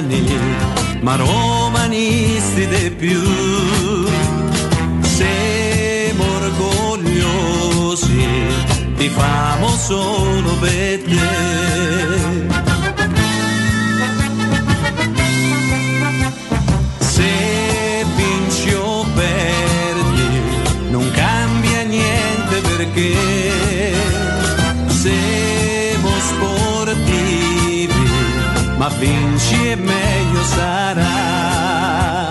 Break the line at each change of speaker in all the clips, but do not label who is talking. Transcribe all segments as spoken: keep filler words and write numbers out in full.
romani, ma romanisti di più. Siamo orgogliosi, ti famo solo per te. Se vinci o perdi, non cambia niente perché siamo sportivi, ma vinci e meglio sarà.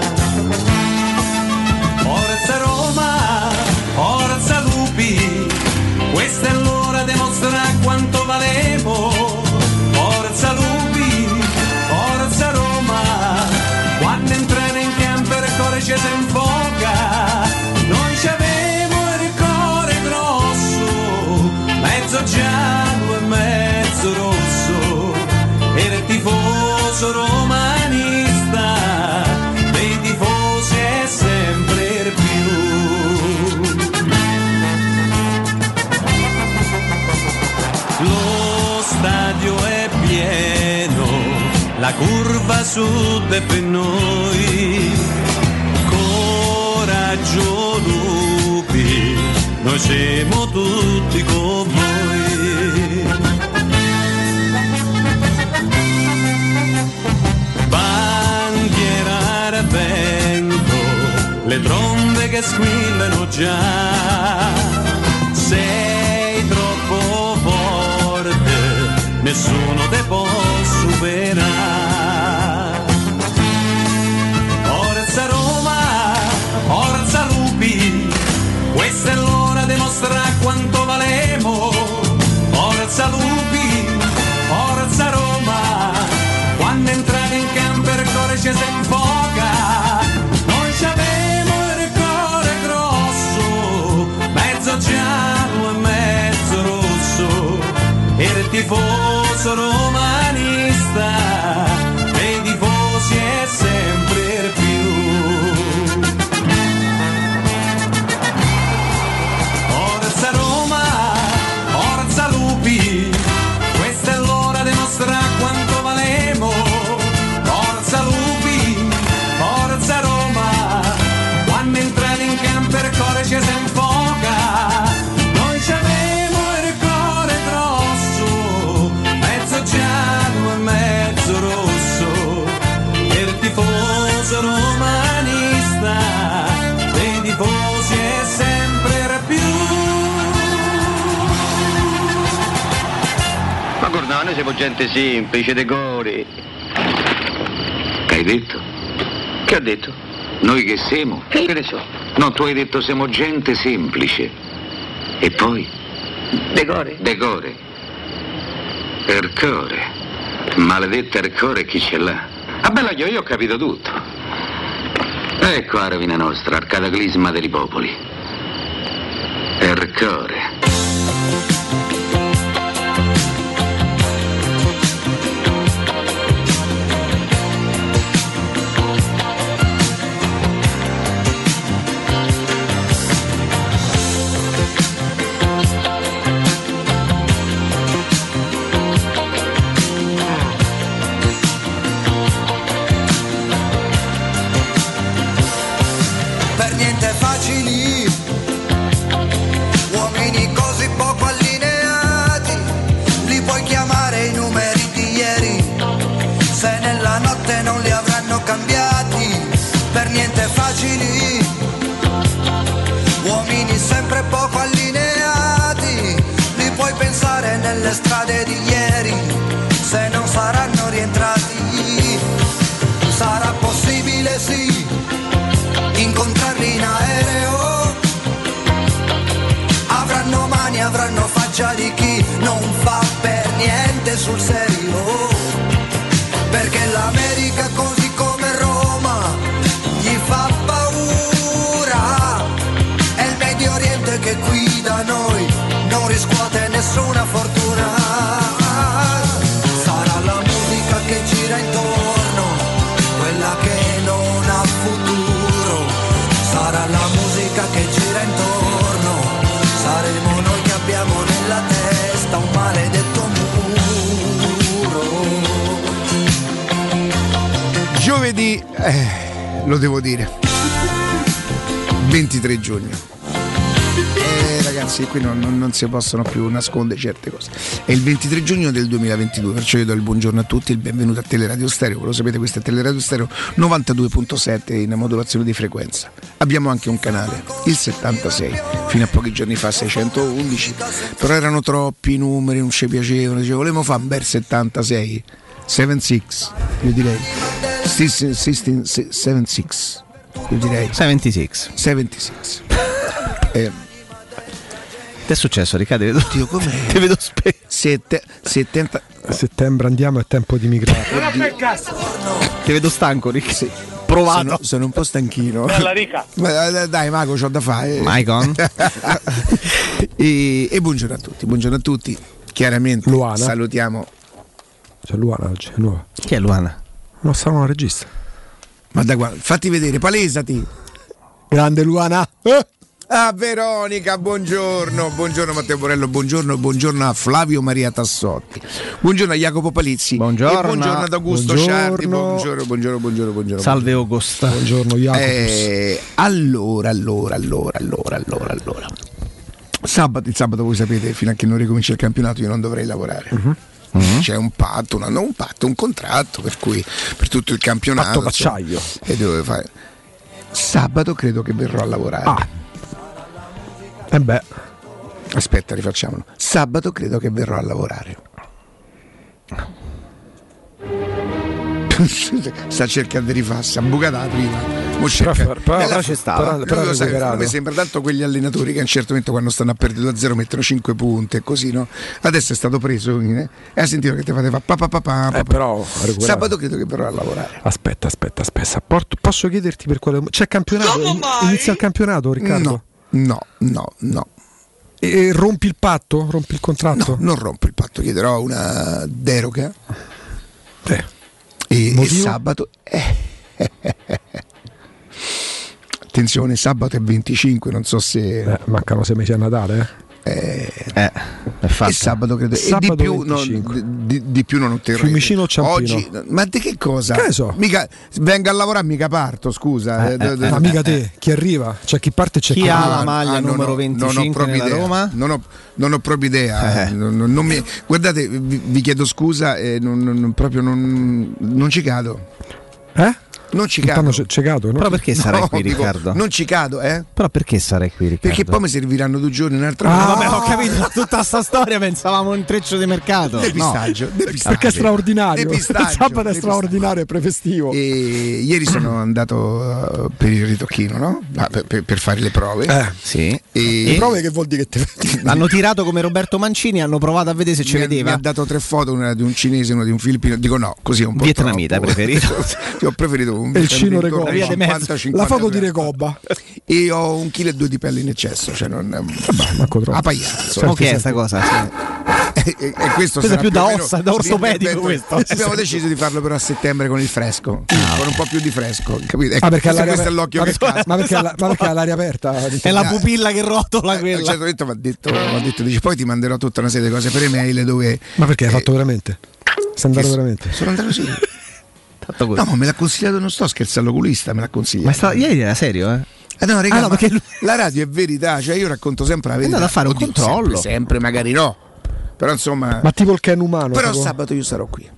Forza Roma, forza Lupi, questa è l'ora di mostrare quanto valemo. Forza Lupi, forza Roma, quando entrano in campo il cuore ci si infoca. Noi ci avevo il cuore grosso, mezzo giallo e mezzo rosso, era il tifoso romanista, dei tifosi è sempre più. Lo stadio è pieno, la curva sud è per noi. Coraggio Lupi, noi siamo tutti con voi. Bandiera al vento, le trombe che squillano già. Sei troppo forte, nessuno te può superare. Forza Roma, forza Lupi, questa è l'ora di mostrare quanto valemo. Forza Lupi, forza Roma, quando entrate in campo il cuore ci si infoca. Noi ci avevo il cuore grosso, mezzo giallo e mezzo rosso, era il tifoso romanista, dei tifosi è sempre più. Forza Roma, forza Lupi, questa è l'ora di mostrare quanto valemo. Forza Lupi, forza Roma, quando entrate in campo il cuore ci si infoca. Noi ci avevo il cuore grosso, mezzo giallo e mezzo rosso, per il tifoso romanista, dei tifosi è sempre più.
Ma guarda, noi siamo gente semplice, decori. Che hai detto? Che ha detto? Noi che siamo? Che ne so? No, tu hai detto siamo gente semplice. E poi?
Decore.
Decore. Ercore. Maledetta Ercore, chi ce l'ha? Ah bella, io, io ho capito tutto. Ecco la rovina nostra, al cataclisma dei popoli. Ercore.
Per niente facili, uomini così poco allineati, li puoi chiamare i numeri di ieri, se nella notte non li avranno cambiati. Per niente facili, uomini sempre poco allineati, li puoi pensare nelle strade di ieri, se non saranno rientrati. Sarà possibile sì incontrarli in aereo, avranno mani, avranno faccia di chi non fa per niente sul serio, perché l'America così come Roma gli fa paura, è il Medio Oriente che qui da noi non riscuote nessuna fortuna. Sarà la musica che gira intorno, quella che non ha futuro, sarà la musica che gira intorno, saremo noi che abbiamo nella testa un maledetto muro.
Giovedì, eh, lo devo dire, ventitré giugno. Eh, ragazzi, qui non, non, non si possono più nascondere certe cose. È il ventitré giugno del duemilaventidue, perciò io do il buongiorno a tutti, il benvenuto a Teleradio Stereo. Come lo sapete, questo è Teleradio Stereo novantadue virgola sette in modulazione di frequenza. Abbiamo anche un canale, il settantasei, fino a pochi giorni fa settantaundici, però erano troppi numeri, non ci piacevano. Dicevo, volevamo fare un bel settantasei, settantasei, io direi settantasei, io direi
settantasei.
settantasei. Eh,
Che è successo, Riccardo? Ti vedo,
Dio, com'è?
Ti vedo spesso.
Sette, settanta...
A settembre andiamo, è tempo di migrare.
Ti vedo stanco, Riccardo.
Sì.
Provato.
Sono, sono un po' stanchino.
Bella Rica.
Ma, dai, Mago, c'ho da fare.
Maicon.
e, e buongiorno a tutti, buongiorno a tutti. Chiaramente
Luana.
salutiamo.
C'è Luana oggi, è nuova.
Chi è Luana?
Non sarà una regista.
Ma da qua, fatti vedere, palesati.
Grande Luana. Eh?
Ah, Veronica, buongiorno, buongiorno Matteo Borello, buongiorno, buongiorno a Flavio Maria Tassotti, buongiorno a Jacopo Palizzi,
buongiorno,
e buongiorno ad Augusto
buongiorno.
Ciardi, buongiorno, buongiorno, buongiorno, buongiorno.
Salve Augusto.
Buongiorno Jacopo.
Eh, allora, allora, allora, allora, allora, allora. Sabato, il sabato voi sapete, fino a che non ricomincia il campionato io non dovrei lavorare. Uh-huh. Uh-huh. C'è un patto, no, non un patto, un contratto per cui per tutto il campionato.
Patto d'acciaio.
E devo fare. Sabato credo che verrò a lavorare.
Ah. Eh beh.
Aspetta, rifacciamolo. Sabato credo che verrò a lavorare. Sta cercando di rifarsi, ha bucata prima.
Però, però, però
c'è stato.
Però, però
sai, mi sembra tanto quegli allenatori che a un certo momento quando stanno a perdere due a zero mettono cinque punti e così, no? Adesso è stato preso eh? e ha sentito che ti fate fa pa pa pa pa, pa,
eh, però
sabato credo che verrò a lavorare.
Aspetta, aspetta, aspetta. Porto, posso chiederti per quale c'è campionato? Inizia il campionato, Riccardo?
No, no, no, no.
E, e rompi il patto? Rompi il contratto?
No, non rompo il patto, chiederò una deroga.
Eh.
E, e sabato eh, eh, eh, eh. Attenzione, sabato è venticinque, non so se
eh, mancano sei mesi a Natale,
eh?
Eh, è fatto.
E sabato credo
sabato
e di più, no, di, di più non otterrò.
Fiumicino o Ciampino?
Oggi, ma di che cosa?
Che ne so?
Mica venga a lavorare, mica parto, scusa.
Eh, eh, eh, ma mica te, chi arriva? C'è chi parte e c'è
chi,
chi
ha
arriva.
la maglia
ah,
numero
no,
venticinque nella
idea.
Roma?
Non ho, non ho proprio idea.
Eh.
Non, non, non mi, guardate, vi, vi chiedo scusa, eh, non, non, proprio non, non ci cado.
Eh?
Non ci cado.
C- cecato, no?
Però perché sarai
No,
qui,
dico,
Riccardo?
non ci cado, eh?
Però perché sarai qui, Riccardo?
Perché poi mi serviranno due giorni un'altra
Ah,
volta.
vabbè, ho capito, tutta sta storia pensavamo un intreccio di mercato.
Depistaggio,
No.
depistaggio.
Perché è straordinario. Il
Depistaggio,
sabato è
depistaggio.
straordinario, è prefestivo.
E ieri sono andato uh, per il ritocchino, no? Ah, per, per, per fare le prove.
Eh.
Sì.
E
Le prove che vuol dire che te...
Hanno tirato come Roberto Mancini, hanno provato a vedere se ci
mi,
vedeva.
mi ha dato tre foto, una di un cinese, una di un filippino. Dico no, così è un po'
Vietnamita
troppo.
preferito.
Ti ho preferito un
E il Cino
intorno
Recoba.
ai
Via de mezzo.
cinquanta,
La foto di
cinquanta
Recoba.
E ho un chilo e due di pelle in eccesso, cioè non
manco troppo.
a pagliazzo.
Ma che è sta cosa? Sì.
E, e, e questo
Questo
sarà
è più da
o meno
ossa, da ortopedico
l'intervento.
questo.
Abbiamo deciso di farlo però a settembre con il fresco, con un po' più di fresco, capito? Ecco,
Ah, perché
questo,
all'aria
questo è
aper-
l'occhio
ma
che
perché-
cazzo.
ma perché, alla- ma perché all'aria aperta?
È la pupilla che rotola
A un
quella.
certo momento mi ha detto, m'ha detto dice, poi ti manderò tutta una serie di cose per email dove
Ma perché hai
eh,
fatto veramente? Sei andato
che-
veramente?
Sono andato sì.
Tanto così.
No, ma me l'ha consigliato, non sto scherzando, l'oculista me l'ha consigliato.
Ma sta- ieri era serio, eh?
Eh no, raga,
Ah, no,
ma
perché lui-
la radio è verità, cioè io racconto sempre la verità.
andato a fare un
Oddio,
controllo.
Sempre, sempre, magari no. Però insomma.
Ma tipo il Ken umano.
però
tipo-
sabato io sarò qui.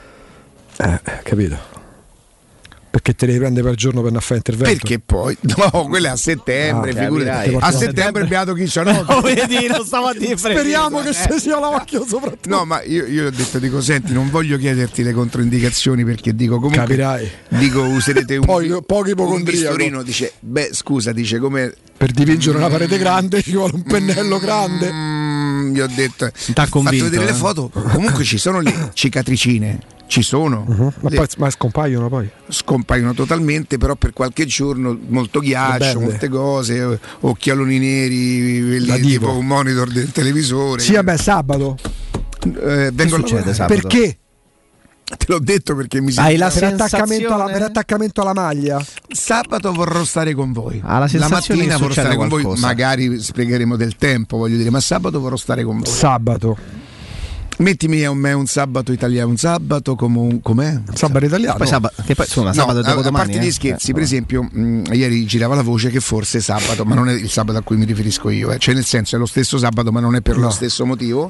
Eh, capito. Perché te devi prendere per giorno per non fare intervento?
Perché poi? No, quella è a settembre,
Ah,
figurati.
capirai.
A settembre il beato chi c'ha no.
Oh, vedi, non stavo a dire
Speriamo che
eh.
ci sia l'occhio soprattutto.
No, ma io, io ho detto, dico, senti, non voglio chiederti le controindicazioni perché dico comunque.
Capirai.
Dico, userete un,
Poi- poco
un
ipocondriaco.
bisturino, dice, beh, scusa, dice come.
Per dipingere una parete grande ci vuole un pennello grande.
Mm, gli ho detto,
T'ha
ho fatto
convinto,
vedere
eh?
le foto. Comunque ci sono le cicatricine, ci sono.
Uh-huh. Ma,
Le-
poi, ma scompaiono poi.
scompaiono totalmente, però per qualche giorno molto
Le
ghiaccio,
bende.
molte cose, eh, occhialoni neri, quelli
Da
tipo
divo.
un monitor del televisore.
Sì, vabbè, sabato.
Eh, vengo a
succede
lavorare.
sabato?
Perché?
Te l'ho detto perché mi
Hai la
sembra-
Per attaccamento, alla,
sensazione-
per attaccamento alla maglia.
sabato vorrò stare con voi.
Ha la
la
sensazione
mattina
che
vorrò
succeda
stare con voi,
qualcosa.
magari spiegheremo del tempo, voglio dire, ma sabato vorrò stare con voi.
Sabato.
Mettimi a me un sabato italiano, un sabato come un, com'è?
Sabato italiano.
Poi sabato, che poi, insomma,
No,
sabato
a,
dopo
a
domani.
parte gli
eh.
scherzi,
Eh,
per esempio, mh, ieri girava la voce che forse sabato, ma non è il sabato a cui mi riferisco io, eh. Cioè nel senso è lo stesso sabato, ma non è per
No.
lo stesso motivo,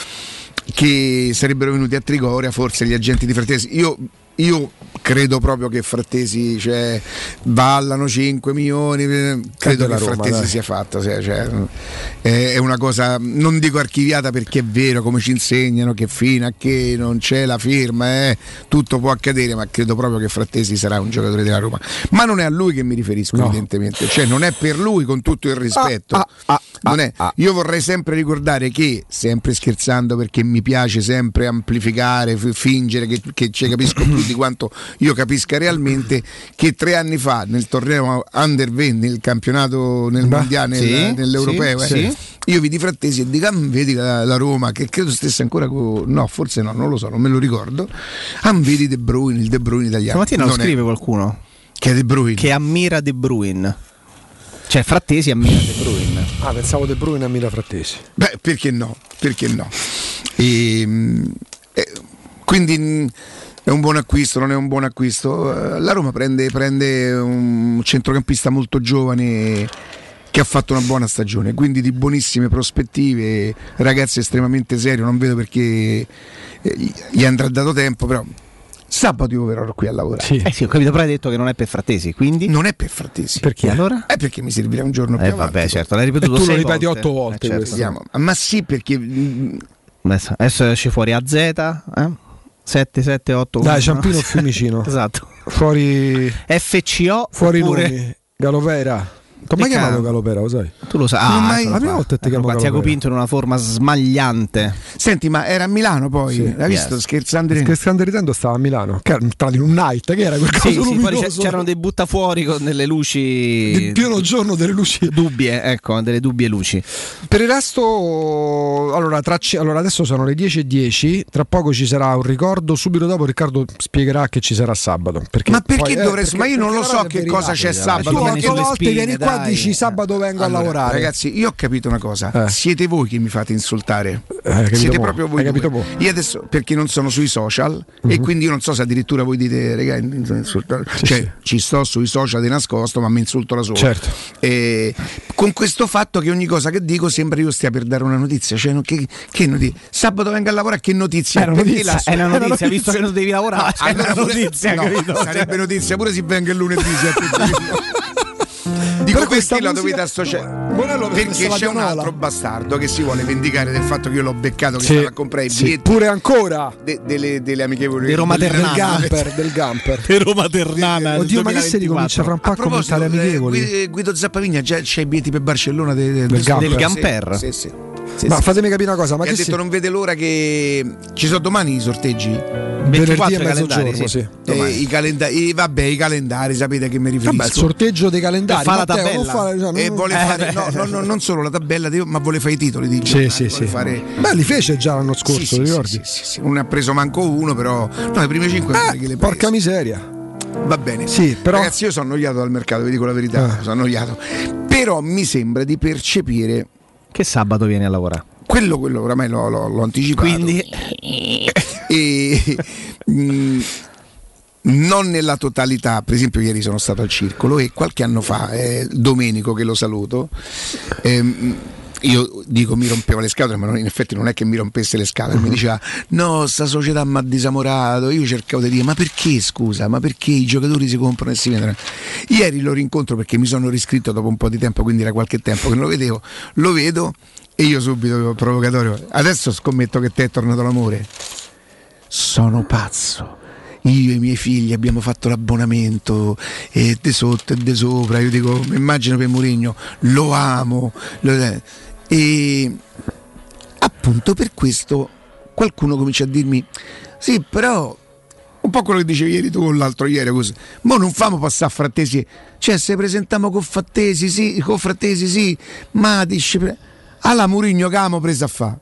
che sarebbero venuti a Trigoria forse gli agenti di Frattesi. Io Io credo proprio che Frattesi, cioè, ballano cinque milioni, credo che
Roma,
Frattesi
dai.
sia fatta, cioè, cioè, è, è una cosa, non dico archiviata perché è vero, come ci insegnano, che fino a che non c'è la firma eh, tutto può accadere, ma credo proprio che Frattesi sarà un giocatore della Roma. Ma non è a lui che mi riferisco,
No.
evidentemente, cioè non è per lui, con tutto il rispetto.
Ah, ah, ah,
Non è-
ah.
Io vorrei sempre ricordare che, sempre scherzando perché mi piace sempre amplificare, f- fingere che, che ci capisco più di quanto io capisca realmente, che tre anni fa nel torneo Under venti, nel campionato, nel
Beh,
mondiale,
sì,
nel- nell'europeo,
sì,
eh,
sì.
io vidi Frattesi e dico, ah, vedi la, la Roma, che credo stesse ancora con, no, forse no, non lo so, non me lo ricordo. Ah, vedi De Bruyne, il De Bruyne italiano.
Stamattina lo
Non è-
scrive qualcuno
che è De Bruyne.
che ammira De Bruyne. Cioè Frattesi ammira De Bruyne.
Ah, pensavo De Bruyne a Mila Frattesi.
Beh, perché no? Perché no? E, mh, eh, quindi mh, è un buon acquisto, non è un buon acquisto. Eh, La Roma prende, prende un centrocampista molto giovane che ha fatto una buona stagione, quindi di buonissime prospettive, ragazzi estremamente serio, non vedo perché eh, gli andrà dato tempo, però sabato io verrò qui a lavorare.
Sì.
Eh sì, ho capito, però hai detto che non è per Frattesi, quindi
Non è per Frattesi.
Perché?
E allora?
È perché mi servirà un giorno più
Eh
avanti.
vabbè, certo, l'hai ripetuto
E tu lo
sei
ripeti
volte.
otto volte
Eh, certo.
questo.
Vediamo. Ma sì, perché mh,
Adesso, adesso esce fuori A Z, eh? sette sette otto
Dai, Ciampino o Fiumicino?
Esatto.
Fuori,
F C O
fuori
oppure...
nomi. Galovera. Come hai
Che
chiamato
cazzo?
Galovera, lo sai?
Tu lo sai.
Non
Ah,
mai-
eccolo
la prima
qua.
volta ti
Ecco
chiamo
qua, Tiago
Galovera.
Pinto in una forma smagliante.
senti, ma era a Milano poi,
Sì.
l'hai visto?
Yes.
Scherzando in-
Scherzando ridendo stava a Milano. Che era entrato in un night, che era quel coso
Sì, sì, poi c'è-
luminoso.
c'erano dei buttafuori con delle luci
Di pieno giorno delle luci.
dubbie, ecco, delle dubbie luci.
Per il resto, allora, tra ci- allora adesso sono le dieci e dieci. Tra poco ci sarà un ricordo. Subito dopo Riccardo spiegherà che ci sarà sabato. Perché
Ma perché
poi- eh,
dovresti-
perché-
ma io non
perché
lo
la
so
radio è
che
verità.
cosa c'è
Tu
sabato,
vieni
otto
sulle
volte
spine,
vieni qua e
dai.
dici sabato vengo
Allora,
a lavorare.
ragazzi, io ho capito una cosa.
Eh.
Siete voi che mi fate insultare.
Eh, hai capito
Siete
mo',
proprio voi.
hai capito
due.
mo'.
Io adesso, perché non sono sui social, e quindi io non so se addirittura voi dite, raga, insultare.
Sì,
Cioè,
sì.
ci sto sui social di nascosto, ma mi insulto da solo.
Certo.
E con questo fatto che ogni cosa che dico sembra io stia per dare una notizia. Cioè, non- che, che notizia? Sabato vengo a lavorare, che notizia?
È una
Perché
notizia.
la-
È una
È una
notizia,
notizia.
visto che non devi lavorare. È una
Allora,
notizia,
no,
capito?
sarebbe notizia pure se venga il lunedì. Dico,
Per questa
perché la
musica-
dovete associare?
Bonello, per
Perché
questa
c'è un
ladionola.
altro bastardo che si vuole vendicare del fatto che io l'ho beccato, che
Sì,
stava a comprare i
sì,
biglietti
pure ancora
de- delle, delle amichevoli
Di Roma
delle-
del
Ternana.
Gamper, del Gamper.
Per Roma Ternana.
Oddio, ma che se ricomincia fra un po'
A
a commentare
proposito, eh,
amichevoli?
Guido, Guido Zappavigna già c'è i biglietti per Barcellona de- de-
Del
de-
Gamper.
Del Gamper?
Sì, sì, sì,
Ma
sì.
fatemi capire una cosa, ma
Mi ha
che
detto
si...
non vede l'ora che ci sono domani i sorteggi.
venerdì
ventiquattro
e
calendari,
mezzogiorno,
sì.
sì.
Eh, i calendari, vabbè, i calendari, sapete a che mi riferisco.
Vabbè, il sorteggio dei calendari.
Per fare la
Matteo, non
tabella.
fare- cioè,
E
non-
vuole
Eh,
fare
beh.
no, no, no, non solo la tabella, devo- ma vuole fare i titoli di
Sì,
giornata,
sì,
vuole
sì.
fare-
Beh, li fece già l'anno scorso,
Sì, sì,
ti
sì,
ricordi?
sì, sì, sì. Non ne ha preso manco uno, però no, i primi cinque
Eh,
che le
porca
prese.
miseria.
Va bene.
Sì, però-
Ragazzi, io sono annoiato dal mercato, vi dico la verità,
Eh.
sono annoiato. Però mi sembra di percepire
Che sabato vieni a lavorare?
quello, quello oramai l'ho, l'ho- l'ho anticipato.
Quindi
E, mh, non nella totalità, per esempio ieri sono stato al Circolo e qualche anno fa, eh, Domenico che lo saluto, ehm, io dico mi rompeva le scatole, ma non- in effetti non è che mi rompesse le scatole, mi diceva no, sta società mi ha disamorato, io cercavo di dire ma perché scusa, ma perché i giocatori si comprano e si vendono? Ieri lo rincontro perché mi sono riscritto dopo un po' di tempo, quindi era qualche tempo che non lo vedevo, lo vedo e io subito provocatorio, adesso scommetto che te è tornato l'amore. Sono pazzo. Io e i miei figli abbiamo fatto l'abbonamento e di sotto e di sopra. Io dico, mi immagino per Mourinho, lo amo. lo- E appunto per questo qualcuno comincia a dirmi: sì, però un po' quello che dicevi ieri tu con l'altro ieri, così. Ma non famo passare a Frattesi. Cioè, se presentiamo con Frattesi, sì, con Frattesi, sì, Matic. Pre- alla Mourinho che amo preso a fa.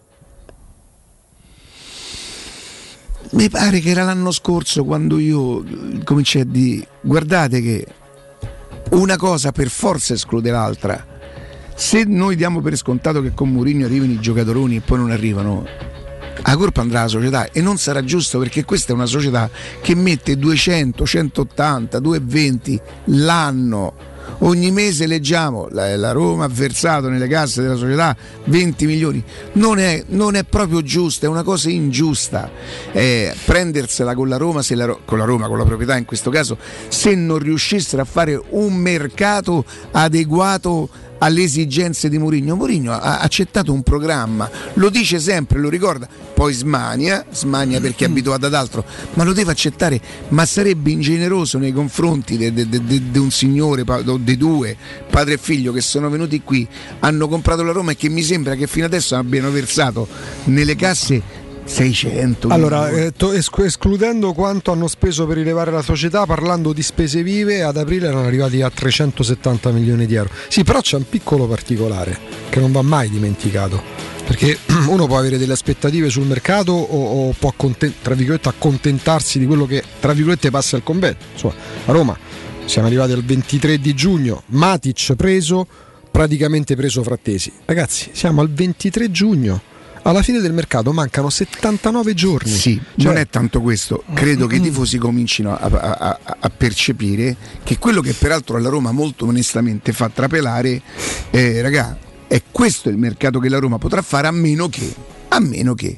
Mi pare che era l'anno scorso quando io cominciai a dire guardate che una cosa per forza esclude l'altra. Se noi diamo per scontato che con Mourinho arrivino i giocatoroni e poi non arrivano, la colpa andrà alla società, e non sarà giusto, perché questa è una società che mette duecento, centottanta, duecentoventi l'anno. Ogni mese leggiamo la, la Roma ha versato nelle casse della società venti milioni. Non è, non è proprio giusto, è una cosa ingiusta. Eh, prendersela con la Roma, se la, con la Roma, con la proprietà in questo caso, se non riuscissero a fare un mercato adeguato alle esigenze di Mourinho. Mourinho ha accettato un programma, lo dice sempre, lo ricorda, poi smania, smania perché è abituato ad altro, ma lo deve accettare. Ma sarebbe ingeneroso nei confronti di un signore, o dei due, padre e figlio, che sono venuti qui, hanno comprato la Roma e che mi sembra che fino adesso abbiano versato nelle casse seicento.
Allora, eh, to- esclu- escludendo quanto hanno speso per rilevare la società, parlando di spese vive, ad aprile erano arrivati a trecentosettanta milioni di euro. Sì, però c'è un piccolo particolare che non va mai dimenticato, perché uno può avere delle aspettative sul mercato o, o può accontent- tra virgolette accontentarsi di quello che tra virgolette passa al convento. Insomma, a Roma siamo arrivati al ventitré di giugno, Matic preso, praticamente preso Frattesi. Ragazzi, siamo al ventitré giugno. Alla fine del mercato mancano settantanove giorni.
Sì, cioè, non è tanto questo. Credo che i tifosi comincino a, a, a percepire che quello che peraltro alla Roma molto onestamente fa trapelare, eh, ragà, è questo il mercato che la Roma potrà fare, a meno che, a meno che,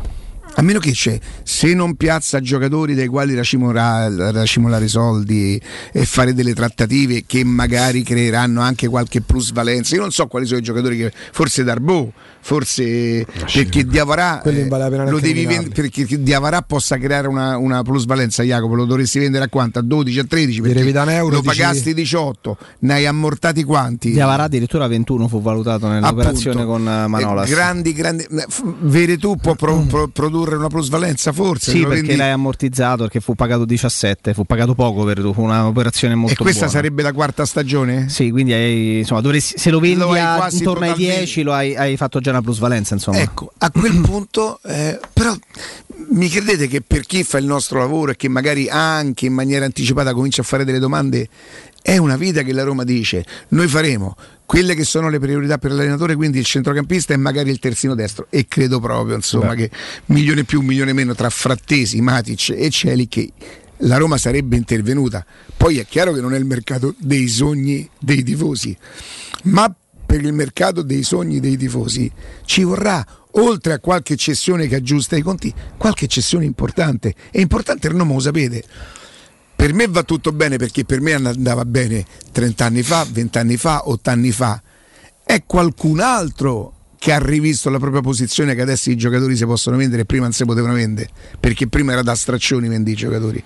a meno che c'è, se non piazza giocatori dai quali racimolare, racimolare soldi e fare delle trattative che magari creeranno anche qualche plusvalenza. Io non so quali sono i giocatori che, forse Darboe, forse perché Diavarà eh, vale lo devi vendere, perché Diavarà possa creare una, una plusvalenza. Jacopo, lo dovresti vendere a quanto? A dodici, a tredici, perché euro, lo pagasti diciotto, ne hai ammortati quanti?
Diavarà addirittura ventuno fu valutato nell'operazione. Appunto, con Manolas.
Eh, grandi, grandi Veretù può pro, pro, produrre una plusvalenza, forse
sì, perché rendi... l'hai ammortizzato, perché fu pagato diciassette, fu pagato poco Veretù, fu un'operazione molto buona.
E questa buona. Sarebbe la quarta stagione?
Sì, quindi hai, insomma, dovresti, se lo vendi lo a, intorno ai dieci lo hai, hai fatto già una plusvalenza, insomma.
Ecco, a quel punto eh, però mi credete che per chi fa il nostro lavoro e che magari anche in maniera anticipata comincia a fare delle domande, è una vita che la Roma dice: noi faremo quelle che sono le priorità per l'allenatore, quindi il centrocampista e magari il terzino destro, e credo proprio, insomma, Beh. che milione più, milione meno tra Frattesi, Matic e Celi, che la Roma sarebbe intervenuta. Poi è chiaro che non è il mercato dei sogni dei tifosi, ma per il mercato dei sogni dei tifosi ci vorrà, oltre a qualche cessione che aggiusta i conti, qualche cessione importante. E importante il nome, lo sapete. Per me va tutto bene, perché per me andava bene trenta anni fa, venti anni fa, otto anni fa. È qualcun altro che ha rivisto la propria posizione, che adesso i giocatori si possono vendere e prima non si potevano vendere, perché prima era da straccioni vendi i giocatori.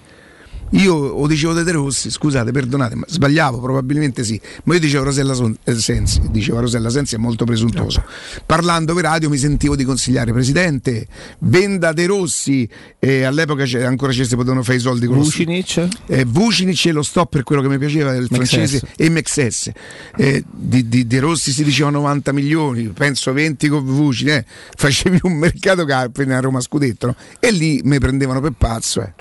Io o dicevo De Rossi, scusate, perdonate, ma sbagliavo, probabilmente sì, ma io dicevo Rosella Sensi, diceva Rosella Sensi, è molto presuntuoso. Parlando per radio mi sentivo di consigliare: presidente, venda De Rossi, eh, all'epoca c'è, ancora ci si potevano fare i soldi con
Vucinic,
eh, Vucinic, e lo stop per quello che mi piaceva, il francese, e Mexes. Eh, di, di De Rossi si diceva novanta milioni, penso venti con Vucinic, eh, facevi un mercato che appena a Roma scudetto, no? E lì mi prendevano per pazzo, eh.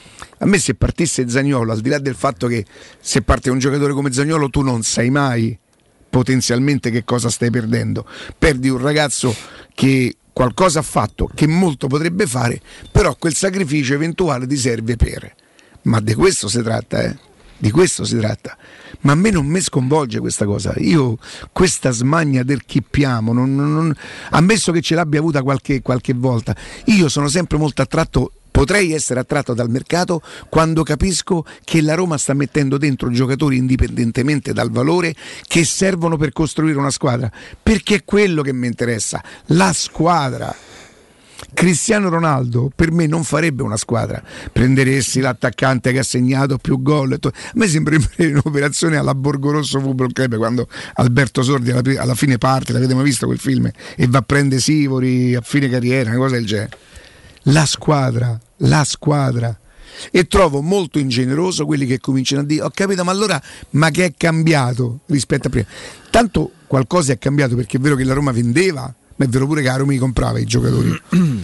A me, se partisse Zaniolo, al di là del fatto che se parte un giocatore come Zaniolo tu non sai mai potenzialmente che cosa stai perdendo, perdi un ragazzo che qualcosa ha fatto, che molto potrebbe fare, però quel sacrificio eventuale ti serve per, ma di questo si tratta, eh? Di questo si tratta. Ma a me non mi sconvolge questa cosa. Io questa smania del chippiamo, non, non, non, ammesso che ce l'abbia avuta qualche, qualche volta, io sono sempre molto attratto. Potrei essere attratto dal mercato quando capisco che la Roma sta mettendo dentro giocatori, indipendentemente dal valore, che servono per costruire una squadra, perché è quello che mi interessa, la squadra. Cristiano Ronaldo per me non farebbe una squadra, prenderesti l'attaccante che ha segnato più gol. A me sembrerebbe un'operazione alla Borgorosso Football Club, quando Alberto Sordi alla, alla fine parte, l'avete mai visto quel film? E va a prendere Sivori a fine carriera, una cosa del genere. La squadra, la squadra. E trovo molto ingeneroso quelli che cominciano a dire: ho capito, ma allora ma che è cambiato rispetto a prima? Tanto qualcosa è cambiato, perché è vero che la Roma vendeva, ma è vero pure che la Roma li comprava i giocatori.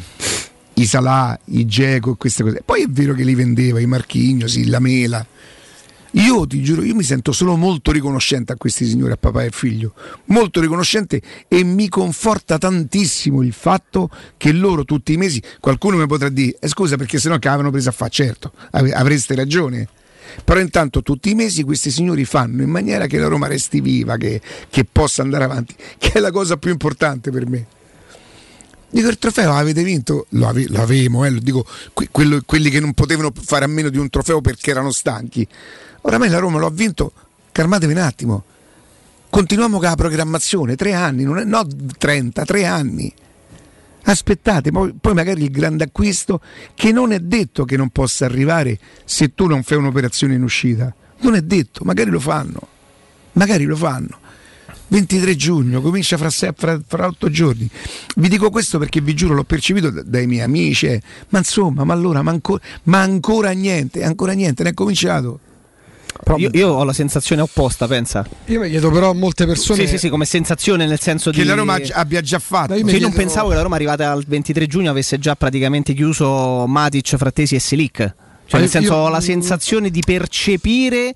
I Salah, i Dzeko e queste cose. Poi è vero che li vendeva, i Marquinhos, i Lamela. Io ti giuro, io mi sento solo molto riconoscente a questi signori, a papà e figlio, molto riconoscente, e mi conforta tantissimo il fatto che loro tutti i mesi, qualcuno mi potrà dire, eh, scusa perché sennò che avevano preso a fare, certo, avreste ragione, però intanto tutti i mesi questi signori fanno in maniera che la Roma resti viva, che, che possa andare avanti, che è la cosa più importante per me. Dico, il trofeo avete vinto, lo, ave, lo avevamo, eh, lo dico, que, quello, quelli che non potevano fare a meno di un trofeo perché erano stanchi. Oramai la Roma lo ha vinto, calmatevi un attimo, continuiamo con la programmazione, tre anni, non è, no trenta, tre anni, aspettate, poi, poi magari il grande acquisto, che non è detto che non possa arrivare se tu non fai un'operazione in uscita, non è detto, magari lo fanno, magari lo fanno. ventitré giugno, comincia fra, fra, fra otto giorni. Vi dico questo perché vi giuro l'ho percepito dai miei amici, eh. ma insomma, ma allora, ma ancora, ma ancora niente, ancora niente, ne è cominciato.
Io, io ho la sensazione opposta, pensa.
Io mi chiedo però a molte persone.
Sì, sì, sì, come sensazione, nel senso
che
di
la Roma abbia già fatto.
Io,
io
chiedo... non
chiedo...
pensavo che la Roma arrivata al ventitré giugno avesse già praticamente chiuso Matic, Frattesi e Selic. Cioè, nel senso,
io...
ho la sensazione di percepire.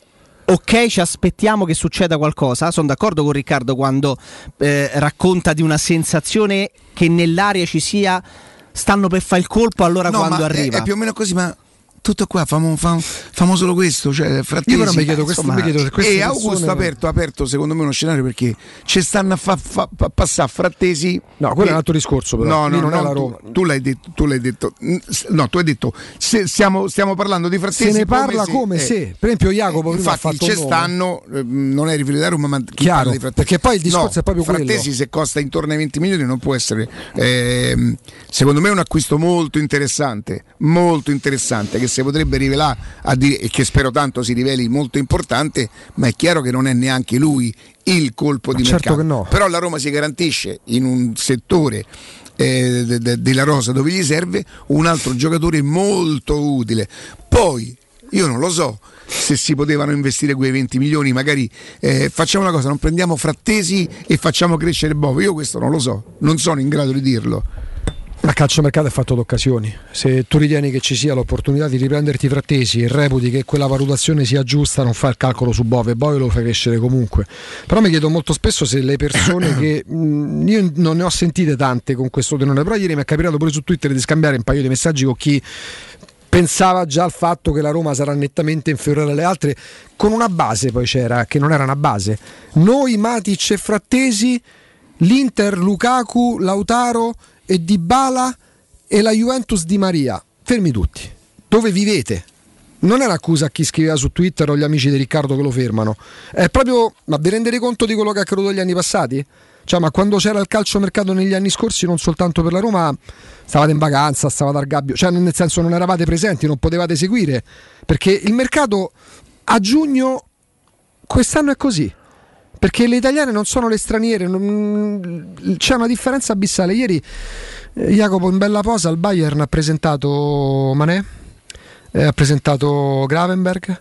Ok, ci aspettiamo che succeda qualcosa. Sono d'accordo con Riccardo quando eh, racconta di una sensazione che nell'aria ci sia, stanno per fare il colpo, allora
no,
quando
ma
arriva.
È, è più o meno così, ma tutto qua, famo, famo, famo solo questo, cioè Frattesi.
Io però mi chiedo questo, mi chiedo se queste
e
persone...
Augusto ha aperto, aperto secondo me uno scenario perché ci stanno a far fa, fa, passare Frattesi.
No, quello che... è un altro discorso però.
No, no,
non
no,
è la
tu,
Roma.
tu l'hai detto, tu l'hai detto. No, tu hai detto se stiamo, stiamo parlando di Frattesi.
Se ne parla
come,
come
se,
se, eh, per esempio Jacopo
eh,
prima
infatti
ha fatto
ci stanno, eh, non è riferito a Roma, ma chi
chiaro,
parla di Frattesi?
perché poi il discorso
no,
è proprio
Frattesi
quello.
se costa intorno ai venti milioni non può essere eh, secondo me è un acquisto molto interessante, molto interessante, che si potrebbe rivelare a dire, e che spero tanto si riveli molto importante, ma è chiaro che non è neanche lui il colpo di
certo
mercato.
Che no.
Però la Roma si garantisce in un settore eh, de, de, della rosa dove gli serve un altro giocatore molto utile. Poi io non lo so se si potevano investire quei venti milioni, magari eh, facciamo una cosa, non prendiamo Frattesi e facciamo crescere Bovo, io questo non lo so, non sono in grado di dirlo.
A calciomercato è fatto d'occasioni. Se tu ritieni che ci sia l'opportunità di riprenderti Frattesi e reputi che quella valutazione sia giusta, non fai il calcolo su Bove, Bove lo fai crescere comunque. Però mi chiedo molto spesso se le persone che mh, io non ne ho sentite tante con questo tenore, però ieri mi è capitato pure su Twitter di scambiare un paio di messaggi con chi pensava già al fatto che la Roma sarà nettamente inferiore alle altre, con una base poi c'era, che non era una base. Noi, Matic e Frattesi, l'Inter, Lukaku, Lautaro e Dybala e la Juventus Di Maria. Fermi tutti. Dove vivete? Non è un'accusa a chi scriveva su Twitter o gli amici di Riccardo che lo fermano. È proprio, ma vi rendete conto di quello che è accaduto negli anni passati? Cioè, ma quando c'era il calciomercato negli anni scorsi, non soltanto per la Roma, stavate in vacanza, stavate al gabbio, cioè nel senso non eravate presenti, non potevate seguire, perché il mercato a giugno quest'anno è così. Perché le italiane non sono le straniere, non... c'è una differenza abissale. Ieri eh, Jacopo in bella posa al Bayern ha presentato Mané, eh, ha presentato Gravenberg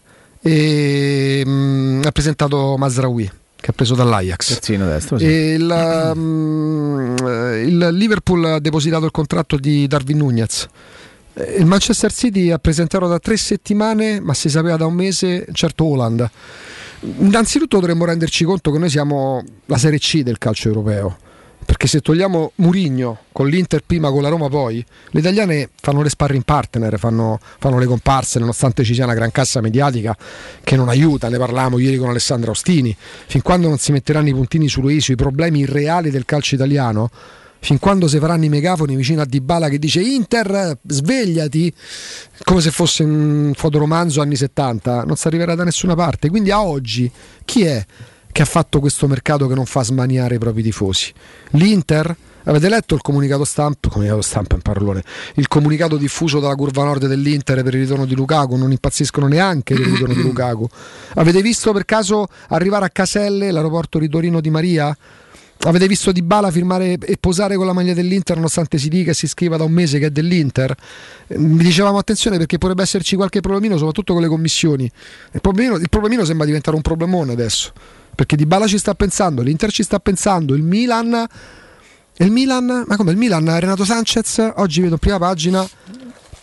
e mh, ha presentato Mazraoui, che ha preso dall'Ajax.
Terzino destro, sì.
E il, um, il Liverpool ha depositato il contratto di Darwin Nunez. Il Manchester City ha presentato da tre settimane, ma si sapeva da un mese, certo Haaland. Innanzitutto dovremmo renderci conto che noi siamo la Serie C del calcio europeo, perché se togliamo Mourinho con l'Inter prima, con la Roma poi, le italiane fanno le sparring partner, fanno, fanno le comparse, nonostante ci sia una gran cassa mediatica che non aiuta. Ne parlavamo ieri con Alessandro Ostini. Fin quando non si metteranno i puntini sulle i sui problemi reali del calcio italiano, fin quando si faranno i megafoni vicino a Dybala che dice Inter svegliati, come se fosse un fotoromanzo anni settanta, non si arriverà da nessuna parte. Quindi a oggi chi è che ha fatto questo mercato che non fa smaniare i propri tifosi? L'Inter? Avete letto il comunicato stampa? Comunicato stampa in parolone. Il comunicato diffuso dalla curva nord dell'Inter per il ritorno di Lukaku? Non impazziscono neanche del ritorno di Lukaku. Avete visto per caso arrivare a Caselle, l'aeroporto di Torino Di Maria? Avete visto Dybala firmare e posare con la maglia dell'Inter nonostante si dica e si scriva da un mese che è dell'Inter? Vi dicevamo attenzione perché potrebbe esserci qualche problemino, soprattutto con le commissioni. Il problemino, il problemino sembra diventare un problemone adesso, perché Dybala ci sta pensando, l'Inter ci sta pensando, il Milan, il Milan, ma come il Milan? Renato Sanchez, oggi vedo prima pagina,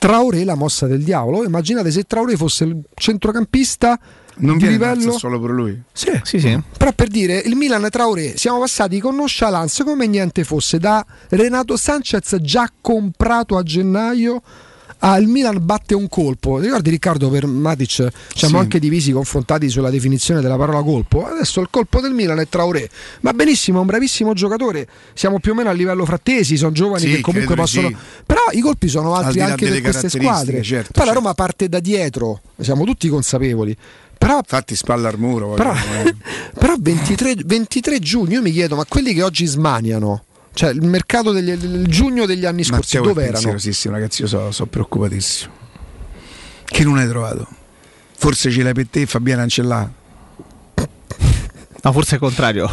Traoré la mossa del diavolo. Immaginate se Traoré fosse il centrocampista
non
di
viene
livello
solo per lui.
Sì.
Sì, sì.
Però per dire, il Milan Traoré, siamo passati con nonchalance come niente fosse da Renato Sanchez già comprato a gennaio al Milan batte un colpo. Ti ricordi Riccardo, per Matic ci siamo
sì.
anche divisi, confrontati sulla definizione della parola colpo. Adesso il colpo del Milan è Traoré, ma benissimo, è un bravissimo giocatore, siamo più o meno a livello frattesi, sono giovani
sì,
che comunque possono
sì.
Però i colpi sono altri anche per queste squadre,
certo,
poi la
certo.
Roma parte da dietro, siamo tutti consapevoli. Però,
infatti spalla al muro.
Però, però ventitré, ventitré giugno, io mi chiedo, ma quelli che oggi smaniano, cioè il mercato degli, il giugno degli anni scorsi,
Matteo
dove erano?
Ragazzi, io sono so preoccupatissimo. Che non hai trovato? Forse ce l'hai per te, Fabiana Ancellà?
No, forse è il contrario.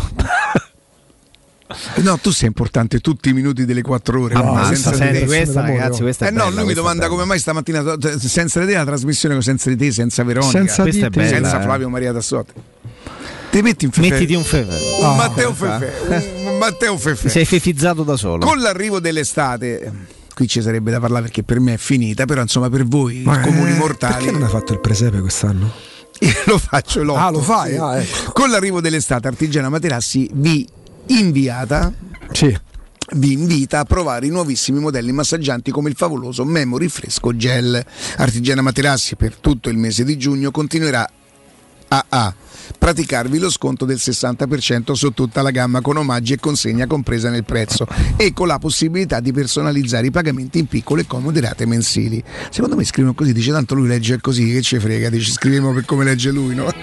No, tu sei importante tutti i minuti delle quattro ore.
Ah,
senza
senti,
di te.
questa, ragazzi, questa è
eh no,
bella,
lui mi domanda come mai stamattina senza di te la trasmissione, senza di te, senza Veronica,
senza,
questa è bella,
senza
eh.
Flavio Maria Tassotti. Ti metti in Fefe.
Mettiti un Fefe.
Un
Ah,
Matteo Fefe. Un, un Matteo Fefe.
Ti sei fefizzato da solo.
Con l'arrivo dell'estate, qui ci sarebbe da parlare perché per me è finita, però insomma per voi,
Ma
comuni
eh,
mortali.
Perché non hai fatto il presepe quest'anno?
Io lo faccio l'otto.
Ah, lo fai?
Sì.
Ah, ecco.
Con l'arrivo dell'estate, Artigiana Materassi vi inviata
Sì.
vi invita a provare i nuovissimi modelli massaggianti come il favoloso Memory Fresco Gel. Artigiana Materassi per tutto il mese di giugno continuerà a, a praticarvi lo sconto del sessanta per cento su tutta la gamma, con omaggi e consegna compresa nel prezzo, e con la possibilità di personalizzare i pagamenti in piccole e comode rate mensili. Secondo me scrivono così, dice tanto lui legge così, che ci frega, dice scriviamo per come legge lui, no?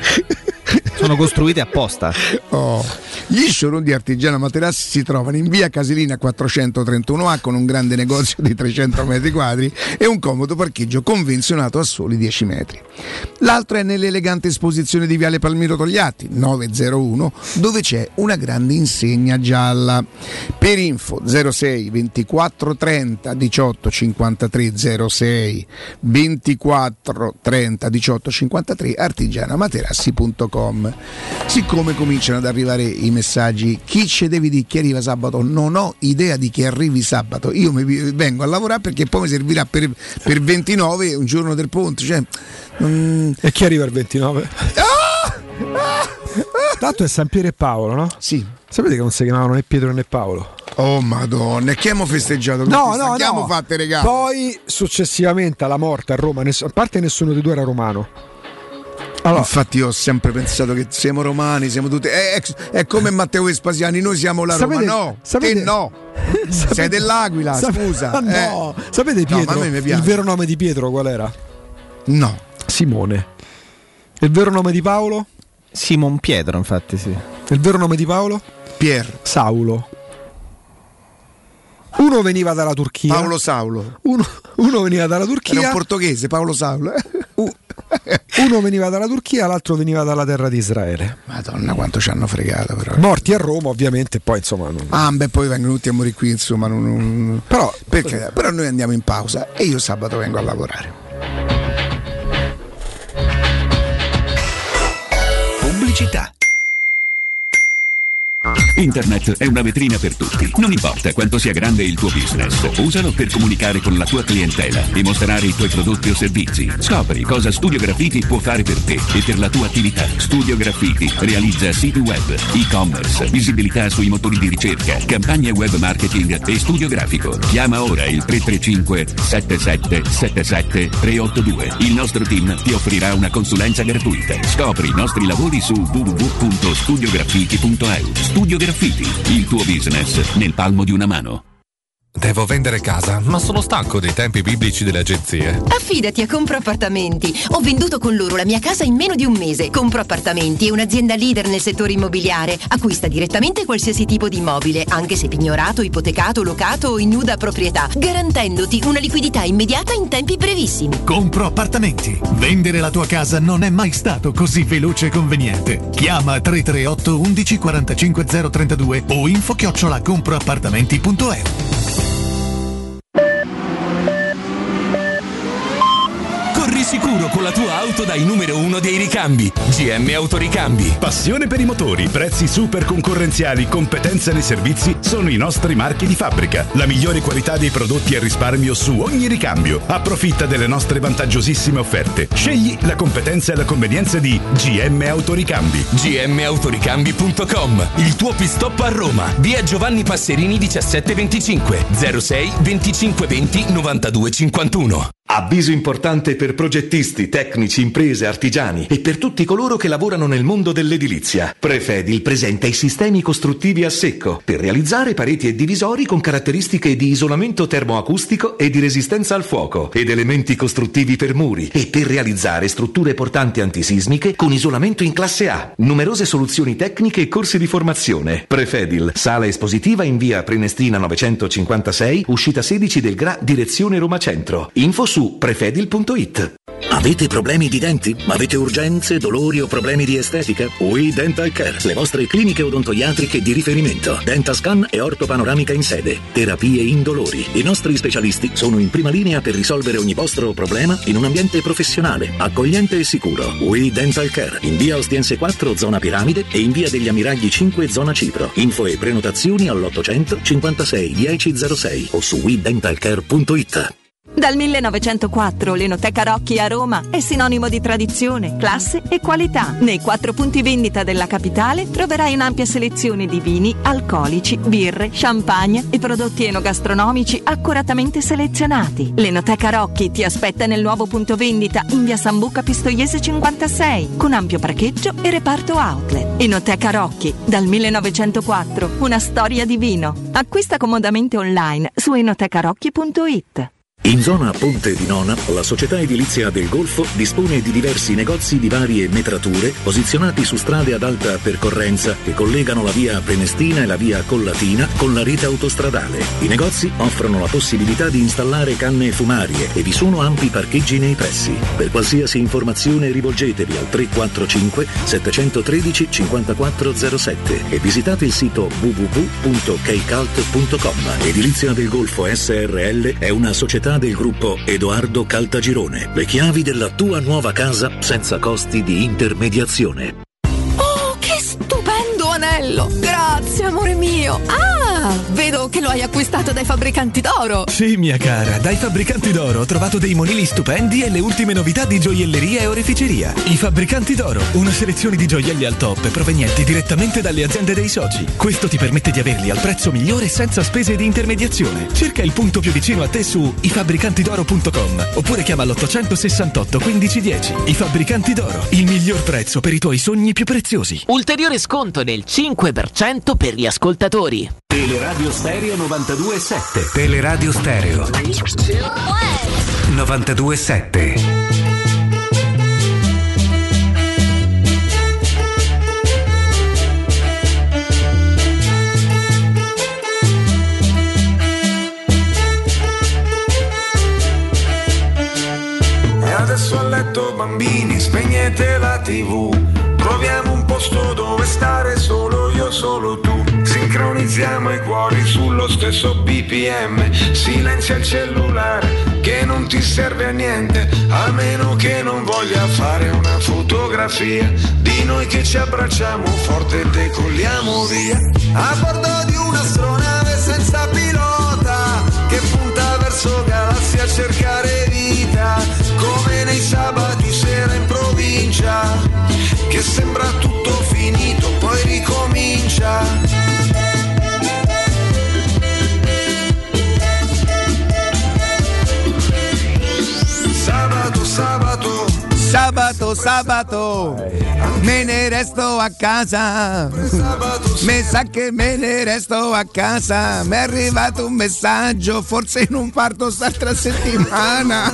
Sono costruite apposta.
Oh. Gli showroom di Artigiana Materassi si trovano in via Casilina quattrocentotrentuno A, con un grande negozio di trecento metri quadri e un comodo parcheggio convenzionato a soli dieci metri. L'altro è nell'elegante esposizione di viale Palmiro Togliatti novecentouno, dove c'è una grande insegna gialla. Per info zero sei ventiquattro trenta diciotto cinquantatré, zero sei ventiquattro trenta diciotto cinquantatré, artigianamaterassi punto com. Siccome cominciano ad arrivare i messaggi, chi ci devi dire chi arriva sabato? Non ho idea di chi arrivi sabato, io mi vengo a lavorare perché poi mi servirà per, per ventinove, un giorno del ponte, cioè, mm...
E chi arriva il ventinove?
ah! Ah!
Tanto è San Piero e Paolo, no?
Sì.
Sapete che non si chiamavano né Pietro né Paolo?
Oh madonna, e che abbiamo festeggiato?
No, no,
che abbiamo
no.
fatte regali?
Poi successivamente alla morte a Roma, ness- a parte nessuno di due era romano. Allora,
infatti io ho sempre pensato che siamo romani, siamo tutti è, è, è come Matteo Vespasiani, noi siamo la
sapete,
Roma, no,
sapete,
te no sapete, sei dell'Aquila,
sapete,
scusa
no,
eh.
sapete Pietro,
no, ma a me mi piace.
il vero nome di Pietro qual era?
No,
Simone. Il vero nome di Paolo?
Simon Pietro, infatti, sì.
Il vero nome di Paolo?
Pier
Saulo. Uno veniva dalla Turchia.
Paolo Saulo.
Uno, uno veniva dalla Turchia.
Era un portoghese, Paolo Saulo.
Uh, uno veniva dalla Turchia, l'altro veniva dalla terra di Israele.
Madonna, quanto ci hanno fregato, però.
Morti a Roma, ovviamente, poi insomma. Non...
Ah, beh, poi vengono tutti a morire qui, insomma. Non, non... Però, perché? Però noi andiamo in pausa e io sabato vengo a lavorare.
Pubblicità. Internet è una vetrina per tutti. Non importa quanto sia grande il tuo business, usalo per comunicare con la tua clientela e mostrare i tuoi prodotti o servizi. Scopri cosa Studio Graffiti può fare per te e per la tua attività. Studio Graffiti realizza siti web, e-commerce, visibilità sui motori di ricerca, campagne web marketing e studio grafico. Chiama ora il tre tre cinque sette sette sette sette tre otto due. Il nostro team ti offrirà una consulenza gratuita. Scopri i nostri lavori su w w w punto studio graffiti punto e u. Studio Graffiti, il tuo business nel palmo di una mano.
Devo vendere casa, ma sono stanco dei tempi biblici delle agenzie.
Affidati a Compro Appartamenti. Ho venduto con loro la mia casa in meno di un mese. Compro Appartamenti è un'azienda leader nel settore immobiliare. Acquista direttamente qualsiasi tipo di immobile, anche se pignorato, ipotecato, locato o in nuda proprietà, garantendoti una liquidità immediata in tempi brevissimi.
Compro Appartamenti. Vendere la tua casa non è mai stato così veloce e conveniente. Chiama tre tre otto undici quarantacinque zero trentadue o info chiocciola comproappartamenti punto e u.
Corri sicuro con la tua auto da i numero uno dei ricambi. G M Autoricambi.
Passione per i motori, prezzi super concorrenziali, competenza nei servizi sono i nostri marchi di fabbrica. La migliore qualità dei prodotti e risparmio su ogni ricambio. Approfitta delle nostre vantaggiosissime offerte. Scegli la competenza e la convenienza di G M Autoricambi.
G M Autoricambi punto com. Il tuo pit stop a Roma. Via Giovanni Passerini diciassette venticinque zero sei venticinque venti novantadue cinquantuno.
Avviso importante per progettisti, tecnici, imprese, artigiani e per tutti coloro che lavorano nel mondo dell'edilizia. Prefedil presenta i sistemi costruttivi a secco per realizzare pareti e divisori con caratteristiche di isolamento termoacustico e di resistenza al fuoco ed elementi costruttivi per muri e per realizzare strutture portanti antisismiche con isolamento in classe A. Numerose soluzioni tecniche e corsi di formazione. Prefedil, sala espositiva in via Prenestina novecentocinquantasei, uscita sedici del Gra, direzione Roma Centro. Info su prefedil punto it.
Avete problemi di denti? Avete urgenze, dolori o problemi di estetica? We Dental Care, le vostre cliniche odontoiatriche di riferimento. Dentascan e ortopanoramica in sede. Terapie indolori. I nostri specialisti sono in prima linea per risolvere ogni vostro problema in un ambiente professionale, accogliente e sicuro. We Dental Care, in via Ostiense quattro, zona Piramide, e in via degli Ammiragli cinque, zona Cipro. Info e prenotazioni all'ottocento cinquantasei dieci zero sei o su we dental care punto it.
Dal millenovecentoquattro l'Enoteca Rocchi a Roma è sinonimo di tradizione, classe e qualità. Nei quattro punti vendita della capitale troverai un'ampia selezione di vini, alcolici, birre, champagne e prodotti enogastronomici accuratamente selezionati. L'Enoteca Rocchi ti aspetta nel nuovo punto vendita in via Sambuca Pistoiese cinquantasei con ampio parcheggio e reparto outlet. Enoteca Rocchi, dal millenovecentoquattro, una storia di vino. Acquista comodamente online su enotecarocchi punto it.
In zona Ponte di Nona, la società edilizia del Golfo dispone di diversi negozi di varie metrature posizionati su strade ad alta percorrenza che collegano la via Prenestina e la via Collatina con la rete autostradale. I negozi offrono la possibilità di installare canne fumarie e vi sono ampi parcheggi nei pressi. Per qualsiasi informazione rivolgetevi al tre quattro cinque sette uno tre cinque quattro zero sette e visitate il sito w w w punto keicalt punto com. Edilizia del Golfo S R L è una società del gruppo Edoardo Caltagirone. Le chiavi della tua nuova casa senza costi di intermediazione.
Oh, che stupendo anello! Grazie, amore mio! Ah, vedo che lo hai acquistato dai fabbricanti d'oro!
Sì, mia cara, dai fabbricanti d'oro ho trovato dei monili stupendi e le ultime novità di gioielleria e oreficeria. I fabbricanti d'oro, una selezione di gioielli al top provenienti direttamente dalle aziende dei soci. Questo ti permette di averli al prezzo migliore senza spese di intermediazione. Cerca il punto più vicino a te su i fabbricanti d'oro punto com oppure chiama l'ottocentosessantotto quindici dieci. I Fabbricanti d'Oro, il miglior prezzo per i tuoi sogni più preziosi.
Ulteriore sconto del cinque per cento per gli ascoltatori.
Teleradio Stereo novantadue e sette. Teleradio Stereo novantadue e sette.
Adesso a letto bambini, spegnete la tivù. Troviamo un posto dove stare solo io, solo tu. Sincronizziamo i cuori sullo stesso B P M. Silenzia il cellulare che non ti serve a niente, a meno che non voglia fare una fotografia di noi che ci abbracciamo forte e decolliamo via. A bordo di un'astronave senza pilota che punta verso galassie a cercare vita, come nei sabati sera in provincia, che sembra tutto finito, poi ricomincia. Sabato, sabato,
sabato, sabato, me ne resto a casa. Me sa che me ne resto a casa. Mi è arrivato un messaggio, forse non parto st'altra settimana.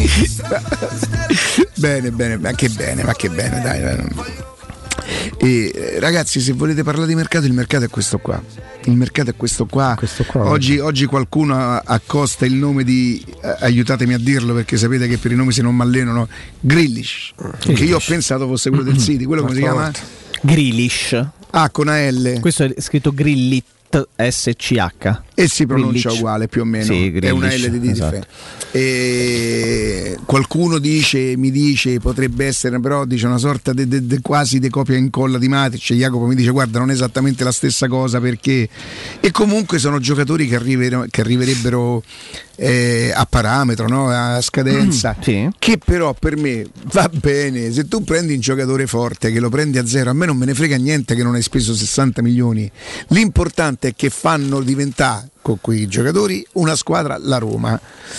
Bene, bene, ma che bene, ma che bene, dai, dai. E, ragazzi, se volete parlare di mercato, il mercato è questo qua. Il mercato è questo qua.
Questo qua
oggi, oggi qualcuno accosta il nome di eh, aiutatemi a dirlo perché sapete che per i nomi se non m'allenano. Grealish, che io ho pensato fosse quello del City. Quello come si chiama?
Grealish.
Ah, con A L.
Questo è scritto Grillit S C H.
E si pronuncia
Grillich.
uguale più o meno,
Sì,
è una
Grillich,
L di
esatto.
E qualcuno dice, mi dice, potrebbe essere però dice una sorta de, de, de, quasi di copia e incolla di Matic. Jacopo mi dice guarda non è esattamente la stessa cosa, perché e comunque sono giocatori che, arriver- che arriverebbero eh, a parametro, no? A scadenza,
sì.
Che però per me va bene. Se tu prendi un giocatore forte che lo prendi a zero, a me non me ne frega niente che non hai speso sessanta milioni, l'importante è che fanno diventare con quei giocatori una squadra, la Roma.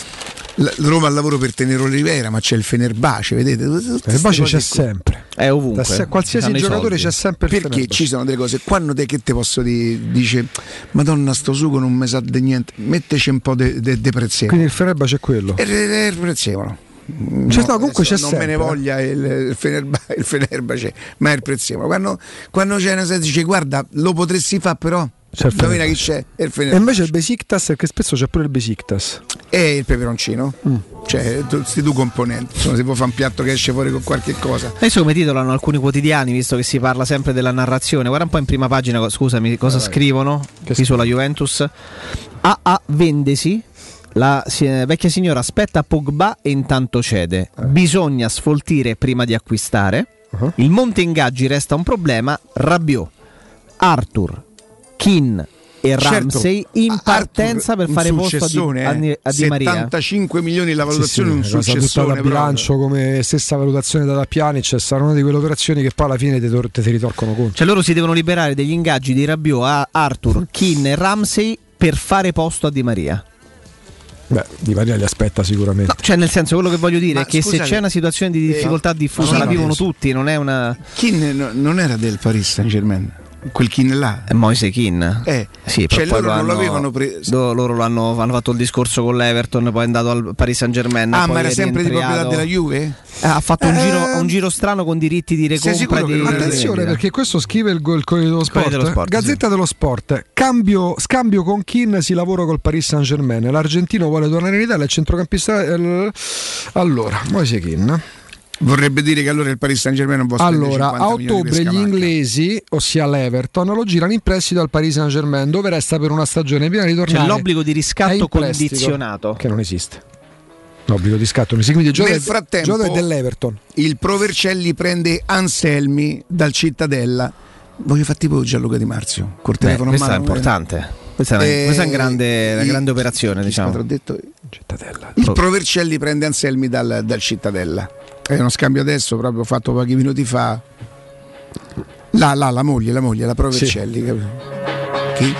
La Roma al lavoro per tenere Olivera, ma c'è il Fenerbahce, vedete?
Il Fenerbahce c'è sempre,
è ovunque.
Se, qualsiasi giocatore c'è sempre il
perché
Fenerbahce.
Ci sono delle cose. Quando te che te posso dire, dice Madonna sto sugo non mi sa di niente, metteci un po' di de, de prezzemolo.
Quindi il Fenerbahce è quello.
E il prezzemolo.
Cioè, no, comunque c'è
non
sempre.
me ne voglia il, il, Fenerbahce, il Fenerbahce, ma è il prezzemolo. Quando, quando c'è una dice guarda lo potresti fare però. Indovina chi c'è? È il Fenerbahce.
E invece il Besiktas, perché spesso c'è pure il Besiktas.
E il peperoncino,
mm.
cioè questi due componenti. Insomma, si può fare un piatto che esce fuori con qualche cosa.
Adesso come titolano alcuni quotidiani, visto che si parla sempre della narrazione, guarda un po' in prima pagina, scusami, cosa
vai,
scrivono
che
qui sulla Juventus. A A vendesi. La eh, vecchia signora aspetta Pogba e intanto cede. Bisogna sfoltire prima di acquistare. Uh-huh. Il monte ingaggi resta un problema. Rabiot, Arthur, Keane e Ramsey certo, in partenza
Arthur,
per fare posto a Di, a, Di, a Di Maria.
settantacinque milioni la valutazione,
sì, sì,
un successone
da bilancio come stessa valutazione data a Pjanic. Sarà una di quelle operazioni che poi alla fine te, te, te ritorcono conto.
Cioè loro si devono liberare degli ingaggi di Rabiot, Arthur, Keane e Ramsey per fare posto a Di Maria.
Beh, Di Maria li aspetta sicuramente.
No, cioè nel senso, quello che voglio dire
Ma
è che
scusate,
se c'è una situazione di difficoltà
eh,
diffusa
no,
la
no,
vivono
no,
tutti, non è una...
Keane no, non era del Paris Saint-Germain, quel Keane là.
È Moise Keane.
Eh,
sì,
cioè
poi
loro
lo
non
hanno,
l'avevano preso.
do, loro lo hanno, hanno fatto il discorso con l'Everton, poi è andato al Paris Saint-Germain.
Ah,
poi
ma era
è
sempre di proprietà della Juve?
Eh, ha fatto un,
eh,
giro, un giro strano con diritti di recompra di,
attenzione, perché questo scrive il, il Corriere dello Sport,
dello Sport
Gazzetta
sì.
dello Sport. Cambio, scambio con Keane, si lavora col Paris Saint-Germain. L'argentino vuole tornare in Italia, il centrocampista il... allora, Moise Keane.
Vorrebbe dire che allora il Paris Saint-Germain non può spendere
allora, a ottobre gli inglesi, ossia l'Everton, lo girano in prestito al Paris Saint-Germain, dove resta per una stagione prima di tornare.
C'è l'obbligo di riscatto condizionato,
che non esiste. L'obbligo di scatto non esiste. Quindi
Nel frattempo
è dell'Everton.
Il Provercelli prende Anselmi dal Cittadella. Voglio fare tipo Gianluca Di Marzio col telefono
Beh,
a mano.
Questa è importante. Questa è,
eh,
questa è una grande, una grande
il,
operazione, diciamo.
Ho detto, Cittadella. Il Provercelli prende Anselmi dal, dal Cittadella. È uno scambio adesso, proprio fatto pochi minuti fa. Là, là, la moglie, la moglie, la Provercelli. Sì. Chi?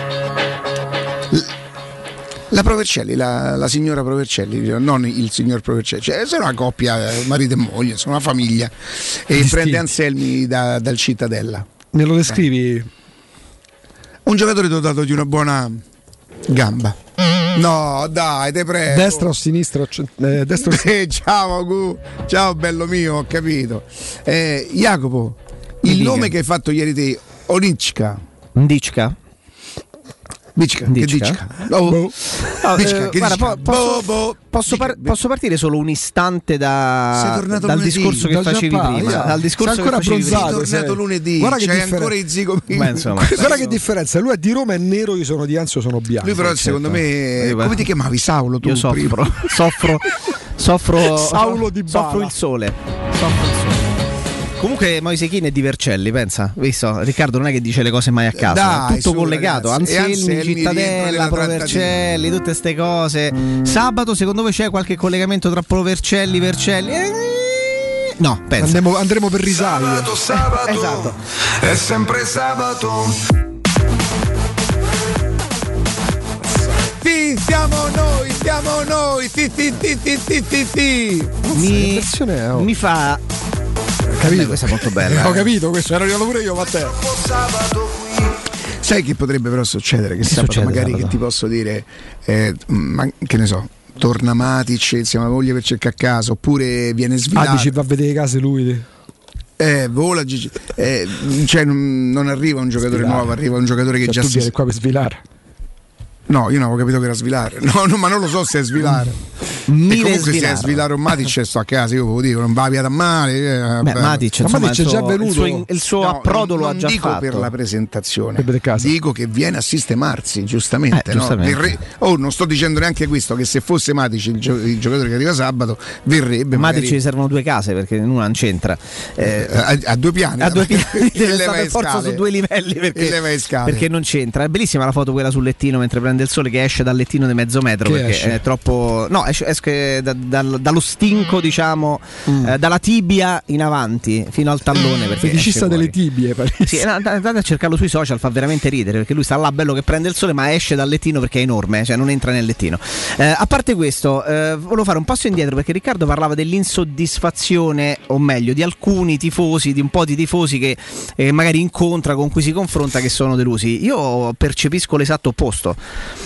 La Provercelli, la, la signora Provercelli, non il signor Provercelli, cioè sono una coppia, marito e moglie, sono una famiglia. E Distinti. Prende Anselmi da, dal Cittadella.
Me lo descrivi?
Eh. Un giocatore dotato di una buona gamba. No, dai, te prego.
Destra o sinistra? Eh, destra o sinistra.
Eh, ciao, Gu. Ciao, bello mio, ho capito. Eh, Jacopo, il
dica.
nome che hai fatto ieri te, Onicca.
Ndicka.
Dicca, che dica? Oh,
boh. Oh,
Dicca,
eh,
che
guarda,
dica?
po- posso,
boh, boh.
Posso, par- posso partire solo un istante da, dal
lunedì,
discorso che facevi
Giappone,
prima?
yeah.
Dal discorso
sei ancora
che facevi
abbronzato,
prima.
sei tornato lunedì,
guarda che
c'hai
differen-
ancora i zigomi.
Beh, insomma,
guarda che differenza, lui è di Roma, è nero, io sono di Anzio, sono bianco.
Lui però
certo.
secondo me, come ti chiamavi? Saulo tu?
Io soffro, soffro, soffro,
Saulo di Bala.
soffro il sole. Soffro il sole. Comunque Moise Keane è di Vercelli, pensa, visto? Riccardo non è che dice le cose mai a caso,
Dai,
è tutto
su,
collegato,
ragazzi.
Anselmi,
Anselmi
Cittadella, Provercelli, tutte queste cose. Sabato secondo voi c'è qualche collegamento tra Provercelli, Vercelli? Eh, no, pensa.
Andremo, andremo per risalire.
Sabato, sabato,
esatto.
È sempre sabato.
Sì, siamo noi, siamo noi, sì, sì, sì, sì, sì, sì, sì.
Mi, mi fa...
Capito?
Questa è molto bella.
Eh, ho
eh.
capito, questo ero arrivato pure io, Matteo.
Sai che potrebbe però succedere? Che, che sabato
succede,
magari
sabato?
che ti posso dire, eh, ma, che ne so, torna Matic insieme alla moglie per cercare casa, oppure viene svilato.
Ah, dici va a vedere case lui.
Eh, vola, Gigi. Eh, cioè non, non arriva un giocatore
Svilare.
nuovo, arriva un giocatore che
Cioè,
già
tu
si...
vieni qua per svilare.
No, io non avevo capito che era svilare. No, no, ma non lo so se è svilare.
Mille
e comunque
svilaro.
se è Svilaro Matic sto a casa, io ve lo dico, non va via da male. Eh,
Beh, Matic,
Ma
insomma,
Matic
il
è già
suo-
venuto.
il suo, il suo
No,
approdo
non,
lo ha
non
già
dico
fatto.
per la presentazione, dico che viene a sistemarsi, giustamente.
Eh,
no?
giustamente.
Verre- oh, non sto dicendo neanche questo, che se fosse Matic il, gio- il giocatore che arriva sabato, verrebbe.
Matic
magari-
ci servono due case perché in una non c'entra. Eh,
a, a due piani,
a due piani
E
deve
leva
stare
le
per forza
scale.
su due livelli perché,
E leva le scale.
perché non c'entra. È bellissima la foto quella sul lettino mentre prende il sole, che esce dal lettino di mezzo metro
Che
perché
esce?
è troppo. No, esce, esce da- dal- dallo stinco, diciamo, eh, dalla tibia in avanti fino al tallone. Perché
Feticista
esce
delle
fuori.
tibie, palese.
Sì, no, andate a cercarlo sui social, fa veramente ridere perché lui sta là bello che prende il sole, ma esce dal lettino perché è enorme, cioè non entra nel lettino. Eh, a parte questo, eh, volevo fare un passo indietro perché Riccardo parlava dell'insoddisfazione, o meglio, di alcuni tifosi, di un po' di tifosi che eh, magari incontra, con cui si confronta, che sono delusi. Io percepisco l'esatto opposto.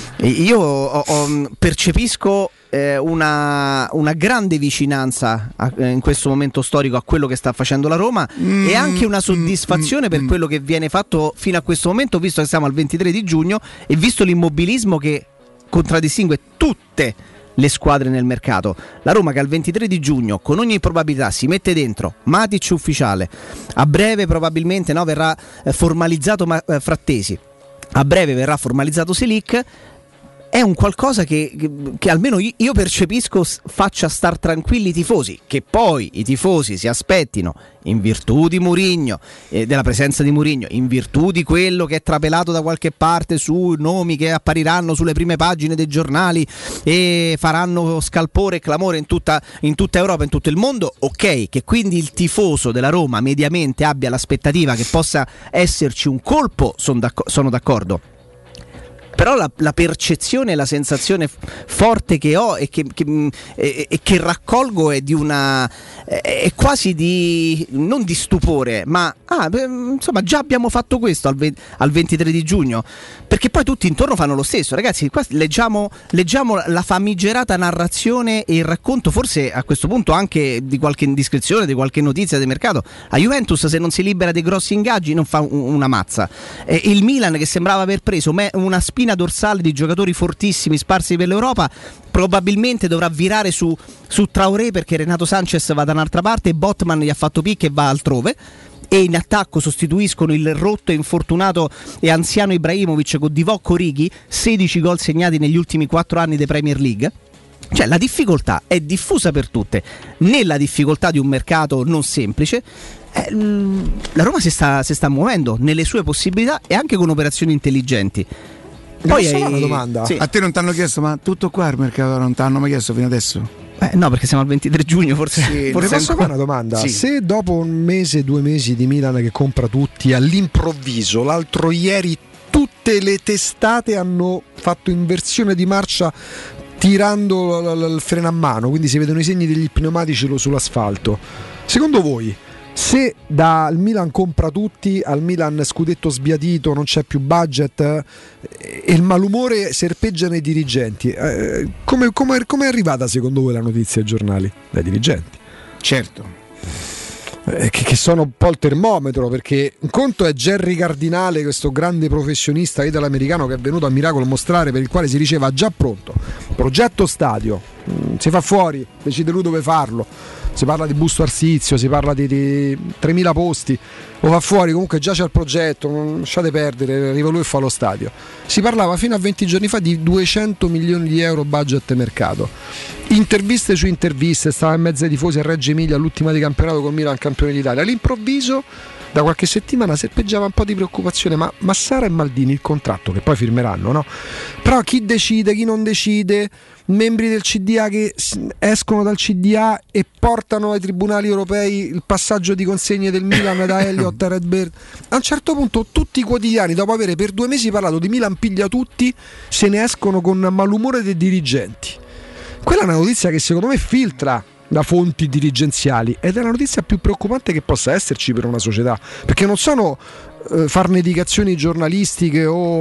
Io ho- ho- percepisco eh, una, una grande vicinanza a- eh, in questo momento storico a quello che sta facendo la Roma
Mm,
e anche una soddisfazione per quello che viene fatto fino a questo momento, visto che siamo al ventitré di giugno e visto l'immobilismo che contraddistingue tutte le squadre nel mercato. La Roma che al ventitré di giugno con ogni probabilità si mette dentro Matic ufficiale, a breve probabilmente no, verrà eh, formalizzato ma, eh, Frattesi, a breve verrà formalizzato Selic. È un qualcosa che, che, che almeno io, io percepisco s- faccia star tranquilli i tifosi, che poi i tifosi si aspettino, in virtù di Mourinho, eh, della presenza di Mourinho, in virtù di quello che è trapelato da qualche parte su nomi che appariranno sulle prime pagine dei giornali e faranno scalpore e clamore in tutta, in tutta Europa, in tutto il mondo, ok, che quindi il tifoso della Roma mediamente abbia l'aspettativa che possa esserci un colpo, son d'acc- sono d'accordo. Però la, la percezione e la sensazione f- forte che ho e che, che, mh, e, e che raccolgo è di una è, è quasi di non di stupore, ma ah, beh, insomma già abbiamo fatto questo al, ve- al ventitré di giugno, perché poi tutti intorno fanno lo stesso, ragazzi. Qua leggiamo, leggiamo la famigerata narrazione e il racconto, forse a questo punto anche di qualche indiscrezione, di qualche notizia di mercato. A Juventus, se non si libera dei grossi ingaggi, non fa un- una mazza. E il Milan, che sembrava aver preso me- una spina dorsale di giocatori fortissimi sparsi per l'Europa, probabilmente dovrà virare su, su Traoré perché Renato Sanchez va da un'altra parte e Botman gli ha fatto picche e va altrove, e in attacco sostituiscono il rotto e infortunato e anziano Ibrahimovic con Divock Origi, sedici gol segnati negli ultimi quattro anni di Premier League. Cioè la difficoltà è diffusa per tutte, nella difficoltà di un mercato non semplice. eh, l- la Roma si sta, si sta muovendo nelle sue possibilità e anche con operazioni intelligenti. Poi
Posso
hai-
fare una domanda?
Sì.
A te non ti hanno chiesto, ma tutto qua il mercato non ti hanno mai chiesto fino adesso?
Eh, no, perché siamo al ventitré giugno, forse.
Sì,
forse
Posso
ancora-
fare una domanda?
Sì.
Se dopo un mese, due mesi di Milan che compra tutti, all'improvviso, l'altro ieri, tutte le testate hanno fatto inversione di marcia tirando l- l- il freno a mano, quindi si vedono i segni degli pneumatici lo- sull'asfalto. Secondo voi, se dal Milan compra tutti al Milan scudetto sbiadito, non c'è più budget eh, e il malumore serpeggia nei dirigenti, eh, come, come, come è arrivata secondo voi la notizia ai giornali? Dai dirigenti.
Certo.
Eh, che, che sono un po' il termometro, perché un conto è Jerry Cardinale, questo grande professionista italo-americano che è venuto a Miracolo mostrare, per il quale si diceva già pronto progetto stadio, mm, si fa fuori, decide lui dove farlo, si parla di Busto Arsizio, si parla di, di tremila posti, lo fa fuori, comunque già c'è il progetto, non lasciate perdere, arriva lui e fa lo stadio. Si parlava fino a venti giorni fa di duecento milioni di euro budget mercato, interviste su interviste, stava in mezzo ai tifosi a Reggio Emilia all'ultima di campionato con Milan campione d'Italia. All'improvviso da qualche settimana serpeggiava un po' di preoccupazione, ma Massara e Maldini il contratto che poi firmeranno, no? Però chi decide, chi non decide, membri del C D A che escono dal C D A e portano ai tribunali europei il passaggio di consegne del Milan da Elliott a Redbird. A un certo punto tutti i quotidiani, dopo avere per due mesi parlato di Milan piglia tutti, se ne escono con malumore dei dirigenti. Quella è una notizia che secondo me filtra da fonti dirigenziali ed è la notizia più preoccupante che possa esserci per una società, perché non sono eh, farneticazioni giornalistiche o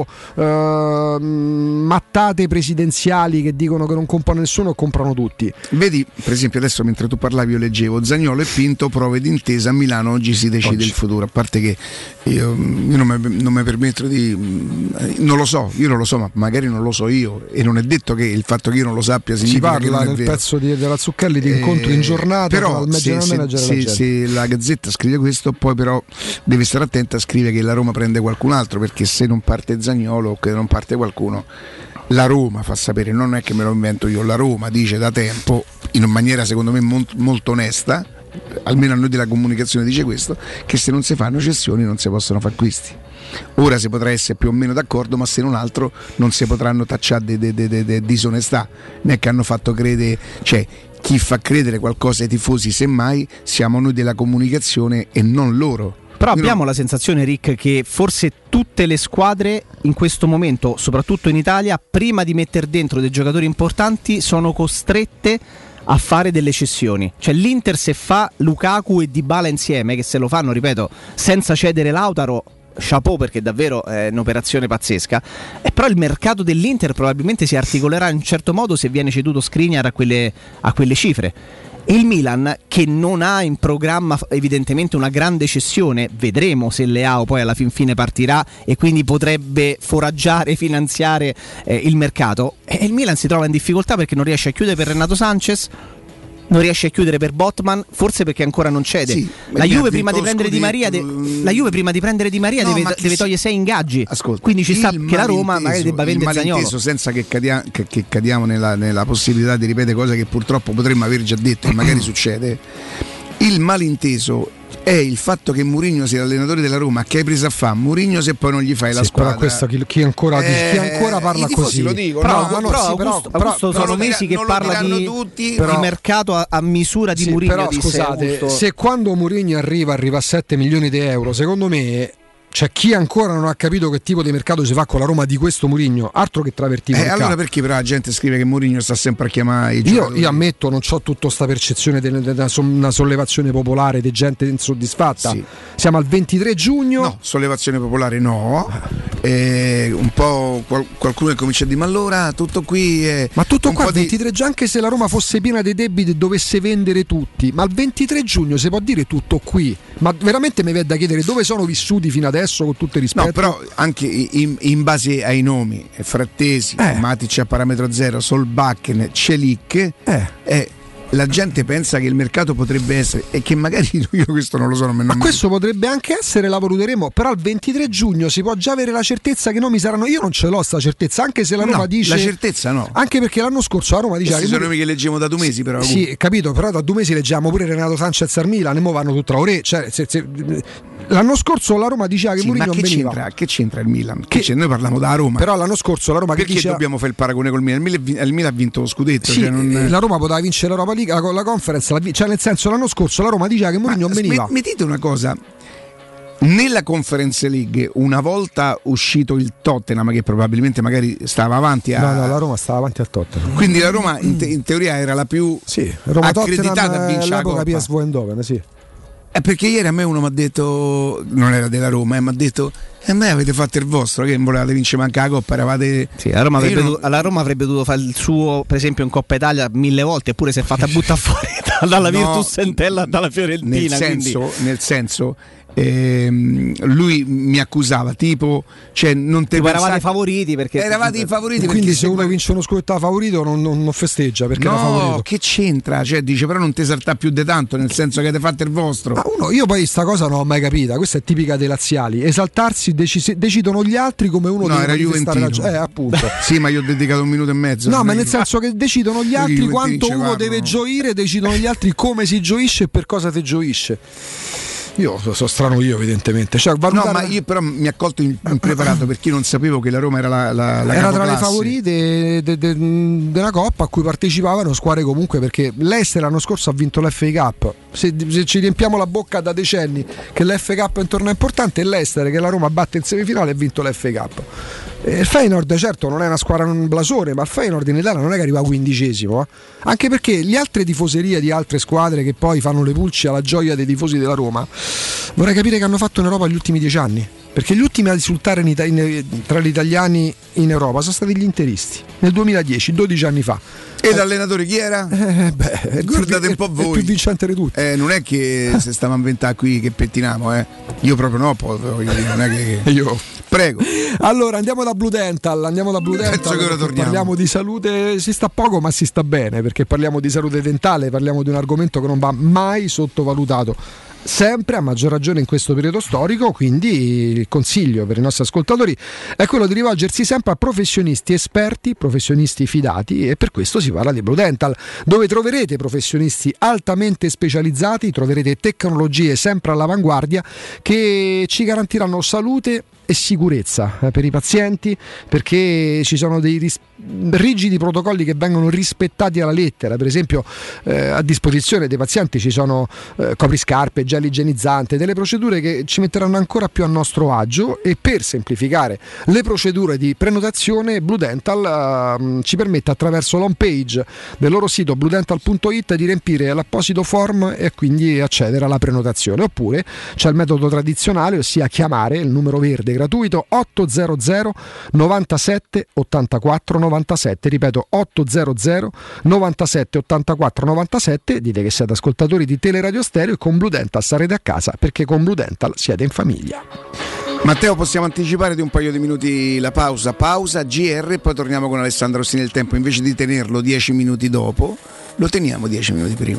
eh, mattate presidenziali che dicono che non comprano nessuno, comprano tutti.
Vedi, per esempio, adesso mentre tu parlavi io leggevo Zaniolo e Pinto, prove d'intesa a Milano, oggi si decide oggi. il futuro. A parte che io, io non, mi, non mi permetto di non lo so, io non lo so, ma magari non lo so io, e non è detto che il fatto che io non lo sappia significa
si parla
che non
nel
è vero.
Pezzo di, della Zucchelli di incontro eh, in giornata,
però se, se, se, se la Gazzetta scrive questo, poi però deve stare attenta a scrivere che la Roma prende qualcun altro, perché se non parte Zaniolo o che non parte qualcuno, la Roma fa sapere, non è che me lo invento io, la Roma dice da tempo in maniera secondo me molto, molto onesta, almeno a noi della comunicazione dice questo, che se non si fanno cessioni non si possono fare acquisti. Ora si potrà essere più o meno d'accordo, ma se non altro non si potranno tacciare di de, de, de, de disonestà, non è che hanno fatto credere, cioè chi fa credere qualcosa ai tifosi semmai siamo noi della comunicazione e non loro.
Però abbiamo la sensazione, Rick, che forse tutte le squadre in questo momento, soprattutto in Italia, prima di mettere dentro dei giocatori importanti sono costrette a fare delle cessioni. Cioè l'Inter, se fa Lukaku e Dybala insieme, che se lo fanno, ripeto, senza cedere Lautaro, chapeau, perché davvero è un'operazione pazzesca. E però il mercato dell'Inter probabilmente si articolerà in un certo modo se viene ceduto Skriniar a quelle, a quelle cifre. E il Milan, che non ha in programma evidentemente una grande cessione, vedremo se Leao poi alla fin fine partirà e quindi potrebbe foraggiare, finanziare eh, il mercato, e il Milan si trova in difficoltà perché non riesce a chiudere per Renato Sanchez, non riesce a chiudere per Botman, forse perché ancora non cede. Sì, la, Juve prima di prendere Di Maria de- la Juve prima di prendere Di Maria no, deve, deve si... togliere sei ingaggi.
Ascolta,
quindi ci sta che la Roma magari debba vendere Zaniolo,
senza che, cadia- che, che cadiamo nella, nella possibilità di ripetere cose che purtroppo potremmo aver già detto e magari succede. Il malinteso è il fatto che Mourinho sia l'allenatore della Roma, che hai preso a fare Mourinho se poi non gli fai sì, la squadra.
Però questo chi, chi, ancora, eh, chi ancora parla così
lo dico,
però,
no,
no, però, sì, però, Augusto, però, Augusto però sono mesi che parla di,
tutti,
però, di mercato a, a misura di sì, Mourinho.
Però scusate, Augusto, se quando Mourinho arriva arriva a sette milioni di euro, secondo me c'è chi ancora non ha capito che tipo di mercato si fa con la Roma di questo Mourinho, altro che travertito.
Eh, allora perché però la gente scrive che Mourinho sta sempre a chiamare i
io, io ammetto, non ho tutta questa percezione di una sollevazione popolare di gente insoddisfatta. Sì. Siamo al ventitré giugno.
No, sollevazione popolare no. Eh, un po' qual- qualcuno che comincia a dire ma allora tutto qui è
ma tutto qua il ventitré giugno, anche se la Roma fosse piena dei debiti e dovesse vendere tutti, ma il ventitré giugno si può dire tutto qui? Ma veramente mi viene da chiedere dove sono vissuti fino adesso, con tutto il rispetto.
No, però anche in, in base ai nomi, Frattesi, eh. Matic a parametro zero, Solbakken, Celic, eh. eh, la gente pensa che il mercato potrebbe essere, e che magari io questo non lo so, non
ma questo potrebbe anche essere, la valuteremo, però il ventitré giugno si può già avere la certezza che non mi saranno, io non ce l'ho sta certezza, anche se la Roma
no,
dice
la certezza no,
anche perché l'anno scorso la Roma diceva
che sono nomi che leggiamo da due mesi, però
sì, capito, però da due mesi leggiamo pure Renato Sanchez al Milan e mo vanno tutta Traoré, cioè se, se, l'anno scorso la Roma diceva che sì, Mourinho
ma che
veniva.
c'entra, che c'entra il Milan? Che che noi parliamo da Roma.
Però l'anno scorso la Roma
perché
che diceva...
dobbiamo fare il paragone col Milan? Il Milan, il Milan ha vinto lo scudetto,
sì,
cioè non...
la Roma poteva vincere l'Europa League, la, la Conference, la, cioè nel senso l'anno scorso la Roma diceva che Mourinho veniva.
Mi dite una cosa, nella Conference League una volta uscito il Tottenham, che probabilmente magari stava avanti a...
no no la Roma stava avanti al Tottenham,
quindi la Roma in, te- in teoria era la più
sì, Roma
accreditata a vincere la Coppa.
P S V Eindhoven, sì.
È perché ieri a me uno mi ha detto, non era della Roma, eh, mi ha detto e eh, me avete fatto il vostro, che non volevate vincere manca la Coppa, eravate...
Sì, la Roma, avrebbe non... dovuto, la Roma avrebbe dovuto fare il suo, per esempio in Coppa Italia mille volte, eppure si è fatta buttare fuori dalla no, Virtus Entella, dalla Fiorentina.
Nel senso,
quindi...
nel senso ehm, lui mi accusava tipo, cioè non te
eravate favoriti perché
eravate i favoriti,
quindi
perché
se uno vince uno scudetto da favorito non, non, non festeggia perché
no,
era favorito.
Che c'entra? Cioè dice però non ti salta più di tanto, nel senso che avete fatto il vostro.
Ma uno, io poi sta cosa non l'ho mai capita, questa è tipica dei laziali, esaltarsi, deci- decidono gli altri come uno
no,
deve
era Juventino.
La... eh appunto
sì, ma io ho dedicato un minuto e mezzo.
No, ma nel senso che decidono gli altri quanto uno deve gioire, decidono gli altri come si gioisce e per cosa ti gioisce. Io sono strano io evidentemente, cioè, valutare...
no ma io però mi ha colto impreparato perché io non sapevo che la Roma era la, la, la
era tra le favorite de, de, de, della Coppa a cui partecipavano squadre comunque, perché l'Ester l'anno scorso ha vinto l'F A Cup, se, se ci riempiamo la bocca da decenni che l'F A Cup è un torneo importante, e l'Ester che la Roma batte in semifinale ha vinto l'F A Cup. Il Feyenoord certo non è una squadra un blasone, ma il Feyenoord in Italia non è che arriva quindicesimo, eh? Anche perché le altre tifoserie di altre squadre che poi fanno le pulci alla gioia dei tifosi della Roma, vorrei capire che hanno fatto in Europa gli ultimi dieci anni. perché gli ultimi a risultare in, in, tra gli italiani in Europa sono stati gli interisti nel duemiladieci, dodici anni fa.
E l'allenatore chi era?
Eh, beh,
guardate
è,
un po' voi.
È più vincente di tutti.
Eh, non è che se stiamo a inventare qui che pettiniamo, eh. Io proprio no, poi, non è che
io
prego.
Allora andiamo da Blue Dental, andiamo da Blue Dental.
Penso che ora torniamo.
Parliamo di salute, si sta poco ma si sta bene, perché parliamo di salute dentale, parliamo di un argomento che non va mai sottovalutato. Sempre, a maggior ragione in questo periodo storico, quindi il consiglio per i nostri ascoltatori è quello di rivolgersi sempre a professionisti esperti, professionisti fidati, e per questo si parla di Blue Dental, dove troverete professionisti altamente specializzati, troverete tecnologie sempre all'avanguardia che ci garantiranno salute e sicurezza eh, per i pazienti, perché ci sono dei ris- rigidi protocolli che vengono rispettati alla lettera. Per esempio eh, a disposizione dei pazienti ci sono eh, copriscarpe, gel igienizzante, delle procedure che ci metteranno ancora più a nostro agio, e per semplificare le procedure di prenotazione Blue Dental eh, ci permette attraverso l'home page del loro sito blue dental punto it di riempire l'apposito form e quindi accedere alla prenotazione. Oppure c'è il metodo tradizionale, ossia chiamare il numero verde gratuito ottocento novantasette ottantaquattro novantasette, ripeto ottocento novantasette ottantaquattro novantasette, dite che siete ascoltatori di Teleradio Stereo e con Blue Dental sarete a casa, perché con Blue Dental siete in famiglia.
Matteo, possiamo anticipare di un paio di minuti la pausa, pausa G R e poi torniamo con Alessandro Rossi nel tempo, invece di tenerlo dieci minuti dopo lo teniamo dieci minuti prima.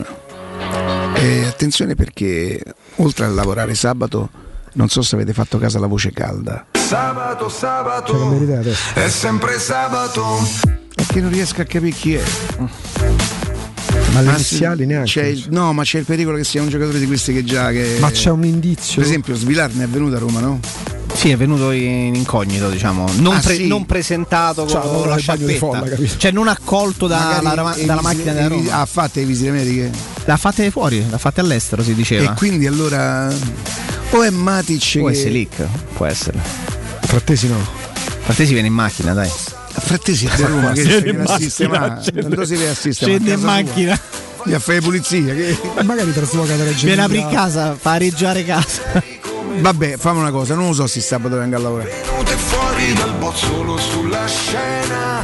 E attenzione, perché oltre a lavorare sabato, non so se avete fatto caso alla voce calda.
Sabato, sabato, è sempre sabato.
È che non riesco a capire chi è.
Ma le iniziali neanche.
C'è il, no, ma c'è il pericolo che sia un giocatore di questi che già. Che,
ma c'è un indizio.
Per esempio, Svilar ne è venuto a Roma, no?
Sì, è venuto in incognito, diciamo, non,
ah,
pre-
sì.
non presentato
cioè,
con la sciarpetta,
folla,
cioè non accolto da, la, dalla
visite,
macchina della Roma.
Ha fatto le visite mediche?
L'ha fatte fuori, l'ha fatte all'estero, si diceva.
E quindi allora o è Matic
può
che...
essere Selic, può essere.
Frattesi no.
Frattesi viene in macchina, dai.
Frattesi è da Roma, che c'è la sistema. Non si deve assistere.
Scende in macchina.
Gli a fare pulizia, che
magari trasloca da Reggio
viene a aprire casa, fa areggiare casa.
Vabbè, fammi una cosa, non lo so se sabato venga a lavorare.
Venute fuori dal bozzolo sulla scena.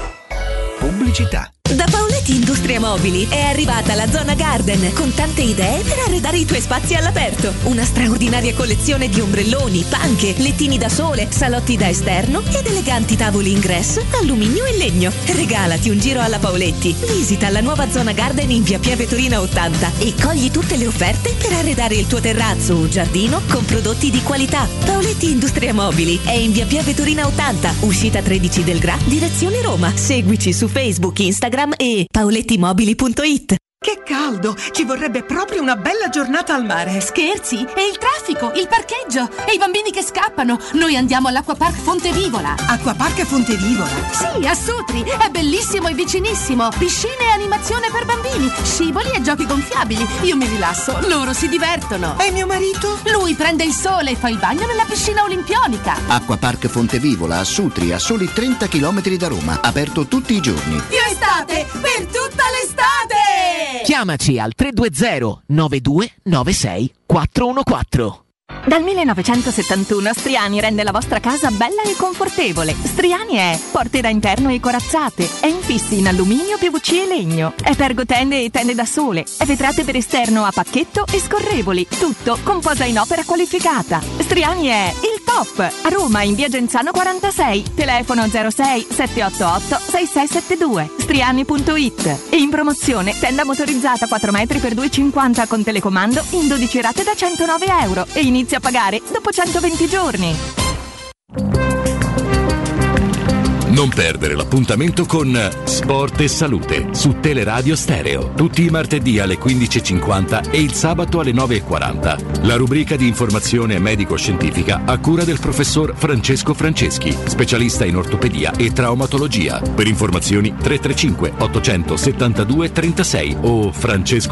Pubblicità.
Da Paoletti Industria Mobili è arrivata la zona Garden, con tante idee per arredare i tuoi spazi all'aperto. Una straordinaria collezione di ombrelloni, panche, lettini da sole, salotti da esterno ed eleganti tavoli ingresso, alluminio e legno. Regalati un giro alla Paoletti. Visita la nuova zona Garden in via Pieve Torina ottanta e cogli tutte le offerte per arredare il tuo terrazzo o giardino con prodotti di qualità. Paoletti Industria Mobili è in via Pieve Torina ottanta, uscita tredici del Gra, direzione Roma. Seguici su Facebook, Instagram e paolettimobili punto it.
Che caldo! Ci vorrebbe proprio una bella giornata al mare.
Scherzi? E il traffico, il parcheggio e i bambini che scappano. Noi andiamo all'Acquapark Fontevivola.
Acquapark Fontevivola?
Sì, a Sutri. È bellissimo e vicinissimo. Piscine e animazione per bambini, scivoli e giochi gonfiabili. Io mi rilasso, loro si divertono.
E mio marito?
Lui prende il sole e fa il bagno nella piscina olimpionica.
Acquapark Fontevivola a Sutri, a soli trenta chilometri da Roma. Aperto tutti i giorni.
Più estate per tutta l'estate!
Chiamaci al tre due zero nove due nove sei quattro uno quattro.
Dal millenovecentosettantuno Striani rende la vostra casa bella e confortevole. Striani è porte da interno e corazzate, è infissi in alluminio, P V C e legno, è pergotende e tende da sole, è vetrate per esterno a pacchetto e scorrevoli, tutto con posa in opera qualificata. Striani è il top! A Roma in via Genzano quarantasei, telefono zero sei sette otto otto sei sei sette due, striani punto it. E in promozione tenda motorizzata quattro metri per due e cinquanta con telecomando in dodici rate da centonove euro e inizia a pagare dopo centoventi giorni.
Non perdere l'appuntamento con Sport e Salute su Teleradio Stereo, tutti i martedì alle quindici e cinquanta e il sabato alle nove e quaranta. La rubrica di informazione medico-scientifica a cura del professor Francesco Franceschi, specialista in ortopedia e traumatologia. Per informazioni tre tre cinque otto sette due tre sei o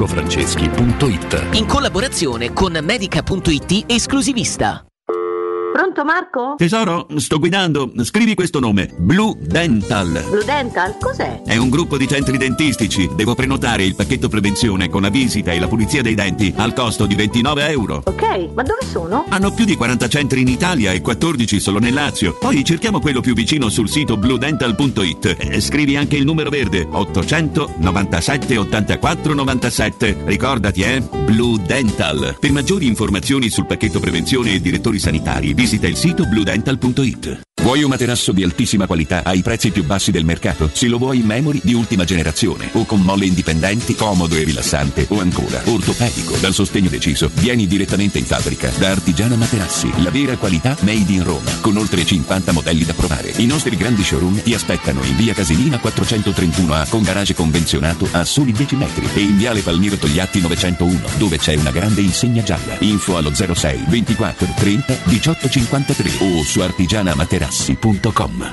francescofranceschi punto it.
In collaborazione con medica punto it esclusivista.
Pronto Marco?
Tesoro, sto guidando. Scrivi questo nome: Blue Dental.
Blue Dental? Cos'è?
È un gruppo di centri dentistici. Devo prenotare il pacchetto prevenzione con la visita e la pulizia dei denti al costo di ventinove euro.
Ok, ma dove sono?
Hanno più di quaranta centri in Italia e quattordici solo nel Lazio. Poi cerchiamo quello più vicino sul sito blue dental punto it. E scrivi anche il numero verde: ottocento novantasette ottantaquattro novantasette. Ricordati, eh? Blue Dental. Per maggiori informazioni sul pacchetto prevenzione e direttori sanitari, visita il sito blue dental punto it. Vuoi un materasso di altissima qualità ai prezzi più bassi del mercato? Se lo vuoi in memory di ultima generazione o con molle indipendenti, comodo e rilassante, o ancora ortopedico dal sostegno deciso, vieni direttamente in fabbrica da Artigiana Materassi, la vera qualità made in Roma, con oltre cinquanta modelli da provare. I nostri grandi showroom ti aspettano in via Casilina quattrocentotrentuno A con garage convenzionato a soli dieci metri e in viale Palmiro Togliatti novecentouno, dove c'è una grande insegna gialla. Info allo zero sei ventiquattro trenta diciotto cinquantatré o su artigianamaterassi punto com.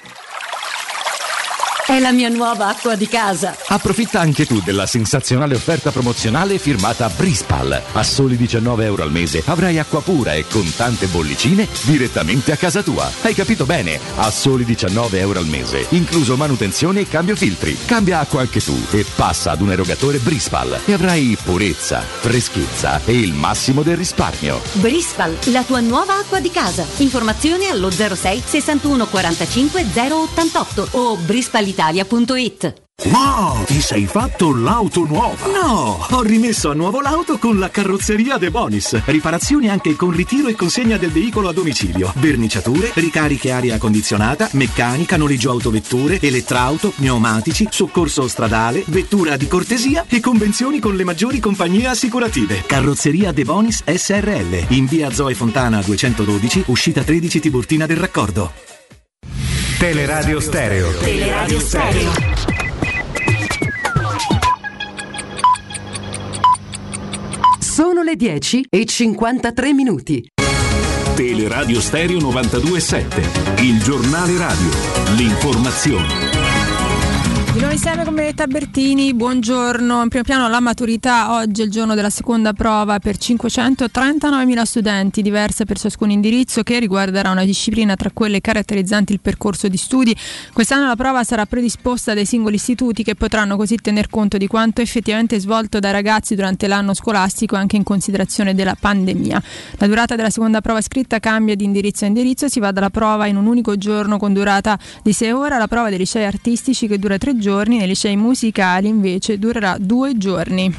È la mia nuova acqua di casa.
Approfitta anche tu della sensazionale offerta promozionale firmata Brispal. A soli diciannove euro al mese avrai acqua pura e con tante bollicine direttamente a casa tua. Hai capito bene? A soli diciannove euro al mese, incluso manutenzione e cambio filtri. Cambia acqua anche tu e passa ad un erogatore Brispal e avrai purezza, freschezza e il massimo del risparmio.
Brispal, la tua nuova acqua di casa. Informazioni allo zero sei sessantuno quarantacinque zero ottantotto o brispal italia punto it.
Wow, ti sei fatto l'auto nuova?
No, ho rimesso a nuovo l'auto con la carrozzeria De Bonis. Riparazioni anche con ritiro e consegna del veicolo a domicilio. Verniciature, ricariche aria condizionata, meccanica, noleggio autovetture, elettrauto, pneumatici, soccorso stradale, vettura di cortesia e convenzioni con le maggiori compagnie assicurative. Carrozzeria De Bonis S R L in via Zoe Fontana duecentododici, uscita tredici Tiburtina del Raccordo.
Teleradio Stereo.
Teleradio Stereo.
Sono le dieci e cinquantatré minuti.
Teleradio Stereo novantadue sette, il giornale radio, l'informazione.
Di nuovo insieme con Benedetta Bertini, buongiorno. In primo piano la maturità, oggi è il giorno della seconda prova per cinquecentotrentanovanomila studenti, diverse per ciascun indirizzo, che riguarderà una disciplina tra quelle caratterizzanti il percorso di studi. Quest'anno la prova sarà predisposta dai singoli istituti, che potranno così tener conto di quanto effettivamente svolto dai ragazzi durante l'anno scolastico, anche in considerazione della pandemia. La durata della seconda prova scritta cambia di indirizzo a indirizzo, si va dalla prova in un unico giorno con durata di sei ore alla prova dei licei artistici, che dura tre giorni, nei licei musicali invece durerà due giorni.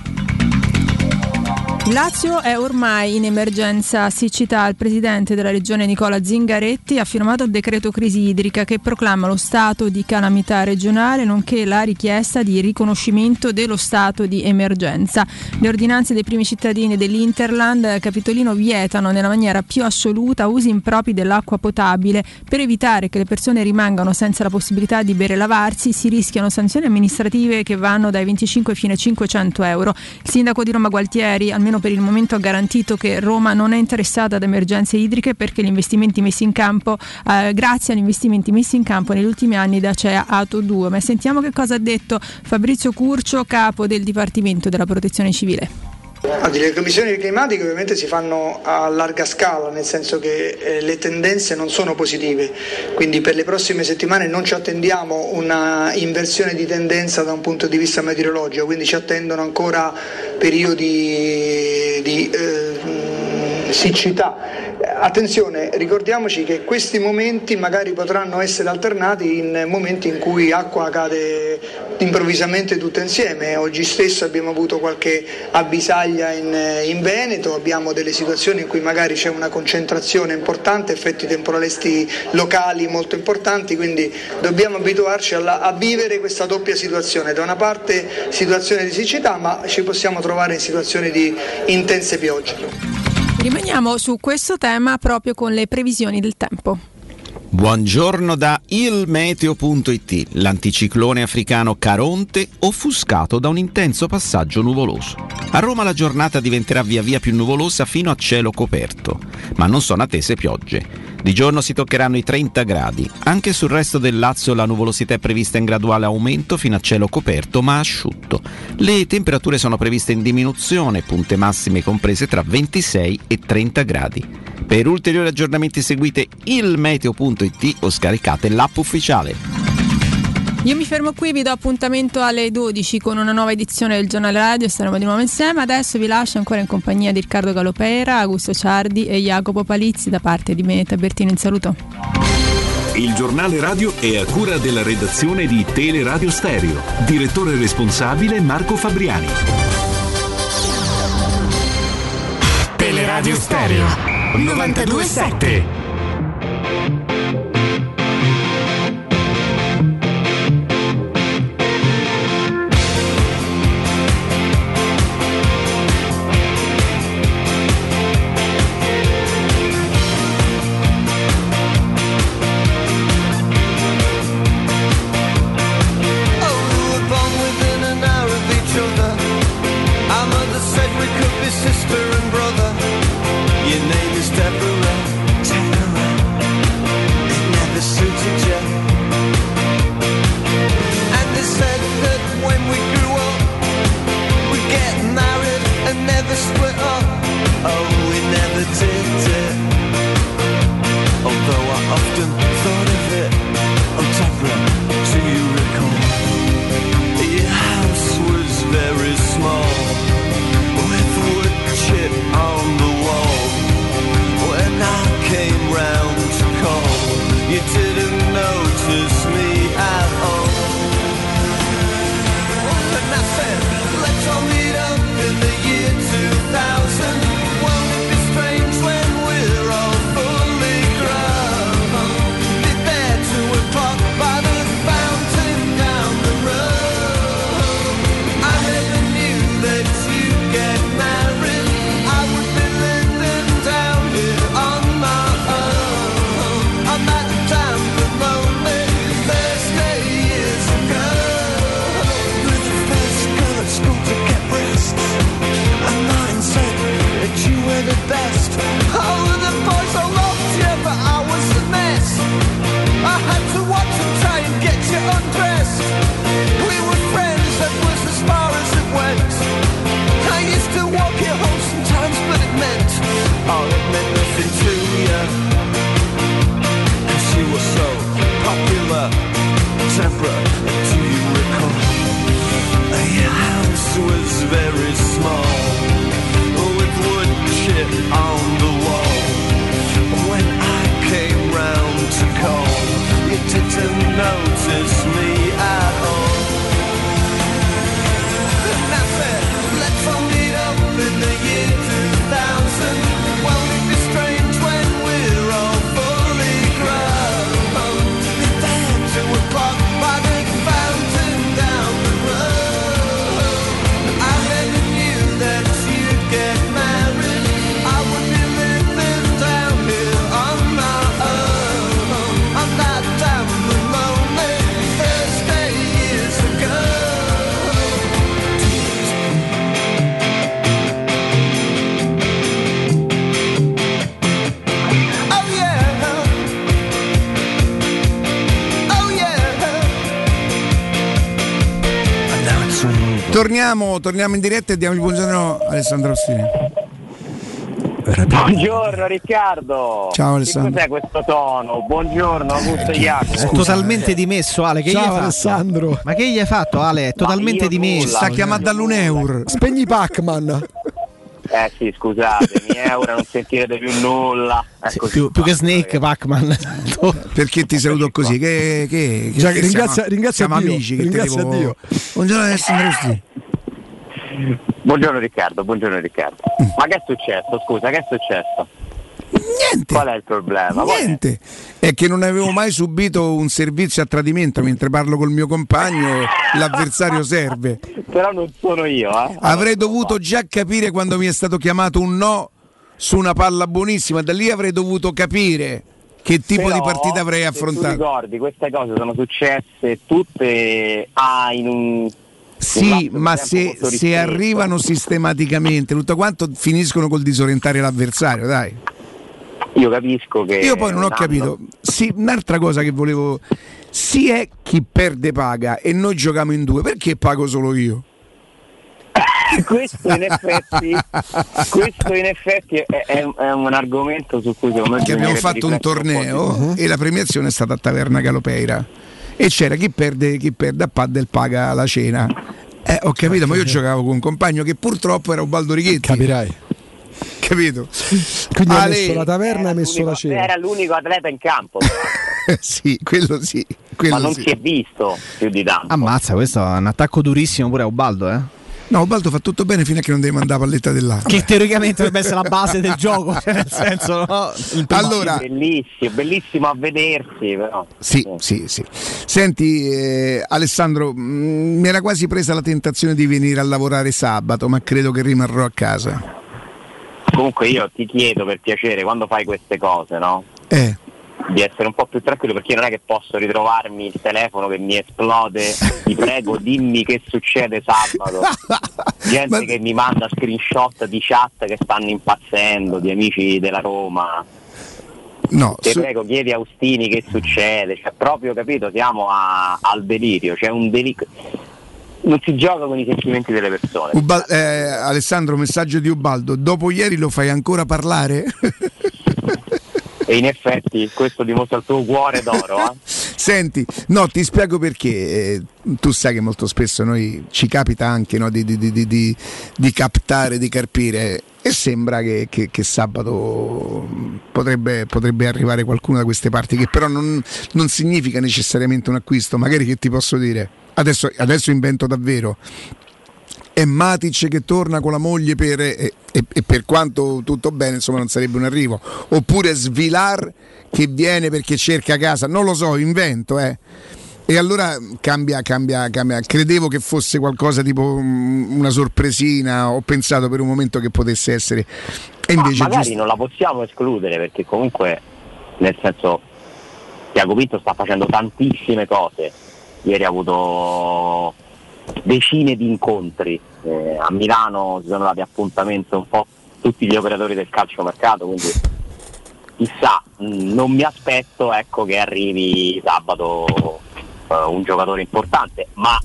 Il Lazio è ormai in emergenza siccità. Il presidente della regione Nicola Zingaretti ha firmato il decreto crisi idrica che proclama lo stato di calamità regionale, nonché la richiesta di riconoscimento dello stato di emergenza. Le ordinanze dei primi cittadini dell'Interland Capitolino vietano nella maniera più assoluta usi impropri dell'acqua potabile. Per evitare che le persone rimangano senza la possibilità di bere e lavarsi, si rischiano sanzioni amministrative che vanno dai venticinque fino ai cinquecento euro. Il sindaco di Roma Gualtieri, almeno per il momento, ha garantito che Roma non è interessata ad emergenze idriche, perché gli investimenti messi in campo, eh, grazie agli investimenti messi in campo negli ultimi anni da Acea Ato due. Ma sentiamo che cosa ha detto Fabrizio Curcio, capo del Dipartimento della Protezione Civile.
Le commissioni climatiche ovviamente si fanno a larga scala, nel senso che eh, le tendenze non sono positive, quindi per le prossime settimane non ci attendiamo una inversione di tendenza da un punto di vista meteorologico, quindi ci attendono ancora periodi di eh, siccità. Attenzione, ricordiamoci che questi momenti magari potranno essere alternati in momenti in cui acqua cade improvvisamente tutta insieme. Oggi stesso abbiamo avuto qualche avvisaglia in, in Veneto, abbiamo delle situazioni in cui magari c'è una concentrazione importante, effetti temporalisti locali molto importanti, quindi dobbiamo abituarci alla, a vivere questa doppia situazione. Da una parte situazione di siccità, ma ci possiamo trovare in situazioni di intense piogge.
Rimaniamo su questo tema proprio con le previsioni del tempo.
Buongiorno da ilmeteo punto it. L'anticiclone africano Caronte offuscato da un intenso passaggio nuvoloso. A Roma la giornata diventerà via via più nuvolosa fino a cielo coperto, ma non sono attese piogge. Di giorno si toccheranno i trenta gradi. Anche sul resto del Lazio la nuvolosità è prevista in graduale aumento fino a cielo coperto ma asciutto. Le temperature sono previste in diminuzione, punte massime comprese tra ventisei e trenta gradi.
Per ulteriori aggiornamenti seguite il meteo punto it o scaricate l'app ufficiale.
Io mi fermo qui, vi do appuntamento alle dodici con una nuova edizione del Giornale Radio, staremo di nuovo insieme. Adesso vi lascio ancora in compagnia di Riccardo Galopera, Augusto Ciardi e Jacopo Palizzi. Da parte di me, Tabertini, in saluto.
Il Giornale Radio è a cura della redazione di Teleradio Stereo. Direttore responsabile Marco Fabriani.
Teleradio Stereo novantadue sette.
Sister and brother, your name is Deborah, Deborah. It never suited you. And they said that when we grew up, we'd get married and never split up. Oh, we never did it. Although I often thought of it. Oh, Deborah, do you recall? Your house was very small, chip on the wall. When I came round to call, you didn't notice me at all. And I said, let's all meet up in the year two thousand. Won't it be strange when we're all fully grown? Be there two o'clock by the fountain down the road. I never knew that you'd get married. Best. Oh, the boys all loved you, but I was a mess. I had to watch them try and get you undressed. We were friends, that was as far as it went. I used to walk you home sometimes, but it meant, oh, it meant nothing to you. Cause you were so popular. Deborah, do you recall? Your house was very small, with wood chip on the wall. When I came round to call, you didn't notice me at all. And I said, let's all meet up in the year two thousand. Won't it be strange when we're all fully grown? Be there two o'clock by the fountain down the road. I never knew that you'd get married. I would be living down here on my own, on that damn lonely Thursday years ago. Oh yeah, oh yeah. And now it's all
Torniamo, torniamo in diretta e diamo il buongiorno a Alessandro Ostini.
Buongiorno Riccardo.
Ciao Alessandro.
Che cos'è questo tono? Buongiorno Augusto e Jacopo.
È totalmente dimesso, Ale. Che
Ciao
gli hai fatto?
Alessandro.
Ma che gli hai fatto, Ale? È totalmente dimesso.
Sta chiamando all'Uneur.
Spegni Pac-Man.
Eh sì, scusatemi, eh, ora non sentirete più nulla.
Sì, più, più che Snake, Pac-Man.
Perché ti saluto così? Che, che, che
Già,
che
ringrazia,
siamo,
ringrazia
siamo
Dio,
amici. Che
ringrazia
te devo...
Dio.
Buongiorno Alessandro Ostini.
Buongiorno Riccardo, buongiorno Riccardo. Ma che è successo? Scusa, che è successo?
Niente.
Qual è il problema?
Niente. È che non avevo mai subito un servizio a tradimento. Mentre parlo col mio compagno, l'avversario serve.
Però non sono io, eh.
Avrei dovuto già capire quando mi è stato chiamato un no su una palla buonissima. Da lì avrei dovuto capire che tipo
Però,
di partita avrei affrontato.
Se tu ricordi, queste cose sono successe tutte ah, in un...
Sì, ma se, se arrivano sistematicamente, tutto quanto finiscono col disorientare l'avversario, dai.
Io capisco che...
Io poi non ho
hanno...
capito. Sì, un'altra cosa che volevo... Sì, è chi perde paga e noi giochiamo in due. Perché pago solo io?
questo in effetti questo in effetti è, è, è un argomento su cui secondo me
che abbiamo fatto un
riflettere
torneo
un po' di-
e la premiazione è stata a Taverna Galopeira e c'era chi perde chi perde a paddle paga la cena. Eh, ho capito, ma io giocavo con un compagno che purtroppo era Ubaldo Righetti.
Capirai.
Capito?
Quindi
Ale-
ha messo la taverna e ha messo la cena.
era l'unico atleta in campo,
sì, quello sì. Quello
ma non
sì.
si è visto più di tanto.
Ammazza, questo è un attacco durissimo pure a Ubaldo, eh?
No, Ubaldo fa tutto bene fino a che non deve mandare la palletta dell'acqua.
Che teoricamente dovrebbe essere la base del gioco, cioè nel senso, no? Il primo-
Allora,
bellissimo, bellissimo a vedersi, però.
Sì, sì, sì. Senti, eh, Alessandro, mh, mi era quasi presa la tentazione di venire a lavorare sabato, ma credo che rimarrò a casa.
Comunque io ti chiedo per piacere, quando fai queste cose, no?
Eh.
Di essere un po' più tranquillo, perché non è che posso ritrovarmi il telefono che mi esplode. Ti prego, dimmi che succede sabato. Gente
Ma-
che mi manda screenshot di chat che stanno impazzendo, di amici della Roma.
No,
Ti
su-
prego, chiedi a Austini che succede. Cioè, proprio, capito, siamo a- al delirio. C'è un delirio. Non si gioca con i sentimenti delle persone.
Uba- eh, Alessandro, messaggio di Ubaldo. Dopo ieri lo fai ancora parlare?
E in effetti questo dimostra il tuo cuore d'oro, eh?
Senti, no, ti spiego perché. Eh, tu sai che molto spesso noi ci capita anche, no, di, di- di- di- di- di captare, di carpire. E sembra che, che- che sabato potrebbe, potrebbe arrivare qualcuno da queste parti, che però non, non significa necessariamente un acquisto. Magari, che ti posso dire? Adesso, adesso invento davvero. È Matic che torna con la moglie per, e, e- e per quanto tutto bene, insomma, non sarebbe un arrivo. Oppure Svilar che viene perché cerca casa, non lo so, invento, eh. E allora cambia, cambia, cambia. Credevo che fosse qualcosa tipo mm, una sorpresina, ho pensato per un momento che potesse essere. E invece
Ma magari
giusto-
non la possiamo escludere, perché comunque, nel senso, Tiago Pinto sta facendo tantissime cose. Ieri ha avuto decine di incontri, eh, a Milano si sono dati appuntamento un po' tutti gli operatori del calciomercato, quindi chissà, mh, non mi aspetto, ecco, che arrivi sabato eh, un giocatore importante, ma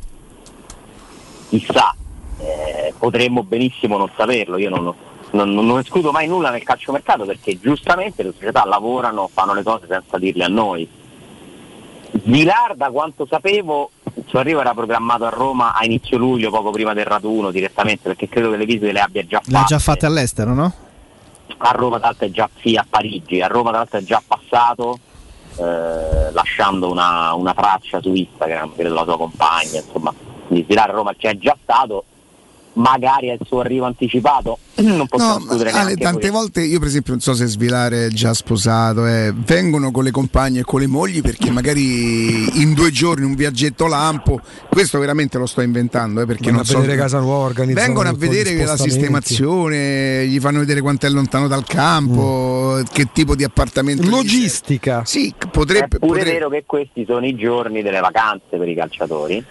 chissà, eh, potremmo benissimo non saperlo. Io non, non, non escludo mai nulla nel calciomercato, perché giustamente le società lavorano, fanno le cose senza dirle a noi. Vilar, da quanto sapevo, il suo arrivo era programmato a Roma a inizio luglio, poco prima del raduno, direttamente, perché credo che le visite le abbia già fatte.
L'ha già fatta all'estero, no?
A Roma tra l'altro è già, sì, a Parigi, a Roma tra l'altro è già passato, eh, lasciando una, una traccia su Instagram, credo la sua compagna, insomma, quindi Vilar a Roma c'è già stato. Magari è il suo arrivo anticipato, non possiamo
No,
escludere
Ale,
neanche
tante
questo.
volte io per esempio non so se Svilare è già sposato, eh, vengono con le compagne e con le mogli perché magari in due giorni un viaggetto lampo, questo veramente lo sto inventando, eh, perché
Vanno
non
a
so,
vedere casa nuova, organizzano
vengono a
un po' di
vedere la
spostamenti.
sistemazione, gli fanno vedere quanto è lontano dal campo,
Mm.
che tipo di appartamento gli
Logistica.
serve. Sì, potrebbe,
È pure
potrebbe-
vero che questi sono i giorni delle vacanze per i calciatori.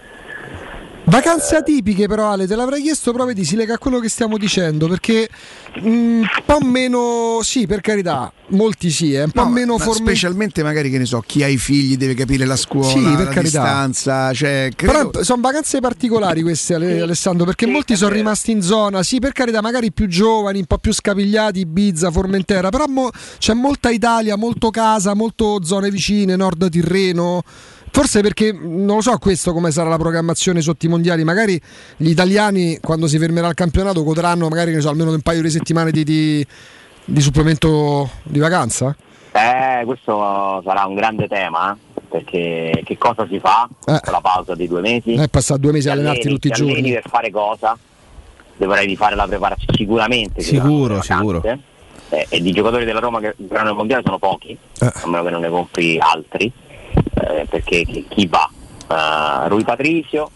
Vacanze atipiche però, Ale, te l'avrei chiesto, però vedi, si lega a quello che stiamo dicendo, perché mh, un po' meno, sì, per carità, molti sì, è un po'
No,
meno
ma
forme-
specialmente magari, che ne so, chi ha i figli deve capire la scuola,
Sì, per
la
carità.
distanza, cioè, credo-
Però sono vacanze particolari queste, Ale- Alessandro, perché molti sono rimasti in zona, sì, per carità, magari più giovani, un po' più scapigliati, Ibiza, Formentera, però mo- c'è molta Italia, molto casa, molto zone vicine, Nord Tirreno. Forse perché non lo so questo come sarà la programmazione sotto i mondiali, magari gli italiani quando si fermerà il campionato godranno magari, che ne so, almeno un paio di settimane di, di, di supplemento di vacanza.
Eh, questo sarà un grande tema, eh, perché che cosa si fa
Eh.
con la pausa di due mesi?
Eh, passare due mesi a
Ti
allenarti
alleni-
tutti i
ti
giorni.
alleni per fare cosa? Dovrai rifare la preparazione, sicuramente. ci
Sicuro,
saranno le vacanze. Eh, e di giocatori della Roma che giocano al mondiale sono pochi, a meno che non ne compri altri, eh, perché chi, chi va? Uh, Rui Patricio,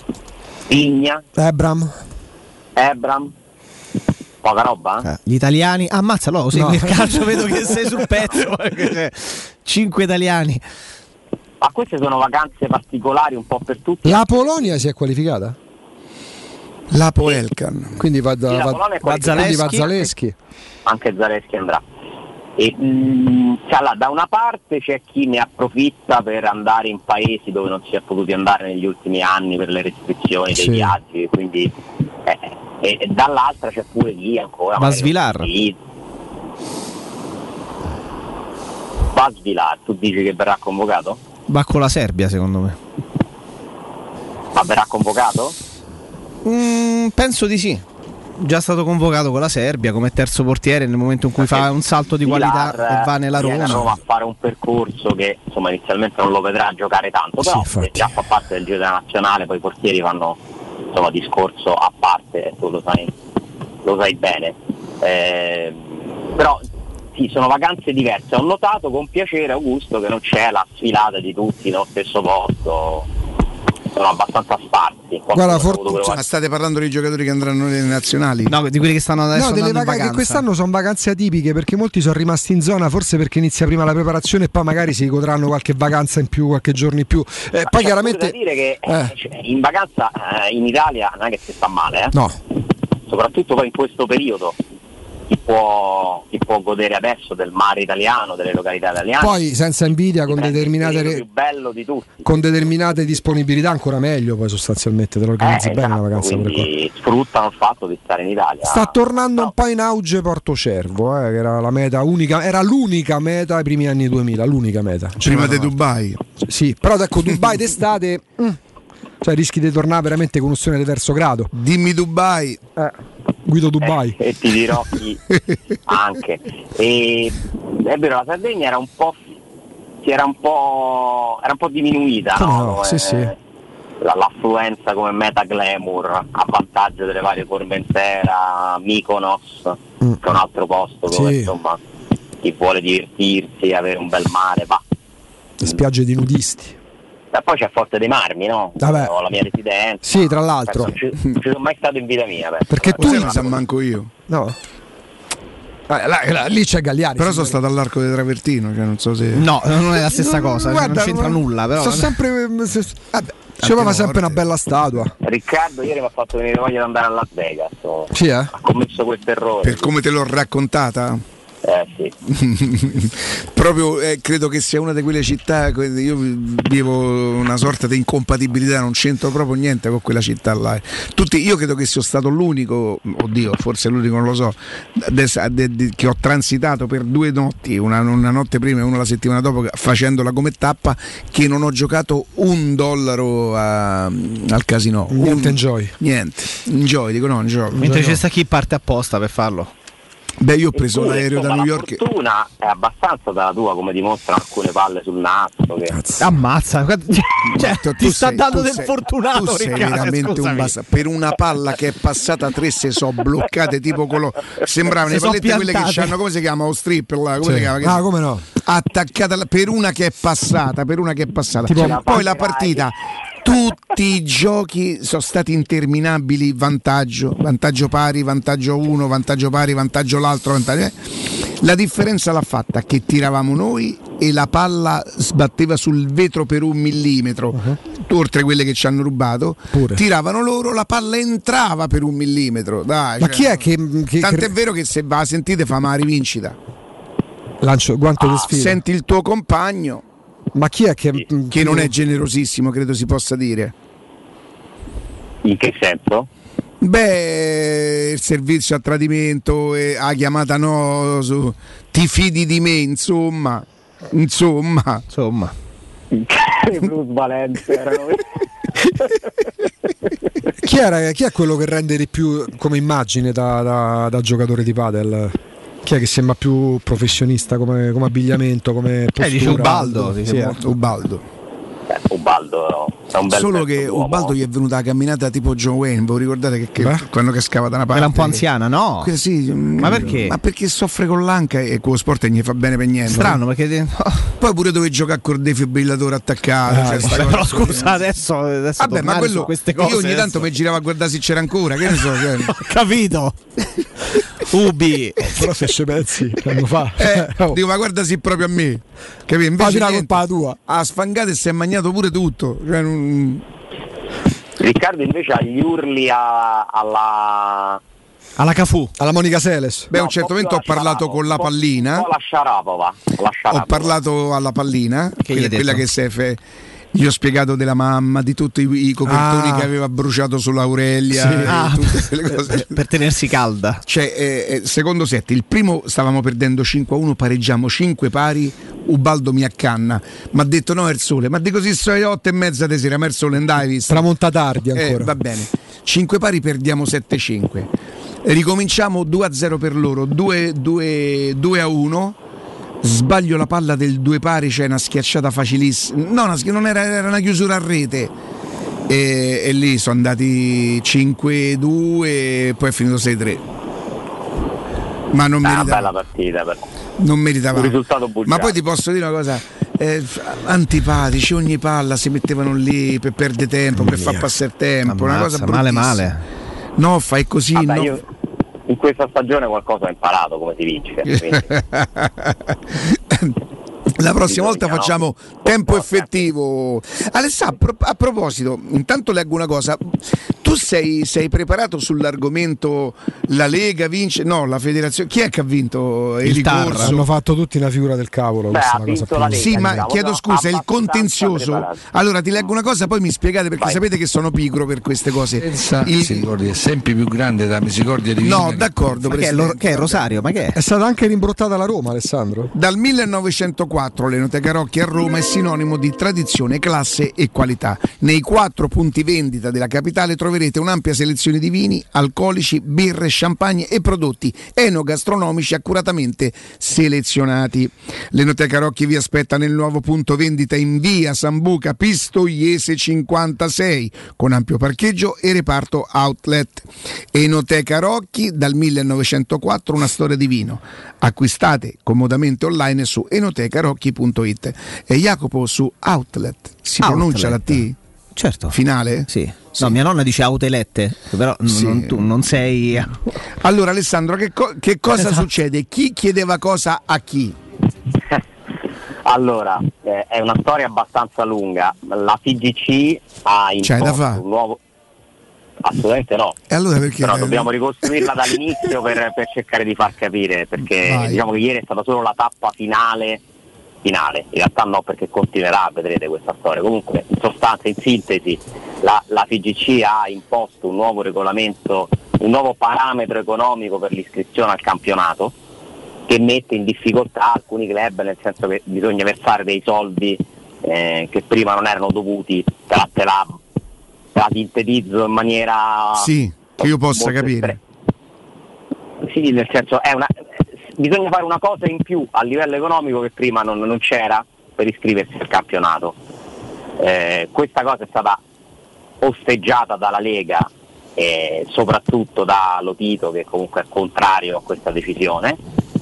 Vigna,
Ebram.
Ebram, poca roba?
Eh, Gli italiani, ammazza, lo segui
No.
il calcio, vedo che sei sul pezzo. Cinque italiani.
Ma queste sono vacanze particolari un po' per tutti.
La Polonia si è qualificata?
La Poelcan.
Quindi va, da,
Sì, la
va,
Polonia è
va
qualificata.
quindi va Zaleschi.
Anche Zaleschi andrà. E, mh, cioè, allora, da una parte c'è chi ne approfitta per andare in paesi dove non si è potuti andare negli ultimi anni per le restrizioni dei
Sì.
viaggi, quindi eh, e, e dall'altra c'è pure chi ancora
Basvilar.
Basvilar, tu dici che verrà convocato?
Va con la Serbia secondo me.
Ma verrà convocato?
Mm, penso di sì. Già stato convocato con la Serbia come terzo portiere nel momento in cui
Perché
fa un salto di qualità e va nella
viene a
Roma.
Roma a fare un percorso che insomma inizialmente non lo vedrà giocare tanto, però
Sì,
se già fa parte del giro della nazionale, poi i portieri fanno insomma discorso a parte, tu lo sai, lo sai bene. Eh, però sì, sono vacanze diverse. Ho notato con piacere, Augusto, che non c'è la sfilata di tutti nello stesso posto. Sono abbastanza sparsi.
Guarda, for- cioè, ma state parlando dei giocatori che andranno nelle nazionali?
No, di quelli che stanno adesso
No, delle
andando in
vacanze che
vacanza.
quest'anno sono vacanze atipiche perché molti sono rimasti in zona, forse perché inizia prima la preparazione e poi magari si godranno qualche vacanza in più, qualche giorno in più. Eh, poi
c'è
chiaramente
pure da dire che
eh.
cioè, in vacanza eh, in Italia non è che si sta male, eh?
No.
Soprattutto poi in questo periodo si può, si può godere adesso del mare italiano, delle località italiane.
poi senza invidia con determinate
il
re-
più bello di tutti.
con determinate disponibilità ancora meglio, poi sostanzialmente te lo organizzi
Eh,
bene
esatto,
la vacanza pure qua.
quindi sfruttano il fatto di stare in Italia.
Sta tornando un po' in auge Portocervo, eh, che era la meta unica, era l'unica meta ai primi anni duemila, l'unica meta.
Prima di
C'era-
Dubai.
Sì, però ecco Dubai d'estate mm, cioè rischi di tornare veramente con un stile di terzo grado.
Dimmi Dubai.
Eh, Guido Dubai.
E ti dirò chi anche. E è vero, la Sardegna era un po' si era un po' era un po' diminuita,
Come
no?
no? Sì,
Eh,
sì.
la- l'affluenza come meta glamour a vantaggio delle varie Formentera, Mykonos,
Mm.
che è un altro posto dove
Sì.
insomma chi vuole divertirsi, avere un bel mare, va.
Le spiagge di nudisti.
E poi c'è Forte dei Marmi, no?
Vabbè.
Ho la mia residenza.
Sì, tra l'altro.
Non ci, non ci sono mai stato in vita mia. penso.
Perché tu
Cos'è, non sa manco io.
No. Eh, là- là- lì c'è Gagliari.
Però sono
signore.
stato all'arco del Travertino, cioè non so se.
No, non è la stessa cosa, cioè,
Guarda,
non c'entra
ma-
nulla, però.
Sono sempre c'aveva sempre una bella statua.
Riccardo ieri mi ha fatto venire voglia di andare a Las Vegas. oh.
Sì, eh?
Ha commesso questo errore.
Per come te l'ho raccontata?
Eh sì.
Proprio eh, credo che sia una di quelle città. que- Io vivo una sorta di incompatibilità, non c'entro proprio niente con quella città là. Tutti, io credo che sia stato l'unico, oddio, forse l'unico, non lo so, des- de- de- che ho transitato per due notti, una, una notte prima e una la settimana dopo, facendola come tappa, che non ho giocato un dollaro a- al casino.
Niente
Un-
enjoy.
Niente, enjoy, dico no, enjoy.
Mentre c'è sta chi parte apposta per farlo.
Beh, io ho preso
Eppure,
l'aereo da
insomma,
New
la
York.
fortuna è abbastanza dalla tua, come dimostrano alcune palle sul naso. Che...
Ammazza, cioè,
Tu
ti sta
sei-
dando
tu
del
sei-
fortunato,
tu sei
Riccardo,
veramente un
scusami.
basta. Per una palla che è passata tre se so bloccate tipo quello, sembravano
Se
le
so
pallette quelle che
piantate.
hanno, come si chiama, o stripper là, come
Sì.
si chiama? Che-
Ah, come no?
attaccata alla- per una che è passata, per una che è passata.
Tipo-
Poi la partita, tutti i giochi sono stati interminabili, vantaggio, vantaggio pari, vantaggio uno, vantaggio pari, vantaggio l'altro, vantaggio... eh. La differenza l'ha fatta che tiravamo noi e la palla sbatteva sul vetro per un millimetro,
Uh-huh.
oltre quelle che ci hanno rubato.
Pure.
Tiravano loro, la palla entrava per un millimetro. Dai,
Ma
cioè,
chi è che, che-
Tant'è
che-
vero che se va a sentite fa ma rivincita.
lancio guanto di sfida?
Senti il tuo compagno,
Ma chi è che,
che non è generosissimo, credo si possa dire.
In che senso?
Beh, il servizio a tradimento e a chiamata no, su, ti fidi di me, insomma, insomma,
insomma.
Bruce Valenza erano...
Chi, era, chi è quello che rende di più come immagine da, da- da giocatore di padel? Chi è che sembra più professionista come, come abbigliamento, come postura?
dice Ubaldo,
Sì,
dice
eh.
molto.
Ubaldo.
Eh, Ubaldo è un bel
Solo
pezzo
che
d'uomo.
Ubaldo gli è venuta la camminata tipo John Wayne, voi ricordate che, che
Beh.
quando cascava da una parte
Era un po' anziana, no?
Que- sì,
Ma perché?
Ma perché soffre con l'anca e quello sport non gli fa bene per niente.
Strano perché
Poi pure dove gioca con defibrillatore attaccato.
Ah,
cioè, sta
Vabbè,
cosa-
però scusa adesso, adesso
Vabbè, ma
tornare
quello
su queste cose
io ogni
adesso.
tanto mi giravo a guardare se c'era ancora, che ne so. Cioè.
Ho capito. Ubi.
Però se ci pensi anno fa.
Eh,
Oh.
dico, ma guarda sì proprio a me. Capì?
Fa
Invece
tirare
niente,
colpa tua.
ha sfangato e si è mangiato pure tutto. Cioè, non-
Riccardo invece ha gli urli a- alla...
Alla Cafù.
Alla Monica Seles.
Beh, a
No,
un certo
un po'
momento ho
più alla
parlato
Sharapova,
con la
un po'-
pallina.
un po' la Sharapova, la
Ho
Sharapova.
parlato alla pallina,
Che gli
quella,
hai
quella
detto?
che si è fe- Gli ho spiegato della mamma, di tutti i, i copertoni
Ah.
che aveva bruciato sull'Aurelia,
Sì.
e
Ah.
tutte quelle cose.
Per tenersi calda.
Cioè, eh, eh, secondo set, il primo stavamo perdendo cinque a uno, pareggiamo cinque pari, Ubaldo mi accanna, mi ha detto no è il sole, ma di così sono le otto e mezza di sera, ma è il sole, andai visto?
Tramonta tardi ancora.
Eh, va bene, cinque pari, perdiamo sette a cinque, ricominciamo due a zero per loro, due a uno. Sbaglio la palla del due pari, c'è una schiacciata facilissima, no, una, non era, era una chiusura a rete e, e lì sono andati cinque due e poi è finito sei tre, ma non
È una
meritava,
bella partita, però.
non meritava.
Un risultato bugiardo.
Ma poi ti posso dire una cosa, eh, antipatici, ogni palla si mettevano lì per perdere tempo, per far passare tempo, una cosa
Ammazza, male
bruttissima.
male.
No, fai così,
Vabbè,
no.
io in questa stagione qualcosa ho imparato come si vince. quindi-
La prossima volta
Bisogna, no?
facciamo tempo effettivo. Alessà, a pro- a proposito, intanto leggo una cosa. Tu sei, sei preparato sull'argomento la Lega vince? No, la federazione. Chi è che ha vinto il,
Il T A R.
ricorso?
Hanno fatto tutti una figura del cavolo.
Beh,
questa
ha
è una cosa
vinto
più-
la Lega.
Sì, ma
diciamo,
chiedo
no,
scusa, il
abbastanza
contenzioso.
preparato.
Allora ti leggo una cosa, poi mi spiegate perché
Vai.
sapete che sono pigro per queste cose.
Senza
Il-
misericordia, è sempre più grande da misericordia divina.
No,
che-
d'accordo,
Ma che è,
Presidente.
lo- che è Rosario? Ma che è?
È stata anche rimbrottata la Roma, Alessandro.
Dal millenovecentoquattro l'Enoteca Rocchi a Roma è sinonimo di tradizione, classe e qualità. Nei quattro punti vendita della capitale troverete un'ampia selezione di vini, alcolici, birre, champagne e prodotti enogastronomici accuratamente selezionati. L'Enoteca Rocchi vi aspetta nel nuovo punto vendita in via Sambuca Pistoiese cinquantasei con ampio parcheggio e reparto outlet. Enoteca Rocchi dal millenovecentoquattro, una storia di vino. Acquistate comodamente online su enotecarocchi punto it. E Jacopo, su outlet si
Outlet.
pronuncia la T?
Certo.
Finale?
Sì. No, mia nonna dice autelette, però n-
Sì.
non, tu non sei.
Allora Alessandro, che, co- che cosa
Esatto.
succede? Chi chiedeva cosa a chi?
Allora, eh, è una storia abbastanza lunga. La F I G C ha
C'hai da
imposto
fa'?
un nuovo. Assolutamente no.
E allora perché?
Però dobbiamo ricostruirla dall'inizio per, per cercare di far capire, perché
Vai.
diciamo che ieri è stata solo la tappa finale. Finale, in realtà no, perché continuerà, vedrete questa storia. Comunque, in sostanza, in sintesi, la, la F I G C ha imposto un nuovo regolamento, un nuovo parametro economico per l'iscrizione al campionato, che mette in difficoltà alcuni club, nel senso che bisogna versare dei soldi eh, che prima non erano dovuti. Te la, te la, te la sintetizzo in maniera
Sì, che io possa
molto
capire.
estre- Sì, nel senso è una, bisogna fare una cosa in più a livello economico che prima non, non c'era per iscriversi al campionato. Eh, questa cosa è stata osteggiata dalla Lega e soprattutto da Lotito, che comunque è contrario a questa decisione,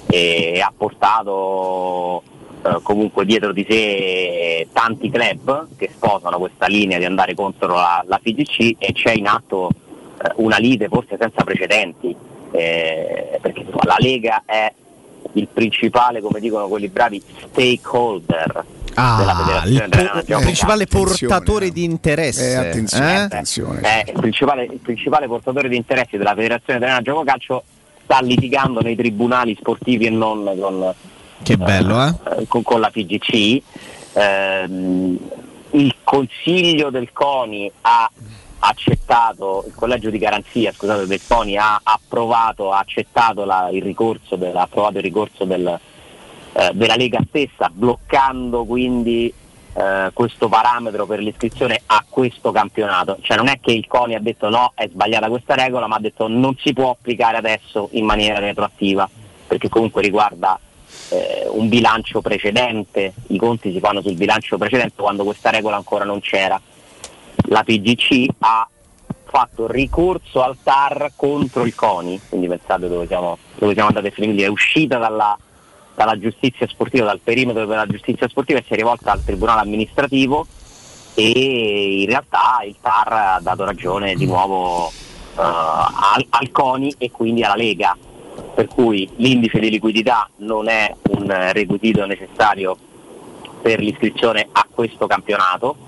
e ha portato eh, comunque dietro di sé tanti club che sposano questa linea di andare contro la, la F I G C, e c'è in atto eh, una lite forse senza precedenti, eh, perché insomma, la Lega è il principale, come dicono quelli bravi, stakeholder della
Ah,
Federazione
il,
Italiana
po- il
Gioco
principale
Calcio.
portatore di interesse.
Eh, attenzione,
eh?
attenzione.
È il principale, il principale portatore di interessi della Federazione Italiana Gioco Calcio, sta litigando nei tribunali sportivi e non con,
Che bello, eh?
eh, con, con la F I G C. Ehm, il consiglio del CONI ha accettato, il collegio di garanzia scusate del CONI ha approvato, ha accettato la, il ricorso del, ha approvato il ricorso del, eh, della Lega stessa, bloccando quindi eh, questo parametro per l'iscrizione a questo campionato. Cioè non è che il CONI ha detto no, è sbagliata questa regola, ma ha detto non si può applicare adesso in maniera retroattiva, perché comunque riguarda eh, un bilancio precedente, i conti si fanno sul bilancio precedente quando questa regola ancora non c'era. La P G C ha fatto ricorso al T A R contro il CONI, quindi pensate dove siamo, dove siamo andati a finire, quindi è uscita dalla, dalla giustizia sportiva, dal perimetro della giustizia sportiva, e si è rivolta al tribunale amministrativo, e in realtà il T A R ha dato ragione di nuovo uh, al, al CONI e quindi alla Lega, per cui l'indice di liquidità non è un requisito necessario per l'iscrizione a questo campionato.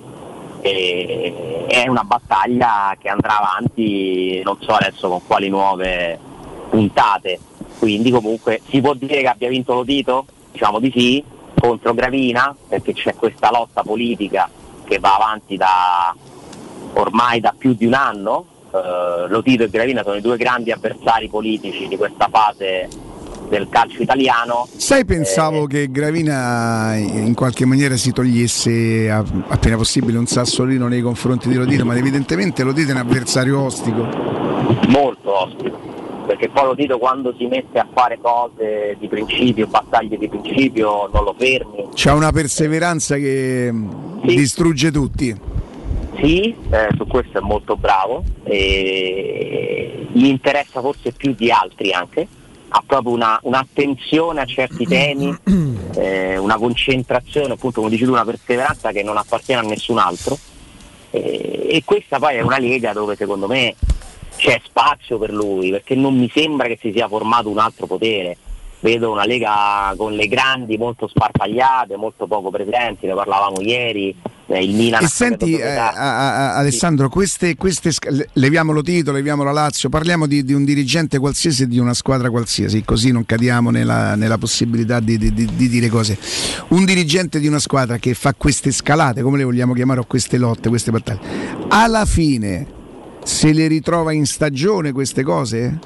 E è una battaglia che andrà avanti, non so adesso con quali nuove puntate, quindi comunque si può dire che abbia vinto Lotito? Diciamo di sì, contro Gravina, perché c'è questa lotta politica che va avanti da ormai da più di un anno. Uh, Lotito e Gravina sono i due grandi avversari politici di questa fase del calcio italiano.
Sai, pensavo eh, che Gravina in qualche maniera si togliesse a, appena possibile un sassolino nei confronti di Lotito, ma evidentemente Lotito è un avversario ostico.
Molto ostico, perché poi Lotito quando si mette a fare cose di principio, battaglie di principio, non lo fermi.
C'ha una perseveranza che sì. distrugge tutti.
Sì, eh, su questo è molto bravo, e gli interessa forse più di altri anche, ha proprio una, un'attenzione a certi temi, eh, una concentrazione, appunto come dici tu, una perseveranza che non appartiene a nessun altro, e, e questa poi è una lega dove secondo me c'è spazio per lui, perché non mi sembra che si sia formato un altro potere. Vedo una Lega con le grandi molto sparpagliate, molto poco presenti, ne parlavamo ieri, eh, il Milan.
E senti eh, a, a, Alessandro, queste, queste leviamo Lotito, leviamo la Lazio, parliamo di, di un dirigente qualsiasi e di una squadra qualsiasi, così non cadiamo nella, nella possibilità di, di, di, di dire cose. Un dirigente di una squadra che fa queste scalate, come le vogliamo chiamare, o queste lotte, queste battaglie, alla fine se le ritrova in stagione queste cose?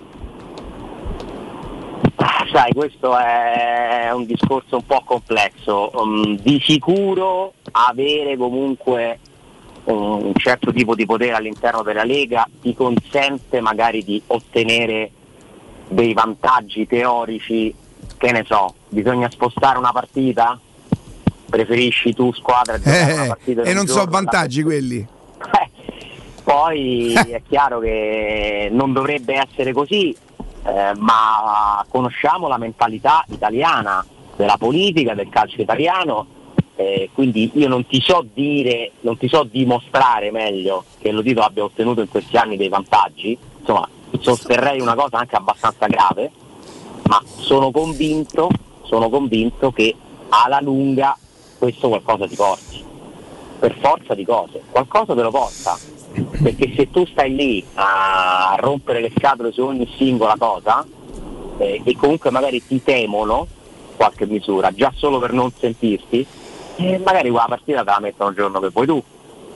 Sai, questo è un discorso un po' complesso. Um, di sicuro avere comunque un certo tipo di potere all'interno della Lega ti consente magari di ottenere dei vantaggi teorici, che ne so, bisogna spostare una partita? Preferisci tu squadra giocare
eh,
una partita
e non
giorno,
so vantaggi la... quelli.
Eh, poi è chiaro che non dovrebbe essere così. Eh, ma conosciamo la mentalità italiana della politica, del calcio italiano, eh, quindi io non ti so dire, non ti so dimostrare meglio che Lotito abbia ottenuto in questi anni dei vantaggi, insomma sosterrei una cosa anche abbastanza grave, ma sono convinto, sono convinto che alla lunga questo qualcosa ti porti, per forza di cose, qualcosa te lo porta. Perché se tu stai lì a rompere le scatole su ogni singola cosa, eh, e comunque magari ti temono qualche misura già solo per non sentirti, eh, magari quella partita te la mettono il giorno che vuoi tu.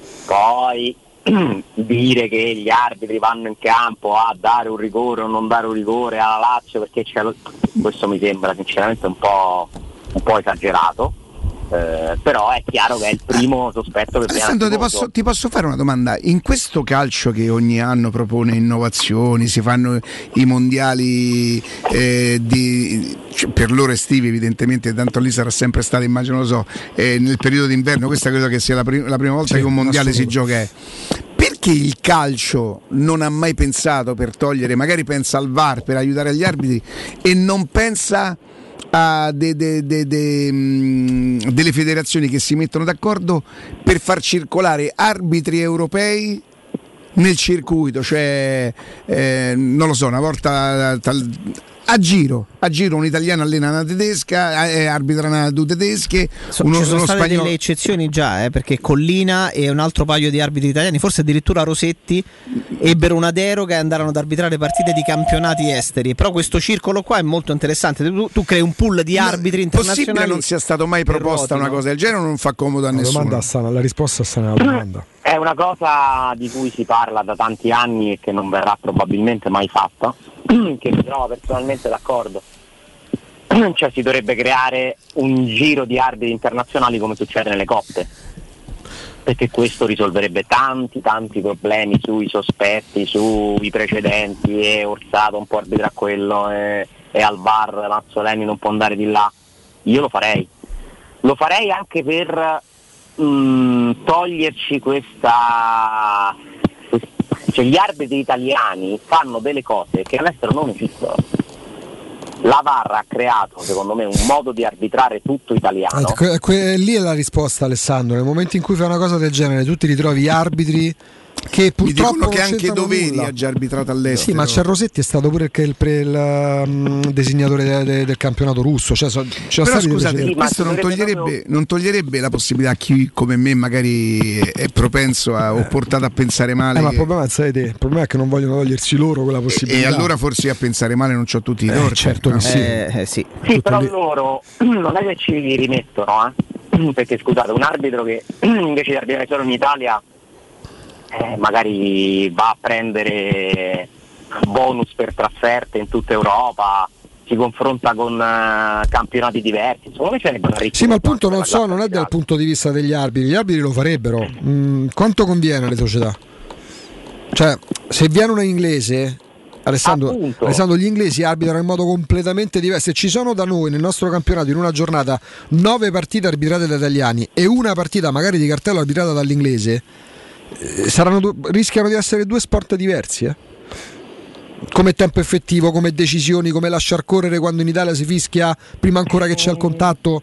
Poi dire che gli arbitri vanno in campo a dare un rigore o non dare un rigore alla Lazio perché c'è lo... questo mi sembra sinceramente un po', un po' esagerato. Eh, però è chiaro che è il primo sospetto che viene.
Alessandro, ti posso, ti posso fare una domanda? In questo calcio che ogni anno propone innovazioni, si fanno i mondiali eh, di, cioè, per loro estivi evidentemente, tanto lì sarà sempre stato, immagino, lo so, eh, nel periodo d'inverno, questa credo che sia la, prim- la prima volta sì, che un mondiale si gioca. Eh. Perché il calcio non ha mai pensato per togliere, magari pensa al V A R per aiutare gli arbitri e non pensa a de, de, de, de, mh, delle federazioni che si mettono d'accordo per far circolare arbitri europei nel circuito, cioè eh, non lo so, una volta tal, a giro, a giro un italiano allena una tedesca, eh, arbitra una due tedesche,
so,
uno,
ci sono
uno
state
spagnolo.
delle eccezioni già, eh, perché Collina e un altro paio di arbitri italiani, forse addirittura Rosetti, ebbero una deroga e andarono ad arbitrare partite di campionati esteri. Però questo circolo qua è molto interessante, tu, tu crei un pool di arbitri internazionali.
Possibile non sia stato mai proposta una cosa del genere o non fa comodo a
la
nessuno?
Domanda sana, la risposta sta nella domanda.
È una cosa di cui si parla da tanti anni e che non verrà probabilmente mai fatta, che mi trovo personalmente d'accordo. Cioè si dovrebbe creare un giro di arbitri internazionali come succede nelle coppe, perché questo risolverebbe tanti tanti problemi sui sospetti, sui precedenti, e Orsato non può arbitrare quello, e, e al V A R Mazzoleni non può andare di là. Io lo farei, lo farei anche per mh, toglierci questa... Cioè gli arbitri italiani fanno delle cose che all'estero non esistono. La V A R ha creato, secondo me, un modo di arbitrare tutto italiano.
Eh, que- que- lì è la risposta, Alessandro. Nel momento in cui fai una cosa del genere, tu ti ritrovi arbitri che purtroppo
mi dicono che anche Doveri
nulla.
ha già arbitrato all'estero.
Sì, ma c'è Rosetti, è stato pure il, il, il, il um, designatore de, de, del campionato russo. Cioè, so,
però scusate, sì, questo non toglierebbe, proprio... non toglierebbe la possibilità a chi come me magari è propenso a, o portato a pensare male.
Eh, ma
che...
il problema, sai te, il problema è che non vogliono togliersi loro quella possibilità.
E, e allora forse a pensare male non c'ho tutti i torti.
Eh, certo che
no?
sì.
Eh, eh, sì.
Sì, però lì... loro non è che ci rimettono, eh. perché scusate, un arbitro che invece di arbitrare solo in Italia eh, magari va a prendere bonus per trasferte in tutta Europa, si confronta con uh, campionati diversi, secondo me sarebbe una ricchezza.
Sì, ma il punto non so, non è dal punto di vista degli arbitri, gli arbitri lo farebbero. Mm, quanto conviene alle società? Cioè, se viene un inglese, Alessandro, Alessandro, gli inglesi arbitrano in modo completamente diverso. Se ci sono da noi nel nostro campionato in una giornata nove partite arbitrate da italiani e una partita magari di cartello arbitrata dall'inglese, eh, saranno, rischiano di essere due sport diversi, eh? Come tempo effettivo, come decisioni, come lasciar correre quando in Italia si fischia prima ancora che c'è il contatto.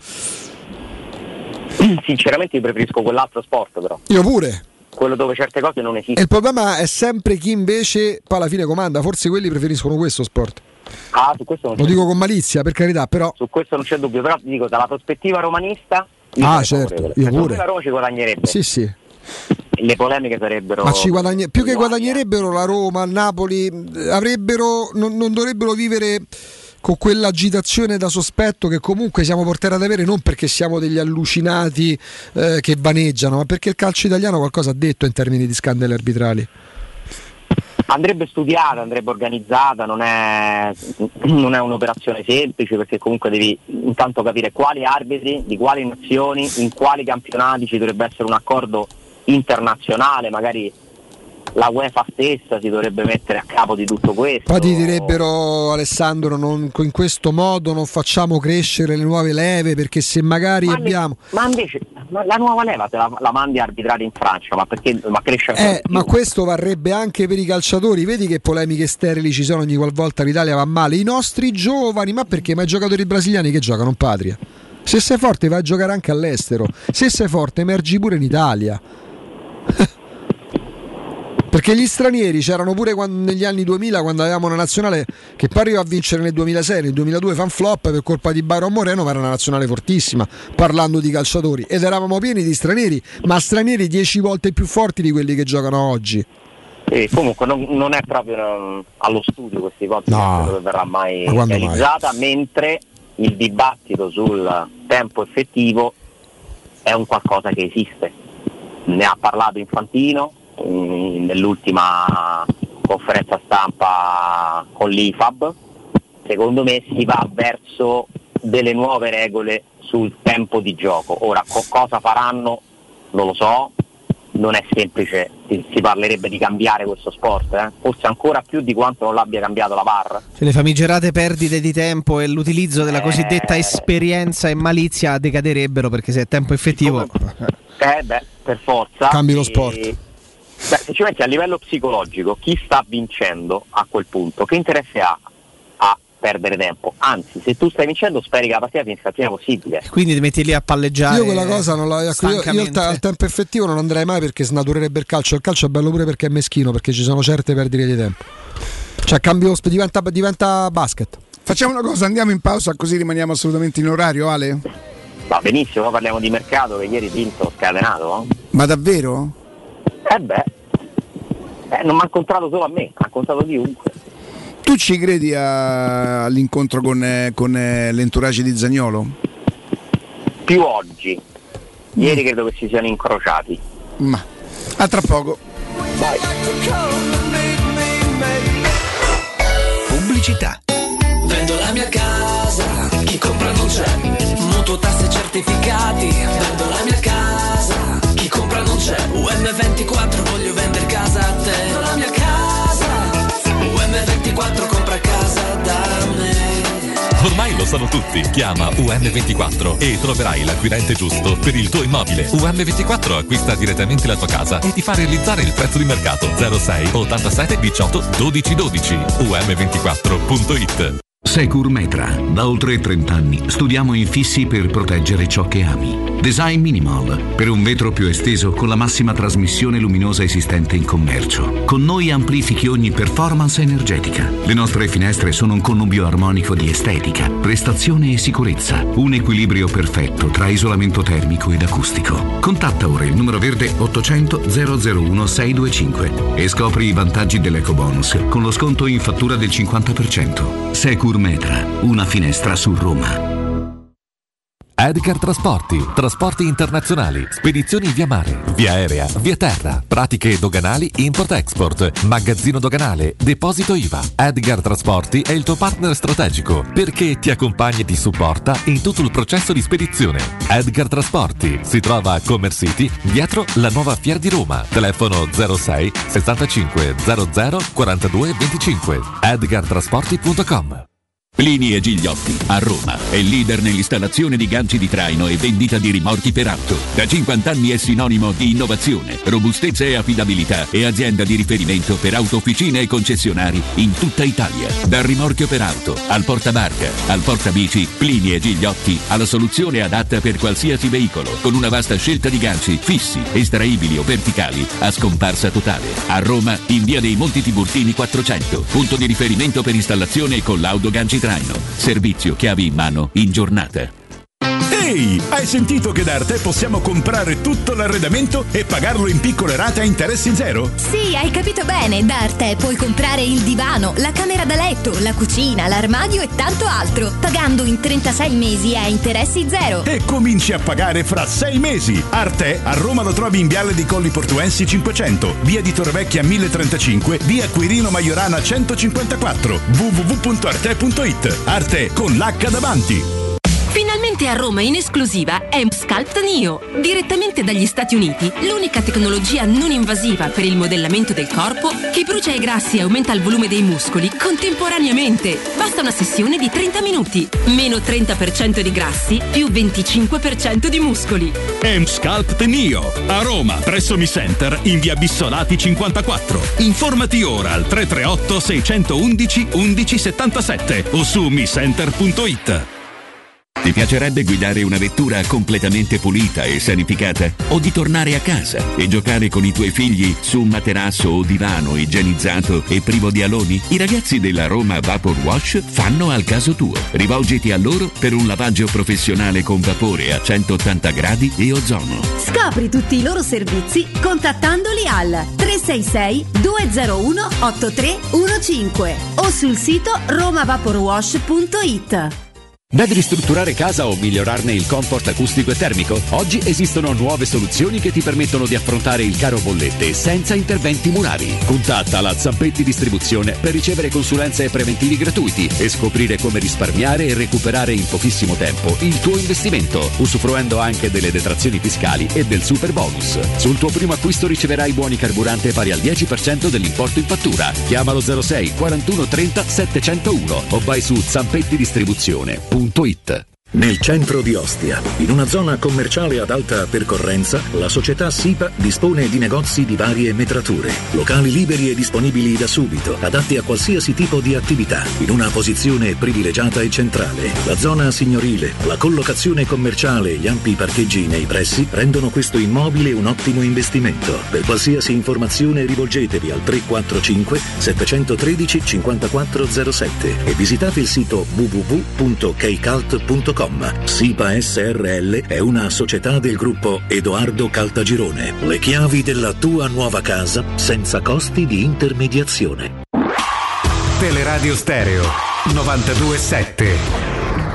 Sinceramente io preferisco quell'altro sport, però
io pure,
quello dove certe cose non esistono.
E il problema è sempre chi invece poi alla fine comanda. Forse quelli preferiscono questo sport.
Ah, su questo non
lo
c'è
dico
dubbio.
con malizia, per carità, però
su questo non c'è dubbio, però ti dico dalla prospettiva romanista
ah certo, io pure
la Roma ci guadagnerebbe.
Sì, sì.
Le polemiche sarebbero,
ma ci guadagni- più che guadagnerebbero la Roma, il Napoli avrebbero, non, non dovrebbero vivere con quell'agitazione da sospetto che comunque siamo portati ad avere, non perché siamo degli allucinati eh, che vaneggiano, ma perché il calcio italiano qualcosa ha detto in termini di scandali arbitrali.
Andrebbe studiata, andrebbe organizzata, non è, non è un'operazione semplice, perché comunque devi intanto capire quali arbitri, di quali nazioni, in quali campionati, ci dovrebbe essere un accordo internazionale, magari la UEFA stessa si dovrebbe mettere a capo di tutto questo.
Poi ti direbbero, Alessandro, non, in questo modo non facciamo crescere le nuove leve, perché se magari
ma
abbiamo
le, ma invece ma la nuova leva te la, la mandi a arbitrare in Francia, ma perché ma cresce
eh, ma questo varrebbe anche per i calciatori. Vedi che polemiche sterili ci sono ogni qualvolta l'Italia va male. I nostri giovani, ma perché? Ma i giocatori brasiliani che giocano in patria? Se sei forte vai a giocare anche all'estero, se sei forte emergi pure in Italia. Perché gli stranieri c'erano pure quando, negli anni duemila, quando avevamo una nazionale che poi arrivò a vincere nel duemilasei, nel duemiladue fan flop per colpa di Byron Moreno, ma era una nazionale fortissima, parlando di calciatori, ed eravamo pieni di stranieri, ma stranieri dieci volte più forti di quelli che giocano oggi.
Sì, comunque non, non è proprio um, allo studio questa ipotesi,
no,
dove verrà mai
mai?
realizzata, mentre il dibattito sul tempo effettivo è un qualcosa che esiste. Ne ha parlato Infantino nell'ultima conferenza stampa con l'I F A B. Secondo me si va verso delle nuove regole sul tempo di gioco. Ora co- cosa faranno non lo so, non è semplice, si, si parlerebbe di cambiare questo sport, eh? Forse ancora più di quanto non l'abbia cambiato la V A R.
Le famigerate perdite di tempo e l'utilizzo della cosiddetta
eh...
esperienza e malizia decaderebbero, perché se è tempo effettivo
eh beh, per forza
cambi lo
e...
sport.
Beh, se ci metti a livello psicologico, chi sta vincendo a quel punto, che interesse ha a perdere tempo? Anzi, se tu stai vincendo speri che la partita finisca il prima possibile.
Quindi ti metti lì a palleggiare.
Io quella cosa non la, io, io al, al tempo effettivo non andrei mai, perché snaturerebbe il calcio. Il calcio è bello pure perché è meschino, perché ci sono certe perdite di tempo. Cioè cambio, diventa, diventa basket.
Facciamo una cosa, andiamo in pausa così rimaniamo assolutamente in orario, Ale?
Va benissimo, poi parliamo di mercato, che ieri vinto scatenato, no?
Ma davvero?
Eh beh, eh, non mi ha incontrato solo a me, ha incontrato chiunque.
Tu ci credi a... all'incontro con, eh, con eh, l'entourage di Zaniolo?
Più oggi, ieri credo che si siano incrociati.
Ma a tra poco.
Vai.
Pubblicità.
Vendo la mia casa, chi compra non c'è. Mutuo, tasse, certificati. Vendo la mia casa, chi compra non c'è. U M ventiquattro, voglio vendere casa a te. Vendo la mia casa, U M ventiquattro, compra casa da me.
Ormai lo sanno tutti. Chiama U M ventiquattro e troverai l'acquirente giusto per il tuo immobile. U M ventiquattro acquista direttamente la tua casa e ti fa realizzare il prezzo di mercato. zero sei ottantasette diciotto dodici dodici U M ventiquattro punto it.
Securmetra. Da oltre trenta anni studiamo infissi per proteggere ciò che ami. Design Minimal, per un vetro più esteso con la massima trasmissione luminosa esistente in commercio. Con noi amplifichi ogni performance energetica. Le nostre finestre sono un connubio armonico di estetica, prestazione e sicurezza. Un equilibrio perfetto tra isolamento termico ed acustico. Contatta ora il numero verde ottocento zero zero uno sei due cinque e scopri i vantaggi dell'ecobonus con lo sconto in fattura del cinquanta per cento. Securmetra, una finestra su Roma.
Edgar Trasporti, trasporti internazionali, spedizioni via mare, via aerea, via terra, pratiche doganali import-export, magazzino doganale, deposito I V A. Edgar Trasporti è il tuo partner strategico perché ti accompagna e ti supporta in tutto il processo di spedizione. Edgar Trasporti si trova a Commerce City, dietro la nuova Fiera di Roma. Telefono zero sei sessantacinque zero zero quarantadue venticinque. edgar trasporti punto com.
Plini e Gigliotti, a Roma, è leader nell'installazione di ganci di traino e vendita di rimorchi per auto. Da cinquanta anni è sinonimo di innovazione, robustezza e affidabilità e azienda di riferimento per autofficine e concessionari in tutta Italia. Dal rimorchio per auto, al portabarca, al portabici, Plini e Gigliotti ha la soluzione adatta per qualsiasi veicolo, con una vasta scelta di ganci fissi, estraibili o verticali, a scomparsa totale. A Roma, in via dei Monti Tiburtini quattrocento, punto di riferimento per installazione con laudo ganci traino. Servizio chiavi in mano in giornata.
Ehi, hai sentito che da Arte possiamo comprare tutto l'arredamento e pagarlo in piccole rate a interessi zero?
Sì, hai capito bene, da Arte puoi comprare il divano, la camera da letto, la cucina, l'armadio e tanto altro, pagando in trentasei mesi a interessi zero.
E cominci a pagare fra sei mesi. Arte a Roma lo trovi in Viale di Colli Portuensi cinquecento, via di Torrevecchia mille trentacinque, via Quirino Maiorana centocinquantaquattro, w w w punto arte punto it. Arte con l'H davanti.
Finalmente a Roma in esclusiva M-Sculpt Neo. Direttamente dagli Stati Uniti, l'unica tecnologia non invasiva per il modellamento del corpo che brucia i grassi e aumenta il volume dei muscoli contemporaneamente. Basta una sessione di trenta minuti. Meno trenta per cento di grassi, più venticinque per cento di muscoli.
M-Sculpt Neo. A Roma, presso Mi Center, in via Bissolati cinquantaquattro. Informati ora al tre tre otto sei uno uno undici settantasette o su mi center punto it.
Ti piacerebbe guidare una vettura completamente pulita e sanificata? O di tornare a casa e giocare con i tuoi figli su un materasso o divano igienizzato e privo di aloni? I ragazzi della Roma Vapor Wash fanno al caso tuo. Rivolgiti a loro per un lavaggio professionale con vapore a centottanta gradi e ozono.
Scopri tutti i loro servizi contattandoli al tre sei sei due zero uno otto tre uno cinque o sul sito roma vapor wash punto it.
Devi ristrutturare casa o migliorarne il comfort acustico e termico? Oggi esistono nuove soluzioni che ti permettono di affrontare il caro bollette senza interventi murari. Contatta la Zampetti Distribuzione per ricevere consulenze e preventivi gratuiti e scoprire come risparmiare e recuperare in pochissimo tempo il tuo investimento, usufruendo anche delle detrazioni fiscali e del super bonus. Sul tuo primo acquisto riceverai buoni carburante pari al dieci per cento dell'importo in fattura. Chiamalo zero sei quarantuno trenta settecentouno o vai su zampetti distribuzione punto it.
Nel centro di Ostia, in una zona commerciale ad alta percorrenza, la società SIPA dispone di negozi di varie metrature, locali liberi e disponibili da subito, adatti a qualsiasi tipo di attività, in una posizione privilegiata e centrale. La zona signorile, la collocazione commerciale e gli ampi parcheggi nei pressi rendono questo immobile un ottimo investimento. Per qualsiasi informazione rivolgetevi al tre quattro cinque sette uno tre cinque zero sette e visitate il sito w w w punto keicalt punto com. SIPA S R L è una società del gruppo Edoardo Caltagirone. Le chiavi della tua nuova casa senza costi di intermediazione.
Teleradio Stereo novantadue sette.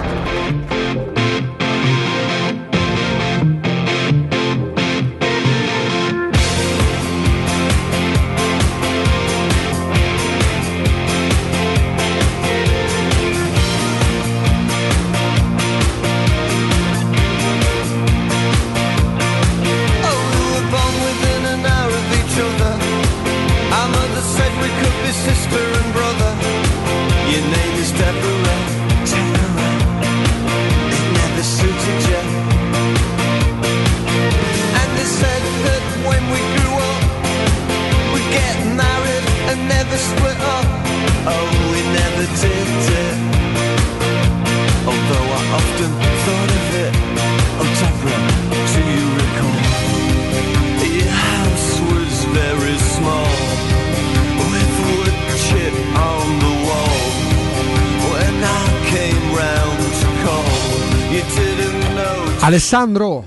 Alessandro,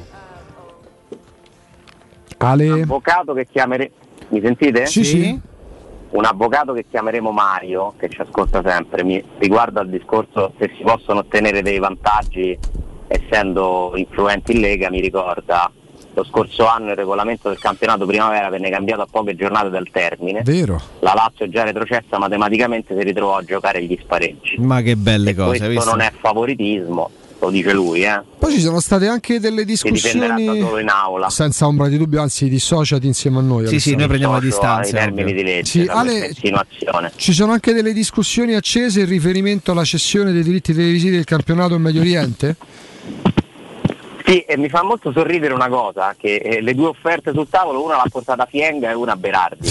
Ale.
Un avvocato che chiameremo. Mi sentite?
Sì, sì.
Un avvocato che chiameremo Mario, che ci ascolta sempre, mi, riguardo al discorso se si possono ottenere dei vantaggi essendo influenti in Lega, mi ricorda lo scorso anno il regolamento del campionato primavera venne cambiato a poche giornate dal termine.
Vero.
La Lazio già retrocessa, matematicamente si ritrovò a giocare gli spareggi.
Ma che belle
e
cose,
questo
visto?
non è favoritismo, lo dice lui, eh.
Poi ci sono state anche delle discussioni
da solo in aula.
senza ombra di dubbio, anzi dissociati insieme a noi.
Sì, sì, noi prendiamo la distanza.
Ai termini di legge,
Sì,
per
Ale,
insinuazione.
ci sono anche delle discussioni accese in riferimento alla cessione dei diritti televisivi del campionato in Medio Oriente?
Sì, e mi fa molto sorridere una cosa, che eh, le due offerte sul tavolo, una l'ha portata Fienga e una Berardi.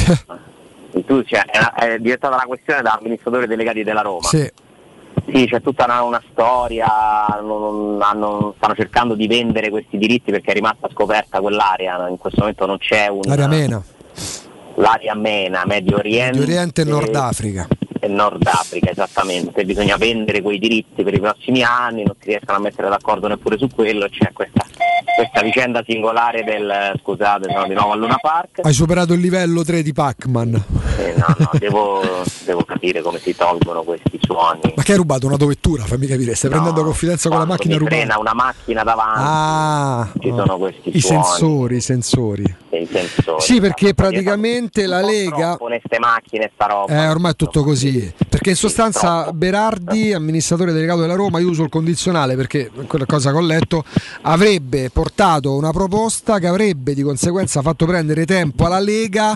E tu, cioè, è, è diventata una questione da amministratori delegati della Roma.
Sì.
Sì, c'è tutta una, una storia, non, hanno, stanno cercando di vendere questi diritti perché è rimasta scoperta quell'area, in questo momento non c'è un...
L'area Mena.
L'area Mena, Medio Oriente,
Medio Oriente e Nord Africa.
E Nord Africa, esattamente, bisogna vendere quei diritti per i prossimi anni, non si riescono a mettere d'accordo neppure su quello, c'è questa, questa vicenda singolare del, scusate, sono di nuovo a Luna Park.
Hai superato il livello tre di Pac-Man.
Eh, no, no, devo, devo capire come si tolgono questi suoni.
Ma che hai rubato un'autovettura? Fammi capire, stai
No,
prendendo confidenza con la macchina
mi
rubata?
frena una macchina davanti,
Ah,
ci sono questi
i
suoni.
sensori, i sensori.
E i sensori.
Sì, perché praticamente la Lega
con queste macchine sta roba.
Eh, ormai è tutto così. Perché in sostanza Berardi, amministratore delegato della Roma, io uso il condizionale perché quella cosa che ho letto, avrebbe portato una proposta che avrebbe di conseguenza fatto prendere tempo alla Lega,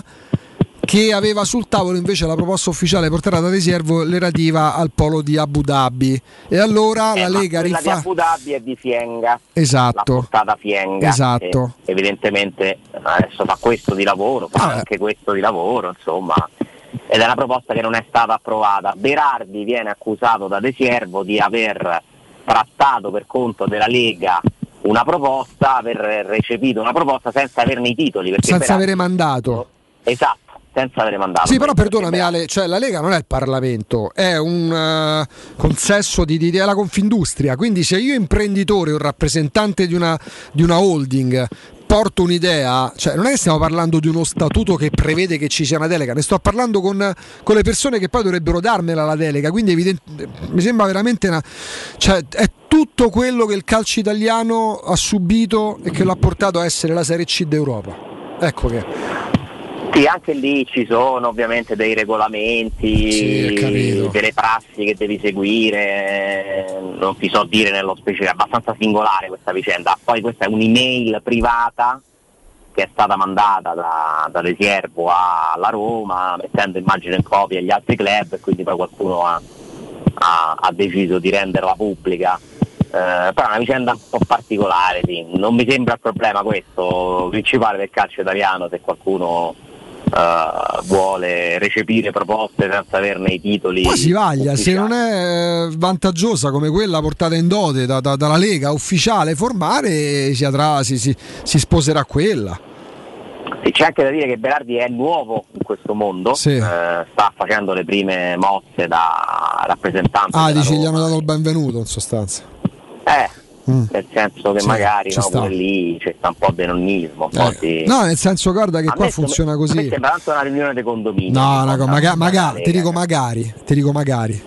che aveva sul tavolo invece la proposta ufficiale portata da De Siervo relativa al polo di Abu Dhabi. E allora
Eh,
la
ma
Lega
quella
rifa...
di Abu Dhabi è di Fienga.
Esatto.
L'ha portata Fienga.
Esatto.
E evidentemente adesso fa questo di lavoro, fa
Ah,
anche questo di lavoro, insomma. Ed è una proposta che non è stata approvata. Berardi viene accusato da De Siervo di aver trattato per conto della Lega una proposta, aver recepito una proposta senza averne i titoli. Perché
senza
Berardi...
avere mandato.
Esatto. Senza avere mandato.
Sì, però perdonami Ale, cioè la Lega non è il Parlamento, è un uh, consesso di, di, della Confindustria, quindi se io imprenditore o rappresentante di una, di una holding porto un'idea, cioè non è che stiamo parlando di uno statuto che prevede che ci sia una delega, ne sto parlando con, con le persone che poi dovrebbero darmela la delega, quindi evident- mi sembra veramente una, cioè è tutto quello che il calcio italiano ha subito e che l'ha portato a essere la Serie C d'Europa. Ecco che...
Sì, anche lì ci sono ovviamente dei regolamenti,
sì,
delle prassi che devi seguire, non ti so dire nello specifico, è abbastanza singolare questa vicenda. Poi questa è un'email privata che è stata mandata da, da De Siervo alla Roma, mettendo immagino in copia gli altri club, e quindi poi qualcuno ha, ha, ha deciso di renderla pubblica. Eh, però è una vicenda un po' particolare, sì. Non mi sembra il problema questo principale del calcio italiano, se qualcuno Uh, vuole recepire proposte senza averne i titoli.
Quasi vaglia,
ufficiali.
se non è vantaggiosa come quella portata in dote da, da, dalla Lega ufficiale formare, si, atrà, si, si, si sposerà quella.
Sì, c'è anche da dire che Berardi è nuovo in questo mondo,
sì.
eh, sta facendo le prime mosse da rappresentante.
Ah, dici
Roma.
gli hanno dato il benvenuto in sostanza.
Eh. Mm. Nel senso che
sì,
magari no,
sta.
pure lì c'è sta un po' di nonnismo, un po' di...
No, nel senso guarda che
a
qua
me
funziona
sembra,
così.
A me sembra tanto una riunione di condominio.
No, no, maga- magari,
Lega,
ti dico magari, ti dico magari.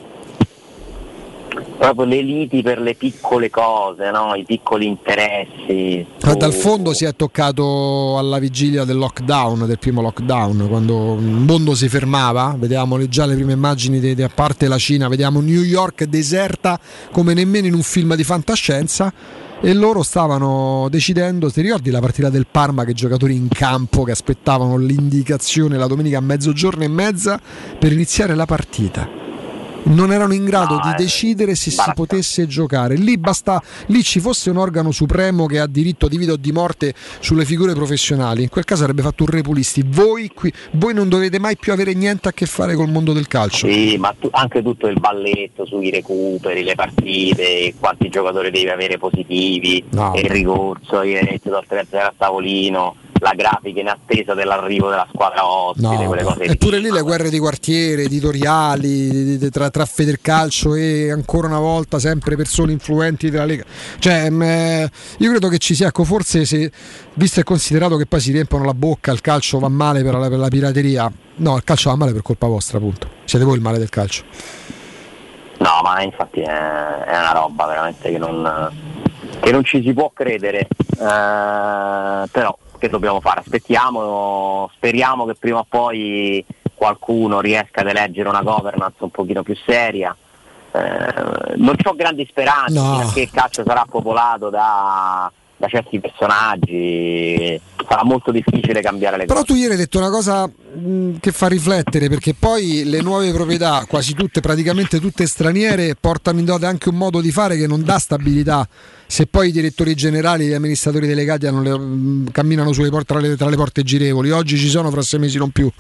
Proprio le liti per le piccole cose, no? I piccoli interessi.
Oh. Dal fondo si è toccato alla vigilia del lockdown, del primo lockdown, quando il mondo si fermava, vedevamo le, già le prime immagini, de, de, a parte la Cina, vediamo New York deserta come nemmeno in un film di fantascienza, e loro stavano decidendo, ti ricordi la partita del Parma, che giocatori in campo che aspettavano l'indicazione la domenica a mezzogiorno e mezza per iniziare la partita? Non erano in grado no, di decidere se si potesse giocare. Lì basta, lì ci fosse un organo supremo che ha diritto di vita o di morte sulle figure professionali. In quel caso avrebbe fatto un repulisti. Voi qui, voi non dovete mai più avere niente a che fare col mondo del calcio.
Sì, ma tu, anche tutto il balletto sui recuperi, le partite, quanti giocatori devi avere positivi,
no.
il ricorso, i retti dal tre a zero a tavolino, la grafica in attesa dell'arrivo della squadra ospite,
no,
quelle
no.
cose.
Eppure lì le guerre di quartiere, editoriali tra, tra Federcalcio e ancora una volta sempre persone influenti della Lega. Cioè, mh, io credo che ci sia, ecco, forse se visto e considerato che poi si riempiono la bocca, il calcio va male per la, per la pirateria. No, il calcio va male per colpa vostra, appunto. Siete voi il male del calcio.
No, ma infatti è, è una roba veramente che non, che non ci si può credere, eh, però che dobbiamo fare? Aspettiamo, speriamo che prima o poi qualcuno riesca ad eleggere una governance un pochino più seria. Eh, non ho grandi speranze,
No.
perché il calcio sarà popolato da, da certi personaggi, sarà molto difficile cambiare le
Però
cose.
tu ieri hai detto una cosa mh, che fa riflettere, perché poi le nuove proprietà, quasi tutte, praticamente tutte straniere, portano in dote anche un modo di fare che non dà stabilità. Se poi i direttori generali e gli amministratori delegati hanno le, mh, camminano sulle porte, tra, le, tra le porte girevoli, oggi ci sono, fra sei mesi non più.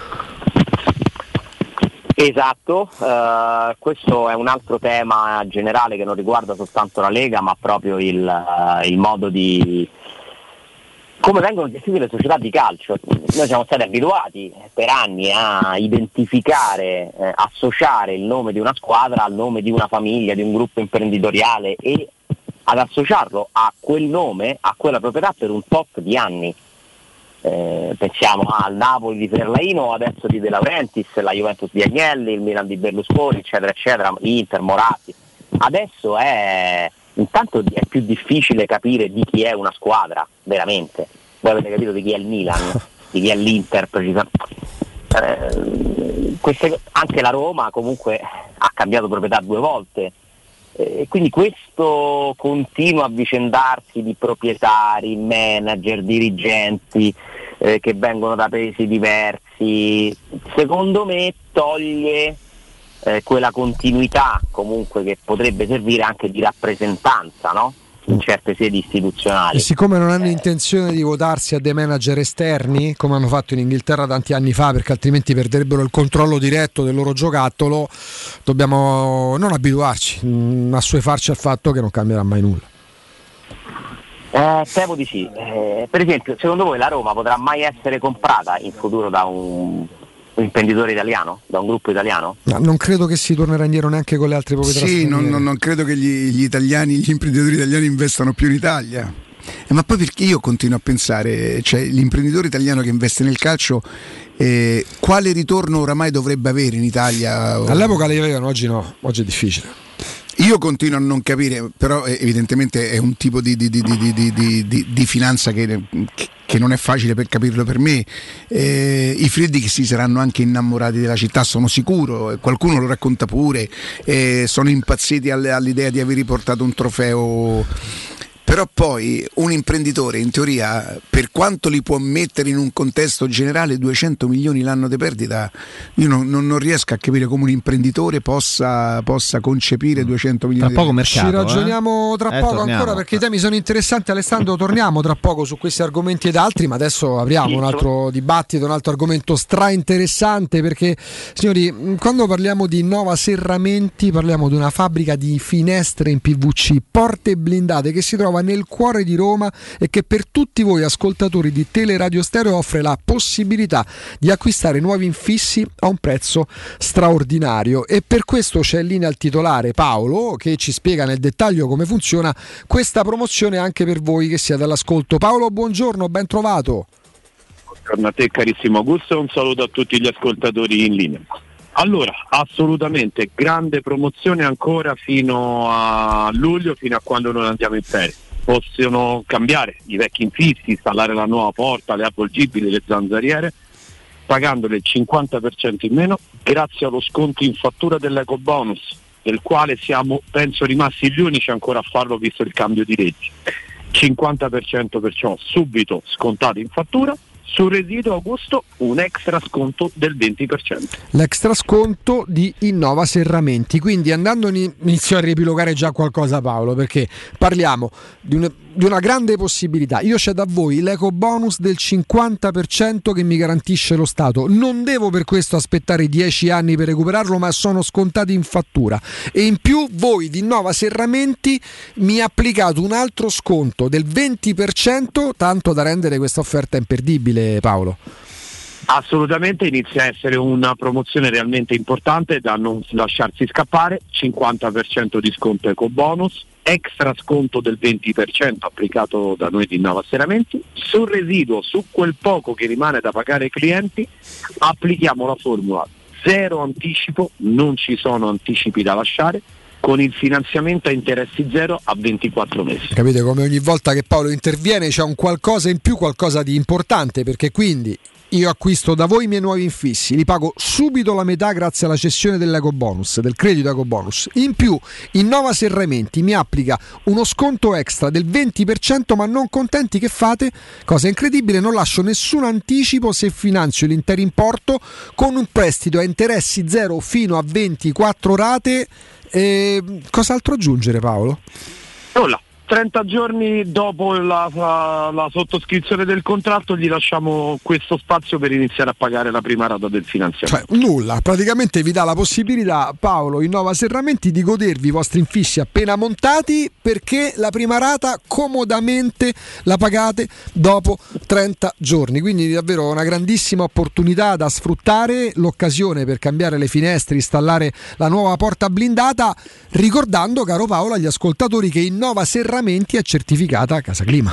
Esatto, eh, questo è un altro tema generale che non riguarda soltanto la Lega, ma proprio il, eh, il modo di come vengono gestite le società di calcio. Noi siamo stati abituati per anni a identificare, eh, associare il nome di una squadra al nome di una famiglia, di un gruppo imprenditoriale e ad associarlo a quel nome, a quella proprietà per un tot di anni. Eh, pensiamo al Napoli di Ferlaino, adesso di De Laurentiis, la Juventus di Agnelli, il Milan di Berlusconi, eccetera eccetera, Inter, Moratti. Adesso è intanto è più difficile capire di chi è una squadra veramente. Voi avete capito di chi è il Milan, di chi è l'Inter precisamente. Eh, queste, anche la Roma comunque ha cambiato proprietà due volte. E quindi questo continuo avvicendarsi di proprietari, manager, dirigenti eh, che vengono da paesi diversi, secondo me toglie eh, quella continuità comunque che potrebbe servire anche di rappresentanza, no? In certe sedi istituzionali.
E siccome non hanno intenzione di votarsi a dei manager esterni, come hanno fatto in Inghilterra tanti anni fa, perché altrimenti perderebbero il controllo diretto del loro giocattolo, dobbiamo non abituarci, mh, assuefarci al fatto che non cambierà mai nulla.
Eh, temo di sì. Eh, per esempio, secondo voi la Roma potrà mai essere comprata in futuro da un, un imprenditore italiano, da un gruppo italiano?
No, non credo che si tornerà indietro neanche con le altre proprietà
Sì, non,
straniere.
non- non credo che gli, gli italiani, gli imprenditori italiani investano più in Italia. Eh, ma poi perché io continuo a pensare, cioè l'imprenditore italiano che investe nel calcio, eh, quale ritorno oramai dovrebbe avere in Italia?
All'epoca le avevano, oggi no, oggi è difficile.
Io continuo a non capire, però eh, evidentemente è un tipo di, di, di, di, di, di, di, di finanza che, che non è facile per capirlo per me. Eh, I Friedrich si saranno anche innamorati della città, sono sicuro, eh, qualcuno lo racconta pure, eh, sono impazziti alle- all'idea di aver riportato un trofeo. Però poi un imprenditore in teoria, per quanto li può mettere in un contesto generale, duecento milioni l'anno di perdita, io non, non- non riesco a capire come un imprenditore possa, possa concepire duecento milioni
Tra poco
di
mercato,
Ci ragioniamo tra
Eh,
poco
torniamo.
ancora, perché i temi sono interessanti. Alessandro, torniamo tra poco su questi argomenti ed altri, ma adesso apriamo un altro dibattito, un altro argomento strainteressante, perché signori, mh, quando parliamo di Nova Serramenti parliamo di una fabbrica di finestre in P V C, porte blindate, che si trova nel cuore di Roma e che per tutti voi ascoltatori di Teleradio Stereo offre la possibilità di acquistare nuovi infissi a un prezzo straordinario. E per questo c'è in linea il titolare Paolo, che ci spiega nel dettaglio come funziona questa promozione anche per voi che siete all'ascolto. Paolo, buongiorno, ben trovato.
Buongiorno a te carissimo Augusto e un saluto a tutti gli ascoltatori in linea. Allora, assolutamente, grande promozione ancora fino a luglio, fino a quando non andiamo in ferie. Possono cambiare i vecchi infissi, installare la nuova porta, le avvolgibili, le zanzariere, pagandole il cinquanta per cento in meno grazie allo sconto in fattura dell'ecobonus, del quale siamo, penso, rimasti gli unici ancora a farlo visto il cambio di legge. cinquanta per cento perciò subito scontato in fattura. Sul residuo, Augusto, un extra sconto del venti per cento.
L'extra sconto di Innova Serramenti. Quindi andando in, inizio a riepilogare già qualcosa, Paolo, perché parliamo di, un, di una grande possibilità. Io c'è da voi l'eco bonus del cinquanta per cento che mi garantisce lo Stato. Non devo per questo aspettare dieci anni per recuperarlo, ma sono scontati in fattura. E in più voi di Innova Serramenti mi applicate un altro sconto del venti per cento, tanto da rendere questa offerta imperdibile, Paolo.
Assolutamente, inizia a essere una promozione realmente importante da non lasciarsi scappare. Cinquanta per cento di sconto ecobonus, extra sconto del venti per cento applicato da noi di Innova Serramenti. Sul residuo, su quel poco che rimane da pagare ai clienti, applichiamo la formula zero anticipo, non ci sono anticipi da lasciare, con il finanziamento a interessi zero a ventiquattro mesi.
Capite come ogni volta che Paolo interviene c'è un qualcosa in più, qualcosa di importante, perché quindi io acquisto da voi i miei nuovi infissi, li pago subito la metà grazie alla cessione dell'ecobonus, del credito ecobonus. In più Innova Serramenti mi applica uno sconto extra del venti per cento, ma non contenti che fate? Cosa incredibile, non lascio nessun anticipo se finanzio l'intero importo con un prestito a interessi zero fino a ventiquattro rate. E cos'altro aggiungere, Paolo?
Nulla. trenta giorni dopo la, la, la sottoscrizione del contratto gli lasciamo questo spazio per iniziare a pagare la prima rata del finanziamento.
Cioè nulla, praticamente vi dà la possibilità, Paolo Innova Serramenti, di godervi i vostri infissi appena montati, perché la prima rata comodamente la pagate dopo trenta giorni, quindi davvero una grandissima opportunità da sfruttare, l'occasione per cambiare le finestre, installare la nuova porta blindata, ricordando, caro Paolo, agli ascoltatori che Innova Serramenti è certificata Casa Clima.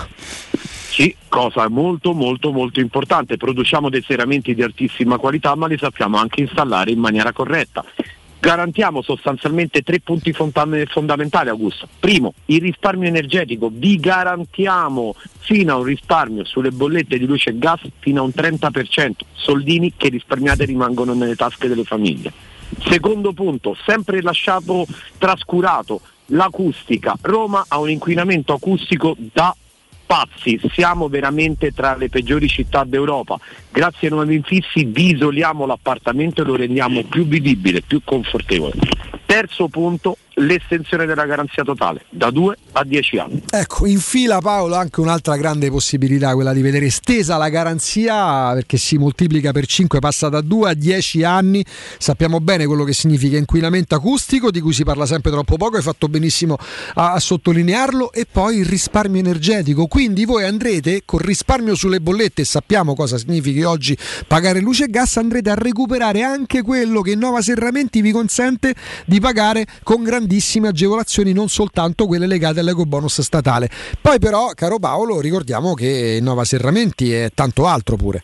Sì, cosa molto molto molto importante, produciamo dei serramenti di altissima qualità, ma li sappiamo anche installare in maniera corretta. Garantiamo sostanzialmente tre punti fonda- fondamentali, Augusto. Primo, il risparmio energetico, vi garantiamo fino a un risparmio sulle bollette di luce e gas fino a un trenta per cento, soldini che risparmiate rimangono nelle tasche delle famiglie. Secondo punto, sempre lasciato trascurato, l'acustica. Roma ha un inquinamento acustico da pazzi, siamo veramente tra le peggiori città d'Europa. Grazie ai nuovi infissi vi isoliamo l'appartamento e lo rendiamo più vivibile, più confortevole. Terzo punto, l'estensione della garanzia totale da due a dieci anni.
Ecco, in fila, Paolo, anche un'altra grande possibilità, quella di vedere estesa la garanzia, perché si moltiplica per cinque, passa da due a dieci anni. Sappiamo bene quello che significa inquinamento acustico, di cui si parla sempre troppo poco, hai fatto benissimo a, a sottolinearlo, e poi il risparmio energetico. Quindi voi andrete con risparmio sulle bollette, e sappiamo cosa significa oggi pagare luce e gas, andrete a recuperare anche quello che Innova Serramenti vi consente di pagare con grandissime agevolazioni, non soltanto quelle legate all'ecobonus statale. Poi però, caro Paolo, ricordiamo che Innova Serramenti è tanto altro pure.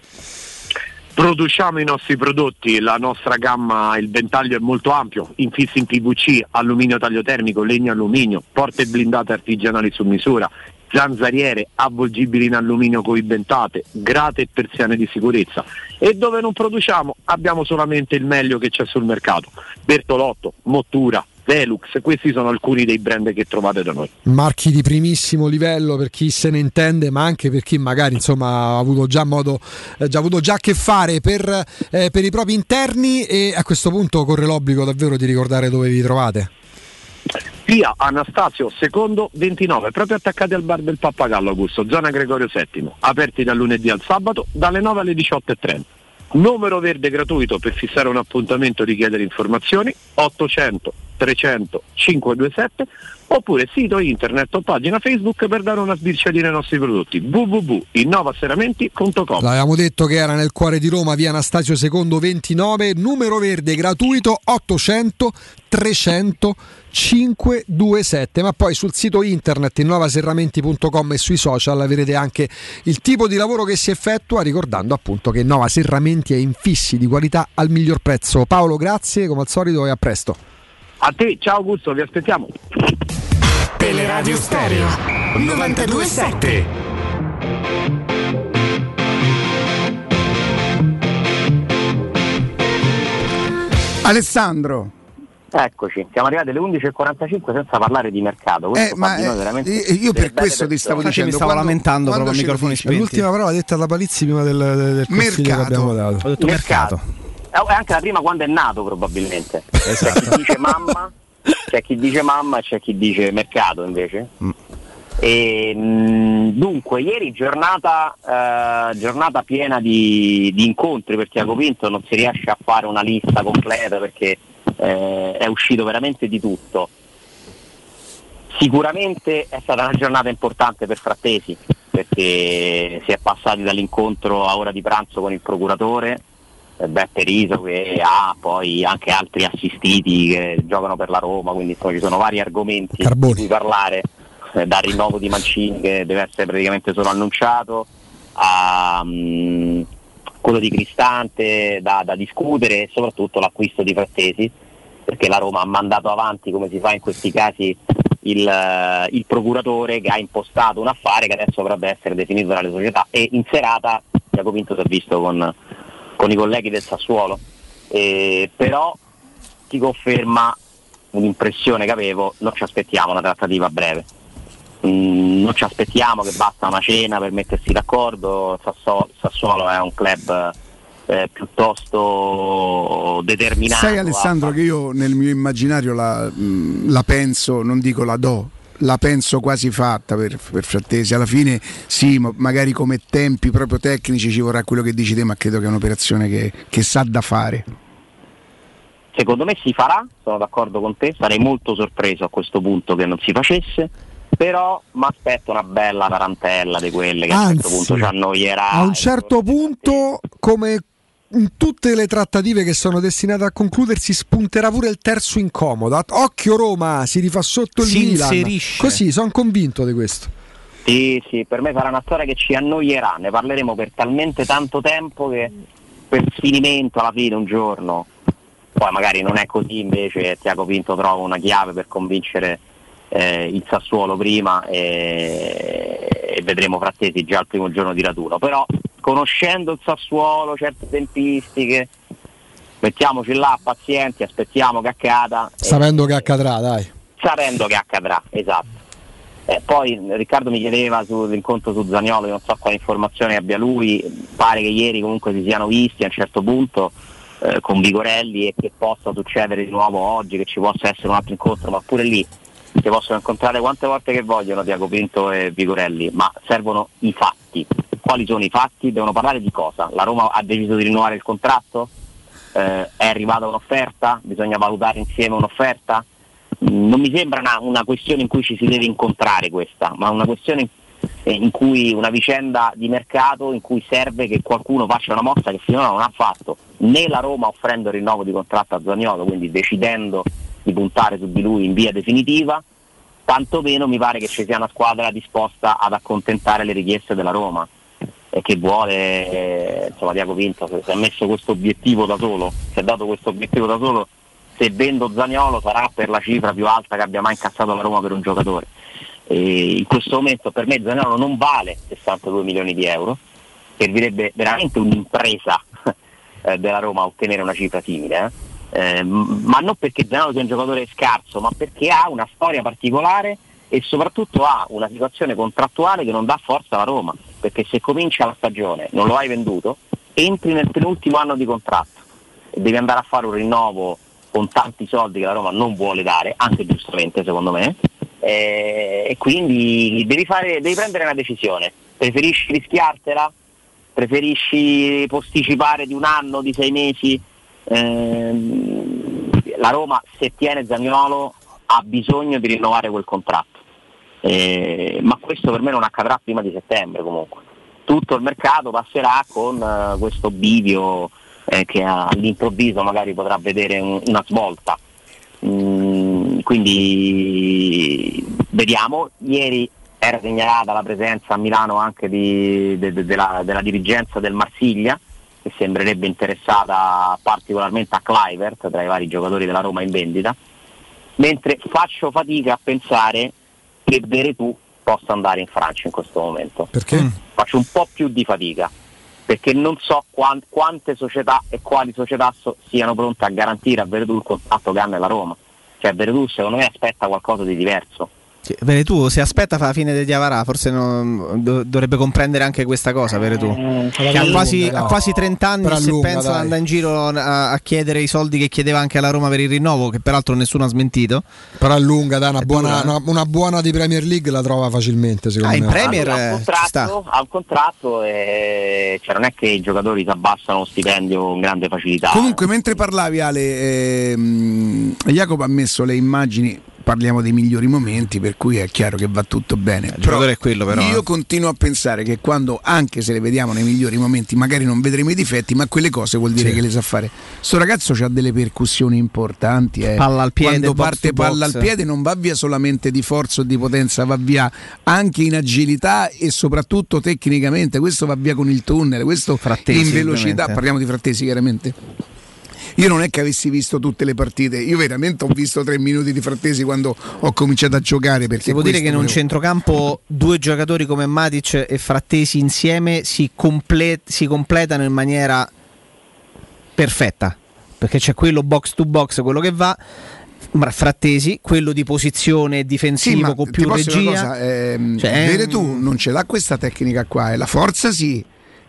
Produciamo i nostri prodotti, la nostra gamma, il ventaglio è molto ampio, infissi in P V C, alluminio tagliotermico, legno alluminio, porte blindate artigianali su misura, zanzariere avvolgibili in alluminio coibentate, grate e persiane di sicurezza. E dove non produciamo abbiamo solamente il meglio che c'è sul mercato: Bertolotto, Mottura, Velux, questi sono alcuni dei brand che trovate da noi.
Marchi di primissimo livello per chi se ne intende, ma anche per chi magari insomma ha avuto già modo, eh, già avuto già a che fare per, eh, per i propri interni. E a questo punto corre l'obbligo davvero di ricordare dove vi trovate.
Via Anastasio secondo ventinove, proprio attaccati al bar del Pappagallo, Augusto, zona Gregorio settimo, aperti dal lunedì al sabato dalle nove alle diciotto e trenta. Numero verde gratuito per fissare un appuntamento e richiedere informazioni, ottocento trecento cinquecentoventisette, oppure sito internet o pagina Facebook per dare una sbirciatina ai nostri prodotti, w w w punto innova serramenti punto com.
L'avevamo detto che era nel cuore di Roma, via Anastasio secondo ventinove, numero verde gratuito ottocento trecento cinquecentoventisette, ma poi sul sito internet innova serramenti punto com e sui social avrete anche il tipo di lavoro che si effettua, ricordando appunto che Innova Serramenti è infissi di qualità al miglior prezzo. Paolo, grazie come al solito e a presto.
A te, ciao Augusto, vi aspettiamo.
Teleradio Stereo novantadue sette.
Alessandro.
Eccoci, siamo arrivati alle undici e quarantacinque senza parlare di mercato. Questo
Eh, ma
fa di noi
eh,
veramente
io per
delle
questo
belle
ti stavo
persone.
dicendo,
mi stavo
quando-
lamentando
quando
proprio a
ce lo
microfoni
dici?
spenti.
L'ultima parola detta da Palizzi prima del, del consiglio
Mercato.
che abbiamo dato.
Ho detto mercato.
Mercato. È anche la prima quando è nato probabilmente.
Esatto.
C'è chi dice mamma, c'è chi dice mamma e c'è chi dice mercato invece.
Mm.
E, mh, dunque, ieri giornata, eh, giornata piena di, di incontri per Tiago Pinto, non si riesce a fare una lista completa perché eh, è uscito veramente di tutto. Sicuramente è stata una giornata importante per Frattesi perché si è passati dall'incontro a ora di pranzo con il procuratore, eh, Beppe Riso, che ha poi anche altri assistiti che giocano per la Roma, quindi insomma, ci sono vari argomenti
Carboni.
di cui parlare, eh, dal rinnovo di Mancini che deve essere praticamente solo annunciato a, mm, quello di Cristante da, da discutere, e soprattutto l'acquisto di Frattesi, perché la Roma ha mandato avanti, come si fa in questi casi, il, il procuratore che ha impostato un affare che adesso dovrebbe essere definito dalle società, e in serata Jacopinto si è visto con, con i colleghi del Sassuolo, e, però ti conferma un'impressione che avevo: non ci aspettiamo una trattativa breve. Mm, non ci aspettiamo che basta una cena per mettersi d'accordo. Sassuolo, Sassuolo è un club eh, piuttosto determinato.
Sai Alessandro a... che io nel mio immaginario la, mh, la penso, non dico la do, la penso quasi fatta per, per Frattesi. Alla fine sì, ma magari come tempi proprio tecnici ci vorrà quello che dici te, ma credo che è un'operazione che, che sa da fare.
Secondo me si farà, sono d'accordo con te, sarei molto sorpreso a questo punto che non si facesse, però mi aspetto una bella tarantella di quelle che
Anzi,
a un certo punto ci annoierà.
A un certo punto, come in tutte le trattative che sono destinate a concludersi, spunterà pure il terzo incomodo. Occhio Roma, si rifà sotto il
si
Milan.
Inserisce.
Così, sono convinto di questo.
Sì, sì, per me sarà una storia che ci annoierà, ne parleremo per talmente tanto tempo che per sfinimento alla fine un giorno, poi magari non è così, invece Tiago Pinto trova una chiave per convincere eh, il Sassuolo prima e, e vedremo Frattesi già al primo giorno di raduno. Però conoscendo il Sassuolo, certe tempistiche, mettiamoci là pazienti, aspettiamo che accada.
Sapendo
e,
che accadrà, dai.
Sapendo che accadrà, esatto. Eh, poi Riccardo mi chiedeva sull'incontro su Zaniolo, io non so quale informazione abbia lui, pare che ieri comunque si siano visti a un certo punto eh, con Vigorelli, e che possa succedere di nuovo oggi, che ci possa essere un altro incontro, ma pure lì si possono incontrare quante volte che vogliono Tiago Pinto e Vigorelli, ma servono i fatti. Quali sono i fatti? Devono parlare di cosa? La Roma ha deciso di rinnovare il contratto? Eh, è arrivata un'offerta? Bisogna valutare insieme un'offerta? Non mi sembra una, una questione in cui ci si deve incontrare questa, ma una questione in cui una vicenda di mercato in cui serve che qualcuno faccia una mossa che finora non ha fatto, né la Roma offrendo il rinnovo di contratto a Zaniolo, quindi decidendo di puntare su di lui in via definitiva, tantomeno mi pare che ci sia una squadra disposta ad accontentare le richieste della Roma e che vuole, eh, insomma Tiago Pinto si è messo questo obiettivo da solo, si è dato questo obiettivo da solo. Se vendo Zaniolo sarà per la cifra più alta che abbia mai incassato la Roma per un giocatore. E in questo momento per me Zaniolo non vale sessantadue milioni di euro, servirebbe veramente un'impresa eh, della Roma a ottenere una cifra simile, eh. Eh, ma non perché Zaniolo sia un giocatore scarso, ma perché ha una storia particolare e soprattutto ha una situazione contrattuale che non dà forza alla Roma, perché se comincia la stagione, non lo hai venduto, entri nel penultimo anno di contratto e devi andare a fare un rinnovo con tanti soldi che la Roma non vuole dare, anche giustamente secondo me, eh, e quindi devi, fare, devi prendere una decisione. Preferisci rischiartela? Preferisci posticipare di un anno, di sei mesi? Eh, la Roma, se tiene Zaniolo, ha bisogno di rinnovare quel contratto, eh, ma questo per me non accadrà prima di settembre comunque. Tutto il mercato passerà con uh, questo bivio Eh, che all'improvviso magari potrà vedere un, una svolta, mm, quindi vediamo. Ieri era segnalata la presenza a Milano anche di, de, de, della, della dirigenza del Marsiglia, che sembrerebbe interessata particolarmente a Kluivert tra i vari giocatori della Roma in vendita, mentre faccio fatica a pensare che Veretout possa andare in Francia in questo momento.
Perché?
Faccio un po' più di fatica, perché non so quant- quante società e quali società so- siano pronte a garantire a Veretout il contratto che ha nella Roma. Cioè Veretout secondo me aspetta qualcosa di diverso.
Sì, Veretout se aspetta fa la fine di Diavara, forse non, do, dovrebbe comprendere anche questa cosa Veretout,
eh,
che ha quasi,
lunga,
ha quasi trenta anni e se
lunga,
pensa
dai.
andare in giro a, a chiedere i soldi che chiedeva anche alla Roma per il rinnovo, che peraltro nessuno ha smentito.
Però è lunga, dai, una,
È
buona,
dura,
una, una buona di Premier League la trova facilmente secondo
Ah, in
me.
Premier
ha un
eh, ci
contratto,
sta.
ha un contratto e cioè non è che i giocatori si abbassano lo stipendio con grande facilità.
Comunque mentre parlavi Ale, ehm, Jacopo ha messo le immagini parliamo dei migliori momenti, per cui è chiaro che va tutto bene.
Il giocatore è quello, però.
Io
eh.
continuo a pensare che quando, anche se le vediamo nei migliori momenti, magari non vedremo i difetti, ma quelle cose vuol dire
Sì.
che le sa fare. Sto ragazzo ha delle percussioni importanti. Eh.
Palla al piede,
quando
box
parte
to
palla
box.
al piede non va via solamente di forza o di potenza, va via anche in agilità e soprattutto tecnicamente. Questo va via con il tunnel, questo
Frattesi,
in velocità.
ovviamente.
Parliamo di Frattesi, chiaramente. Io non è che avessi visto tutte le partite, io veramente ho visto tre minuti di Frattesi quando ho cominciato a giocare. Perché
Devo dire
questo
che in un
volevo-
centrocampo due giocatori come Matic e Frattesi insieme si, comple- si completano in maniera perfetta, perché c'è quello box to box, quello che va, ma Frattesi, quello di posizione difensivo
Sì, ma
con
ti
più
posso dire una
regia.
cosa, ehm,
Cioè,
Veretù non ce l'ha questa tecnica qua, eh. La forza sì,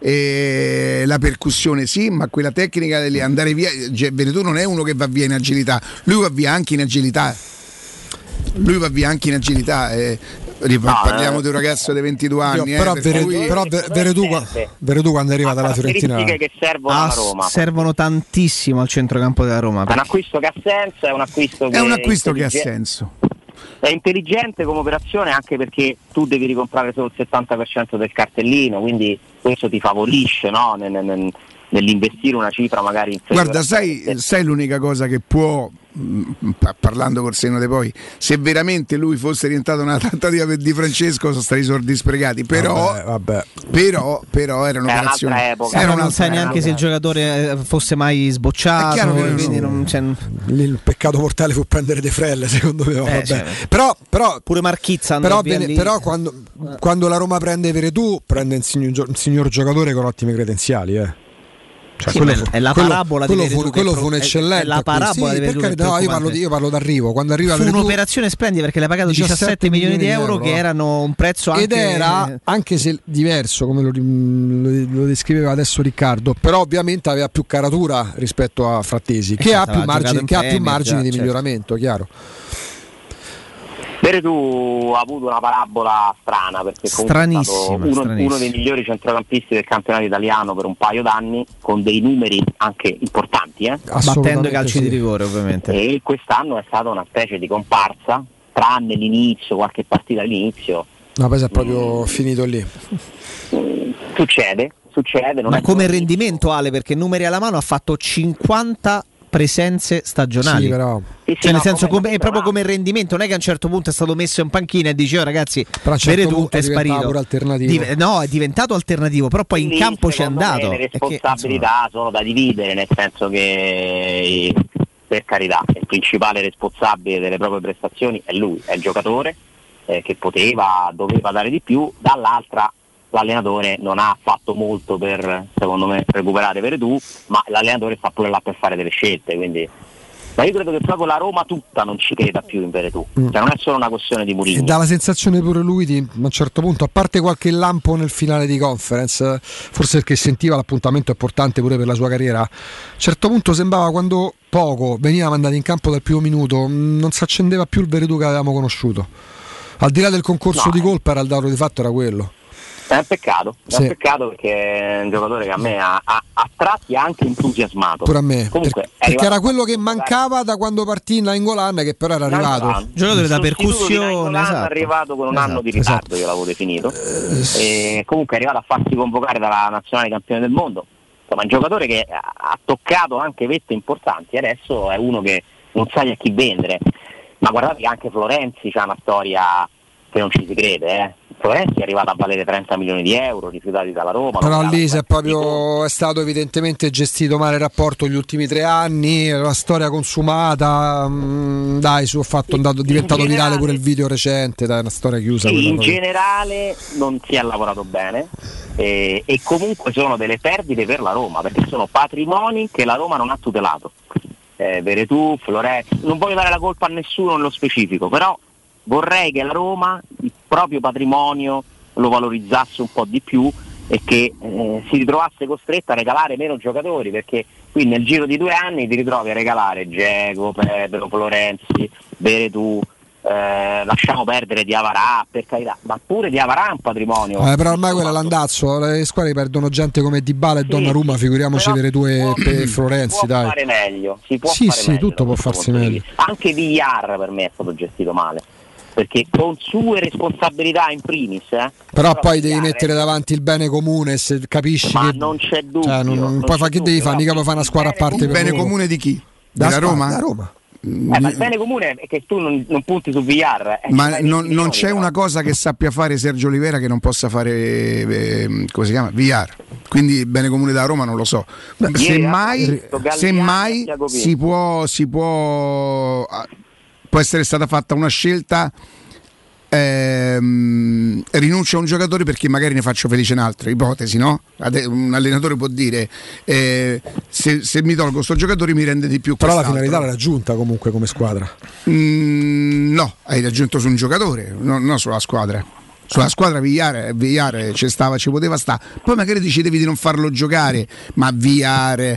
e la percussione sì, ma quella tecnica di andare via, cioè, Veretù non è uno che va via in agilità, lui va via anche in agilità. Lui va via anche in agilità. Eh. Parliamo di un ragazzo di ventidue anni.
Io, però
eh,
Vere-
cui...
però Ve- Veretù, qua- Veretù quando arriva dalla Fiorentina
Caratteristiche che servono
Ah,
alla Roma.
servono tantissimo al centrocampo della Roma.
È un acquisto che ha senso, è un acquisto che
È un acquisto che ha
intelligen-
senso.
È intelligente come operazione anche perché tu devi ricomprare solo il settanta per cento del cartellino, quindi questo ti favorisce, no? nel, nel, nell'investire una cifra magari inferiore.
Guarda, sai, sai l'unica cosa che può, mh, parlando col senno di poi, se veramente lui fosse rientrato una trattativa per Di Francesco sono stati soldi sprecati, però,
Vabbè, vabbè.
però, però era un'operazione.
un'altra epoca.
Era
non
un'altra
sai neanche
epoca.
se il giocatore eh, fosse mai
È
sbocciato,
chiaro che
quindi
no.
non, cioè,
Lì il peccato mortale fu prendere De Frelle, secondo me. Vabbè.
cioè,
però, però,
pure Marchizza andò
però,
via
bene-
lì.
però quando, quando la Roma prende Veretù, prende un signor, gio- un signor giocatore con ottime credenziali. Eh. Cioè,
Sì,
quello
ma
fu-
è la
quello-
parabola di
quello
Veretù
fu,
che
quello
pro-
fu un
è-
eccellente
è la
acquisto.
parabola
Sì,
di
per
Veretù che è
carità, no, io parlo,
preoccupante.
di, io parlo d'arrivo. Quando arriva
Fu
Veretù,
un'operazione splendida perché le ha pagato diciassette milioni di euro, che erano un prezzo anche
ed era anche se diverso come lo, lo, lo descriveva adesso Riccardo, però ovviamente aveva più caratura rispetto a Frattesi, che
Esatto,
ha più
aveva giocato
margini,
in
che ha più
Premier,
margini
già,
di
certo.
miglioramento, chiaro.
Veretù ha avuto una parabola strana perché comunque è stato
Stranissima,
uno,
stranissima.
uno dei migliori centrocampisti del campionato italiano per un paio d'anni con dei numeri anche importanti, eh?
battendo i calci di rigore, ovviamente.
E quest'anno è stata una specie di comparsa, tranne l'inizio, qualche partita all'inizio.
No, poi si è proprio finito lì.
Succede, succede. Non
Ma
è
come
solo-
rendimento, Ale, perché numeri alla mano ha fatto cinquanta presenze stagionali.
Sì, però.
Sì, sì,
Cioè,
no,
nel senso,
come-
come- è proprio come rendimento, non è che a un certo punto è stato messo in panchina e dice: "Oh, ragazzi,
Però a un certo
Veretù
punto
è
diventava
sparito".
pure alternativo.
Div- no, è diventato alternativo, però poi in
Lì,
campo c'è
secondo me,
andato.
le
È che,
responsabilità sono da dividere, nel senso che, per carità, il principale responsabile delle proprie prestazioni è lui, è il giocatore eh, che poteva, doveva dare di più, dall'altra l'allenatore non ha fatto molto per, secondo me, recuperare Veretù, ma l'allenatore sta pure là per fare delle scelte, quindi... Ma io credo che proprio la Roma tutta non ci creda più in Veretù,
Mm.
cioè non è solo una questione di
E
Mourinho.
dà la sensazione pure lui di, a un certo punto, a parte qualche lampo nel finale di conference, forse perché sentiva l'appuntamento importante pure per la sua carriera, a un certo punto sembrava, quando poco veniva mandato in campo dal primo minuto, mh, non si accendeva più il Veretù che avevamo conosciuto. Al di là del concorso
No,
di
eh.
colpa, era il dato di fatto, era quello.
È un peccato, è
Sì.
un peccato perché è un giocatore che a me ha, ha, a tratti ha anche entusiasmato.
Pure a me.
Comunque,
Per-
è
perché era
arrivato-
quello che mancava da quando partì in Nainggolan, che però era arrivato.
Nainggolan.
Giocatore da
Il sostituto di
percussione,
Nainggolan
esatto.
è arrivato con un
Esatto,
anno di ritardo,
esatto.
io l'avevo definito. E comunque è arrivato a farsi convocare dalla nazionale campione del mondo. Insomma, un giocatore che ha ha toccato anche vette importanti, adesso è uno che non sa a chi vendere. Ma guardate che anche Florenzi c'ha una storia che non ci si crede, eh. Florenzi è arrivato a valere trenta milioni di euro rifiutati dalla Roma.
Però
non
lì
dava
si è
un pezzo di conto.
proprio, è stato evidentemente gestito male il rapporto gli ultimi tre anni, la storia consumata, mh, dai, su, ho fatto, è andato, è diventato
generale-
virale pure il video recente, dai, è una storia chiusa.
Sì,
quella
in
proprio.
generale non si è lavorato bene e, e comunque sono delle perdite per la Roma, perché sono patrimoni che la Roma non ha tutelato. Eh, Veretù, Florenzi, non voglio dare la colpa a nessuno nello specifico, però vorrei che la Roma il proprio patrimonio lo valorizzasse un po' di più e che eh, si ritrovasse costretta a regalare meno giocatori, perché qui nel giro di due anni ti ritrovi a regalare Dzeko, Pedro, Florenzi, Veretù, eh, lasciamo perdere Diavarà, per carità, ma pure Diavarà è un patrimonio.
Eh, però ormai quella è l'andazzo, le squadre perdono gente come Dybala e
Sì,
Donnarumma, figuriamoci
però
per i due
può-
per Florenzi,
si può
dai.
fare meglio, si può
Sì,
fare
sì,
meglio
tutto
da
può
questo
farsi
punto di
meglio.
vista. Anche Villar per me è stato gestito male, perché con sue responsabilità in primis, eh,
Però poi devi
Villar,
mettere davanti il bene comune, se capisci
ma
che
non c'è dubbio,
cioè, non,
non
poi
c'è
fa, che devi
dubbio,
fare?
però
Mica puoi fare una squadra a parte
Il
per
bene
loro.
comune di chi?
Da
Della
squadra,
Roma?
da Roma.
Eh, ma il bene comune è che tu non, non punti su Villar. eh,
Ma
ci fai
non,
venti
non
milioni,
c'è
però.
una cosa che sappia fare Sergio Olivera che non possa fare, eh, come si chiama? Villar. Quindi il bene comune da Roma non lo so.
Ieri
Semmai,
ha detto Galliani
semmai
e Jacopini.
si può, si può, può essere stata fatta una scelta. Ehm, rinuncio a un giocatore perché magari ne faccio felice un altro, ipotesi, no? Ade- Un allenatore può dire eh, se, se mi tolgo sto giocatore mi rende di più
Però la
quest'altro.
finalità l'ha raggiunta comunque come squadra.
Mm, no, hai raggiunto su un giocatore, no, no sulla squadra. Sulla squadra Villar, Villar ci stava, ci poteva stare. Poi magari decidevi di non farlo giocare, ma Villar,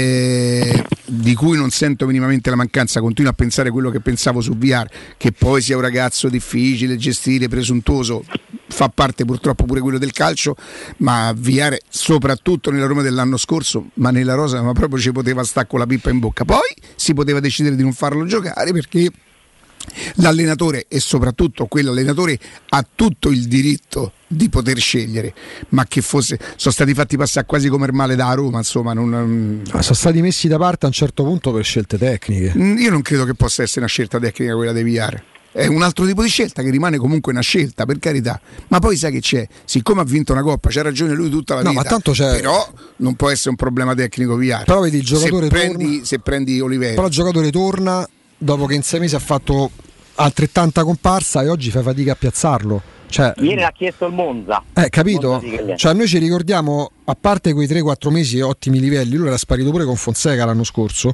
eh, di cui non sento minimamente la mancanza, continuo a pensare quello che pensavo su Villar, che poi sia un ragazzo difficile, gestire, presuntuoso, fa parte purtroppo pure quello del calcio, ma Villar soprattutto nella Roma dell'anno scorso, ma nella rosa, ma proprio ci poteva stare con la pippa in bocca. Poi si poteva decidere di non farlo giocare perché l'allenatore e soprattutto quell'allenatore ha tutto il diritto di poter scegliere, ma che fosse sono stati fatti passare quasi come il male da Roma, insomma non,
Ah, sono stati messi da parte a un certo punto per scelte tecniche.
io non credo che possa essere una scelta tecnica quella di Villar. È un altro tipo di scelta che rimane comunque una scelta, per carità, ma poi sai che c'è, siccome ha vinto una coppa c'ha ragione lui tutta la
No,
vita,
ma tanto c'è-
però non può essere un problema tecnico Villar.
Però vedi il giocatore
se prendi,
torna-
se prendi Oliveira,
Però il giocatore torna dopo che in sei mesi ha fatto altrettanta comparsa e oggi fai fatica a piazzarlo. Cioè,
Ieri l'ha chiesto il Monza.
eh, capito?
Monza di Cagliari.
Cioè, noi ci ricordiamo, a parte quei tre quattro mesi e ottimi livelli, lui era sparito pure con Fonseca l'anno scorso.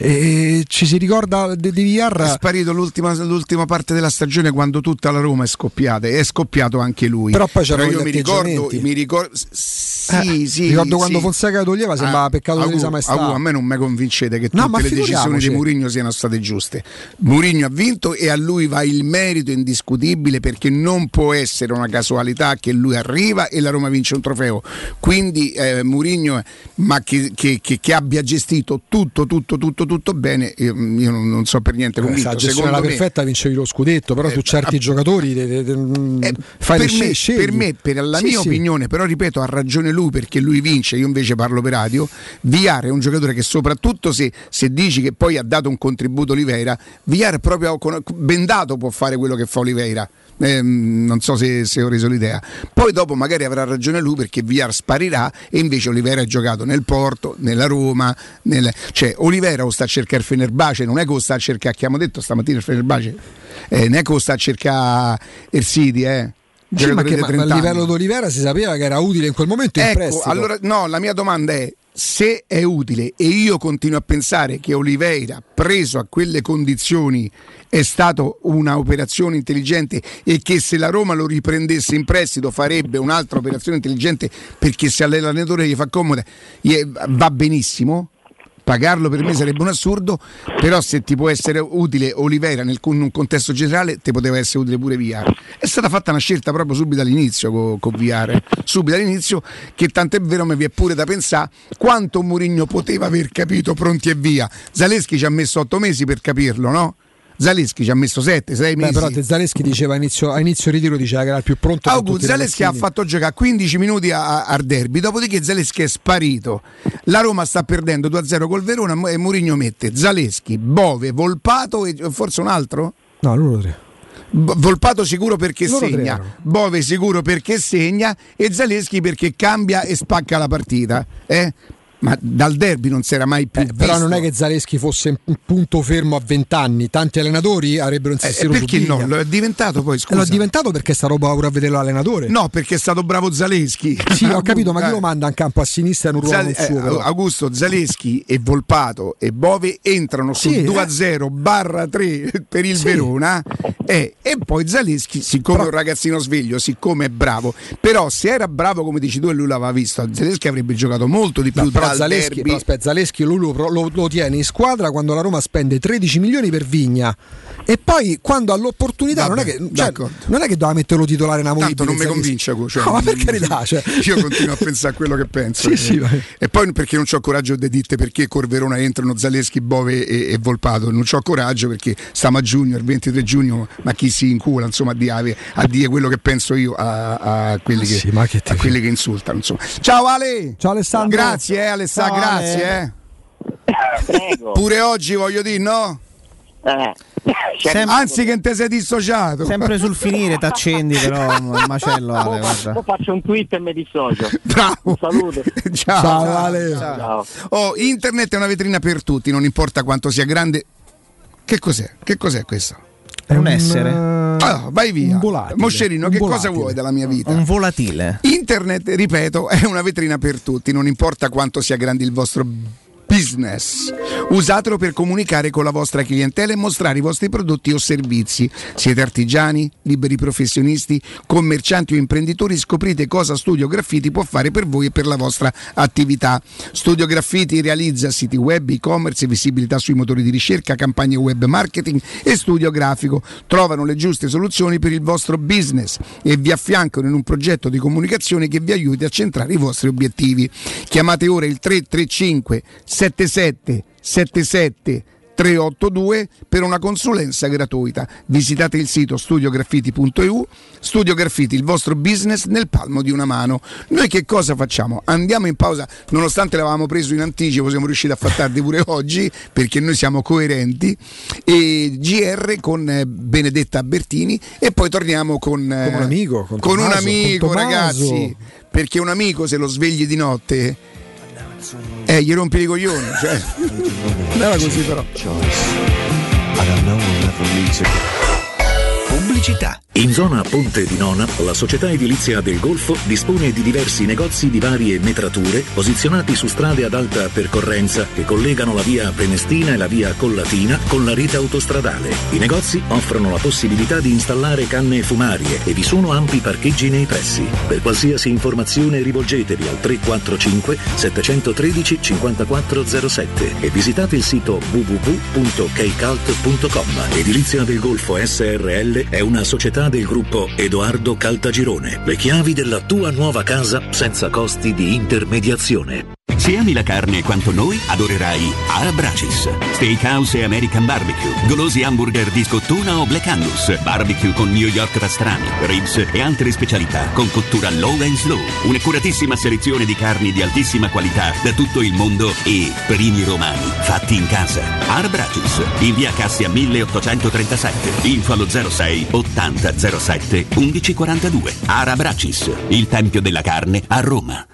E ci si ricorda di, di Villar.
è sparito l'ultima, l'ultima parte della stagione quando tutta la Roma è scoppiata e è scoppiato anche lui.
Però poi c'erano
io
gli
mi ricordo,
atteggiamenti.
mi ricordo sì,
Eh,
sì,
ricordo
sì.
quando Fonseca toglieva sembrava peccato di
Agu,
lesa maestà.
Agu, a me non mi convincete che
No,
tutte
ma
le decisioni
figuriamoci.
di Mourinho siano state giuste. Mourinho ha vinto e a lui va il merito indiscutibile, perché non può essere una casualità che lui arriva e la Roma vince un trofeo. Quindi eh, Mourinho, ma che, che, che, che abbia gestito tutto tutto tutto tutto bene, io, io non, non so per niente
Eh, se
convinto.
la gestione
Secondo
era
me,
perfetta vincevi lo scudetto, però su certi
eh,
giocatori te, te, te,
Eh,
fai
per,
le
me,
scegli.
per me, per la
Sì,
mia
sì.
opinione, però ripeto, ha ragione lui perché lui vince, io invece parlo per radio. Villar è un giocatore che soprattutto se, se dici che poi ha dato un contributo Oliveira, Villar proprio con, bendato può fare quello che fa Oliveira. Eh, non so se, se ho reso l'idea. Poi dopo magari avrà ragione lui perché Villar sparirà e invece Oliveira ha giocato nel Porto, nella Roma, nel... cioè Oliveira lo sta a cercare il Fenerbahce, non è che lo sta a cercare, che abbiamo detto stamattina il Fenerbahce, eh, non è che lo sta a cercare il City, eh.
Sì, ma,
Giocatore
che,
di
ma
trenta
a livello
anni.
d'Olivera si sapeva che era utile in quel momento in
Ecco,
prestito.
allora no, la mia domanda è: se è utile, e io continuo a pensare che Oliveira, preso a quelle condizioni, è stato una operazione intelligente e che se la Roma lo riprendesse in prestito farebbe un'altra operazione intelligente, perché se all'allenatore gli fa comoda gli- va benissimo. Pagarlo per me sarebbe un assurdo, però se ti può essere utile Oliveira nel, in un contesto generale, ti poteva essere utile pure Villar. È stata fatta una scelta proprio subito all'inizio con, con Villar, subito all'inizio, che tant'è vero mi vi è pure da pensare quanto Mourinho poteva aver capito pronti e via. Zaleschi ci ha messo otto mesi per capirlo, no? Zaleschi ci ha messo sette, sei mesi.
Beh, però Te Zaleschi diceva a inizio, a inizio ritiro diceva che era il più pronto. tra
Augu,
tutti i
Zaleschi ha
ragazzini.
fatto giocare quindici minuti a- a- al derby, dopodiché Zaleschi è sparito. La Roma sta perdendo due a zero col Verona e Mourinho mette Zaleschi, Bove, Volpato e forse un altro?
No, loro tre.
B- Volpato sicuro perché
Loro tre
segna,
erano.
Bove sicuro perché segna e Zaleschi perché cambia e spacca la partita. Eh? Ma dal derby non si era mai più
Eh,
visto.
però non è che Zaleschi fosse un punto fermo a vent'anni. Tanti allenatori avrebbero
Eh,
insistito su
perché
Vigna.
no? Lo è diventato poi,
E
scusa.
l'ho diventato perché sta roba ora a vedere l'allenatore.
No, perché è stato bravo Zaleschi.
Sì, ho capito, ma chi
Eh.
lo manda in campo a sinistra in un ruolo
Zal-
non suo,
eh,
però.
Augusto, Zaleschi e Volpato e Bove entrano sul
Sì,
due a
eh.
zero barra tre per il
Sì.
Verona eh, e poi Zaleschi, siccome è un ragazzino sveglio, siccome è bravo, però se era bravo come dici tu e lui l'aveva visto, Zaleschi avrebbe giocato molto di più
No, però però
al
Zaleschi,
derby.
però aspetta, Zaleschi lui lo, lo, lo tiene in squadra quando la Roma spende tredici milioni per Vigna e poi quando ha l'opportunità
Vabbè,
non, è che, cioè, non è che doveva metterlo titolare inamovibile.
Tanto non mi
Zaleschi.
convince, cioè,
no, ma per carità, cioè.
io continuo a pensare a quello che penso.
Sì,
eh.
sì, vai.
E poi perché non c'ho coraggio di dire perché Corverona entrano Zaleschi, Bove e, e Volpato. Non c'ho coraggio perché stiamo a giugno, il ventitré giugno, ma chi si incula insomma a dire, a dire quello che penso io a, a quelli, che,
sì, ma che
a quelli che insultano. Insomma. Ciao Ale!
Ciao Alessandro!
Grazie eh, Alessandro,
Ciao,
grazie
Ale.
eh.
Prego.
Pure oggi voglio dire, no?
Eh.
Sem-
Anzi che non ti sei dissociato.
Sempre sul finire t'accendi, però un macello Ale, guarda.
Poi faccio un tweet e mi dissocio.
Bravo.
Un saluto.
Ciao,
Ciao, Ale.
Ciao.
Ciao.
Oh, internet è una vetrina per tutti, non importa quanto sia grande. Che cos'è? Che cos'è questo?
È un essere.
Ah, vai via.
Un volatile.
Moscerino,
Un
che
volatile.
cosa vuoi dalla mia vita?
Un volatile.
Internet, ripeto, è una vetrina per tutti, non importa quanto sia grande il vostro business. Usatelo per comunicare con la vostra clientela e mostrare i vostri prodotti o servizi. Siete artigiani, liberi professionisti, commercianti o imprenditori, scoprite cosa Studio Graffiti può fare per voi e per la vostra attività. Studio Graffiti realizza siti web, e-commerce, visibilità sui motori di ricerca, campagne web marketing e studio grafico. Trovano le giuste soluzioni per il vostro business e vi affiancano in un progetto di comunicazione che vi aiuti a centrare i vostri obiettivi. Chiamate ora il tre tre cinque sette sette sette sette tre otto due per una consulenza gratuita. Visitate il sito studio graffiti punto e u. Studio Graffiti, il vostro business nel palmo di una mano. Noi che cosa facciamo? Andiamo in pausa, nonostante l'avevamo preso in anticipo, siamo riusciti a far tardi pure oggi perché noi siamo coerenti. E G R con eh, Benedetta Bertini e poi torniamo con, eh,
Con un amico, con
con un
Tommaso,
amico,
con Tommaso.
ragazzi, perché un amico se lo svegli di notte eh, gli rompi i coglioni, cioè. Non era così però.
Pubblicità. In zona Ponte di Nona, la società edilizia del Golfo dispone di diversi negozi di varie metrature posizionati su strade ad alta percorrenza che collegano la via Prenestina e la via Collatina con la rete autostradale. I negozi offrono la possibilità di installare canne fumarie e vi sono ampi parcheggi nei pressi. Per qualsiasi informazione rivolgetevi al tre quattro cinque sette uno tre cinque quattro zero sette e visitate il sito w w w punto keicalt punto com. Edilizia del Golfo S R L è una società del gruppo Edoardo Caltagirone. Le chiavi della tua nuova casa senza costi di intermediazione.
Se ami la carne quanto noi, adorerai Arabracis. Steakhouse e American Barbecue, golosi hamburger di scottuna o Black Angus, barbecue con New York pastrami, ribs e altre specialità con cottura low and slow. Un'accuratissima selezione di carni di altissima qualità da tutto il mondo e primi romani fatti in casa. Arabracis, in via Cassia milleottocentotrentasette, info allo zero sei ottanta zero sette undici quarantadue. Arabracis, il tempio della carne a Roma.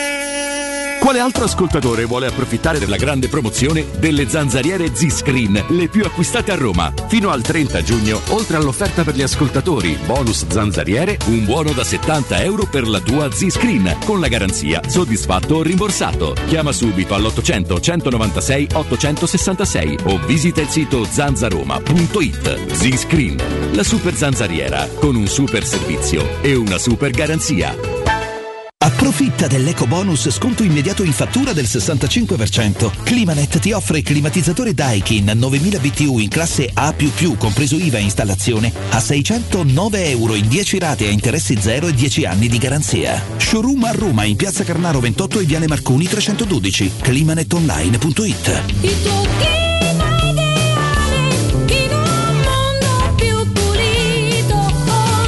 Quale altro ascoltatore vuole approfittare della grande promozione delle zanzariere Z-Screen, le più acquistate a Roma? Fino al trenta giugno, oltre all'offerta per gli ascoltatori bonus zanzariere, un buono da settanta euro per la tua Z-Screen, con la garanzia soddisfatto o rimborsato. Chiama subito all'ottocento centonovantasei ottocentosessantasei o visita il sito zanzaroma punto it. Z-Screen, la super zanzariera con un super servizio e una super garanzia.
Approfitta dell'eco bonus sconto immediato in fattura del sessantacinque per cento. Climanet ti offre climatizzatore Daikin novemila B T U in classe A più più, compreso I V A e installazione, a seicentonove euro in dieci rate a interessi zero e dieci anni di garanzia. Showroom a Roma in piazza Carnaro ventotto e viale Marconi trecentododici. climanetonline punto it.
Il tuo clima ideale in un mondo più pulito con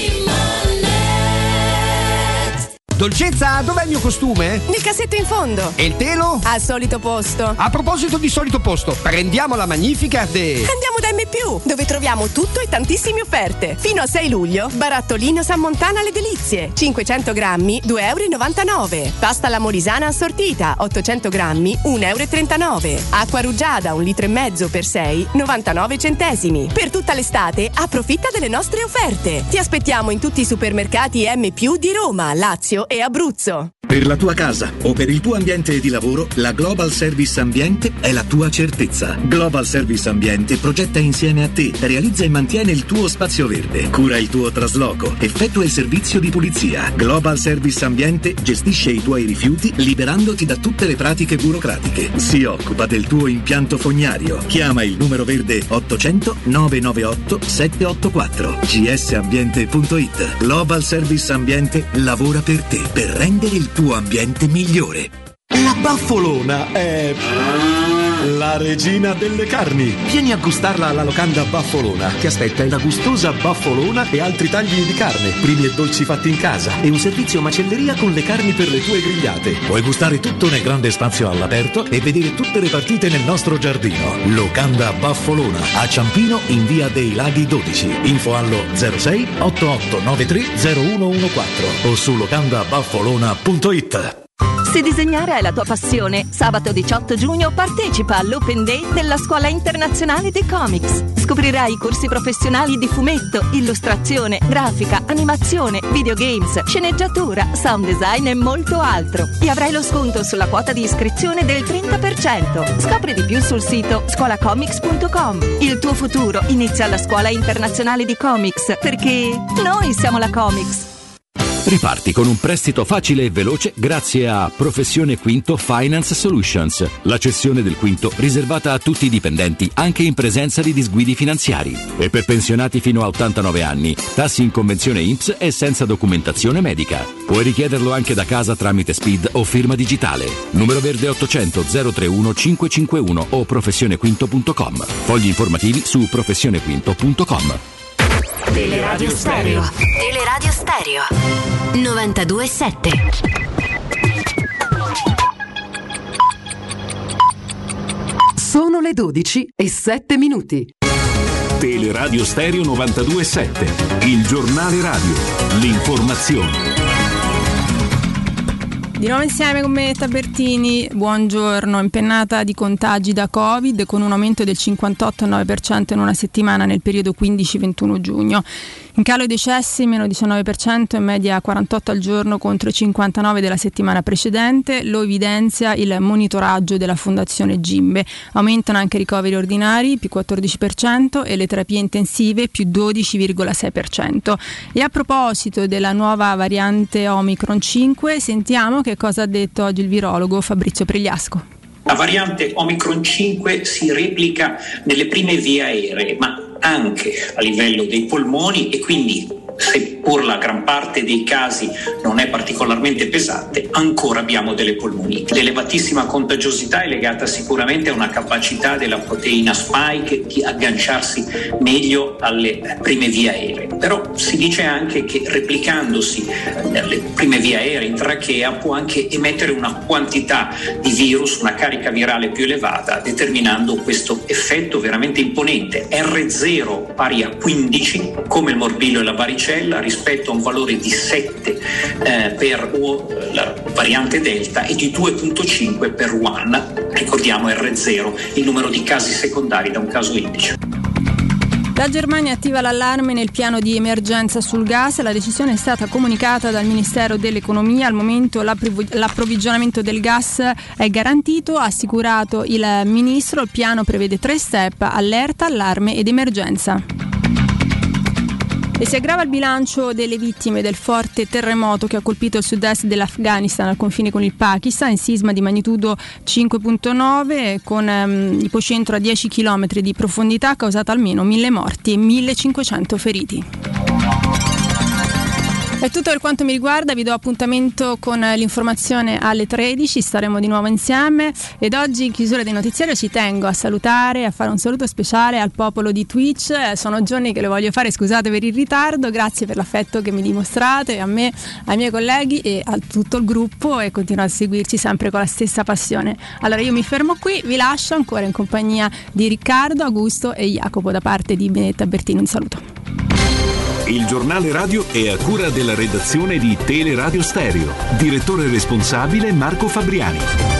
Climanet.
Dolcezza, dov'è il mio costume?
Nel cassetto in fondo.
E il telo?
Al solito posto.
A proposito di solito posto, prendiamo la Magnificat e...
Andiamo da M più, dove troviamo tutto e tantissime offerte. Fino a sei luglio, barattolino San Montana alle delizie, cinquecento grammi, due euro e novantanove. Pasta alla molisana assortita, ottocento grammi, un euro e trentanove. Acqua rugiada, un litro e mezzo per sei, novantanove centesimi. Per tutta l'estate, approfitta delle nostre offerte. Ti aspettiamo in tutti i supermercati M più di Roma, Lazio e Abruzzo.
Per la tua casa o per il tuo ambiente di lavoro, la Global Service Ambiente è la tua certezza. Global Service Ambiente progetta insieme a te, realizza e mantiene il tuo spazio verde, cura il tuo trasloco, effettua il servizio di pulizia. Global Service Ambiente gestisce i tuoi rifiuti liberandoti da tutte le pratiche burocratiche. Si occupa del tuo impianto fognario. Chiama il numero verde ottocento nove nove otto sette otto quattro g s ambiente punto i t. Global Service Ambiente lavora per te, per rendere il tuo ambiente migliore.
La Baffolona è la regina delle carni. Vieni a gustarla alla locanda Baffolona. Ti aspetta la gustosa Baffolona e altri tagli di carne, primi e dolci fatti in casa e un servizio macelleria con le carni per le tue grigliate. Puoi gustare tutto nel grande spazio all'aperto e vedere tutte le partite nel nostro giardino. Locanda Baffolona a Ciampino in via dei Laghi dodici. Info allo zero sei otto otto nove tre zero uno uno quattro o su locanda baffolona punto i t.
Se disegnare è la tua passione, sabato diciotto giugno partecipa all'Open Day della Scuola Internazionale dei Comics. Scoprirai corsi professionali di fumetto, illustrazione, grafica, animazione, videogames, sceneggiatura, sound design e molto altro. E avrai lo sconto sulla quota di iscrizione del trenta per cento. Scopri di più sul sito scuola comics punto com. Il tuo futuro inizia alla Scuola Internazionale di Comics, perché noi siamo la Comics.
Riparti con un prestito facile e veloce grazie a Professione Quinto Finance Solutions, la cessione del quinto riservata a tutti i dipendenti anche in presenza di disguidi finanziari. E per pensionati fino a ottantanove anni, tassi in convenzione I N P S e senza documentazione medica. Puoi richiederlo anche da casa tramite S P I D o firma digitale. Numero verde ottocento zero trentuno cinquecentocinquantuno o professione quinto punto com. Fogli informativi su professione quinto punto com.
Teleradio Stereo.
Teleradio Stereo novantadue sette.
Sono le dodici e sette minuti.
Teleradio Stereo novantadue sette, il giornale radio, l'informazione.
Di nuovo insieme con me Tabertini, buongiorno. Impennata di contagi da Covid con un aumento del cinquantotto virgola nove per cento in una settimana nel periodo quindici ventuno giugno. In calo i decessi, meno diciannove per cento, in media quarantotto al giorno contro i cinquantanove della settimana precedente, lo evidenzia il monitoraggio della Fondazione Gimbe. Aumentano anche i ricoveri ordinari, più quattordici per cento, e le terapie intensive, più dodici virgola sei per cento. E a proposito della nuova variante Omicron cinque, sentiamo che cosa ha detto oggi il virologo Fabrizio Pregliasco.
La variante Omicron cinque si replica nelle prime vie aeree, ma anche a livello dei polmoni, e quindi, seppur la gran parte dei casi non è particolarmente pesante, ancora abbiamo delle polmoniti. L'elevatissima contagiosità è legata sicuramente a una capacità della proteina spike di agganciarsi meglio alle prime vie aeree. Però si dice anche che replicandosi nelle prime vie aeree in trachea può anche emettere una quantità di virus, una carica virale più elevata, determinando questo effetto veramente imponente. erre zero pari a quindici, come il morbillo e la varicella, rispetto a un valore di sette eh, per uh, la variante Delta e di due virgola cinque per Wuhan. Ricordiamo erre zero, il numero di casi secondari da un caso indice.
La Germania attiva l'allarme nel piano di emergenza sul gas. La decisione è stata comunicata dal Ministero dell'Economia. Al momento l'approvvigionamento del gas è garantito, ha assicurato il Ministro. Il piano prevede tre step: allerta, allarme ed emergenza. E si aggrava il bilancio delle vittime del forte terremoto che ha colpito il sud-est dell'Afghanistan al confine con il Pakistan, in sisma di magnitudo cinque virgola nove con um, ipocentro a dieci chilometri di profondità, ha causato almeno mille morti e millecinquecento feriti. È tutto per quanto mi riguarda, vi do appuntamento con l'informazione alle tredici, staremo di nuovo insieme, ed oggi in chiusura del notiziario ci tengo a salutare, a fare un saluto speciale al popolo di Twitch. Sono giorni che lo voglio fare, scusate per il ritardo, grazie per l'affetto che mi dimostrate, a me, ai miei colleghi e a tutto il gruppo, e continuo a seguirci sempre con la stessa passione. Allora io mi fermo qui, vi lascio ancora in compagnia di Riccardo, Augusto e Jacopo da parte di Benedetta Bertini, un saluto.
Il giornale radio è a cura della redazione di Teleradio Stereo. Direttore responsabile Marco Fabriani.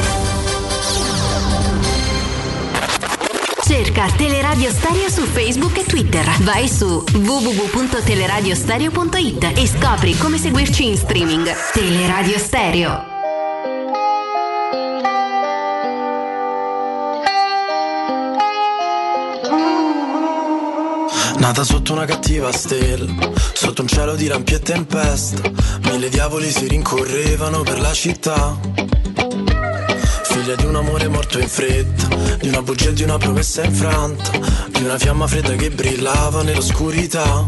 Cerca Teleradio Stereo su Facebook e Twitter. Vai su w w w punto teleradiostereo punto i t e scopri come seguirci in streaming. Teleradio Stereo.
Nata sotto una cattiva stella, sotto un cielo di lampi e tempesta, mille diavoli si rincorrevano per la città. Figlia di un amore morto in fretta, di una bugia e di una promessa infranta, di una fiamma fredda che brillava nell'oscurità.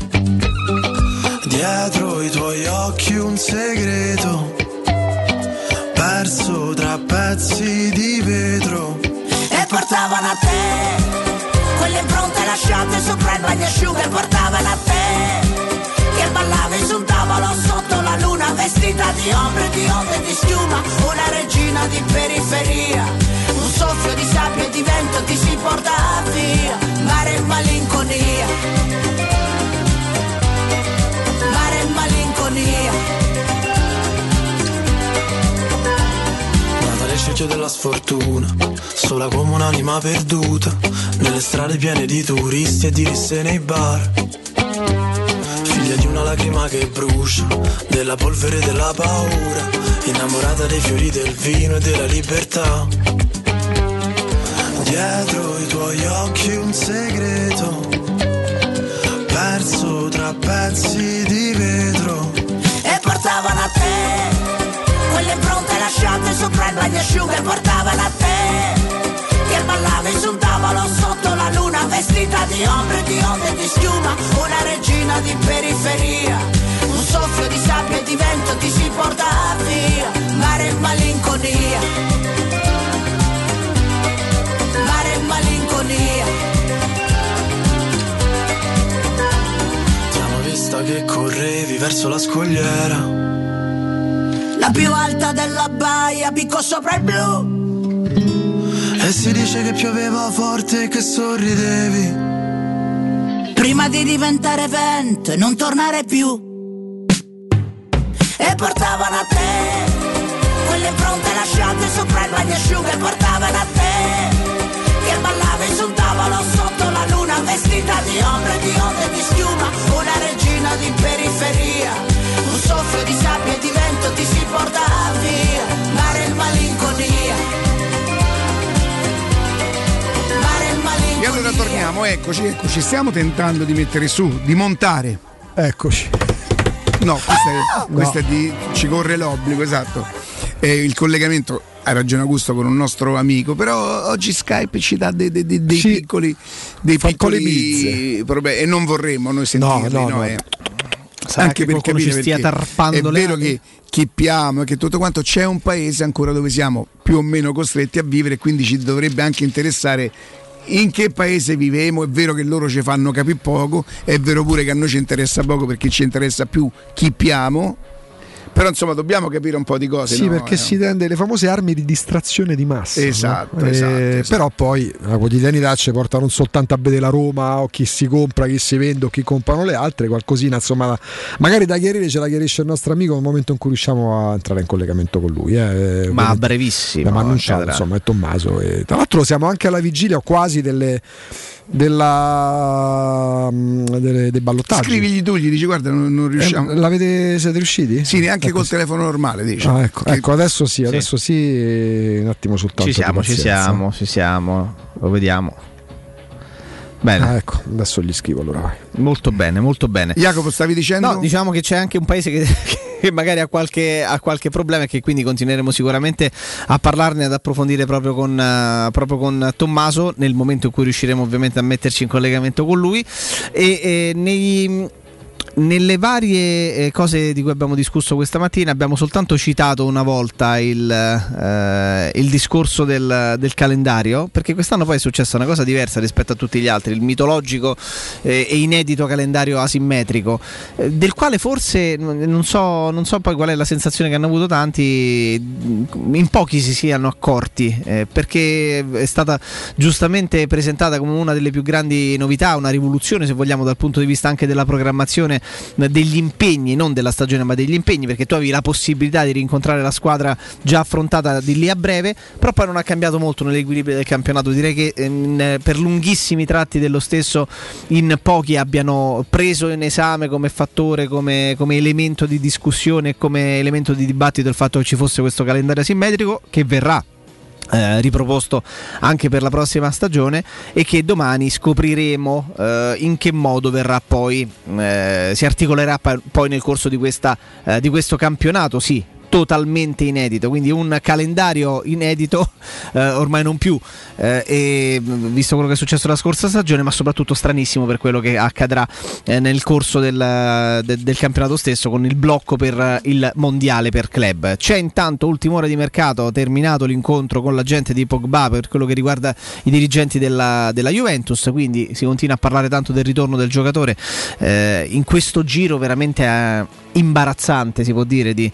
Dietro i tuoi occhi un segreto, perso tra pezzi di vetro.
E portavano a te quelle impronte lasciate sopra il bagnasciuga, e portavano a te che ballavi su un tavolo sotto la luna, vestita di ombre, di onde, di schiuma, una regina di periferia. Un soffio di sabbia e di vento ti si porta via, mare e malinconia, mare e malinconia.
Nata nel cerchio della sfortuna, sola come un'anima perduta, nelle strade piene di turisti e di risse nei bar. Figlia di una lacrima che brucia, della polvere della paura, innamorata dei fiori del vino e della libertà. Dietro i tuoi occhi un segreto, perso tra pezzi di vetro.
E portavano a te quelle impronte lasciate sopra il bagnasciuga, e portavano a te che ballavi su un tavolo sotto la luna, vestita di ombre, di onde, di schiuma, una regina di periferia. Un soffio di sabbia e di vento ti si porta via, mare e malinconia, mare e malinconia.
Ti hanno vista che correvi verso la scogliera,
la più alta della baia, picco sopra il blu.
e si dice che pioveva forte e che sorridevi
prima di diventare vento e non tornare più. E portavano a te quelle impronte lasciate sopra il bagnasciuga, e portavano a te che ballavi su un tavolo sotto la luna, vestita di ombre, di onde e di schiuma, una regina di periferia. Un soffio di sabbia e di vento ti si porta via, mare e malinconia, mare e malinconia.
E allora torniamo, eccoci, eccoci, stiamo tentando di mettere su, di montare.
Eccoci.
No, questa è,
No.
questa è di, ci corre l'obbligo, esatto. Eh, il collegamento, hai ragione Augusto, con un nostro amico, però oggi Skype ci dà dei, dei, dei, dei
Ci
piccoli, dei
fa ancora le
piccoli problemi e non vorremmo noi sentirli,
No, no,
no,
no.
eh.
Sarà
Anche
che
per
qualcuno
capire,
ci stia
perché
tarpando
è
le
vero
ali.
che chippiamo e che tutto quanto, c'è un paese ancora dove siamo più o meno costretti a vivere, e quindi ci dovrebbe anche interessare in che paese viviamo. È vero che loro ci fanno capire poco, è vero pure che a noi ci interessa poco perché ci interessa più chippiamo, però insomma dobbiamo capire un po' di cose.
Sì,
no?
perché
Eh,
si tende le famose armi di distrazione di massa.
Esatto,
no?
esatto,
Eh,
esatto.
Però poi la quotidianità ci porta non soltanto a vedere la Roma o chi si compra, chi si vende o chi comprano le altre, qualcosina insomma magari da chiarire ce la chiarisce il nostro amico nel momento in cui riusciamo a entrare in collegamento con lui. Eh.
Ma a
Ovviamente
brevissimo.
abbiamo annunciato,
accadrà.
insomma, è Tommaso. E, tra l'altro siamo anche alla vigilia quasi delle, della, delle, dei ballottaggi.
Scrivigli tu, gli dici guarda non, non riusciamo.
Eh, l'avete, siete riusciti?
Sì, neanche
Ecco,
col
sì.
telefono normale, dici.
Ah, ecco,
Che-
ecco, adesso sì,
Sì.
adesso sì, un attimo soltanto.
Ci siamo,
di
ci
pazienza.
siamo, ci siamo. Lo vediamo. Bene.
Ah, ecco, adesso gli scrivo allora. Vai.
Molto bene, molto bene.
Jacopo, stavi dicendo?
No, diciamo che c'è anche un paese che, che magari ha qualche, ha qualche problema e che quindi continueremo sicuramente a parlarne, ad approfondire proprio con, eh, proprio con Tommaso nel momento in cui riusciremo ovviamente a metterci in collegamento con lui. E, e nei... Nelle varie eh, cose di cui abbiamo discusso questa mattina abbiamo soltanto citato una volta il, eh, il discorso del, del calendario, perché quest'anno poi è successa una cosa diversa rispetto a tutti gli altri, il mitologico eh, e inedito calendario asimmetrico, eh, del quale forse non so, non so poi qual è la sensazione che hanno avuto tanti, in pochi si siano accorti, eh, perché è stata giustamente presentata come una delle più grandi novità, una rivoluzione se vogliamo dal punto di vista anche della programmazione degli impegni, non della stagione ma degli impegni, perché tu avevi la possibilità di rincontrare la squadra già affrontata di lì a breve, però poi non ha cambiato molto nell'equilibrio del campionato. Direi che ehm, per lunghissimi tratti dello stesso in pochi abbiano preso in esame come fattore, come, come elemento di discussione e come elemento di dibattito il fatto che ci fosse questo calendario asimmetrico, che verrà Eh, riproposto anche per la prossima stagione, e che domani scopriremo eh, in che modo verrà poi eh, si articolerà pa- poi nel corso di questa eh, di questo campionato, sì, totalmente inedito, quindi un calendario inedito, eh, ormai non più, eh, e visto quello che è successo la scorsa stagione, ma soprattutto stranissimo per quello che accadrà eh, nel corso del, de, del campionato stesso, con il blocco per il mondiale per club. C'è intanto ultima ora di mercato, terminato l'incontro con la gente di Pogba per quello che riguarda i dirigenti della, della Juventus, quindi si continua a parlare tanto del ritorno del giocatore eh, in questo giro veramente eh, imbarazzante, si può dire, di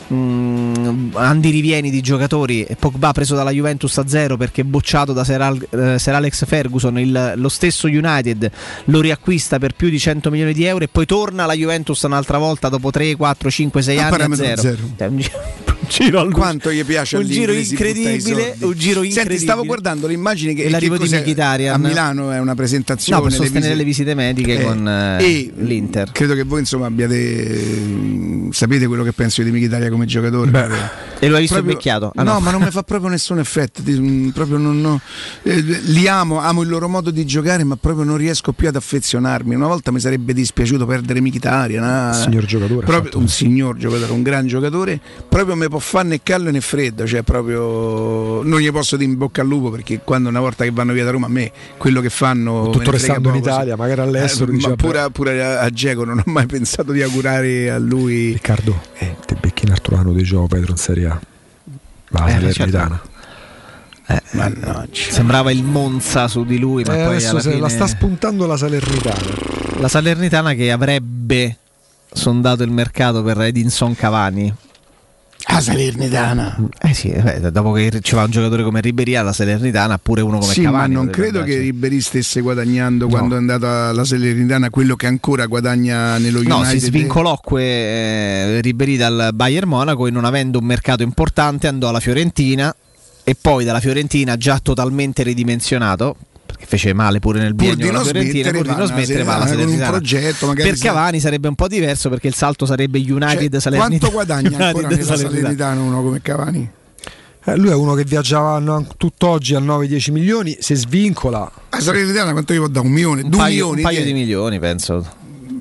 mh, andirivieni di giocatori. Pogba preso dalla Juventus a zero perché bocciato da Sir, Al- eh, Sir Alex Ferguson, il, lo stesso United lo riacquista per più di cento milioni di euro e poi torna alla Juventus un'altra volta dopo tre, quattro, cinque, sei anni a zero, zero. È un giro, un giro al
quanto gli piace
un giro incredibile, un giro incredibile.
Senti, stavo guardando le immagini che,
l'arrivo
che
di Mkhitaryan
a Milano è una presentazione,
no, per sostenere
le visite,
le visite mediche
eh,
con eh,
e
l'Inter.
Credo che voi insomma abbiate sapete quello che penso di Mkhitaryan come giocatore.
Beh, e lo hai visto
proprio,
invecchiato? Ah,
no,
no,
ma non mi fa proprio nessun effetto. Proprio non, no. eh, li amo, amo il loro modo di giocare, ma proprio non riesco più ad affezionarmi. Una volta mi sarebbe dispiaciuto perdere Mkhitaryan, ah,
signor giocatore,
proprio, un signor giocatore, un gran giocatore. Proprio mi può fare né caldo né freddo, cioè proprio non gli posso dire in bocca al lupo, perché quando una volta che vanno via da Roma, a me quello che fanno,
tutto restando in
poco,
Italia, magari all'estero,
eh,
dice,
ma pure, pure a Dzeko non ho mai pensato di augurare a lui.
Riccardo, eh, te becchi un altro anno di gioco Pedro in Serie A, la
eh,
Salernitana.
Eh, sembrava il Monza su di lui, ma
eh,
poi
adesso
alla
se
fine
la sta spuntando la Salernitana.
La Salernitana che avrebbe sondato il mercato per Edinson Cavani.
Ah, Salernitana.
Eh sì, eh, dopo che ci va un giocatore come Ribéry alla Salernitana, pure uno come
sì,
Cavani.
Ma non credo andarci. Che Ribéry stesse guadagnando, no, quando è andata alla Salernitana quello che ancora guadagna nello United.
No, si svincolò eh, Ribéry dal Bayern Monaco e, non avendo un mercato importante, andò alla Fiorentina, e poi dalla Fiorentina già totalmente ridimensionato, perché fece male pure nel biennio con la Fiorentina, pur di non smettere va alla Salernitana.
Con un progetto,
per Cavani sarebbe un po' diverso, perché il salto sarebbe United,
cioè,
Salernitana.
Quanto guadagna ancora nella Salernitana uno come Cavani?
Eh, lui è uno che viaggiava tutt'oggi a nove dieci milioni, se svincola.
La Salernitana quanto gli può dare? Un milione?
Un
due
paio,
milioni?
Un paio di milioni, penso.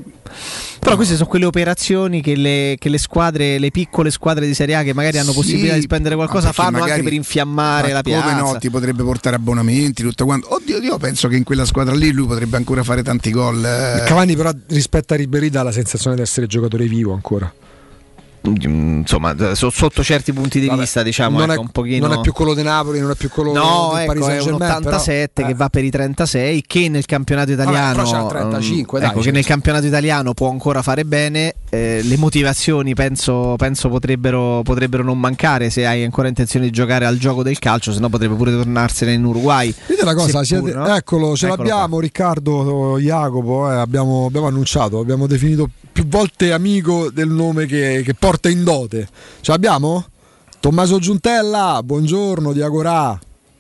Però queste sono quelle operazioni che le, che le squadre, le piccole squadre di Serie A che magari hanno
sì,
possibilità di spendere qualcosa, fanno anche per infiammare la piazza.
Come no, ti potrebbe portare abbonamenti, tutto quanto. Oddio, io penso che in quella squadra lì lui potrebbe ancora fare tanti gol. Eh.
Cavani però rispetto a Ribéry dà la sensazione di essere giocatore vivo ancora.
Insomma, sotto certi punti di
Vabbè,
vista, diciamo,
non,
ecco,
è,
un pochino...
non è più quello di Napoli, non è più quello
no,
del
ecco,
Paris Saint-Germain,
è un ottantasette
però,
che
eh.
va per i trentasei, che nel campionato italiano
Vabbè, trentacinque,
ecco,
dai,
che
certo.
nel campionato italiano può ancora fare bene. Eh, le motivazioni penso, penso potrebbero, potrebbero non mancare se hai ancora intenzione di giocare al gioco del calcio, se no potrebbe pure tornarsene in Uruguay.
Dite una cosa,
seppur,
siete,
no?
eccolo, ce
Eccolo
l'abbiamo qua. Riccardo Jacopo, eh, abbiamo, abbiamo annunciato, abbiamo definito più volte amico del nome che, che porta in dote. Ce l'abbiamo? Tommaso Giuntella, buongiorno, di Agorà.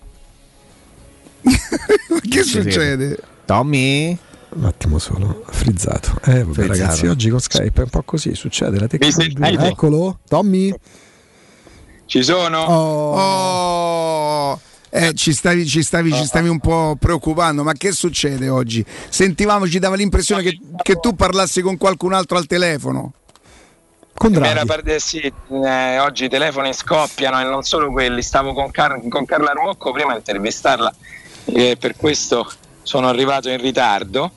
Che succede?
Tommy?
Un attimo solo, frizzato. Eh, vabbè,
Frizzato.
ragazzi, oggi con Skype è un po' così, succede la tecnologia.
Ecco.
Eccolo, Tommy?
Ci sono?
Oh, oh. Eh, ci stavi, ci, stavi, ci stavi un po' preoccupando, ma che succede oggi? Sentivamo, ci dava l'impressione che, che tu parlassi con qualcun altro al telefono.
Con
Era per, eh, sì, eh, oggi i telefoni scoppiano e non solo quelli. Stavo con, Car- con Carla Armocco prima a intervistarla, eh, per questo sono arrivato in ritardo.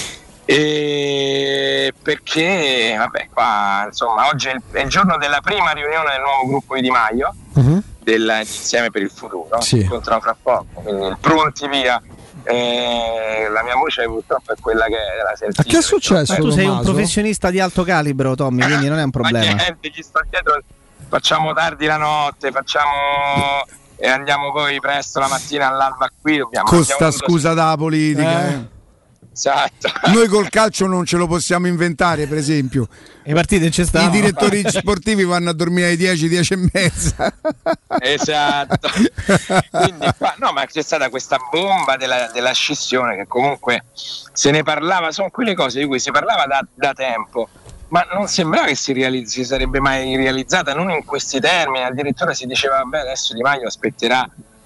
E perché vabbè, qua insomma oggi è il, è il giorno della prima riunione del nuovo gruppo di Di Maio, uh-huh. del Insieme per il Futuro,
sì.
Si incontrano fra poco, quindi pronti via. Eh, la mia voce purtroppo è quella che la sentita.
Ma che è successo?
Ma tu sei un
Tommaso?
professionista di alto calibro, Tommy, quindi non è un problema.
Ma niente, ci sto dietro, facciamo tardi la notte, facciamo e andiamo poi presto la mattina all'alba qui. Dobbiamo,
Costa scusa da politica.
Eh.
Eh.
Esatto.
Noi col calcio non ce lo possiamo inventare, per esempio.
Le partite ci stanno.
I direttori sportivi vanno a dormire alle dieci, dieci e mezza.
Esatto. Quindi qua, no, ma c'è stata questa bomba della, della scissione che comunque se ne parlava, sono quelle cose di cui si parlava da, da tempo, ma non sembrava che si, realizzi, si sarebbe mai realizzata, non in questi termini. Addirittura si diceva vabbè, adesso Di Maio aspetterà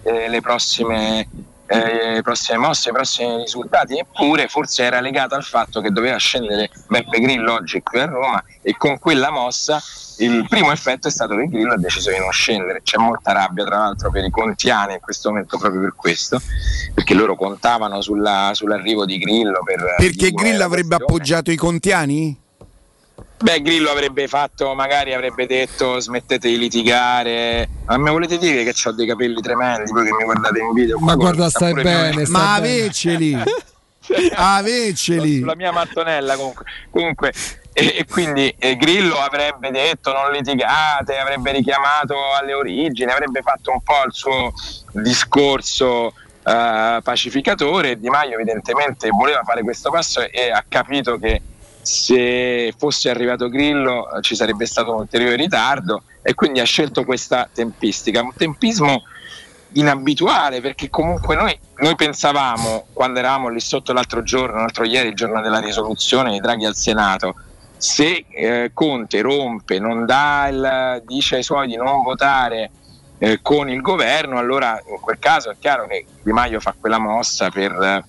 eh, le prossime eh, le prossime mosse, i prossimi risultati, eppure forse era legato al fatto che doveva scendere Beppe Grillo oggi qui a Roma, e con quella mossa il primo effetto è stato che Grillo ha deciso di non scendere. C'è molta rabbia tra l'altro per i contiani in questo momento proprio per questo, perché loro contavano sulla, sull'arrivo di Grillo per
perché Grillo avrebbe appoggiato i contiani?
Beh, Grillo avrebbe fatto, magari avrebbe detto smettete di litigare. Ma me volete dire che ho dei capelli tremendi voi che mi guardate in video?
Ma
Qua
guarda, stai bene, stai
ma
bene.
aveceli aveceli
sulla mia mattonella comunque, comunque e, e quindi eh, Grillo avrebbe detto non litigate, avrebbe richiamato alle origini, avrebbe fatto un po' il suo discorso eh, pacificatore. Di Maio evidentemente voleva fare questo passo e ha capito che se fosse arrivato Grillo ci sarebbe stato un ulteriore ritardo, e quindi ha scelto questa tempistica, un tempismo inabituale, perché comunque noi, noi pensavamo, quando eravamo lì sotto l'altro giorno, l'altro ieri, il giorno della risoluzione di Draghi al Senato, se eh, Conte rompe, non dà il, dice ai suoi di non votare eh, con il governo, allora in quel caso è chiaro che Di Maio fa quella mossa per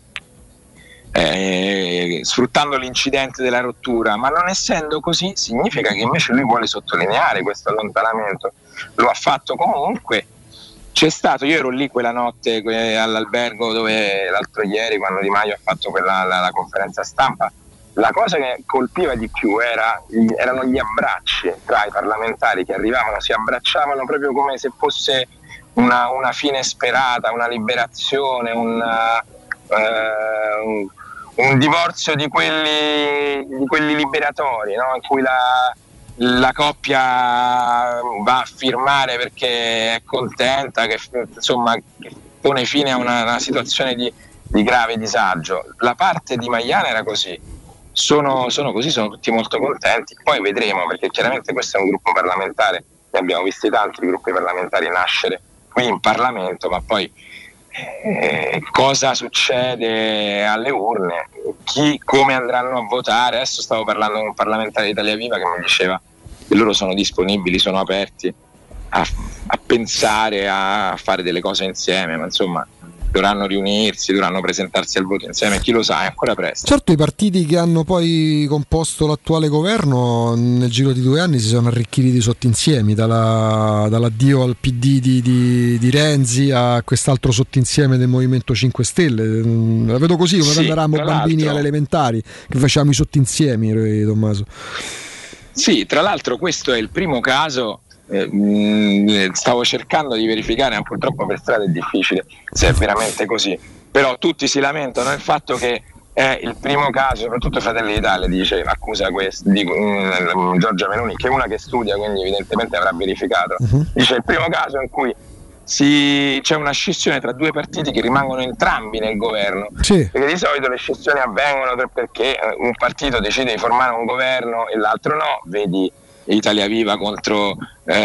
Eh, sfruttando l'incidente della rottura, ma non essendo così significa che invece lui vuole sottolineare questo allontanamento. Lo ha fatto comunque. C'è stato, io ero lì quella notte que- all'albergo dove l'altro ieri, quando Di Maio ha fatto quella, la, la conferenza stampa, la cosa che colpiva di più era, erano gli abbracci tra i parlamentari che arrivavano, si abbracciavano proprio come se fosse una, una fine sperata, una liberazione, una, uh, un, un divorzio di quelli, di quelli liberatori, no? In cui la, la coppia va a firmare perché è contenta, che insomma pone fine a una, una situazione di, di grave disagio. La parte di Maiana era così, sono, sono così, sono tutti molto contenti. Poi vedremo, perché chiaramente questo è un gruppo parlamentare, ne abbiamo visti tanti gruppi parlamentari nascere qui in Parlamento, ma poi Eh, cosa succede alle urne, chi, come andranno a votare. Adesso stavo parlando con un parlamentare di Italia Viva che mi diceva che loro sono disponibili, sono aperti a, a pensare a fare delle cose insieme, ma insomma dovranno riunirsi, dovranno presentarsi al voto insieme, chi lo sa, è ancora presto.
Certo, i partiti che hanno poi composto l'attuale governo nel giro di due anni si sono arricchiti di sottinsiemi, dalla, dall'addio al P D di, di, di Renzi a quest'altro sottinsieme del Movimento cinque Stelle. La vedo così, come
Sì,
quando eravamo bambini alle elementari che facevamo i sottinsiemi, Tommaso.
Sì, tra l'altro questo è il primo caso. Eh, mh, stavo cercando di verificare, ma purtroppo per strada è difficile se è veramente così, però tutti si lamentano del fatto che è il primo caso, soprattutto Fratelli d'Italia dice, accusa questo, di, mh, Giorgia Meloni, che è una che studia, quindi evidentemente avrà verificato, uh-huh. Dice il primo caso in cui si, c'è una scissione tra due partiti che rimangono entrambi nel governo, sì. Perché di solito le scissioni avvengono perché un partito decide di formare un governo e l'altro no, vedi Italia Viva contro,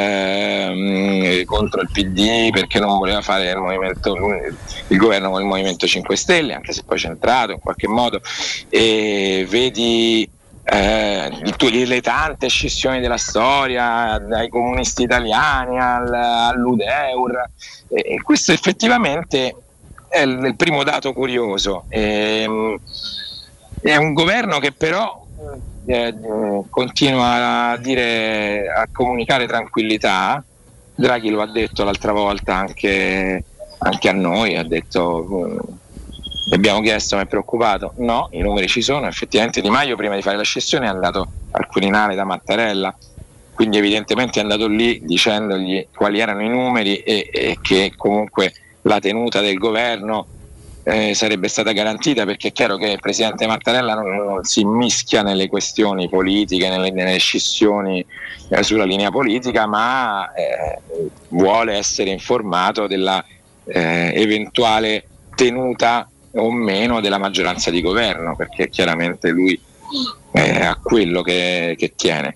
ehm, contro il P D perché non voleva fare il, movimento, il governo con il Movimento cinque Stelle, anche se poi c'è entrato in qualche modo, e vedi eh, le tante scissioni della storia, dai comunisti italiani al, all'U D E U R, e questo effettivamente è il, il primo dato curioso. E, è un governo che però Eh, continua a dire, a comunicare tranquillità. Draghi lo ha detto l'altra volta anche, anche a noi, ha detto, gli abbiamo chiesto ma è preoccupato? No, i numeri ci sono. Effettivamente Di Maio prima di fare la scissione è andato al Quirinale da Mattarella, quindi evidentemente è andato lì dicendogli quali erano i numeri e, e che comunque la tenuta del governo Eh, sarebbe stata garantita, perché è chiaro che il presidente Mattarella non, non si mischia nelle questioni politiche, nelle, nelle scissioni eh, sulla linea politica, ma eh, vuole essere informato della eh, eventuale tenuta o meno della maggioranza di governo, perché chiaramente lui è a quello che, che tiene.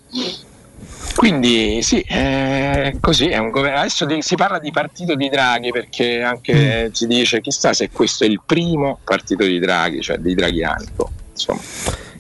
Quindi sì, è così, è un governo. Adesso di, si parla di partito di Draghi, perché anche mm. si dice chissà se questo è il primo partito di Draghi, cioè dei draghiani, insomma.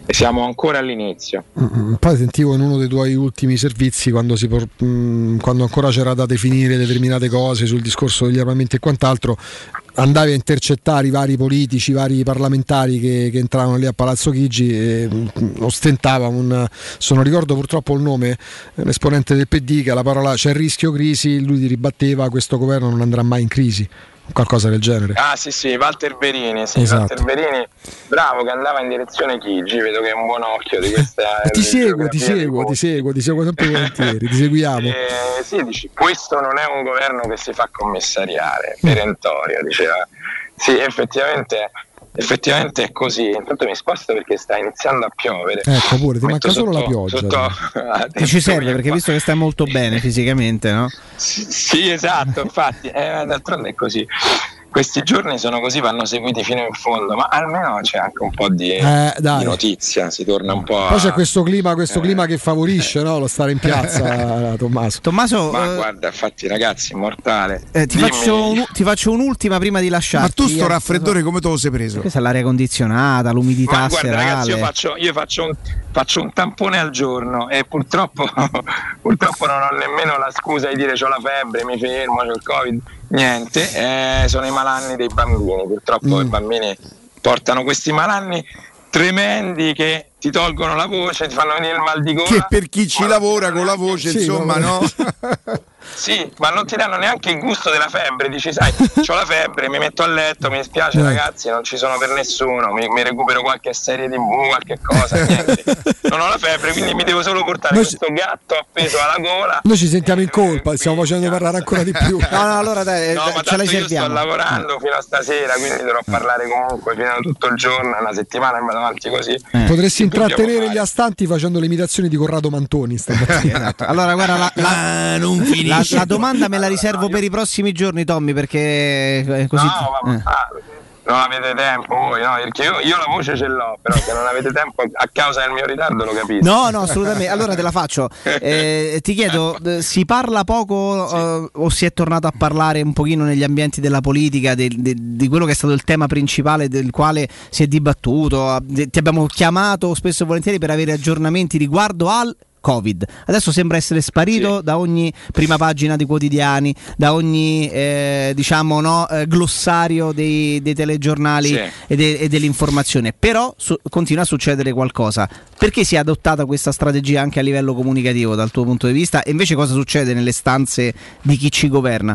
e siamo ancora all'inizio.
Mm-mm. Poi sentivo in uno dei tuoi ultimi servizi quando, si por- mh, quando ancora c'era da definire determinate cose sul discorso degli armamenti e quant'altro, andavi a intercettare i vari politici, i vari parlamentari che, che entravano lì a Palazzo Chigi e mh, ostentava un, se non ricordo purtroppo il nome, un esponente del P D, che alla parola c'è il rischio crisi, lui ti ribatteva: questo governo non andrà mai in crisi, qualcosa del genere.
Ah sì sì, Walter Verini, sì,
Esatto.
Walter Verini, bravo, che andava in direzione Chigi, vedo che è un buon occhio di questa.
ti seguo, ti seguo, ti seguo, ti seguo sempre volentieri, ti seguiamo.
Eh, sì, dici, questo non è un governo che si fa commissariare, perentorio, diceva. Sì, effettivamente, effettivamente è così. Intanto mi sposto perché sta iniziando a piovere.
Ecco pure, ti manca
Metto
solo
sotto-
la pioggia.
sotto-
Che ci serve, perché visto che stai molto bene fisicamente, no?
Sì, esatto, infatti, eh, d'altronde è così. Questi giorni sono così, vanno seguiti fino in fondo, ma almeno c'è anche un po' di,
Eh, dai.
di notizia, si torna un po' a...
Poi c'è questo clima, questo
Eh.
clima che favorisce, no? Lo stare in piazza, Tommaso.
Tommaso,
Ma
eh,
guarda, infatti ragazzi, mortale.
eh, ti,
Dimmi-
faccio un- ti faccio un'ultima prima di
Ma
lasciarti.
tu sto
Eh,
raffreddore come te lo sei preso?
Questa è l'aria condizionata, l'umidità
Ma guarda ragazzi, io
serale.
faccio, io faccio, un, faccio un tampone al giorno e purtroppo, purtroppo non ho nemmeno la scusa di dire c'ho la febbre, mi fermo, c'ho il Covid, niente, eh, sono i malanni dei bambini, purtroppo
Mm.
i bambini portano questi malanni tremendi che ti tolgono la voce, ti fanno venire il mal di gola.
Che per chi ci lavora con la voce,
Sì,
insomma,
no?
no?
Sì, ma non ti danno neanche il gusto della febbre, dici sai, c'ho la febbre, mi metto a letto, mi dispiace
Eh.
ragazzi, non ci sono per nessuno, mi, mi recupero qualche serie tivù, qualche cosa, niente. Non ho la febbre, quindi mi devo solo portare
Noi
questo gatto appeso alla gola.
Noi ci sentiamo in colpa, stiamo facendo parlare ancora di più.
No, no, allora dai,
No,
eh,
ma
ce la
tanto io sto
riserviamo.
lavorando fino a stasera, quindi dovrò parlare comunque fino a tutto il giorno, una settimana e vado avanti così.
Potresti
Che dobbiamo
intrattenere
fare?
gli astanti facendo le imitazioni di Corrado Mantoni stamattina.
Esatto. Allora, guarda, la, la-
Ah, non
la-
finisce.
la domanda me la riservo per i prossimi giorni, Tommy, perché è così.
No, ma
eh.
ah, non avete tempo voi, no? Perché io, io la voce ce l'ho, però se non avete tempo a causa del mio ritardo lo capisco.
No, no, assolutamente. Allora te la faccio. Eh, ti chiedo, eh, si parla poco eh, o si è tornato a parlare un pochino negli ambienti della politica de- de- di quello che è stato il tema principale del quale si è dibattuto? Eh, Ti abbiamo chiamato spesso e volentieri per avere aggiornamenti riguardo al Covid. Adesso sembra essere sparito
Sì.
da ogni prima pagina di quotidiani, da ogni eh, diciamo no, eh, glossario dei, dei telegiornali
Sì.
e, de- e dell'informazione. Però su- continua a succedere qualcosa. Perché si è adottata questa strategia anche a livello comunicativo dal tuo punto di vista? E invece cosa succede nelle stanze di chi ci governa?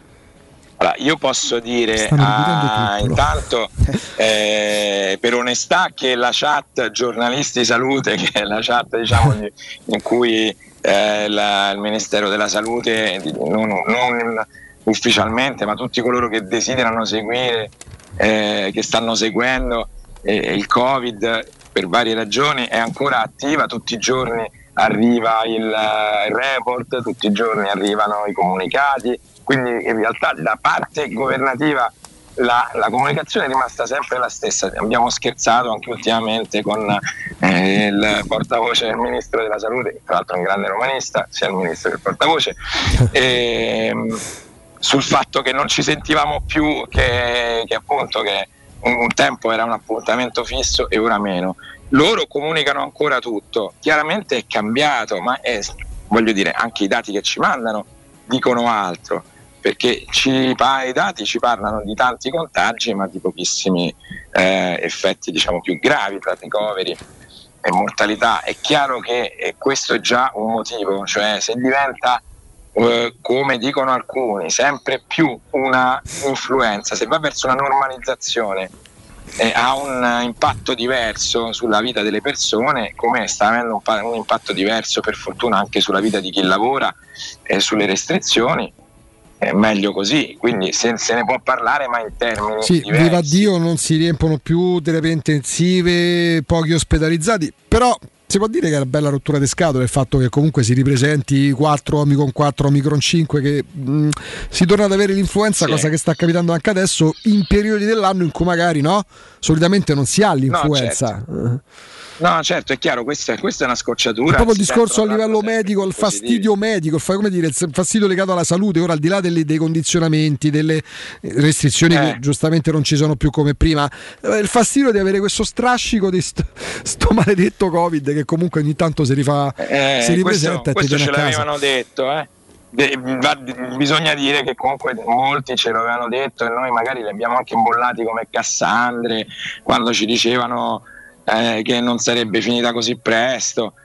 Allora, io posso dire
Stanno ripetendo
ah,
tutto.
intanto eh, per onestà che la chat giornalisti salute, che è la chat diciamo di- in cui eh, la- il Ministero della Salute di- non, non ufficialmente, ma tutti coloro che desiderano seguire, eh, che stanno seguendo eh, il Covid per varie ragioni, è ancora attiva. Tutti i giorni arriva il, eh, il report, tutti i giorni arrivano i comunicati, quindi in realtà da parte governativa la, la comunicazione è rimasta sempre la stessa. Abbiamo scherzato anche ultimamente con eh, il portavoce del Ministro della Salute, che tra l'altro è un grande romanista, sia il Ministro che il portavoce, ehm, sul fatto che non ci sentivamo più, che, che appunto che un, un tempo era un appuntamento fisso e ora meno. Loro comunicano ancora tutto, chiaramente è cambiato, ma è, voglio dire, anche i dati che ci mandano dicono altro, perché ci, pa- i dati ci parlano di tanti contagi ma di pochissimi eh, effetti diciamo più gravi tra ricoveri e mortalità. È chiaro che eh, questo è già un motivo, cioè se diventa eh, come dicono alcuni sempre più una influenza, se va verso una normalizzazione eh, ha un impatto diverso sulla vita delle persone, come sta avendo un, pa- un impatto diverso per fortuna anche sulla vita di chi lavora e sulle restrizioni. È meglio così, quindi se, se ne può parlare ma in termini
Sì,
diversi.
viva Dio, non si riempiono più terapie intensive, pochi ospedalizzati, però si può dire che è una bella rottura di scatole il fatto che comunque si ripresenti quattro Omicron quattro, Omicron cinque, che mh, si torna ad avere l'influenza,
Sì.
cosa che sta capitando anche adesso in periodi dell'anno in cui magari no, solitamente non si ha l'influenza.
No, certo. No, certo, è chiaro, questa è, questa è una scocciatura.
È proprio il
Si
discorso a
sentono
livello
sempre
medico, il
positivi.
fastidio medico, il fa- come dire, il fastidio legato alla salute, ora al di là delle- dei condizionamenti, delle restrizioni
Eh.
che giustamente non ci sono più come prima, eh, il fastidio di avere questo strascico di sto, sto maledetto Covid che comunque ogni tanto si rifà,
Eh,
si
questo
ripresenta e ti
questo
tiene
ce
a casa.
l'avevano detto, eh. De- va- bisogna dire che comunque molti ce l'avevano detto e noi magari li abbiamo anche imbollati come Cassandre quando ci dicevano eh, che non sarebbe finita così presto.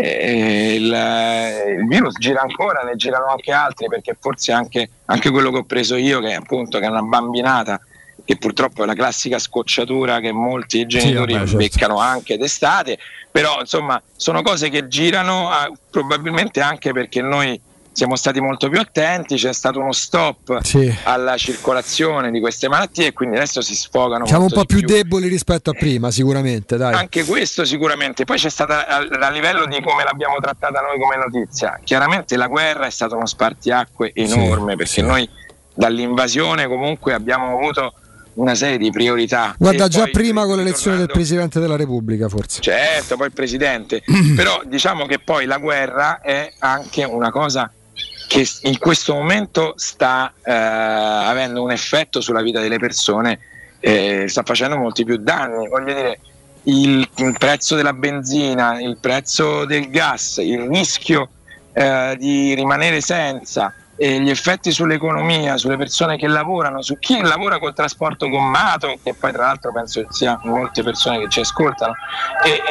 E il, il virus gira ancora, ne girano anche altri, perché forse anche, anche quello che ho preso io, che appunto che è una bambinata, che purtroppo è la classica scocciatura che molti genitori
vabbè, certo.
beccano anche d'estate, però insomma sono cose che girano, ah, probabilmente anche perché noi siamo stati molto più attenti, c'è stato uno stop
Sì.
alla circolazione di queste malattie e quindi adesso si sfogano
Siamo un
molto
po'
di
più deboli rispetto a prima, sicuramente, dai.
anche questo sicuramente. Poi c'è stata a, a livello di come l'abbiamo trattata noi come notizia, chiaramente la guerra è stato uno spartiacque enorme,
Sì,
perché
sì.
noi dall'invasione comunque abbiamo avuto una serie di priorità.
Guarda,
E
già
poi,
prima con l'elezione del
ritornando-
Presidente della Repubblica, forse.
Certo, poi il presidente. Però diciamo che poi la guerra è anche una cosa che in questo momento sta eh, avendo un effetto sulla vita delle persone, eh, sta facendo molti più danni. Voglio dire, il, il prezzo della benzina, il prezzo del gas, il rischio eh, di rimanere senza, e gli effetti sull'economia, sulle persone che lavorano, su chi lavora col trasporto gommato, che poi tra l'altro penso sia molte persone che ci ascoltano, e,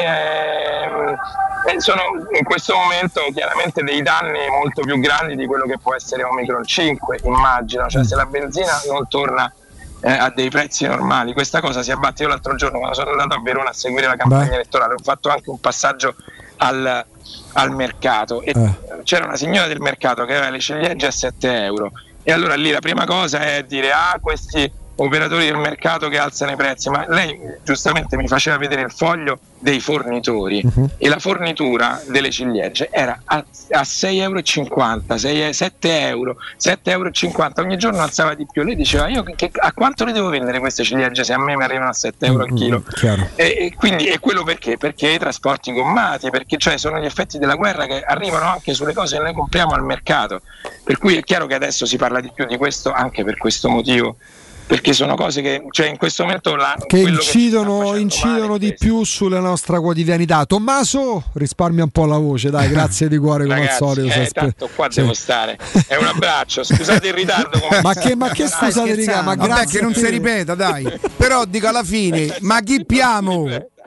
ehm, e sono in questo momento chiaramente dei danni molto più grandi di quello che può essere Omicron cinque, immagino, cioè se la benzina non torna eh, a dei prezzi normali, questa cosa si abbatte. Io l'altro giorno quando sono andato a Verona a seguire la campagna
Beh.
elettorale ho fatto anche un passaggio al, al mercato e
Eh.
c'era una signora del mercato che aveva le ciliegie a sette euro e allora lì la prima cosa è dire ah questi operatori del mercato che alzano i prezzi, ma lei giustamente mi faceva vedere il foglio dei fornitori
Uh-huh.
e la fornitura delle ciliegie era a, a sei euro e cinquanta, sei, sette euro, sette euro e cinquanta, ogni giorno alzava di più. Lei diceva io che, che- a quanto le devo vendere queste ciliegie se a me mi arrivano a sette euro al chilo?
Chiaro.
E, e quindi è quello perché? Perché i trasporti gommati, perché cioè sono gli effetti della guerra che arrivano anche sulle cose che noi compriamo al mercato, per cui è chiaro che adesso si parla di più di questo anche per questo motivo, perché sono cose che cioè in questo momento la,
Che
quello
incidono, incidono di più sulla nostra quotidianità. Tommaso, risparmia un po' la voce, dai, grazie di cuore come
Ragazzi,
al solito.
eh,
sei spe-
tanto qua
sì.
devo stare. È un abbraccio, scusate il ritardo. come
Ma che, ma che
Stai
scusate, raga, ma
Vabbè,
grazie
che non
a te.
si ripeta, dai. Però dico alla fine, ma chi piamo?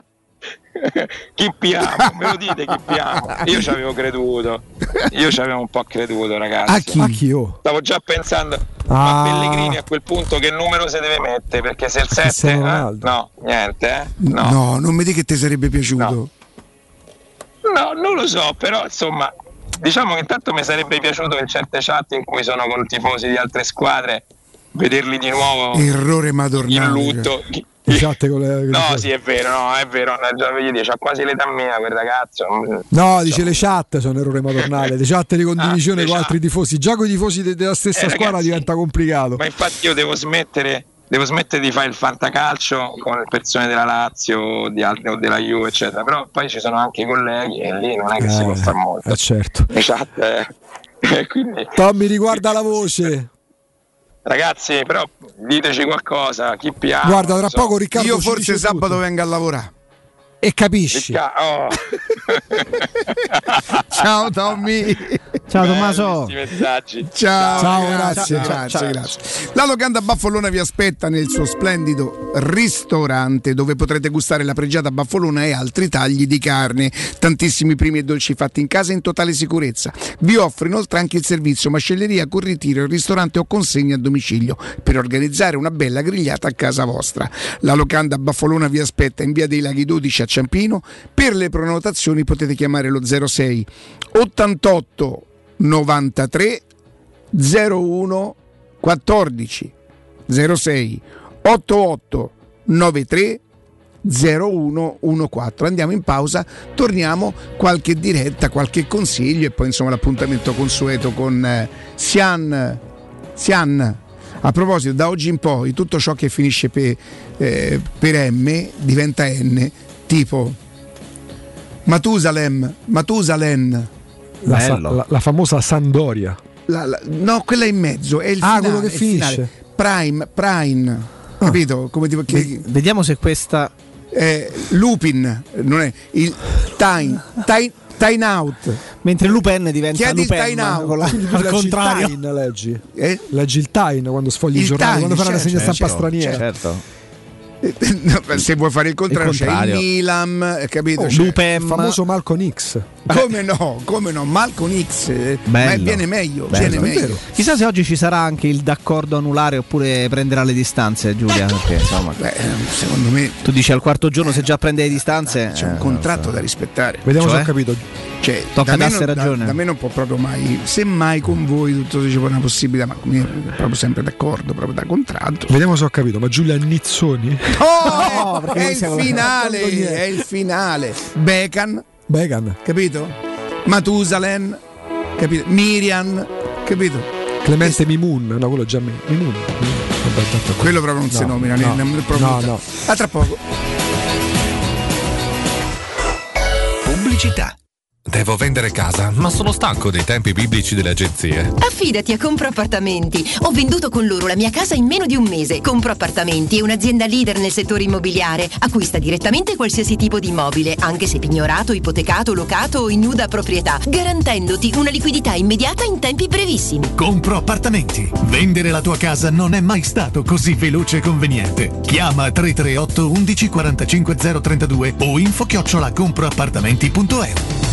Chi piamo? Me lo dite chi piamo? Io ci avevo creduto. Io ci avevo un po' creduto, ragazzi.
A chi? A chi io?
Stavo già pensando
Ah.
a Pellegrini a quel punto che numero si deve mettere, perché se il sette
Cristiano
eh?
Ronaldo.
no, niente, eh?
No.
No.
non mi dica che ti sarebbe piaciuto.
No, non lo so, però insomma, diciamo che intanto mi sarebbe piaciuto in certe chat in cui sono con tifosi di altre squadre vederli di nuovo
Errore
in
madornale.
lutto.
I chat con le-
No, sì, è vero, no, è vero, no, già voglio dire, c'ha quasi l'età mia quel ragazzo.
No, dice le chat sono errore madornale, le chat di condivisione
Ah, le
con
chat.
altri tifosi. Già con i tifosi de- della stessa
Eh,
squadra
ragazzi,
diventa complicato.
Ma infatti io devo smettere, devo smettere di fare il fantacalcio con le persone della Lazio o, di altre, o della Juve, eccetera. Però poi ci sono anche i colleghi e lì non è che si può fare molto.
Eh, certo.
Le chat, eh, quindi,
Tommy, riguarda la voce.
ragazzi, però diteci qualcosa, chi piace.
Guarda, tra poco Riccardo
Io
ci
forse
dice
sabato
tutto.
vengo a lavorare.
E capisci.
Oh.
Ciao Tommy.
Ciao Tommaso.
Questi messaggi.
Ciao,
Ciao,
grazie,
grazie.
grazie,
Ciao.
grazie. La locanda Baffolona vi aspetta nel suo splendido ristorante dove potrete gustare la pregiata baffolona e altri tagli di carne, tantissimi primi e dolci fatti in casa in totale sicurezza. Vi offro inoltre anche il servizio macelleria con ritiro, ristorante o consegna a domicilio per organizzare una bella grigliata a casa vostra. La locanda Baffolona vi aspetta in via dei Laghi dodici a Ciampino. Per le prenotazioni potete chiamare lo zero sei ottantotto novantatré zero uno quattordici zero sei ottantotto novantatré zero uno quattordici. Andiamo in pausa, torniamo, qualche diretta, qualche consiglio e poi insomma l'appuntamento consueto con eh, Sian Sian. A proposito, da oggi in poi tutto ciò che finisce per, eh, per M diventa N, tipo Matusalem, Matusalem.
La, sa- la, la famosa Sampdoria.
La, la, no, quella in mezzo è il
ah,
finale,
quello che
il
finisce.
Finale. Prime, Prime, ah. capito? Come ti, che,
vediamo se questa
eh, Lupin non è il time, time, time out.
Mentre Lupin diventa
Chiedi
Lupin
il time out.
con la, al contrario.
Il time, leggi.
Eh?
Leggi il time quando sfogli il giornale, quando fai una
certo,
rassegna stampa
certo,
straniera.
Certo.
Se vuoi fare il contrario,
il contrario.
c'è il Milan, capito?
Oh,
C'è
il famoso Malcolm X.
Come no, come no, Malcolm X, ma viene meglio,
Bello.
viene meglio.
Chissà se oggi ci sarà anche il d'accordo anulare oppure prenderà le distanze, Giulia, perché insomma,
beh, secondo me
tu dici al quarto giorno se già prende le distanze
c'è un
eh,
contratto
so.
da rispettare.
Vediamo
cioè?
se ho capito.
Cioè,
tocca
da
darsi
me non,
ragione.
Da, da me non può proprio mai, semmai con voi tutto c'è una possibilità, ma con io proprio sempre d'accordo, proprio da contratto.
Vediamo se ho capito, ma Giulia Nizzoni?
Oh,
no,
è il finale, è il finale. Becan,
Becan,
capito? Matusalem, capito? Miriam, capito?
Clemente Mimun, no, quello già me. Mimun.
Quello proprio non
no,
si nomina,
no,
ne, ne, proprio
no, no.
A tra poco.
Pubblicità. Devo vendere casa, ma sono stanco dei tempi biblici delle agenzie.
Affidati a Compro Appartamenti. Ho venduto con loro la mia casa in meno di un mese. Compro Appartamenti è un'azienda leader nel settore immobiliare. Acquista direttamente qualsiasi tipo di immobile, anche se pignorato, ipotecato, locato o in nuda proprietà, garantendoti una liquidità immediata in tempi brevissimi.
Compro Appartamenti. Vendere la tua casa non è mai stato così veloce e conveniente. Chiama tre tre otto undici quarantacinque zero trentadue o info chiocciola comproappartamenti punto e u.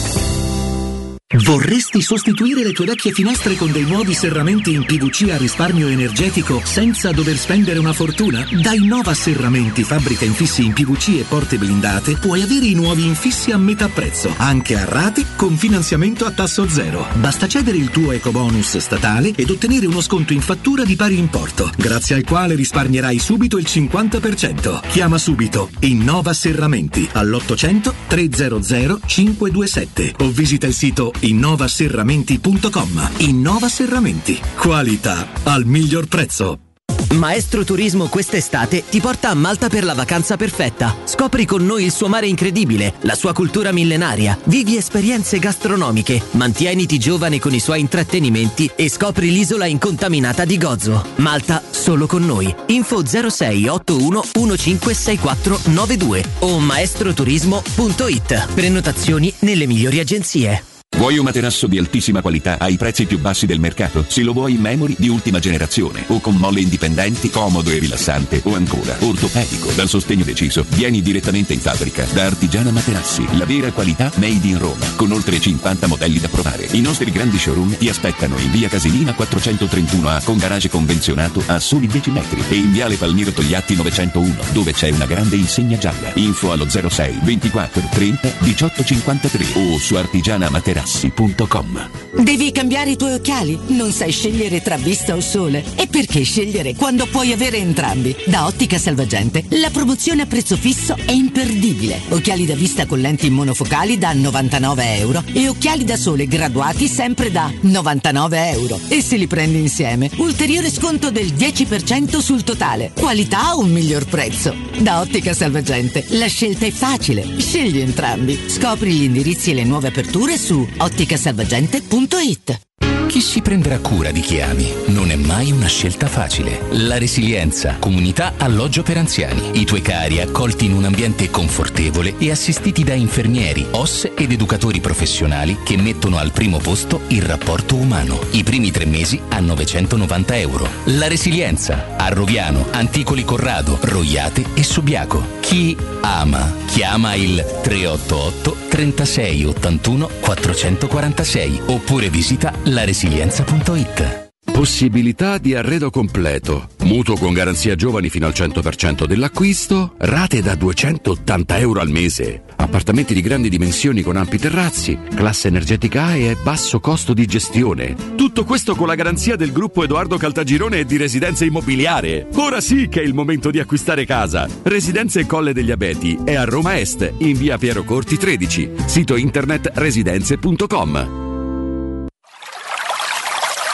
Vorresti sostituire le tue vecchie finestre con dei nuovi serramenti in P V C a risparmio energetico senza dover spendere una fortuna? Da Innova Serramenti, fabbrica infissi in P V C e porte blindate, puoi avere i nuovi infissi a metà prezzo, anche a rate con finanziamento a tasso zero. Basta cedere il tuo ecobonus statale ed ottenere uno sconto in fattura di pari importo, grazie al quale risparmierai subito il cinquanta per cento. Chiama subito Innova Serramenti all'ottocento trecento cinque due sette o visita il sito innova serramenti punto com. Innova Serramenti. Qualità al miglior prezzo.
Maestro Turismo quest'estate ti porta a Malta per la vacanza perfetta. Scopri con noi il suo mare incredibile, la sua cultura millenaria, vivi esperienze gastronomiche, mantieniti giovane con i suoi intrattenimenti e scopri l'isola incontaminata di Gozo. Malta solo con noi. Info zero sei otto uno uno cinque sei quattro nove due o maestroturismo punto it. Prenotazioni nelle migliori agenzie.
Vuoi un materasso di altissima qualità ai prezzi più bassi del mercato? Se lo vuoi in memory di ultima generazione o con molle indipendenti, comodo e rilassante o ancora ortopedico dal sostegno deciso, vieni direttamente in fabbrica da Artigiana Materassi, la vera qualità made in Roma, con oltre cinquanta modelli da provare. I nostri grandi showroom ti aspettano in via Casilina quattrocentotrentuno A con garage convenzionato a soli dieci metri e in viale Palmiro Togliatti novecentouno dove c'è una grande insegna gialla. Info allo zero sei ventiquattro trenta diciotto cinquantatré o su artigiana materassi punto com.
Devi cambiare i tuoi occhiali? Non sai scegliere tra vista o sole? E perché scegliere quando puoi avere entrambi? Da Ottica Salvagente la promozione a prezzo fisso è imperdibile. Occhiali da vista con lenti monofocali da novantanove euro e occhiali da sole graduati sempre da novantanove euro. E se li prendi insieme, ulteriore sconto del dieci per cento sul totale. Qualità o un miglior prezzo? Da Ottica Salvagente la scelta è facile. Scegli entrambi. Scopri gli indirizzi e le nuove aperture su ottica salvagente punto it.
Chi si prenderà cura di chi ami? Non è mai una scelta facile. La Resilienza, comunità alloggio per anziani. I tuoi cari accolti in un ambiente confortevole e assistiti da infermieri, O S ed educatori professionali che mettono al primo posto il rapporto umano. I primi tre mesi a novecentonovanta euro. La Resilienza, a Roviano, Anticoli Corrado, Roiate e Subiaco. Chi ama, chiama il tre otto otto trentasei ottantuno quattrocentoquarantasei oppure visita la resilienza punto it.
Possibilità di arredo completo, mutuo con garanzia giovani fino al cento per cento dell'acquisto, rate da duecentottanta euro al mese, appartamenti di grandi dimensioni con ampi terrazzi, classe energetica A e basso costo di gestione. Tutto questo con la garanzia del gruppo Edoardo Caltagirone e di Residenza Immobiliare. Ora sì che è il momento di acquistare casa. Residenze Colle degli Abeti è a Roma Est, in via Piero Corti tredici, sito internet residenze punto com.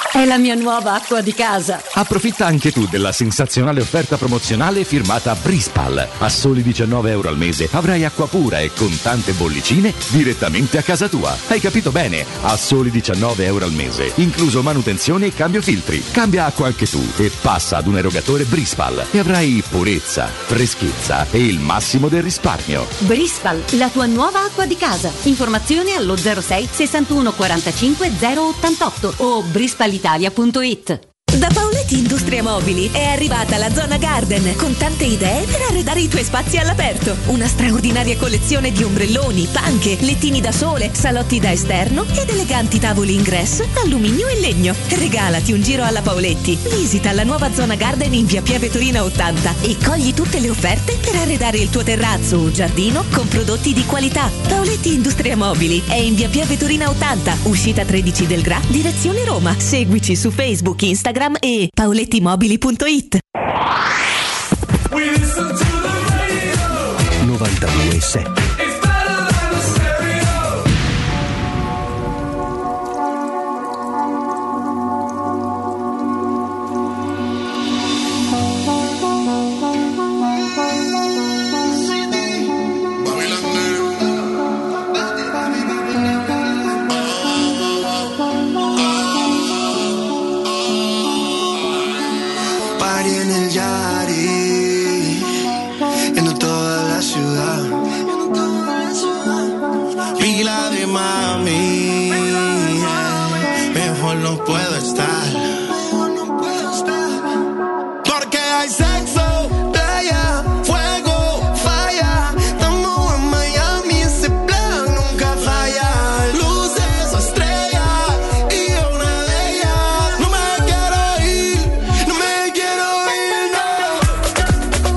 È la mia nuova acqua di casa.
Approfitta anche tu della sensazionale offerta promozionale firmata Brispal. A soli diciannove euro al mese avrai acqua pura e con tante bollicine direttamente a casa tua. Hai capito bene? A soli diciannove euro al mese, incluso manutenzione e cambio filtri. Cambia acqua anche tu e passa ad un erogatore Brispal e avrai purezza, freschezza e il massimo del risparmio.
Brispal, la tua nuova acqua di casa. Informazioni allo zero sei sessantuno quarantacinque zero ottantotto o brispal italia punto it.
Da Paoletti Industria Mobili è arrivata la Zona Garden con tante idee per arredare i tuoi spazi all'aperto. Una straordinaria collezione di ombrelloni, panche, lettini da sole, salotti da esterno ed eleganti tavoli ingresso d'alluminio e legno. Regalati un giro alla Paoletti. Visita la nuova Zona Garden in via Pieve Torina ottanta e cogli tutte le offerte per arredare il tuo terrazzo o giardino con prodotti di qualità. Paoletti Industria Mobili è in via Pieve Torina ottanta, uscita tredici del Gra, direzione Roma. Seguici su Facebook, Instagram e paolettimobili punto it.
novantadue e sette.
Pila de mami, mejor no puedo estar, porque hay sexo, playa, fuego, falla. Estamos en Miami, ese plan nunca falla. Luces, estrellas y una de ellas. No me quiero ir, no me quiero ir, no.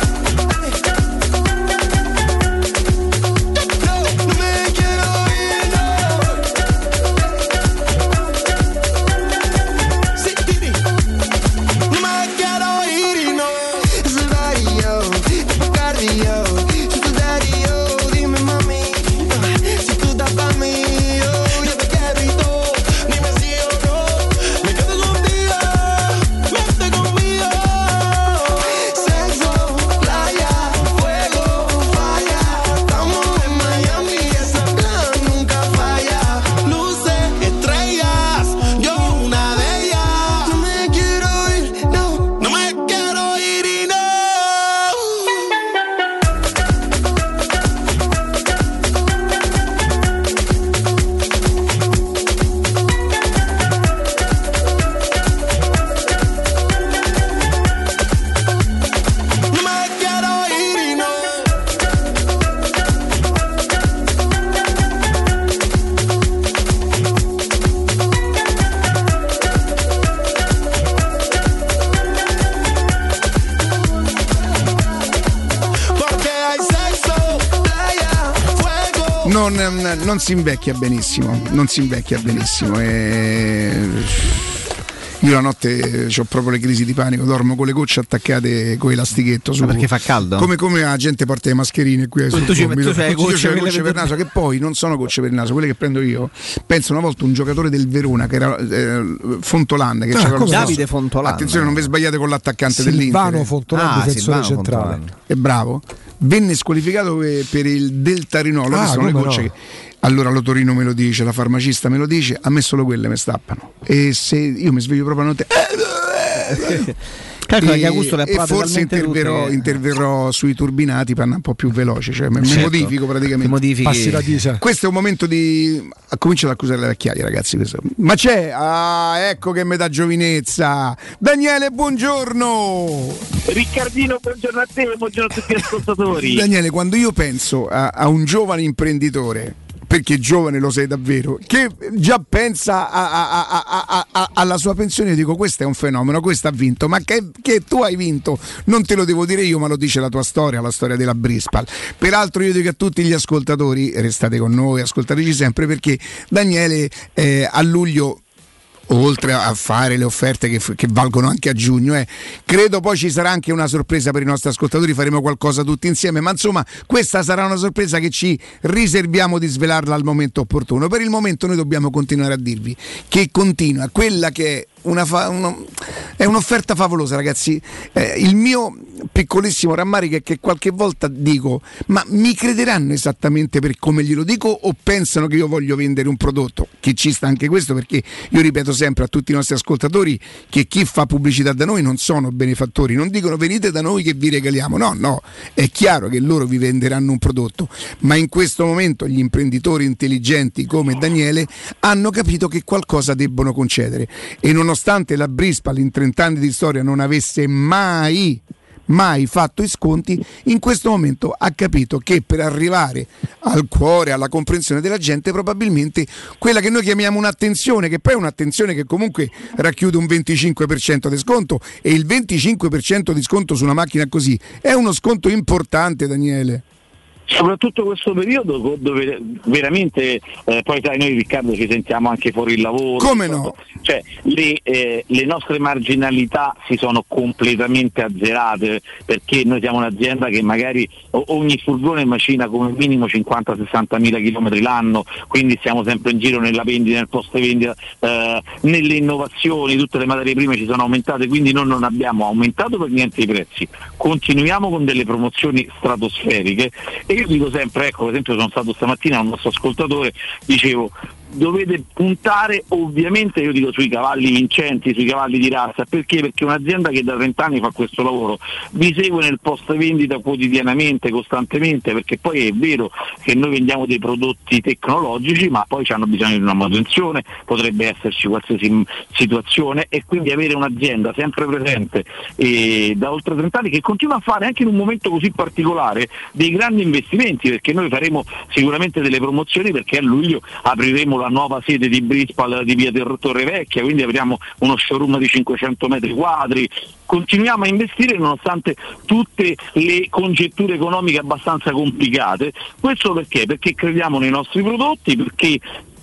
Non, non si invecchia benissimo, non si invecchia benissimo. E... Io la notte ho proprio le crisi di panico, dormo con le gocce attaccate con elastichetto su.
Ma perché fa caldo?
Come, come la gente porta le mascherine qui.
Tu, tu, ci, tu c'hai gocce,
le gocce per il naso, che poi non sono gocce per il naso, quelle che prendo io. Penso una volta un giocatore del Verona che era eh, Fontolan, che
ah, Davide Fontolan.
Attenzione, non vi sbagliate con l'attaccante
Silvano
dell'Inter.
Silvano Fontolan,
ah,
difensore centrale.
Fontolan. È bravo. Venne squalificato per, per il Deltarinolo.
Ah,
sono le gocce
no.
che... Allora l'otorino me lo dice, la farmacista me lo dice, a me solo quelle mi stappano. E se io mi sveglio proprio a notte.
Calcola
e,
che Augusto le ha
e forse interverrò,
tutte.
interverrò sui turbinati per andare un po' più veloce, cioè mi
certo.
modifico praticamente.
Modifichi.
Passi la disa.
Questo è un momento di comincio ad accusare le vecchiaie, ragazzi. Questo. Ma c'è, ah, ecco che metà giovinezza. Daniele, buongiorno.
Riccardino, buongiorno a te, buongiorno a tutti gli ascoltatori.
Daniele, quando io penso a, a un giovane imprenditore, perché giovane lo sei davvero, che già pensa a, a, a, a, a, alla sua pensione, dico questo è un fenomeno, questo ha vinto, ma che, che tu hai vinto non te lo devo dire io, ma lo dice la tua storia, la storia della Brispal. Peraltro io dico a tutti gli ascoltatori, restate con noi, ascoltateci sempre, perché Daniele eh, a luglio oltre a fare le offerte che, che valgono anche a giugno, eh. credo poi ci sarà anche una sorpresa per i nostri ascoltatori, faremo qualcosa tutti insieme, ma insomma questa sarà una sorpresa che ci riserviamo di svelarla al momento opportuno. Per il momento noi dobbiamo continuare a dirvi che continua quella che è Una fa, uno, è un'offerta favolosa, ragazzi. Eh, il mio piccolissimo rammarico è che qualche volta dico: ma mi crederanno esattamente per come glielo dico, o pensano che io voglio vendere un prodotto? Che ci sta anche questo, perché io ripeto sempre a tutti i nostri ascoltatori che chi fa pubblicità da noi non sono benefattori, non dicono venite da noi che vi regaliamo, no, no, è chiaro che loro vi venderanno un prodotto, ma in questo momento gli imprenditori intelligenti come Daniele hanno capito che qualcosa debbono concedere, e non nonostante la Brispal in trenta anni di storia non avesse mai mai fatto i sconti, in questo momento ha capito che per arrivare al cuore, alla comprensione della gente, probabilmente quella che noi chiamiamo un'attenzione, che poi è un'attenzione che comunque racchiude un venticinque per cento di sconto, e il venticinque per cento di sconto su una macchina così è uno sconto importante, Daniele.
Soprattutto questo periodo dove veramente eh, poi sai, noi Riccardo ci sentiamo anche fuori il lavoro.
Come no?
Cioè le, eh, le nostre marginalità si sono completamente azzerate, perché noi siamo un'azienda che magari ogni furgone macina come minimo cinquanta sessanta mila chilometri l'anno, quindi siamo sempre in giro nella vendita, nel post vendita, eh, nelle innovazioni, tutte le materie prime ci sono aumentate, quindi noi non abbiamo aumentato per niente i prezzi, continuiamo con delle promozioni stratosferiche. E io dico sempre, ecco, per esempio sono stato stamattina a un nostro ascoltatore, dicevo dovete puntare ovviamente, io dico, sui cavalli vincenti, sui cavalli di razza. Perché? Perché un'azienda che da trent'anni fa questo lavoro vi segue nel post vendita quotidianamente, costantemente, perché poi è vero che noi vendiamo dei prodotti tecnologici, ma poi hanno bisogno di una manutenzione, potrebbe esserci qualsiasi situazione, e quindi avere un'azienda sempre presente e da oltre trent'anni che continua a fare anche in un momento così particolare dei grandi investimenti, perché noi faremo sicuramente delle promozioni, perché a luglio apriremo la nuova sede di Brispal di via Torrevecchia, quindi apriamo uno showroom di cinquecento metri quadri. Continuiamo a investire nonostante tutte le congetture economiche abbastanza complicate. Questo perché? Perché crediamo nei nostri prodotti, perché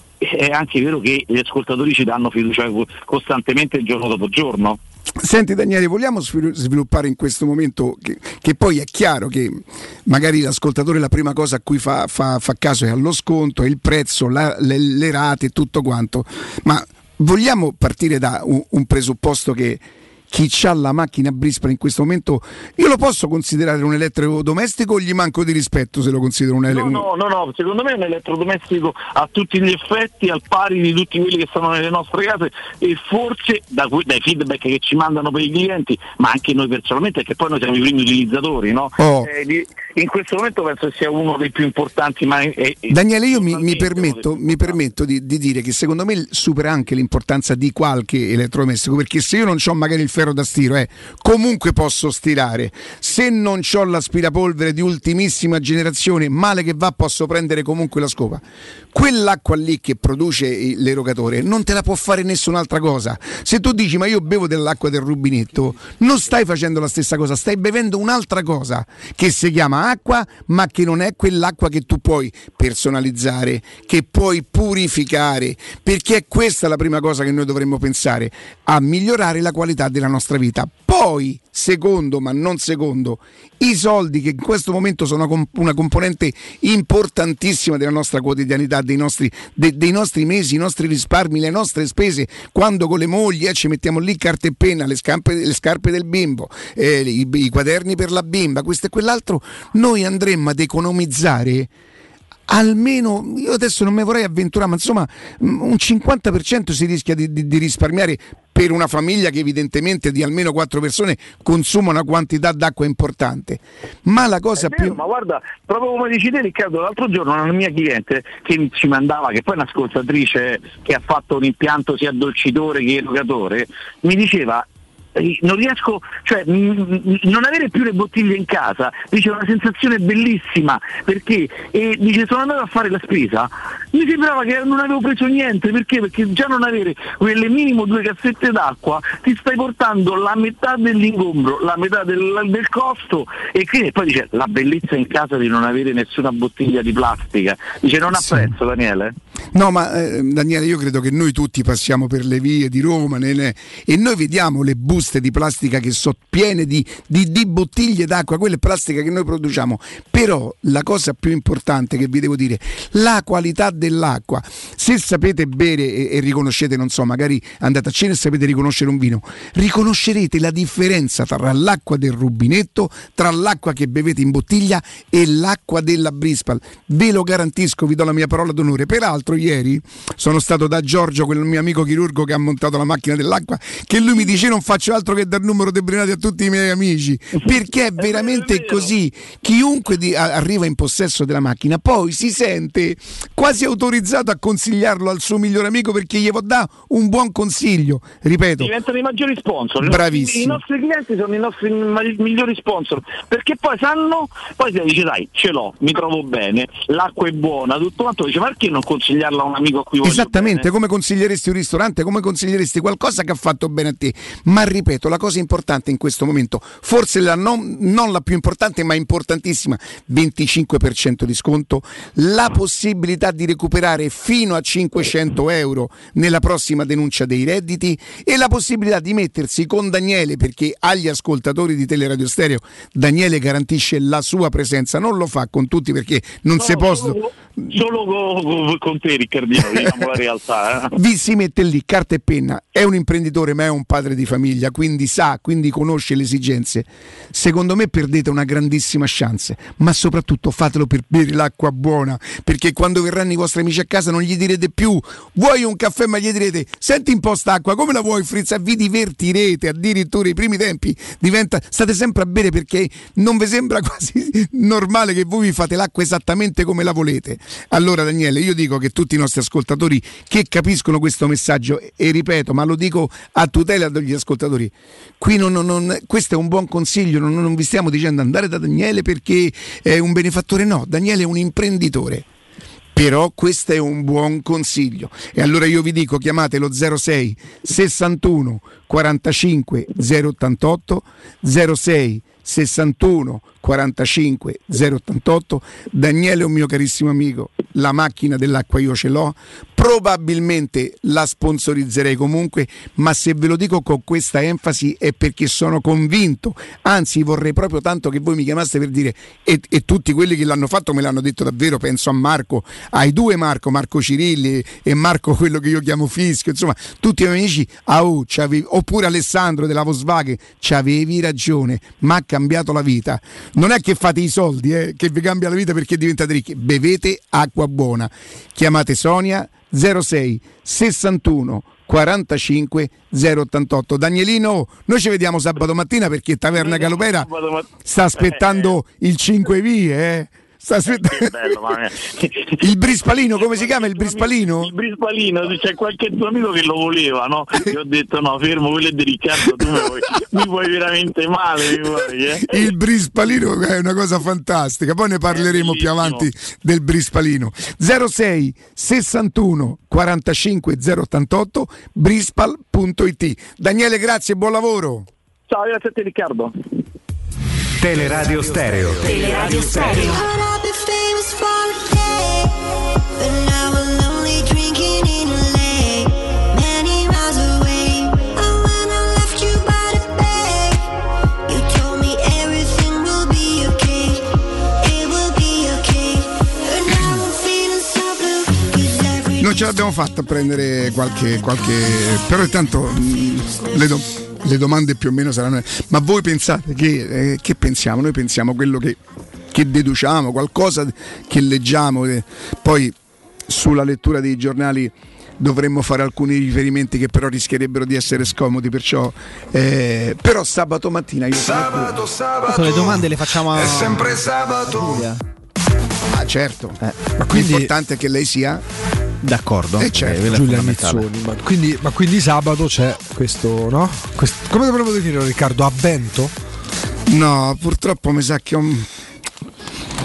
è anche vero che gli ascoltatori ci danno fiducia costantemente giorno dopo giorno.
Senti Daniele, vogliamo sviluppare in questo momento che, che poi è chiaro che magari l'ascoltatore la prima cosa a cui fa, fa, fa caso è allo sconto, è il prezzo, la, le, le rate, tutto quanto, ma vogliamo partire da un, un presupposto che chi ha la macchina Brispal in questo momento, io lo posso considerare un elettrodomestico o gli manco di rispetto se lo considero un elettrodomestico?
No, no, no, secondo me è un elettrodomestico a tutti gli effetti, al pari di tutti quelli che stanno nelle nostre case, e forse da, dai feedback che ci mandano per i clienti, ma anche noi personalmente, perché poi noi siamo i primi utilizzatori, no?
Oh.
Eh, di, in questo momento penso che sia uno dei più importanti. Ma è, è,
Daniele, io mi, mi permetto, mi permetto di, di dire che secondo me supera anche l'importanza di qualche elettrodomestico, perché se io non ho magari il ferro da stiro, eh, comunque posso stirare. Se non ho l'aspirapolvere di ultimissima generazione, male che va, posso prendere comunque la scopa. Quell'acqua lì che produce l'erogatore non te la può fare nessun'altra cosa. Se tu dici ma io bevo dell'acqua del rubinetto, non stai facendo la stessa cosa, stai bevendo un'altra cosa che si chiama acqua, ma che non è quell'acqua che tu puoi personalizzare, che puoi purificare, perché è questa la prima cosa che noi dovremmo pensare, a migliorare la qualità della nostra vita. Poi, secondo, ma non secondo, i soldi, che in questo momento sono una componente importantissima della nostra quotidianità, dei nostri, de, dei nostri mesi, i nostri risparmi, le nostre spese, quando con le mogli eh, ci mettiamo lì carta e penna, le, scampe, le scarpe del bimbo, eh, i, i quaderni per la bimba, questo e quell'altro, noi andremmo ad economizzare almeno, io adesso non mi vorrei avventurare, ma insomma un cinquanta per cento si rischia di, di, di risparmiare per una famiglia che evidentemente di almeno quattro persone consuma una quantità d'acqua importante. Ma la cosa
vero,
più...
Ma guarda, proprio come dici te Riccardo, l'altro giorno una mia cliente che ci mandava, che poi è un'ascoltatrice che ha fatto un impianto sia addolcitore che erogatore, mi diceva non riesco, cioè mh, non avere più le bottiglie in casa, dice, è una sensazione bellissima, perché e dice sono andato a fare la spesa, mi sembrava che non avevo preso niente, perché? Perché già non avere quelle minimo due cassette d'acqua ti stai portando la metà dell'ingombro, la metà del, del costo, e quindi poi dice la bellezza in casa di non avere nessuna bottiglia di plastica, dice non ha
sì.
prezzo, Daniele?
No, ma eh, Daniele, io credo che noi tutti passiamo per le vie di Roma nelle, e noi vediamo le buste di plastica che sono piene di, di, di bottiglie d'acqua, quella è plastica che noi produciamo. Però la cosa più importante che vi devo dire, la qualità dell'acqua. Se sapete bere e, e riconoscete, non so, magari andate a cena e sapete riconoscere un vino, riconoscerete la differenza tra l'acqua del rubinetto, tra l'acqua che bevete in bottiglia e l'acqua della Brispal. Ve lo garantisco, vi do la mia parola d'onore. Peraltro ieri sono stato da Giorgio, quel mio amico chirurgo che ha montato la macchina dell'acqua, che lui mi dice non faccio altro che dar numero debrinati a tutti i miei amici, perché è veramente così. Chiunque di, a, arriva in possesso della macchina poi si sente quasi autorizzato a consigliarlo al suo migliore amico, perché gli dà un buon consiglio. Ripeto,
diventano i maggiori sponsor.
Bravissimi.
I nostri clienti sono i nostri migliori sponsor, perché poi sanno, poi si dice dai, ce l'ho, mi trovo bene, l'acqua è buona, tutto quanto, dice ma perché non consigliarla a un amico a cui voglio
esattamente
bene?
Come consiglieresti un ristorante, come consiglieresti qualcosa che ha fatto bene a te. Ma ripeto, la cosa importante in questo momento, forse la non, non la più importante ma importantissima, venticinque per cento di sconto, la possibilità di recuperare fino a cinquecento euro nella prossima denuncia dei redditi e la possibilità di mettersi con Daniele, perché agli ascoltatori di Teleradio Stereo Daniele garantisce la sua presenza, non lo fa con tutti perché non
No,
si può.
solo, solo con, con te Riccardino, diciamo la realtà. Eh.
Vi si mette lì carta e penna, è un imprenditore ma è un padre di famiglia, quindi sa, quindi conosce le esigenze. Secondo me perdete una grandissima chance, ma soprattutto fatelo per bere l'acqua buona, perché quando verranno i vostri amici a casa non gli direte più vuoi un caffè, ma gli direte senti un po' st'acqua, come la vuoi Frizza? Vi divertirete, addirittura i primi tempi diventa, state sempre a bere perché non vi sembra quasi normale che voi vi fate l'acqua esattamente come la volete. Allora Daniele, io dico che tutti i nostri ascoltatori che capiscono questo messaggio, e, e ripeto, ma lo dico a tutela degli ascoltatori, qui non, non, non, questo è un buon consiglio, non, non vi stiamo dicendo andare da Daniele perché è un benefattore, no, Daniele è un imprenditore. Però questo è un buon consiglio e allora io vi dico chiamate lo zero sei sessantuno quarantacinque zero ottantotto zero sei sessantuno quarantacinque zero ottantotto. Daniele è un mio carissimo amico, la macchina dell'acqua io ce l'ho, probabilmente la sponsorizzerei comunque, ma se ve lo dico con questa enfasi è perché sono convinto, anzi vorrei proprio tanto che voi mi chiamaste per dire, e, e tutti quelli che l'hanno fatto me l'hanno detto davvero, penso a Marco, ai due Marco, Marco Cirilli e Marco quello che io chiamo Fischio, insomma tutti i miei amici, ah, oh, oppure Alessandro della Volkswagen, c'avevi ragione, ma ha cambiato la vita. Non è che fate i soldi eh, che vi cambia la vita perché diventate ricchi, bevete acqua buona. Chiamate Sonia zero sei sessantuno quarantacinque zero ottantotto. Danielino, noi ci vediamo sabato mattina perché Taverna Galopera sta aspettando il cinque vie, eh. Sta aspettando.
Bello, ma...
il Brispalino, come si chiama il Brispalino?
Il Brispalino, c'è qualche tuo amico che lo voleva, no? Io ho detto no, fermo, quello è di Riccardo, tu mi vuoi, mi vuoi veramente male, mi vuoi, eh?
Il Brispalino è una cosa fantastica, poi ne parleremo più avanti del Brispalino. zero sei sessantuno quarantacinque zero ottantotto brispal punto it. Daniele, grazie e buon lavoro.
Ciao, grazie a te Riccardo.
Teleradio Stereo.
Teleradio Stereo.
Non ce l'abbiamo fatta a prendere qualche, qualche... però intanto mh, le, do, le domande più o meno saranno, ma voi pensate che, eh, che pensiamo? Noi pensiamo quello che, che deduciamo, qualcosa che leggiamo, eh. Poi sulla lettura dei giornali dovremmo fare alcuni riferimenti che però rischierebbero di essere scomodi, perciò eh, però sabato mattina io
sabato, sabato, le domande le facciamo a...
è sempre sabato.
Ah certo,
eh.
ma quindi l'importante è che lei sia
d'accordo.
Eh certo,
eh, Giulia Mizzoni, ma quindi, ma quindi sabato c'è questo, no? Questo, come dovremmo definirlo, Riccardo? Avvento?
No, purtroppo mi sa che ho...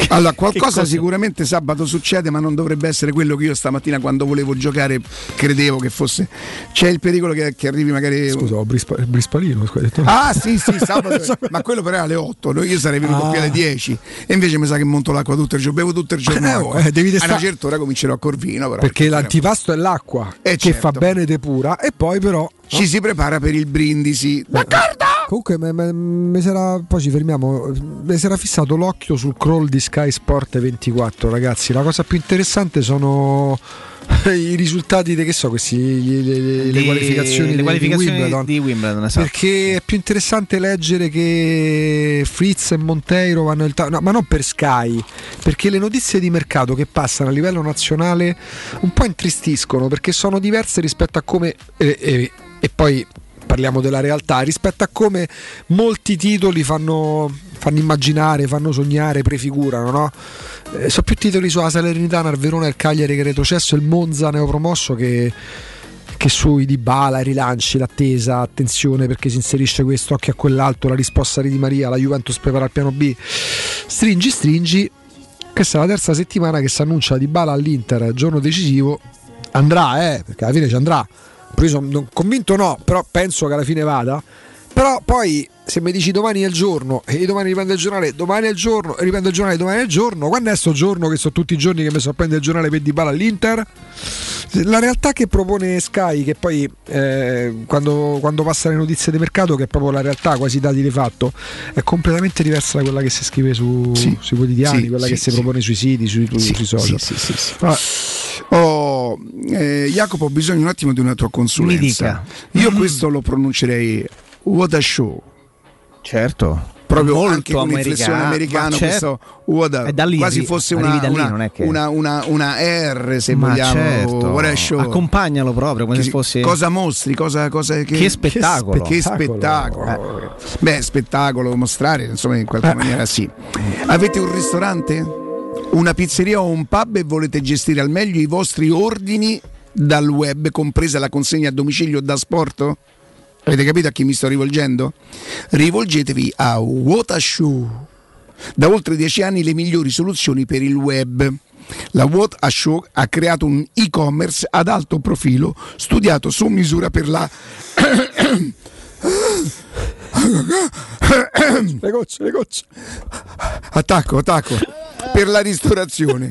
Allora, qualcosa sicuramente sabato succede, ma non dovrebbe essere quello che io stamattina quando volevo giocare credevo che fosse. C'è il pericolo che, che arrivi magari.
Scusa, ho Brispa- Brispalino.
Ah sì sì, sabato, ma quello però era alle otto, io sarei venuto
ah.
qui alle dieci e invece mi sa che monto l'acqua tutto il giorno, bevo tutto il giorno.
Eh, devi
a
sta-
una certa ora comincerò a Corvino però,
perché l'antipasto è l'acqua
eh,
che
certo.
fa bene depura e poi però
ci no? si prepara per il brindisi. D'accordo?
Comunque me, me, me sarà, poi ci fermiamo, mi si era fissato l'occhio sul crawl di Sky Sport ventiquattro, ragazzi. La cosa più interessante sono i risultati di, che so, questi le, le, le qualificazioni,
le qualificazioni
di Wimbledon,
di Wimbledon esatto.
Perché è più interessante leggere che Fritz e Monteiro vanno il ta- no, ma non per Sky, perché le notizie di mercato che passano a livello nazionale un po' intristiscono, perché sono diverse rispetto a come e, e, e poi parliamo della realtà, rispetto a come molti titoli fanno, fanno immaginare, fanno sognare, prefigurano, no? Eh, sono più titoli sulla Salernitana, il Verona, il Cagliari che è retrocesso, il Monza neopromosso che, che sui Dybala, i rilanci, l'attesa, attenzione perché si inserisce questo, occhio a quell'altro, la risposta di Di Maria, la Juventus prepara il piano B, stringi stringi. Questa è la terza settimana che si annuncia Dybala all'Inter, giorno decisivo, andrà eh, perché alla fine ci andrà. Io sono convinto no, però penso che alla fine vada. Però poi se mi dici domani è il giorno e domani riprende il giornale, domani è il giorno e riprende il giornale, domani è il giorno, quando è sto giorno che sono tutti i giorni che mi so a prendere il giornale per Dybala all'Inter? La realtà che propone Sky, che poi eh, quando, quando passa le notizie di mercato, che è proprio la realtà, quasi dati di fatto, è completamente diversa da quella che si scrive su, sì, sui quotidiani, sì, quella sì, che si sì. propone sui siti, sui, sì, sui social.
Sì, sì, sì, sì. Allora, oh, eh, Jacopo, ho bisogno un attimo di una tua consulenza.
Mi dica.
Io mm. questo lo pronuncerei What a Show.
Certo.
Proprio
molto
anche con l'inflessione americana,
certo.
questo
è da lì,
quasi fosse una,
da lì,
una,
non è che...
una, una, una R se
ma
vogliamo.
Certo.
What a show.
Accompagnalo proprio come
che,
se fosse.
Cosa mostri? Cosa, cosa, che,
che spettacolo!
Che, spe- che spettacolo! Eh. Beh, spettacolo mostrare, insomma, in qualche eh. maniera sì. Avete un ristorante? Una pizzeria o un pub e volete gestire al meglio i vostri ordini dal web, compresa la consegna a domicilio da Sporto? Avete capito a chi mi sto rivolgendo? Rivolgetevi a What a Show. Da oltre dieci anni le migliori soluzioni per il web. La What a Show ha creato un e-commerce ad alto profilo, studiato su misura per la
le gocce, le gocce.
Attacco, attacco. Per la ristorazione.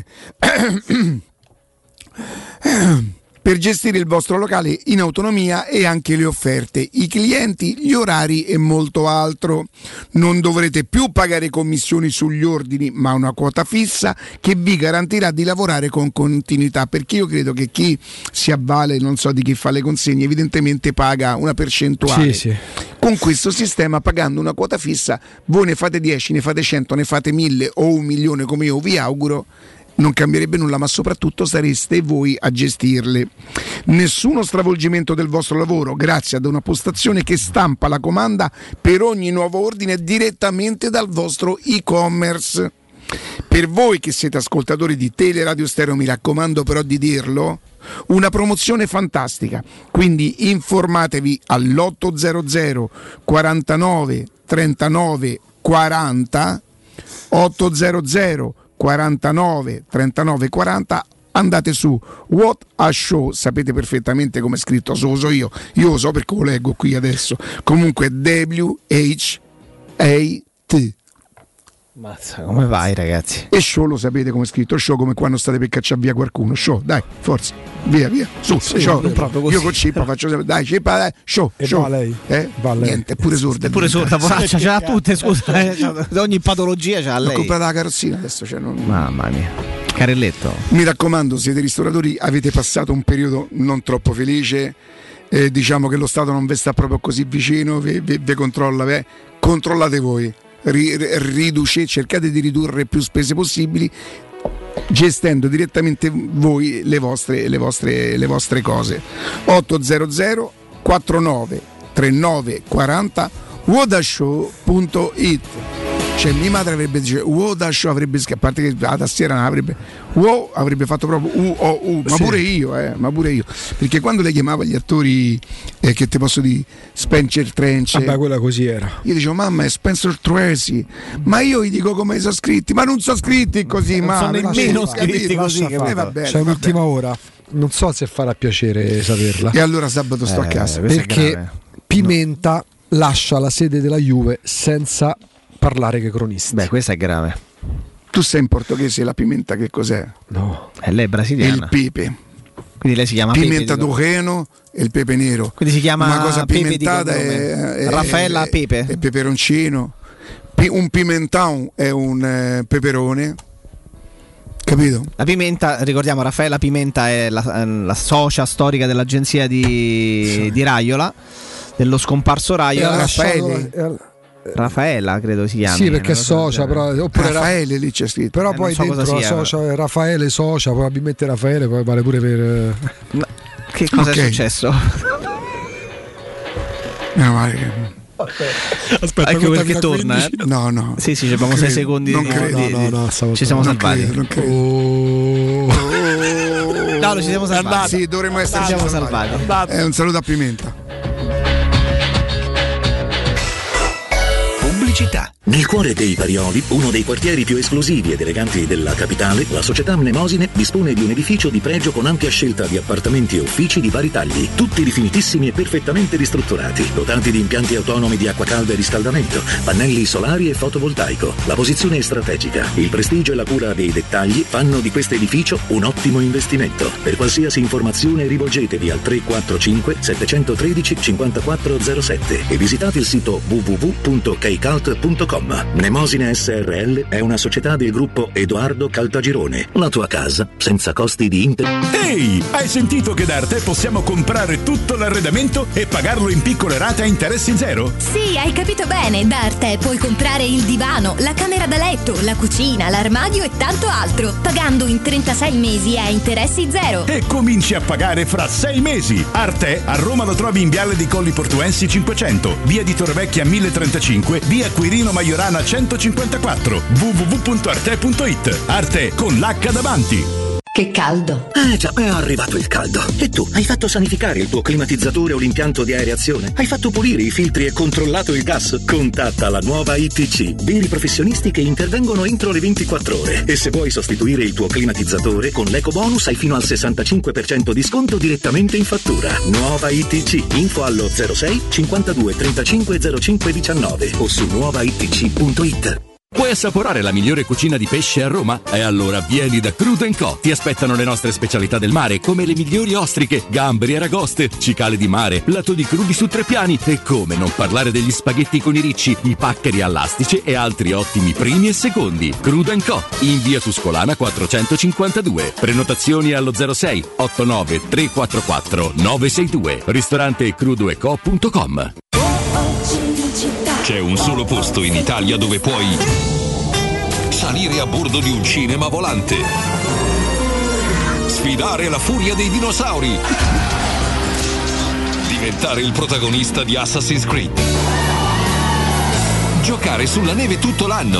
Per gestire il vostro locale in autonomia e anche le offerte, i clienti, gli orari e molto altro. Non dovrete più pagare commissioni sugli ordini, ma una quota fissa che vi garantirà di lavorare con continuità, perché io credo che chi si avvale, non so, di chi fa le consegne, evidentemente paga una percentuale.
Sì, sì.
Con questo sistema, pagando una quota fissa, voi ne fate dieci, ne fate cento, ne fate mille o un milione come io vi auguro, non cambierebbe nulla, ma soprattutto sareste voi a gestirle. Nessuno stravolgimento del vostro lavoro grazie ad una postazione che stampa la comanda per ogni nuovo ordine direttamente dal vostro e-commerce. Per voi che siete ascoltatori di Teleradio Stereo, mi raccomando però di dirlo, una promozione fantastica, quindi informatevi all'ottocento quarantanove trentanove quaranta ottocento quarantanove trentanove quaranta. Andate su What a Show, sapete perfettamente come è scritto, so uso io, io lo so perché lo leggo qui adesso. Comunque W H A T.
Mazza, come vai ragazzi?
E show lo sapete come è scritto, show come quando state per cacciare via qualcuno, show, dai, forza, via, via, su,
sì,
show.
Non proprio così.
Io con Cippa faccio sempre, dai Cippa, dai, show,
e
show.
va lei?
Eh?
Va lei.
Niente, è pure sorda.
È pure sorda, poraccia, ce l'ha tutte, scusa, eh, ogni patologia ce l'ha lei.
Ho comprato la carrozzina adesso, cioè non...
Mamma mia, carelletto.
Mi raccomando, siete ristoratori, avete passato un periodo non troppo felice, eh, diciamo che lo Stato non vi sta proprio così vicino, vi, vi, vi controlla, eh. Controllate voi. Riduce, cercate di ridurre le più spese possibili gestendo direttamente voi le vostre, le vostre, le vostre cose. Ottocento quarantanove trentanove quaranta wodashow punto it. Cioè mia madre avrebbe dice wow Dascio avrebbe a parte che la tastiera non avrebbe wow avrebbe fatto proprio u o u ma
Sì.
pure io eh, ma pure io perché quando lei chiamava gli attori eh, che te posso dire Spencer Tracy
Vabbè, quella così era.
io dicevo mamma è Spencer Tracy ma io gli dico come sono scritti ma non sono scritti così
Non
ma
sono nemmeno scritti così,
eh,
capito?
va bene,
C'è
va
un'ultima
bene.
ora. Non so se farà piacere saperla.
E allora sabato sto a
Eh,
casa
perché Pimenta lascia la sede della Juve senza parlare che cronisti.
Beh, questa è grave.
tu sei in portoghese la pimenta che cos'è?
No.
E lei è
E
brasiliana.
il pepe
Quindi lei si chiama
pimenta
Pepe.
do Reno e il pepe nero.
Quindi si chiama
una cosa
Pepe di
pimentata
cognome.
è, è
Raffaella
è-
Pepe.
è peperoncino. Pi- un pimentão è un eh, peperone, capito?
La Pimenta, ricordiamo, Raffaella Pimenta è la, la socia storica dell'agenzia di, di Raiola, dello scomparso Raiola.
Raffaele.
Raffaella credo si chiami.
Sì, perché è
una cosa del
socia,
genere.
però, oppure
Raffaele lì c'è scritto.
Però
Eh,
poi
non so
dentro
cosa
la
sia,
socia, Raffaele socia, probabilmente Raffaele poi vale pure per. eh,
Che cosa
Ok.
è successo?
Meno male che-
Aspetta,
Ecco
conta
perché
fino a
torna, eh.
quindici.
No, no.
Sì, sì, ci abbiamo
Non
sei
credo,
secondi
non
di-
credo.
di-
No, no, no, stavo-
ci siamo
Non
salvati.
credo, non credo.
Oh.
No, no, ci siamo salvati.
Sì, dovremmo
Ci
esserci
siamo
salvati.
salvati.
Eh, un saluto a Pimenta.
Pubblicità. Nel cuore dei Parioli, uno dei quartieri più esclusivi ed eleganti della capitale, la società Mnemosine dispone di un edificio di pregio con ampia scelta di appartamenti e uffici di vari tagli, tutti rifinitissimi e perfettamente ristrutturati, dotati di impianti autonomi di acqua calda e riscaldamento, pannelli solari e fotovoltaico. La posizione è strategica, il prestigio e la cura dei dettagli fanno di questo edificio un ottimo investimento. Per qualsiasi informazione rivolgetevi al tre quattro cinque sette uno tre cinque quattro zero sette e visitate il sito w w w punto keicalt punto com. Mnemosine S R L è una società del gruppo Edoardo Caltagirone. La tua casa senza costi di internet.
Ehi, hai sentito che da Arte possiamo comprare tutto l'arredamento e pagarlo in piccole rate a interessi zero?
Sì, hai capito bene, da Arte puoi comprare il divano, la camera da letto, la cucina, l'armadio e tanto altro, pagando in trentasei mesi a interessi zero.
E cominci a pagare fra sei mesi. Arte a Roma lo trovi in Viale di Colli Portuensi cinquecento, via di Torrevecchia mille trentacinque, via Quirino Maiorana centocinquantaquattro, w w w punto arte punto it. Arte con l'H davanti.
Che caldo.
Eh già, è arrivato il caldo. E tu, hai fatto sanificare il tuo climatizzatore o l'impianto di areazione? Hai fatto pulire i filtri e controllato il gas? Contatta la nuova I T C, veri professionisti che intervengono entro le ventiquattro ore. E se vuoi sostituire il tuo climatizzatore, con l'eco bonus hai fino al sessantacinque per cento di sconto direttamente in fattura. Nuova I T C, info allo zero sei cinquantadue trentacinque zero cinque diciannove o su nuova i t c punto it.
Vuoi assaporare la migliore cucina di pesce a Roma? E allora vieni da Crudo and Co. Ti aspettano le nostre specialità del mare, come le migliori ostriche, gamberi, aragoste, cicale di mare, plato di crudi su tre piani e come non parlare degli spaghetti con i ricci, i paccheri all'astice e altri ottimi primi e secondi. Crudo and Co. in via Tuscolana quattrocentocinquantadue. Prenotazioni allo zero sei otto nove tre quattro quattro nove sei due. Ristorante crudo e co punto com.
C'è un solo posto in Italia dove puoi salire a bordo di un cinema volante, sfidare la furia dei dinosauri, diventare il protagonista di Assassin's Creed, giocare sulla neve tutto l'anno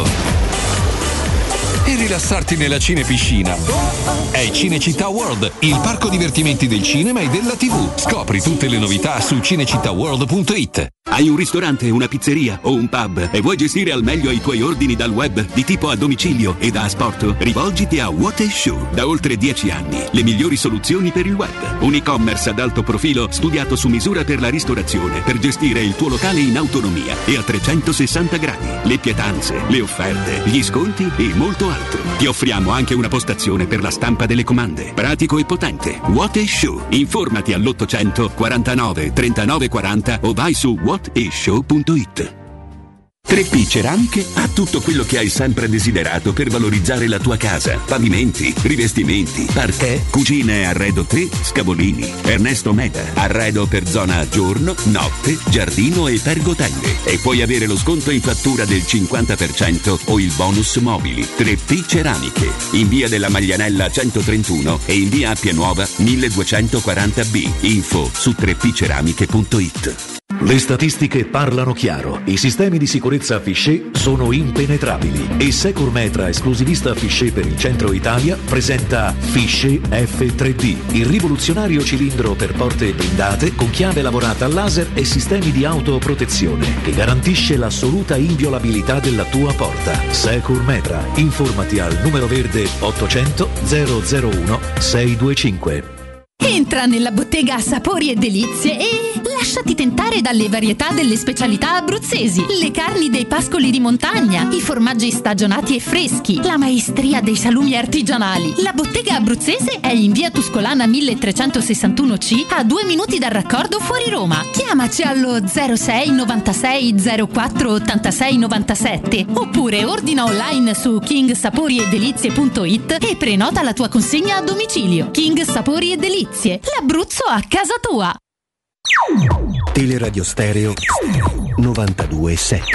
e rilassarti nella cinepiscina. È Cinecittà World, il parco divertimenti del cinema e della tivù. Scopri tutte le novità su cinecittà world punto it.
Hai un ristorante, una pizzeria o un pub e vuoi gestire al meglio i tuoi ordini dal web di tipo a domicilio e da asporto? Rivolgiti a What is Show. Da oltre dieci anni, le migliori soluzioni per il web. Un e-commerce ad alto profilo studiato su misura per la ristorazione, per gestire il tuo locale in autonomia e a trecentosessanta gradi. Le pietanze, le offerte, gli sconti e molto altro. Ti offriamo anche una postazione per la stampa delle comande. Pratico e potente. What is Show. Informati all'ottocento quarantanove trentanove quaranta o vai su what is show punto it. tre P Ceramiche ha tutto quello che hai sempre desiderato per valorizzare la tua casa. Pavimenti, rivestimenti, parquet, cucine e arredo tre, Scavolini. Ernesto Meda, arredo per zona giorno, notte, giardino e pergotelle. E puoi avere lo sconto in fattura del cinquanta per cento o il bonus mobili. tre P Ceramiche, in via della Maglianella centotrentuno e in via Appia Nuova milleduecentoquaranta B. Info su tre p ceramiche punto it.
Le statistiche parlano chiaro, i sistemi di sicurezza Fichet sono impenetrabili e Secur Metra, esclusivista Fichet per il centro Italia, presenta Fichet F tre D, il rivoluzionario cilindro per porte blindate con chiave lavorata a laser e sistemi di autoprotezione che garantisce l'assoluta inviolabilità della tua porta. Secur Metra, informati al numero verde ottocento zero zero uno sei due cinque.
Entra nella bottega Sapori e Delizie e lasciati tentare dalle varietà delle specialità abruzzesi, le carni dei pascoli di montagna, i formaggi stagionati e freschi, la maestria dei salumi artigianali. La bottega abruzzese è in via Tuscolana milletrecentosessantuno C, a due minuti dal raccordo fuori Roma. Chiamaci allo zero sei novantasei zero quattro ottantasei novantasette oppure ordina online su king sapori e delizie punto it e prenota la tua consegna a domicilio. King Sapori e Delizie, l'Abruzzo a casa tua.
Teleradio Stereo novantadue sette.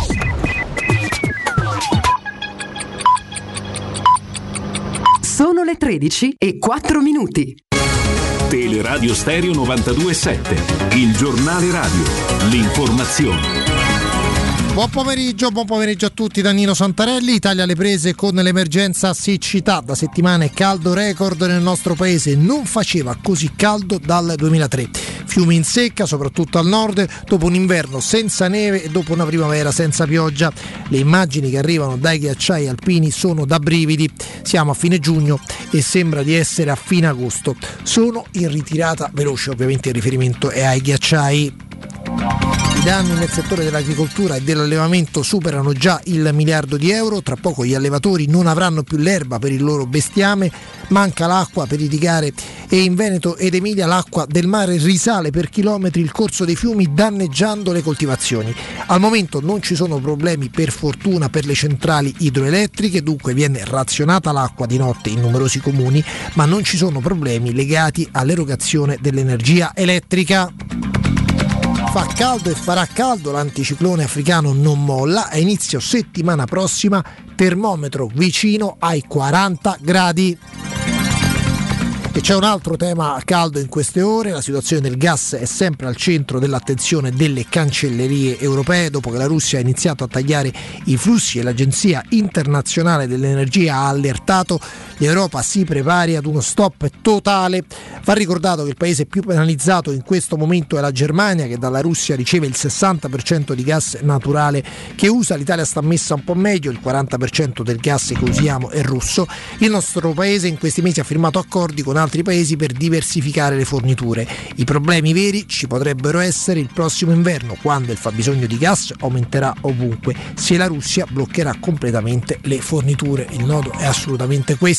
Sono le tredici e quattro minuti.
Teleradio Stereo novantadue sette, il giornale radio, l'informazione.
Buon pomeriggio, buon pomeriggio a tutti da Nino Santarelli. Italia alle prese con l'emergenza siccità. Da settimane caldo record nel nostro paese. Non faceva così caldo dal duemilatré. Fiumi in secca, soprattutto al nord, dopo un inverno senza neve e dopo una primavera senza pioggia. Le immagini che arrivano dai ghiacciai alpini sono da brividi. Siamo a fine giugno e sembra di essere a fine agosto. Sono in ritirata veloce, ovviamente il riferimento è ai ghiacciai. I danni nel settore dell'agricoltura e dell'allevamento superano già il miliardo di euro. Tra poco gli allevatori non avranno più l'erba per il loro bestiame, manca l'acqua per irrigare e in Veneto ed Emilia l'acqua del mare risale per chilometri il corso dei fiumi, danneggiando le coltivazioni. Al momento non ci sono problemi, per fortuna, per le centrali idroelettriche, dunque viene razionata l'acqua di notte in numerosi comuni, ma non ci sono problemi legati all'erogazione dell'energia elettrica. Fa caldo e farà caldo, l'anticiclone africano non molla, a inizio settimana prossima termometro vicino ai quaranta gradi. E c'è un altro tema caldo in queste ore, la situazione del gas è sempre al centro dell'attenzione delle cancellerie europee dopo che la Russia ha iniziato a tagliare i flussi e l'Agenzia internazionale dell'energia ha allertato l'Europa si prepari ad uno stop totale. Va ricordato che il paese più penalizzato in questo momento è la Germania, che dalla Russia riceve il sessanta per cento di gas naturale che usa. L'Italia sta messa un po' meglio, il quaranta per cento del gas che usiamo è russo. Il nostro paese in questi mesi ha firmato accordi con altri paesi per diversificare le forniture. I problemi veri ci potrebbero essere il prossimo inverno, quando il fabbisogno di gas aumenterà ovunque, se la Russia bloccherà completamente le forniture. Il nodo è assolutamente questo.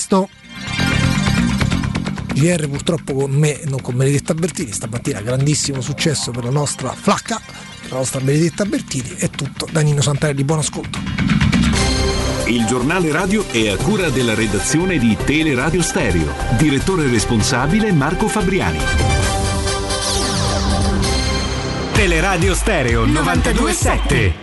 G R purtroppo con me, non con Benedetta Bertini. Stamattina grandissimo successo per la nostra flacca, per la nostra Benedetta Bertini. È tutto da Nino Santarelli, buon ascolto.
Il giornale radio è a cura della redazione di Teleradio Stereo. Direttore responsabile Marco Fabriani.
Teleradio Stereo novantadue sette.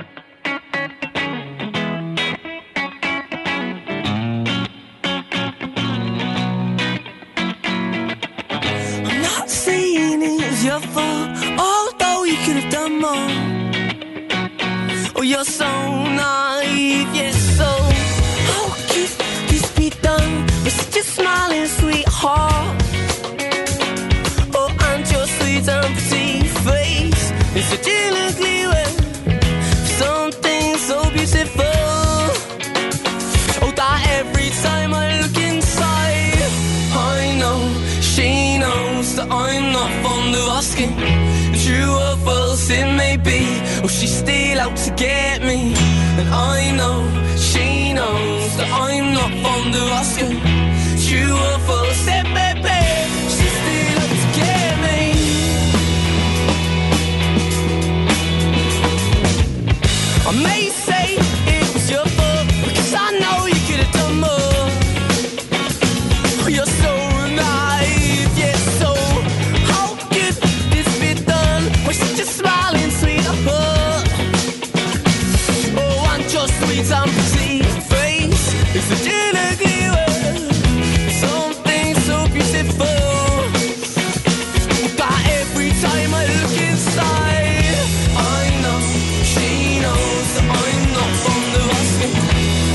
Your fault, although you could have done more. Oh, you're so naive, yes, so how could this be done with such a smiling sweetheart? Oh, and your sweet and pretty face is such an ugly way, something so beautiful. Oh, that every time I look inside, I know she knows that I'm not fond of asking. True or false it may be, or she's still out to get me. And I know she knows that I'm not fond of asking. True or false it may be, she's still out to get me. I may say it was your fault, because I know you could have done more. You're so sweet and pretty face, it's a gin ugly way.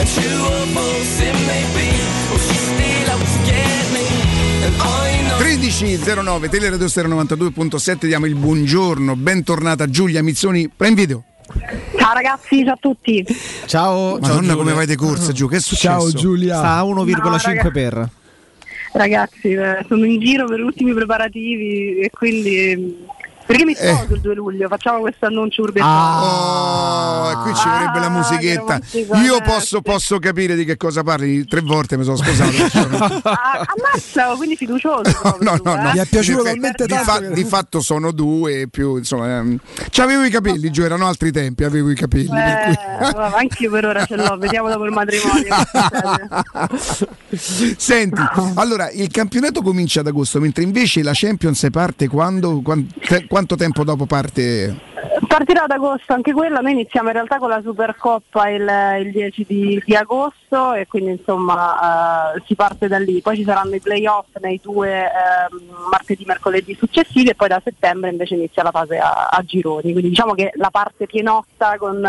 virtuoso it may be. Oh, she's still out to get me. And all you know.
tredici zero nove Teleradio Stereo novantadue virgola sette, diamo il buongiorno, bentornata Giulia Mizzoni, premi video.
Ciao ragazzi, ciao a tutti.
Ciao,
Madonna,
ciao
come vai di corsa giù? Che è successo?
Ciao Giulia.
Sta a uno virgola cinque
No,
per.
Ragazzi, eh, sono in giro per ultimi preparativi e quindi perché mi sposo il due luglio, facciamo questo annuncio urbettone.
Oh, e qui ci vorrebbe la musichetta. Io posso, posso capire di che cosa parli. Tre volte mi sono sposato.
Ah, ammazza, quindi fiducioso.
No, no, no.
Mi è
piaciuto
In
talmente
effetti, di,
tanto
fa-
che-
di fatto sono due più, insomma, ehm, c'avevo i capelli, giù erano altri tempi, avevo i capelli. per
Eh,
cui-
vabbè, anch'io per ora ce l'ho, vediamo dopo il matrimonio.
Senti, allora il campionato comincia ad agosto, mentre invece la Champions parte quando? Quan- te- quanto tempo dopo parte?
Partirà ad agosto anche quella, noi iniziamo in realtà con la Supercoppa il, il dieci di, di agosto e quindi insomma eh, si parte da lì, poi ci saranno i playoff nei due eh, martedì, mercoledì successivi e poi da settembre invece inizia la fase a, a gironi, quindi diciamo che la parte pienotta con